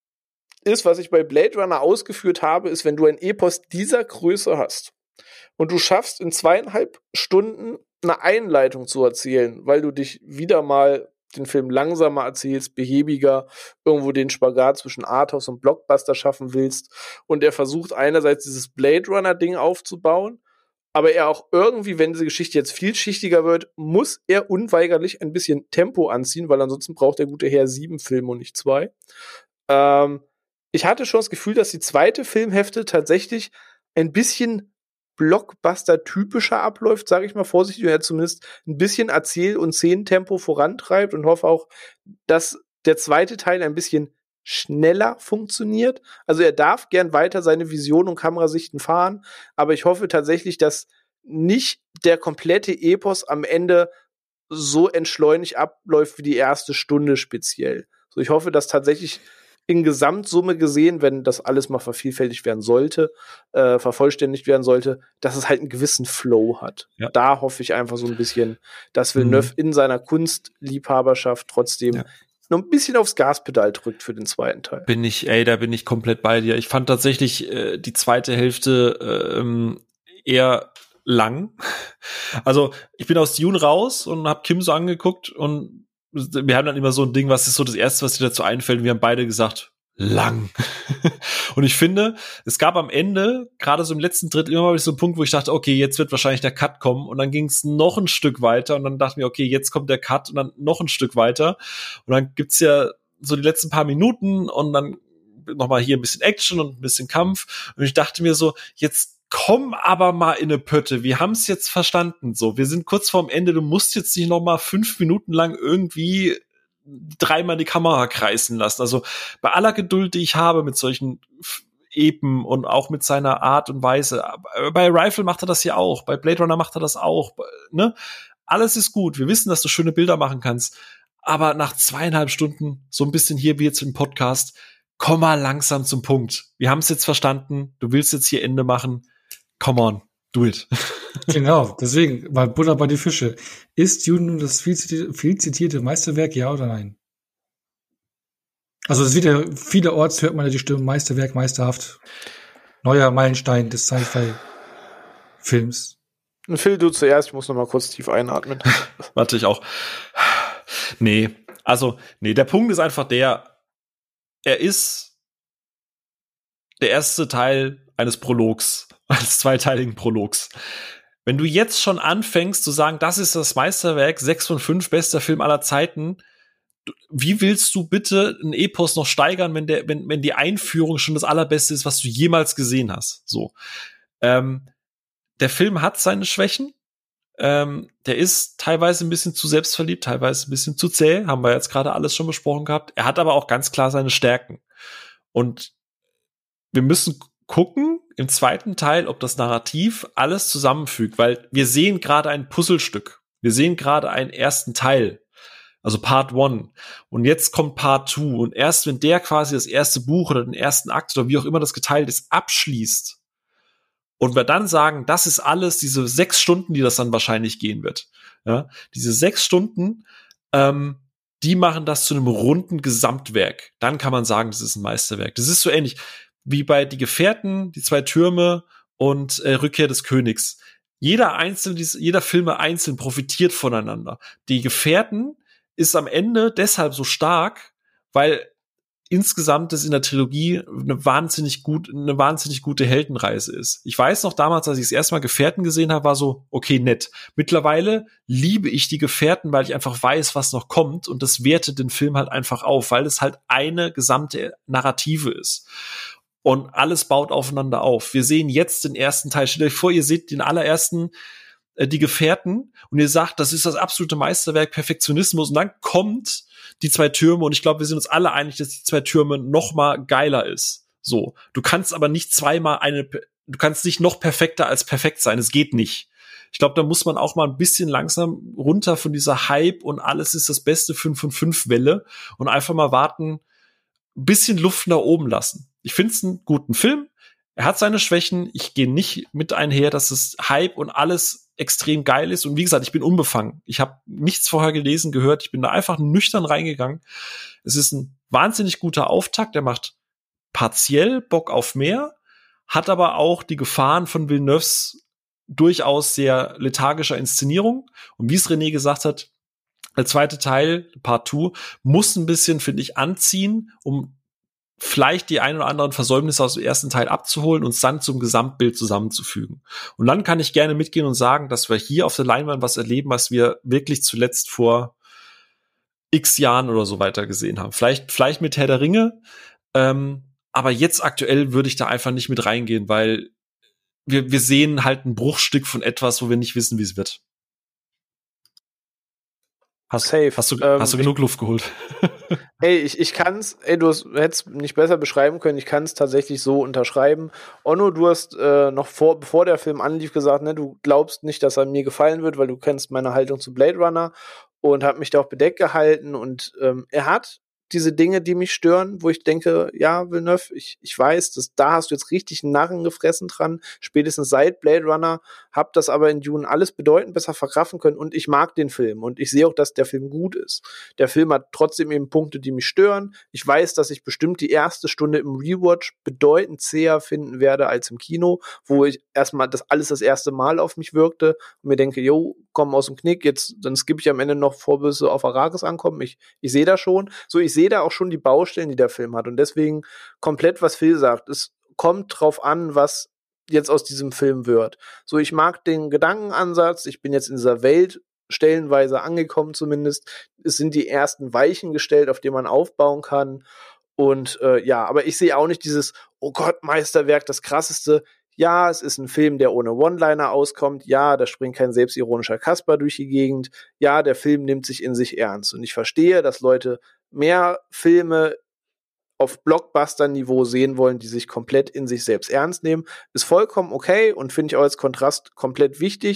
ist, was ich bei Blade Runner ausgeführt habe, ist, wenn du ein Epos dieser Größe hast und du schaffst in zweieinhalb Stunden eine Einleitung zu erzählen, weil du dich wieder mal den Film langsamer erzählst, behäbiger, irgendwo den Spagat zwischen Arthouse und Blockbuster schaffen willst und er versucht einerseits dieses Blade Runner Ding aufzubauen, aber er auch irgendwie, wenn diese Geschichte jetzt vielschichtiger wird, muss er unweigerlich ein bisschen Tempo anziehen, weil ansonsten braucht der gute Herr sieben Filme und nicht zwei. Ähm, ich hatte schon das Gefühl, dass die zweite Filmhälfte tatsächlich ein bisschen Blockbuster-typischer abläuft, sage ich mal vorsichtig, und er zumindest ein bisschen Erzähl- und Szenentempo vorantreibt und hoffe auch, dass der zweite Teil ein bisschen schneller funktioniert. Also er darf gern weiter seine Vision und Kamerasichten fahren, aber ich hoffe tatsächlich, dass nicht der komplette Epos am Ende so entschleunigt abläuft wie die erste Stunde speziell. So, ich hoffe, dass tatsächlich in Gesamtsumme gesehen, wenn das alles mal vervielfältigt werden sollte, äh, vervollständigt werden sollte, dass es halt einen gewissen Flow hat. Ja. Da hoffe ich einfach so ein bisschen, dass Villeneuve Mhm. in seiner Kunstliebhaberschaft trotzdem Ja. noch ein bisschen aufs Gaspedal drückt für den zweiten Teil. Bin ich, ey, da bin ich komplett bei dir. Ich fand tatsächlich äh, die zweite Hälfte äh, ähm, eher lang. Also ich bin aus Dune raus und hab Kim so angeguckt und wir haben dann immer so ein Ding, was ist so das Erste, was dir dazu einfällt? Und wir haben beide gesagt, lang. Und ich finde, es gab am Ende, gerade so im letzten Drittel, immer mal so einen Punkt, wo ich dachte, okay, jetzt wird wahrscheinlich der Cut kommen. Und dann ging es noch ein Stück weiter und dann dachte ich mir, okay, jetzt kommt der Cut und dann noch ein Stück weiter. Und dann gibt's ja so die letzten paar Minuten und dann noch mal hier ein bisschen Action und ein bisschen Kampf. Und ich dachte mir so, jetzt komm aber mal in eine Pötte. Wir haben es jetzt verstanden. So, wir sind kurz vorm Ende. Du musst jetzt nicht noch mal fünf Minuten lang irgendwie dreimal die Kamera kreisen lassen. Also bei aller Geduld, die ich habe mit solchen Epen und auch mit seiner Art und Weise. Bei Rifle macht er das ja auch. Bei Blade Runner macht er das auch. Ne? Alles ist gut. Wir wissen, dass du schöne Bilder machen kannst. Aber nach zweieinhalb Stunden, so ein bisschen hier wie jetzt im Podcast, komm mal langsam zum Punkt. Wir haben es jetzt verstanden. Du willst jetzt hier Ende machen. Come on, do it. Genau, deswegen, weil Butter bei die Fische. Ist Dune nun das viel zitierte, viel zitierte Meisterwerk, ja oder nein? Also das wieder vielerorts hört man ja die Stimme Meisterwerk, meisterhaft. Neuer Meilenstein des Sci-Fi-Films. Phil, du zuerst, ich muss noch mal kurz tief einatmen. Warte, ich auch. Nee, also, nee, der Punkt ist einfach der, er ist der erste Teil eines Prologs, eines zweiteiligen Prologs. Wenn du jetzt schon anfängst zu sagen, das ist das Meisterwerk, sechs von fünf, bester Film aller Zeiten, wie willst du bitte ein Epos noch steigern, wenn der, wenn, wenn die Einführung schon das Allerbeste ist, was du jemals gesehen hast? So. Ähm, der Film hat seine Schwächen. Ähm, der ist teilweise ein bisschen zu selbstverliebt, teilweise ein bisschen zu zäh, haben wir jetzt gerade alles schon besprochen gehabt. Er hat aber auch ganz klar seine Stärken. Und wir müssen gucken im zweiten Teil, ob das Narrativ alles zusammenfügt, weil wir sehen gerade ein Puzzlestück. Wir sehen gerade einen ersten Teil. Also Part One. Und jetzt kommt Part Two. Und erst wenn der quasi das erste Buch oder den ersten Akt oder wie auch immer das geteilt ist, abschließt und wir dann sagen, das ist alles, diese sechs Stunden, die das dann wahrscheinlich gehen wird. Ja, diese sechs Stunden, ähm, die machen das zu einem runden Gesamtwerk. Dann kann man sagen, das ist ein Meisterwerk. Das ist so ähnlich wie bei Die Gefährten, Die zwei Türme und äh, Rückkehr des Königs. Jeder einzelne, jeder Filme einzeln profitiert voneinander. Die Gefährten ist am Ende deshalb so stark, weil insgesamt es in der Trilogie eine wahnsinnig gut, eine wahnsinnig gute Heldenreise ist. Ich weiß noch damals, als ich das erste Mal Gefährten gesehen habe, war so, okay, nett. Mittlerweile liebe ich die Gefährten, weil ich einfach weiß, was noch kommt und das wertet den Film halt einfach auf, weil es halt eine gesamte Narrative ist. Und alles baut aufeinander auf. Wir sehen jetzt den ersten Teil. Stellt euch vor, ihr seht den allerersten Die Gefährten und ihr sagt, das ist das absolute Meisterwerk, Perfektionismus und dann kommt Die zwei Türme und ich glaube, wir sind uns alle einig, dass Die zwei Türme noch mal geiler ist. So, du kannst aber nicht zweimal eine, du kannst nicht noch perfekter als perfekt sein, es geht nicht. Ich glaube, da muss man auch mal ein bisschen langsam runter von dieser Hype und alles ist das beste fünf von fünf Welle und einfach mal warten, ein bisschen Luft nach oben lassen. Ich finde es einen guten Film. Er hat seine Schwächen. Ich gehe nicht mit einher, dass es Hype und alles extrem geil ist. Und wie gesagt, ich bin unbefangen. Ich habe nichts vorher gelesen, gehört. Ich bin da einfach nüchtern reingegangen. Es ist ein wahnsinnig guter Auftakt. Der macht partiell Bock auf mehr, hat aber auch die Gefahren von Villeneuves durchaus sehr lethargischer Inszenierung. Und wie es René gesagt hat, der zweite Teil, Part Two, muss ein bisschen, finde ich, anziehen, um vielleicht die ein oder anderen Versäumnisse aus dem ersten Teil abzuholen und es dann zum Gesamtbild zusammenzufügen. Und dann kann ich gerne mitgehen und sagen, dass wir hier auf der Leinwand was erleben, was wir wirklich zuletzt vor x Jahren oder so weiter gesehen haben. Vielleicht, vielleicht mit Herr der Ringe, ähm, aber jetzt aktuell würde ich da einfach nicht mit reingehen, weil wir, wir sehen halt ein Bruchstück von etwas, wo wir nicht wissen, wie es wird. Hast, Safe. Hast du, ähm, hast du genug Luft geholt? Ey, ich, ich kann's, ey, du hast, hättest nicht besser beschreiben können, ich kann es tatsächlich so unterschreiben. Onno, du hast äh, noch vor, bevor der Film anlief, gesagt, ne, du glaubst nicht, dass er mir gefallen wird, weil du kennst meine Haltung zu Blade Runner und hat mich da auch bedeckt gehalten und ähm, er hat diese Dinge, die mich stören, wo ich denke, ja, Villeneuve, ich, ich weiß, dass, da hast du jetzt richtig einen Narren gefressen dran, spätestens seit Blade Runner, hab das aber in Dune alles bedeutend besser verkraften können und ich mag den Film und ich sehe auch, dass der Film gut ist. Der Film hat trotzdem eben Punkte, die mich stören. Ich weiß, dass ich bestimmt die erste Stunde im Rewatch bedeutend zäher finden werde als im Kino, wo ich erstmal das alles das erste Mal auf mich wirkte und mir denke, yo, komm aus dem Knick, jetzt, dann skippe ich am Ende noch vor, bis sie auf Arrakis ankommen. Ich, ich sehe da schon. So, ich sehe da auch schon die Baustellen, die der Film hat. Und deswegen komplett, was Phil sagt. Es kommt drauf an, was jetzt aus diesem Film wird. So, ich mag den Gedankenansatz. Ich bin jetzt in dieser Welt stellenweise angekommen zumindest. Es sind die ersten Weichen gestellt, auf denen man aufbauen kann. Und äh, ja, aber ich sehe auch nicht dieses, oh Gott, Meisterwerk, das krasseste. Ja, es ist ein Film, der ohne One-Liner auskommt. Ja, da springt kein selbstironischer Kasper durch die Gegend. Ja, der Film nimmt sich in sich ernst. Und ich verstehe, dass Leute mehr Filme auf Blockbuster-Niveau sehen wollen, die sich komplett in sich selbst ernst nehmen. Ist vollkommen okay und finde ich auch als Kontrast komplett wichtig.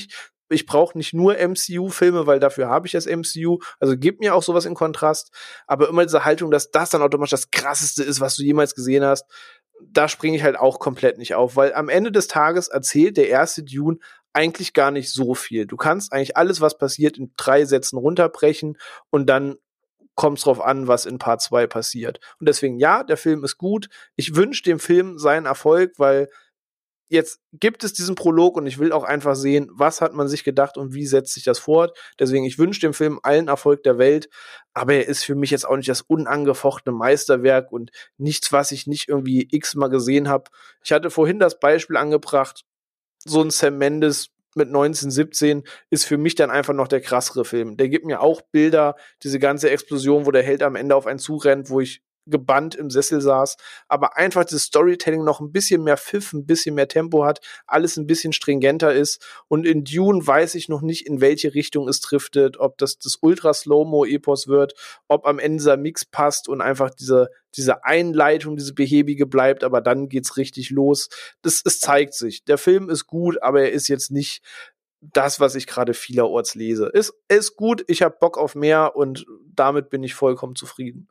ich brauche nicht nur M C U-Filme, weil dafür habe ich das M C U. Also gib mir auch sowas in Kontrast. Aber immer diese Haltung, dass das dann automatisch das Krasseste ist, was du jemals gesehen hast, da springe ich halt auch komplett nicht auf. Weil am Ende des Tages erzählt der erste Dune eigentlich gar nicht so viel. Du kannst eigentlich alles, was passiert, in drei Sätzen runterbrechen und dann kommt es drauf an, was in Part zwei passiert. Und deswegen, ja, der Film ist gut. Ich wünsche dem Film seinen Erfolg, weil jetzt gibt es diesen Prolog und ich will auch einfach sehen, was hat man sich gedacht und wie setzt sich das fort. Deswegen, ich wünsche dem Film allen Erfolg der Welt, aber er ist für mich jetzt auch nicht das unangefochtene Meisterwerk und nichts, was ich nicht irgendwie x-mal gesehen habe. Ich hatte vorhin das Beispiel angebracht, so ein Sam Mendes mit neunzehn siebzehn ist für mich dann einfach noch der krassere Film. Der gibt mir auch Bilder, diese ganze Explosion, wo der Held am Ende auf einen zurennt, wo ich gebannt im Sessel saß, aber einfach das Storytelling noch ein bisschen mehr Pfiff, ein bisschen mehr Tempo hat, alles ein bisschen stringenter ist und in Dune weiß ich noch nicht, in welche Richtung es driftet, ob das das Ultra-Slow-Mo-Epos wird, ob am Ende dieser Mix passt und einfach diese, diese Einleitung, diese behäbige bleibt, aber dann geht's richtig los. Das, es zeigt sich. Der Film ist gut, aber er ist jetzt nicht das, was ich gerade vielerorts lese. Ist, ist gut, ich habe Bock auf mehr und damit bin ich vollkommen zufrieden.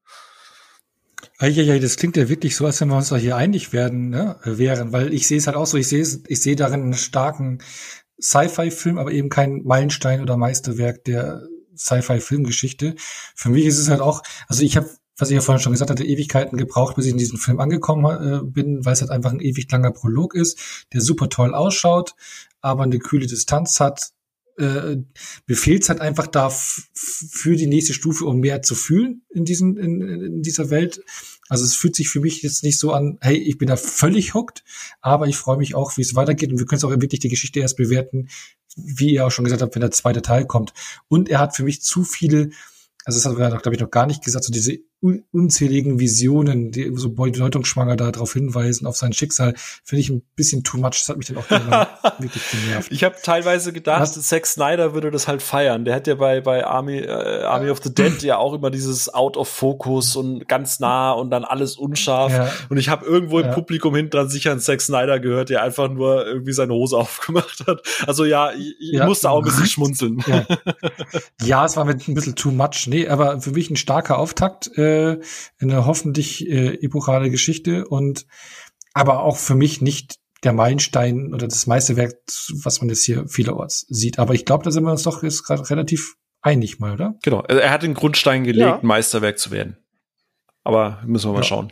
Ja, ja, das klingt ja wirklich so, als wenn wir uns doch hier einig werden, ne, wären, weil ich sehe es halt auch so, ich sehe es, ich sehe darin einen starken Sci-Fi-Film, aber eben kein Meilenstein oder Meisterwerk der Sci-Fi-Filmgeschichte. Für mich ist es halt auch, also ich habe, was ich ja vorhin schon gesagt hatte, Ewigkeiten gebraucht, bis ich in diesen Film angekommen äh, bin, weil es halt einfach ein ewig langer Prolog ist, der super toll ausschaut, aber eine kühle Distanz hat. Äh, mir fehlt's halt einfach da f- für die nächste Stufe, um mehr zu fühlen in diesen in, in dieser Welt. Also es fühlt sich für mich jetzt nicht so an, hey, ich bin da völlig hooked, aber ich freue mich auch, wie es weitergeht und wir können es auch wirklich die Geschichte erst bewerten, wie ihr auch schon gesagt habt, wenn der zweite Teil kommt. Und er hat für mich zu viele, also das hat er, glaube ich, noch gar nicht gesagt, so diese un- unzähligen Visionen, die so bedeutungsschwanger da darauf hinweisen, auf sein Schicksal, finde ich ein bisschen too much. Das hat mich dann auch wirklich genervt. Ich habe teilweise gedacht, Was? Zack Snyder würde das halt feiern. Der hat ja bei bei Army äh, Army of the Dead ja auch immer dieses Out of Focus und ganz nah und dann alles unscharf. Ja. Und ich habe irgendwo im ja. Publikum hinten dran sicher einen Zack Snyder gehört, der einfach nur irgendwie seine Hose aufgemacht hat. Also ja, ich, ich ja. musste auch ein bisschen schmunzeln. Ja. ja, es war mit ein bisschen too much. Nee, aber für mich ein starker Auftakt äh, in eine hoffentlich äh, epochale Geschichte und aber auch für mich nicht der Meilenstein oder das Meisterwerk, was man jetzt hier vielerorts sieht. Aber ich glaube, da sind wir uns doch jetzt gerade relativ einig mal, oder? Genau, also er hat den Grundstein gelegt, ja. ein Meisterwerk zu werden. Aber müssen wir mal ja. schauen.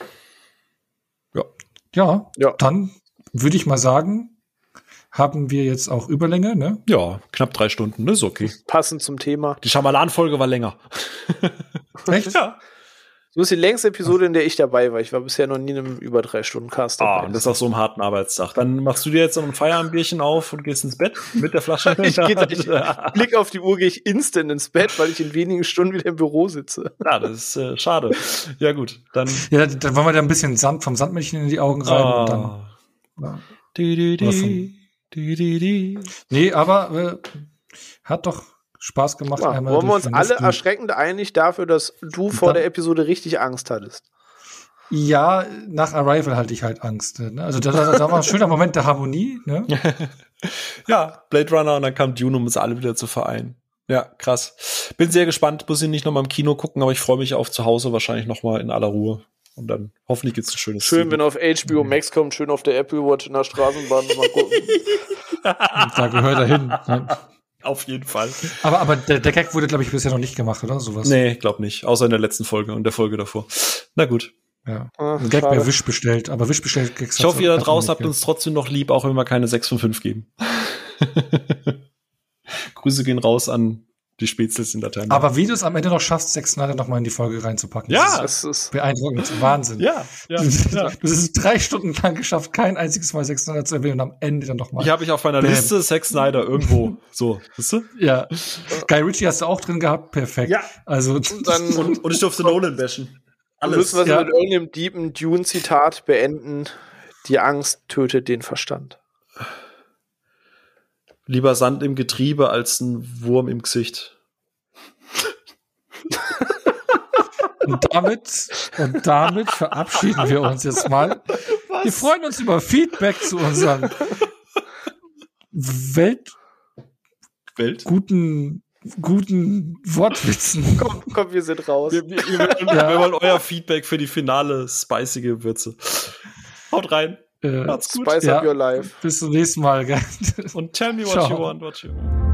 Ja. ja. Ja, dann würde ich mal sagen, haben wir jetzt auch Überlänge, ne? Ja, knapp drei Stunden, das ist okay. Passend zum Thema. Die Schamalan-Folge war länger. Echt? Ja. Das ist die längste Episode, in der ich dabei war. Ich war bisher noch nie in einem über drei Stunden Cast dabei. Ah, und das auf so einem harten Arbeitstag. Dann machst du dir jetzt noch ein Feierabendbierchen auf und gehst ins Bett mit der Flasche. ich, geh, ich Blick auf die Uhr, gehe ich instant ins Bett, weil ich in wenigen Stunden wieder im Büro sitze. Ja, das ist äh, schade. Ja gut, dann. Ja, dann wollen wir da ein bisschen Sand vom Sandmännchen in die Augen reiben ah. und dann. Ja. Die, die, die. Die, die, die. Nee, aber äh, hat doch Spaß gemacht. Ja, einmal wollen wir uns alle erschreckend einig dafür, dass du vor der Episode richtig Angst hattest? Ja, nach Arrival hatte ich halt Angst. Ne? Also da, da, da war ein schöner Moment der Harmonie. Ne? Ja, Blade Runner und dann kam Dune, um uns alle wieder zu vereinen. Ja, krass. Bin sehr gespannt, muss ich nicht noch mal im Kino gucken, aber ich freue mich auf zu Hause wahrscheinlich noch mal in aller Ruhe. Und dann hoffentlich gibt's ein schönes Schön, Ziel. Wenn auf H B O Max kommt, schön auf der Apple Watch in der Straßenbahn mal gucken. Da gehört er hin. Ne? Auf jeden Fall. Aber, aber der, der Gag wurde, glaube ich, bisher noch nicht gemacht, oder? Sowas. Nee, glaub nicht. Außer in der letzten Folge und der Folge davor. Na gut. Ja. Ach, ein Gag schade. Bei Wish bestellt, aber Wish bestellt Gags. Ich hoffe, ihr da draußen habt uns trotzdem noch lieb, auch wenn wir keine sechs von fünf geben. Grüße gehen raus an die Spätzles in der Time. Aber wie du es am Ende noch schaffst, Zack Snyder noch mal in die Folge reinzupacken. Ja, das ist, das ist beeindruckend. Wahnsinn. Ja, ja, ja. Du hast es drei Stunden lang geschafft, kein einziges Mal Zack Snyder zu erwähnen und am Ende dann noch mal. Ich habe ich auf meiner Bam. Liste Zack Snyder irgendwo. So, weißt du? Ja. Guy Ritchie hast du auch drin gehabt. Perfekt. Ja. Also, und, dann, und, und ich durfte Nolan bashen. Alles. Müssen wir ja. mit irgendeinem deepen Dune-Zitat beenden. Die Angst tötet den Verstand. Lieber Sand im Getriebe als ein Wurm im Gesicht. Und damit, und damit verabschieden wir uns jetzt mal. Was? Wir freuen uns über Feedback zu unseren Welt, Welt. guten, guten Wortwitzen. Komm, komm, wir sind raus. Wir, wir, wir, wollen, Ja. wir wollen euer Feedback für die finale spicige Würze. Haut rein. Äh, Macht's gut. Spice Ja. up your life. Bis zum nächsten Mal. Gell? Und tell me what Ciao. you want, what you want.